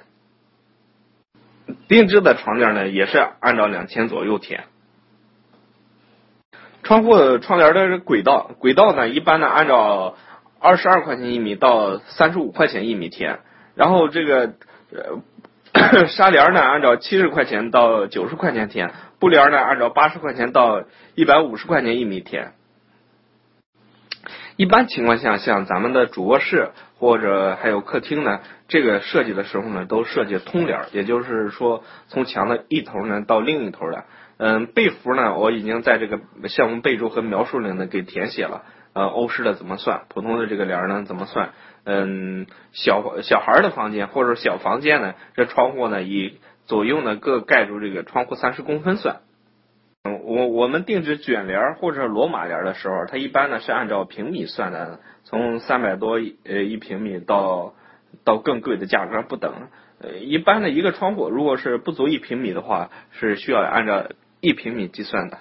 定制的床垫呢也是按照2000左右填。窗帘的轨道呢一般呢按照22块钱1米到35块钱1米填。然后这个纱帘呢按照70块钱到90块钱填，布帘呢按照80块钱到150块钱1米填。一般情况下，像咱们的主卧室或者还有客厅呢，这个设计的时候呢，都设计通帘，也就是说从墙的一头呢到另一头的。被幅呢，我已经在这个项目备注和描述里呢给填写了。欧式的怎么算，普通的这个帘呢怎么算？小孩的房间或者小房间呢，这窗户呢以左右呢各盖住这个窗户30公分算。我们定制卷帘或者罗马帘的时候，它一般呢是按照平米算的，从300多一平米到更贵的价格不等。一般的一个窗户如果是不足1平米的话，是需要按照1平米计算的。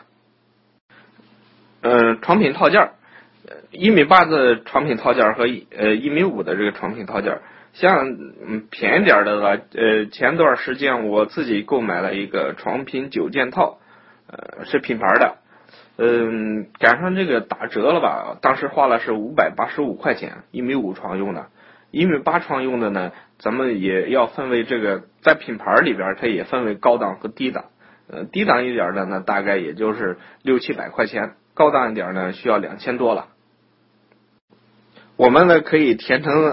床品套件，1.8米的床品套件和1.5米的这个床品套件，像便宜点的吧，前段时间我自己购买了一个床品9件套。是品牌的，赶上这个打折了吧，当时花了是585块钱，1.5米床用的。1.8米床用的呢，咱们也要分为这个在品牌里边，它也分为高档和低档。低档一点的呢，大概也就是600-700块钱，高档一点呢需要2000多了。我们呢可以填成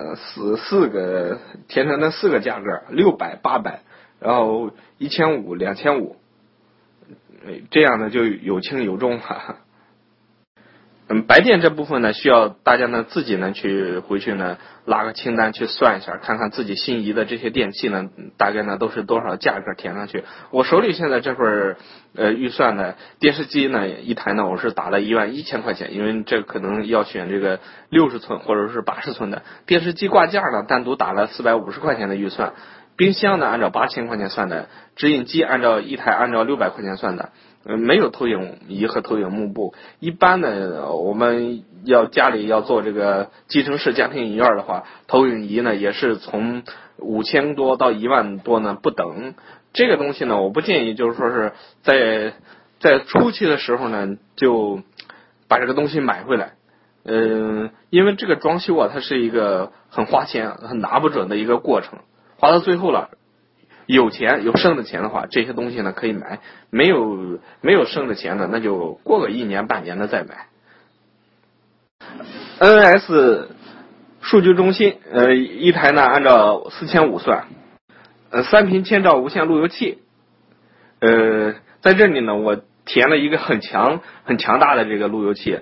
填成那4个价格，600、800，然后1500、2500。这样呢就有轻有重了。白电这部分呢需要大家呢自己呢回去呢拉个清单去算一下，看看自己心仪的这些电器呢大概呢都是多少价格填上去。我手里现在这份预算呢，电视机呢一台呢我是打了11000块钱，因为这可能要选这个60寸或者是80寸的。电视机挂架呢单独打了450块钱的预算。冰箱呢按照8000块钱算的，直饮机一台按照600块钱算的，没有投影仪和投影幕布。一般呢我们家里要做这个集成式家庭影院的话，投影仪呢也是从5000多到1万多呢不等。这个东西呢我不建议就是说是在初期的时候呢就把这个东西买回来。因为这个装修啊它是一个很花钱很拿不准的一个过程，花到最后了，有剩的钱的话，这些东西呢可以买；没有剩的钱呢，那就过个1年半年的再买。NS 数据中心，一台呢按照4500算，3频千兆无线路由器。在这里呢，我填了一个很强大的这个路由器。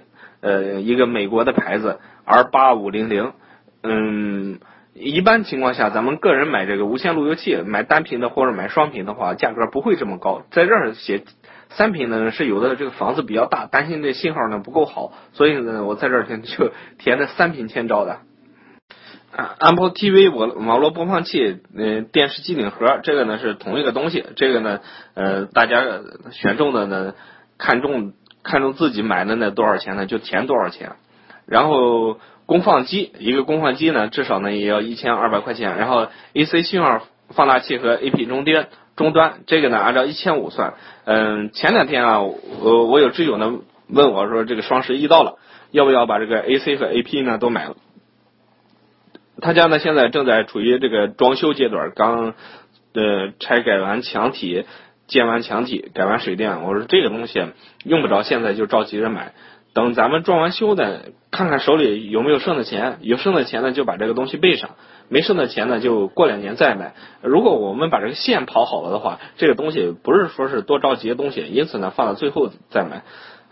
一个美国的牌子 R8500，一般情况下，咱们个人买这个无线路由器，买单频的或者买双频的话，价格不会这么高。在这儿写3频呢，是有的这个房子比较大，担心这信号呢不够好，所以呢，我在这儿就填的3频千兆的。Apple TV 网络播放器，电视机顶盒，这个呢是同一个东西。这个呢，大家选中的呢，看中自己买的那多少钱呢，就填多少钱。然后功放机，一个功放机呢，至少呢也要1200块钱。然后 AC 信号放大器和 AP 终端，这个呢按照1500算。前2天啊，我有挚友呢问我说，这个双11到了，要不要把这个 AC 和 AP 呢都买了？他家呢现在正在处于这个装修阶段，刚拆改完墙体，建完墙体，改完水电。我说这个东西用不着现在就着急着买，等咱们装完修呢，看看手里有没有剩的钱，有剩的钱呢就把这个东西备上，没剩的钱呢就过2年再买。如果我们把这个线跑好了的话，这个东西不是说是多着急的东西，因此呢放到最后再买。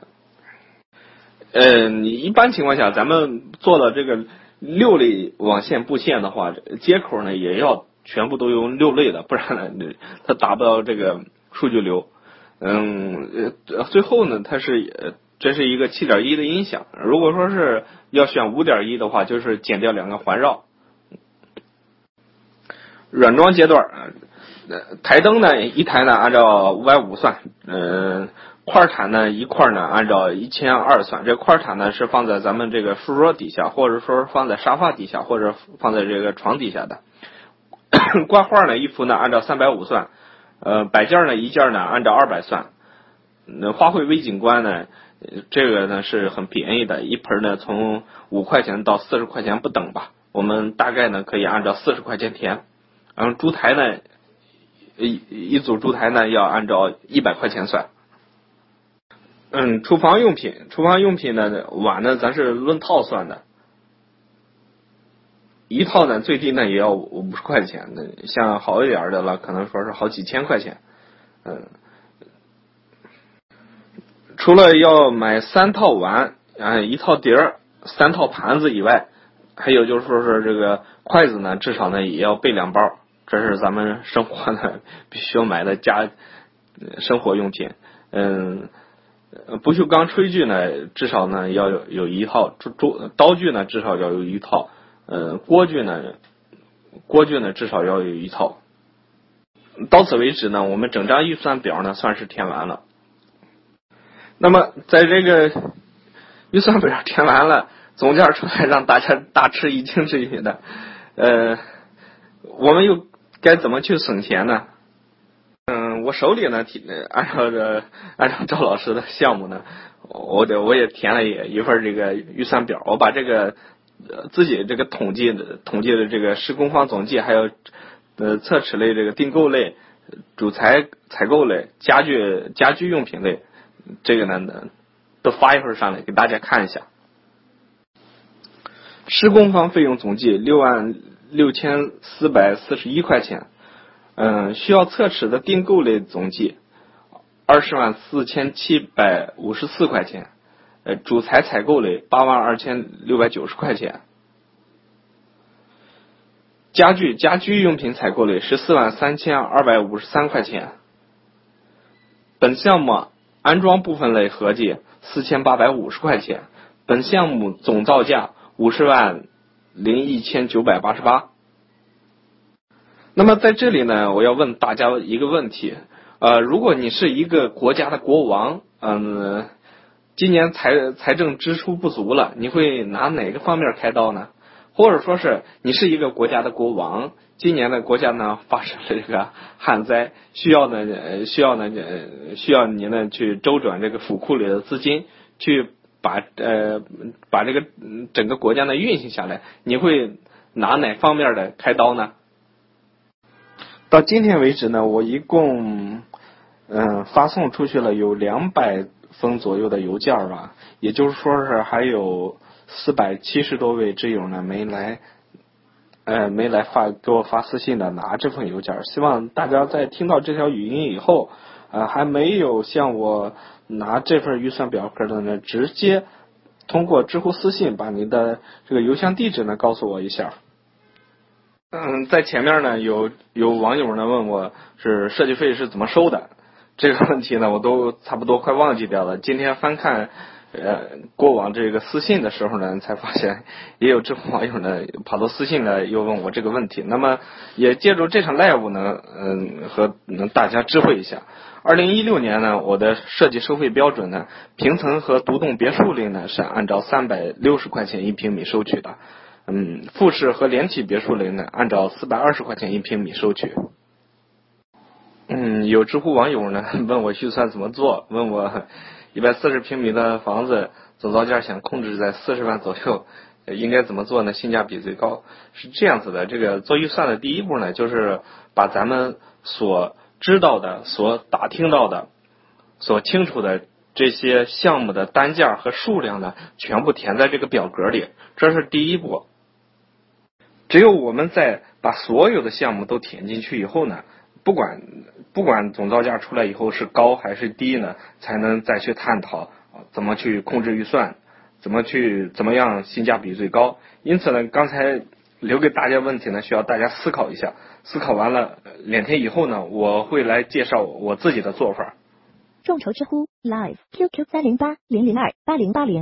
你一般情况下咱们做的这个6类网线布线的话，接口呢也要全部都用6类的，不然呢它达不到这个数据流。最后呢这是一个7.1的音响，如果说是要选5.1的话，就是减掉2个环绕。软装阶段，台灯呢一台呢按照550算，块毯呢一块呢按照1200算。这块毯呢是放在咱们这个书桌底下，或者说放在沙发底下，或者放在这个床底下的。挂画呢一幅呢按照350算，摆件呢一件呢按照200算。花卉微景观呢，这个呢是很便宜的，一盆呢从5块钱到40块钱不等吧，我们大概呢可以按照40块钱填。烛台呢一组烛台呢要按照100块钱算。厨房用品呢，碗呢咱是论套算的，一套呢最低呢也要50块钱，像好一点的了，可能说是好几千块钱。除了要买3套碗，1套碟儿，3套盘子以外，还有就是说是这个筷子呢，至少呢也要备2包，这是咱们生活呢必须要买的生活用品。不锈钢炊具呢，至少呢要有1套，刀具呢至少要有1套，锅具呢至少要有1套。到此为止呢，我们整张预算表呢算是填完了。那么在这个预算表填完了，总价出来让大家大吃一惊之余的，我们又该怎么去省钱呢？我手里呢按照赵老师的项目呢，我也填了一份这个预算表，我把这个自己这个统计的这个施工方总计，还有测尺类、这个订购类、主材采购类、家居用品类，这个呢都发一份上来给大家看一下。施工方费用总计66441块钱。需要测尺的订购类总计204754块钱，主材采购类82690块钱，家居用品采购类143253块钱。本项目安装部分类合计4850块钱，本项目总造价50,01988。那么在这里呢，我要问大家一个问题，如果你是一个国家的国王，今年财政支出不足了，你会拿哪个方面开刀呢？或者说是你是一个国家的国王，今年的国家呢发生了这个旱灾，需要你呢去周转这个府库里的资金，去把这个整个国家呢运行下来，你会拿哪方面的开刀呢？到今天为止呢，我一共发送出去了有200封左右的邮件吧，也就是说是还有470多位挚友呢没来给我发私信的拿这份邮件。希望大家在听到这条语音以后，还没有向我拿这份预算表格的呢，直接通过知乎私信把您的这个邮箱地址呢告诉我一下。在前面呢有网友呢问我是设计费是怎么收的，这个问题呢我都差不多快忘记掉了。今天翻看过往这个私信的时候呢，才发现也有知乎网友呢跑到私信来又问我这个问题。那么也借助这场 live 呢，和大家知会一下。2016年呢，我的设计收费标准呢，平层和独栋别墅类呢是按照360块钱1平米收取的，复式和连体别墅类呢按照420块钱1平米收取。有知乎网友呢问我预算怎么做，问我140平米的房子总造价想控制在40万左右，应该怎么做呢？性价比最高。是这样子的，这个做预算的第一步呢，就是把咱们所知道的、所打听到的、所清楚的这些项目的单价和数量呢，全部填在这个表格里，这是第一步。只有我们在把所有的项目都填进去以后呢，不管总造价出来以后是高还是低呢，才能再去探讨怎么去控制预算，怎么样性价比最高。因此呢，刚才留给大家问题呢，需要大家思考一下。思考完了2天以后呢，我会来介绍我自己的做法。 众筹知乎 Live QQ 30800288080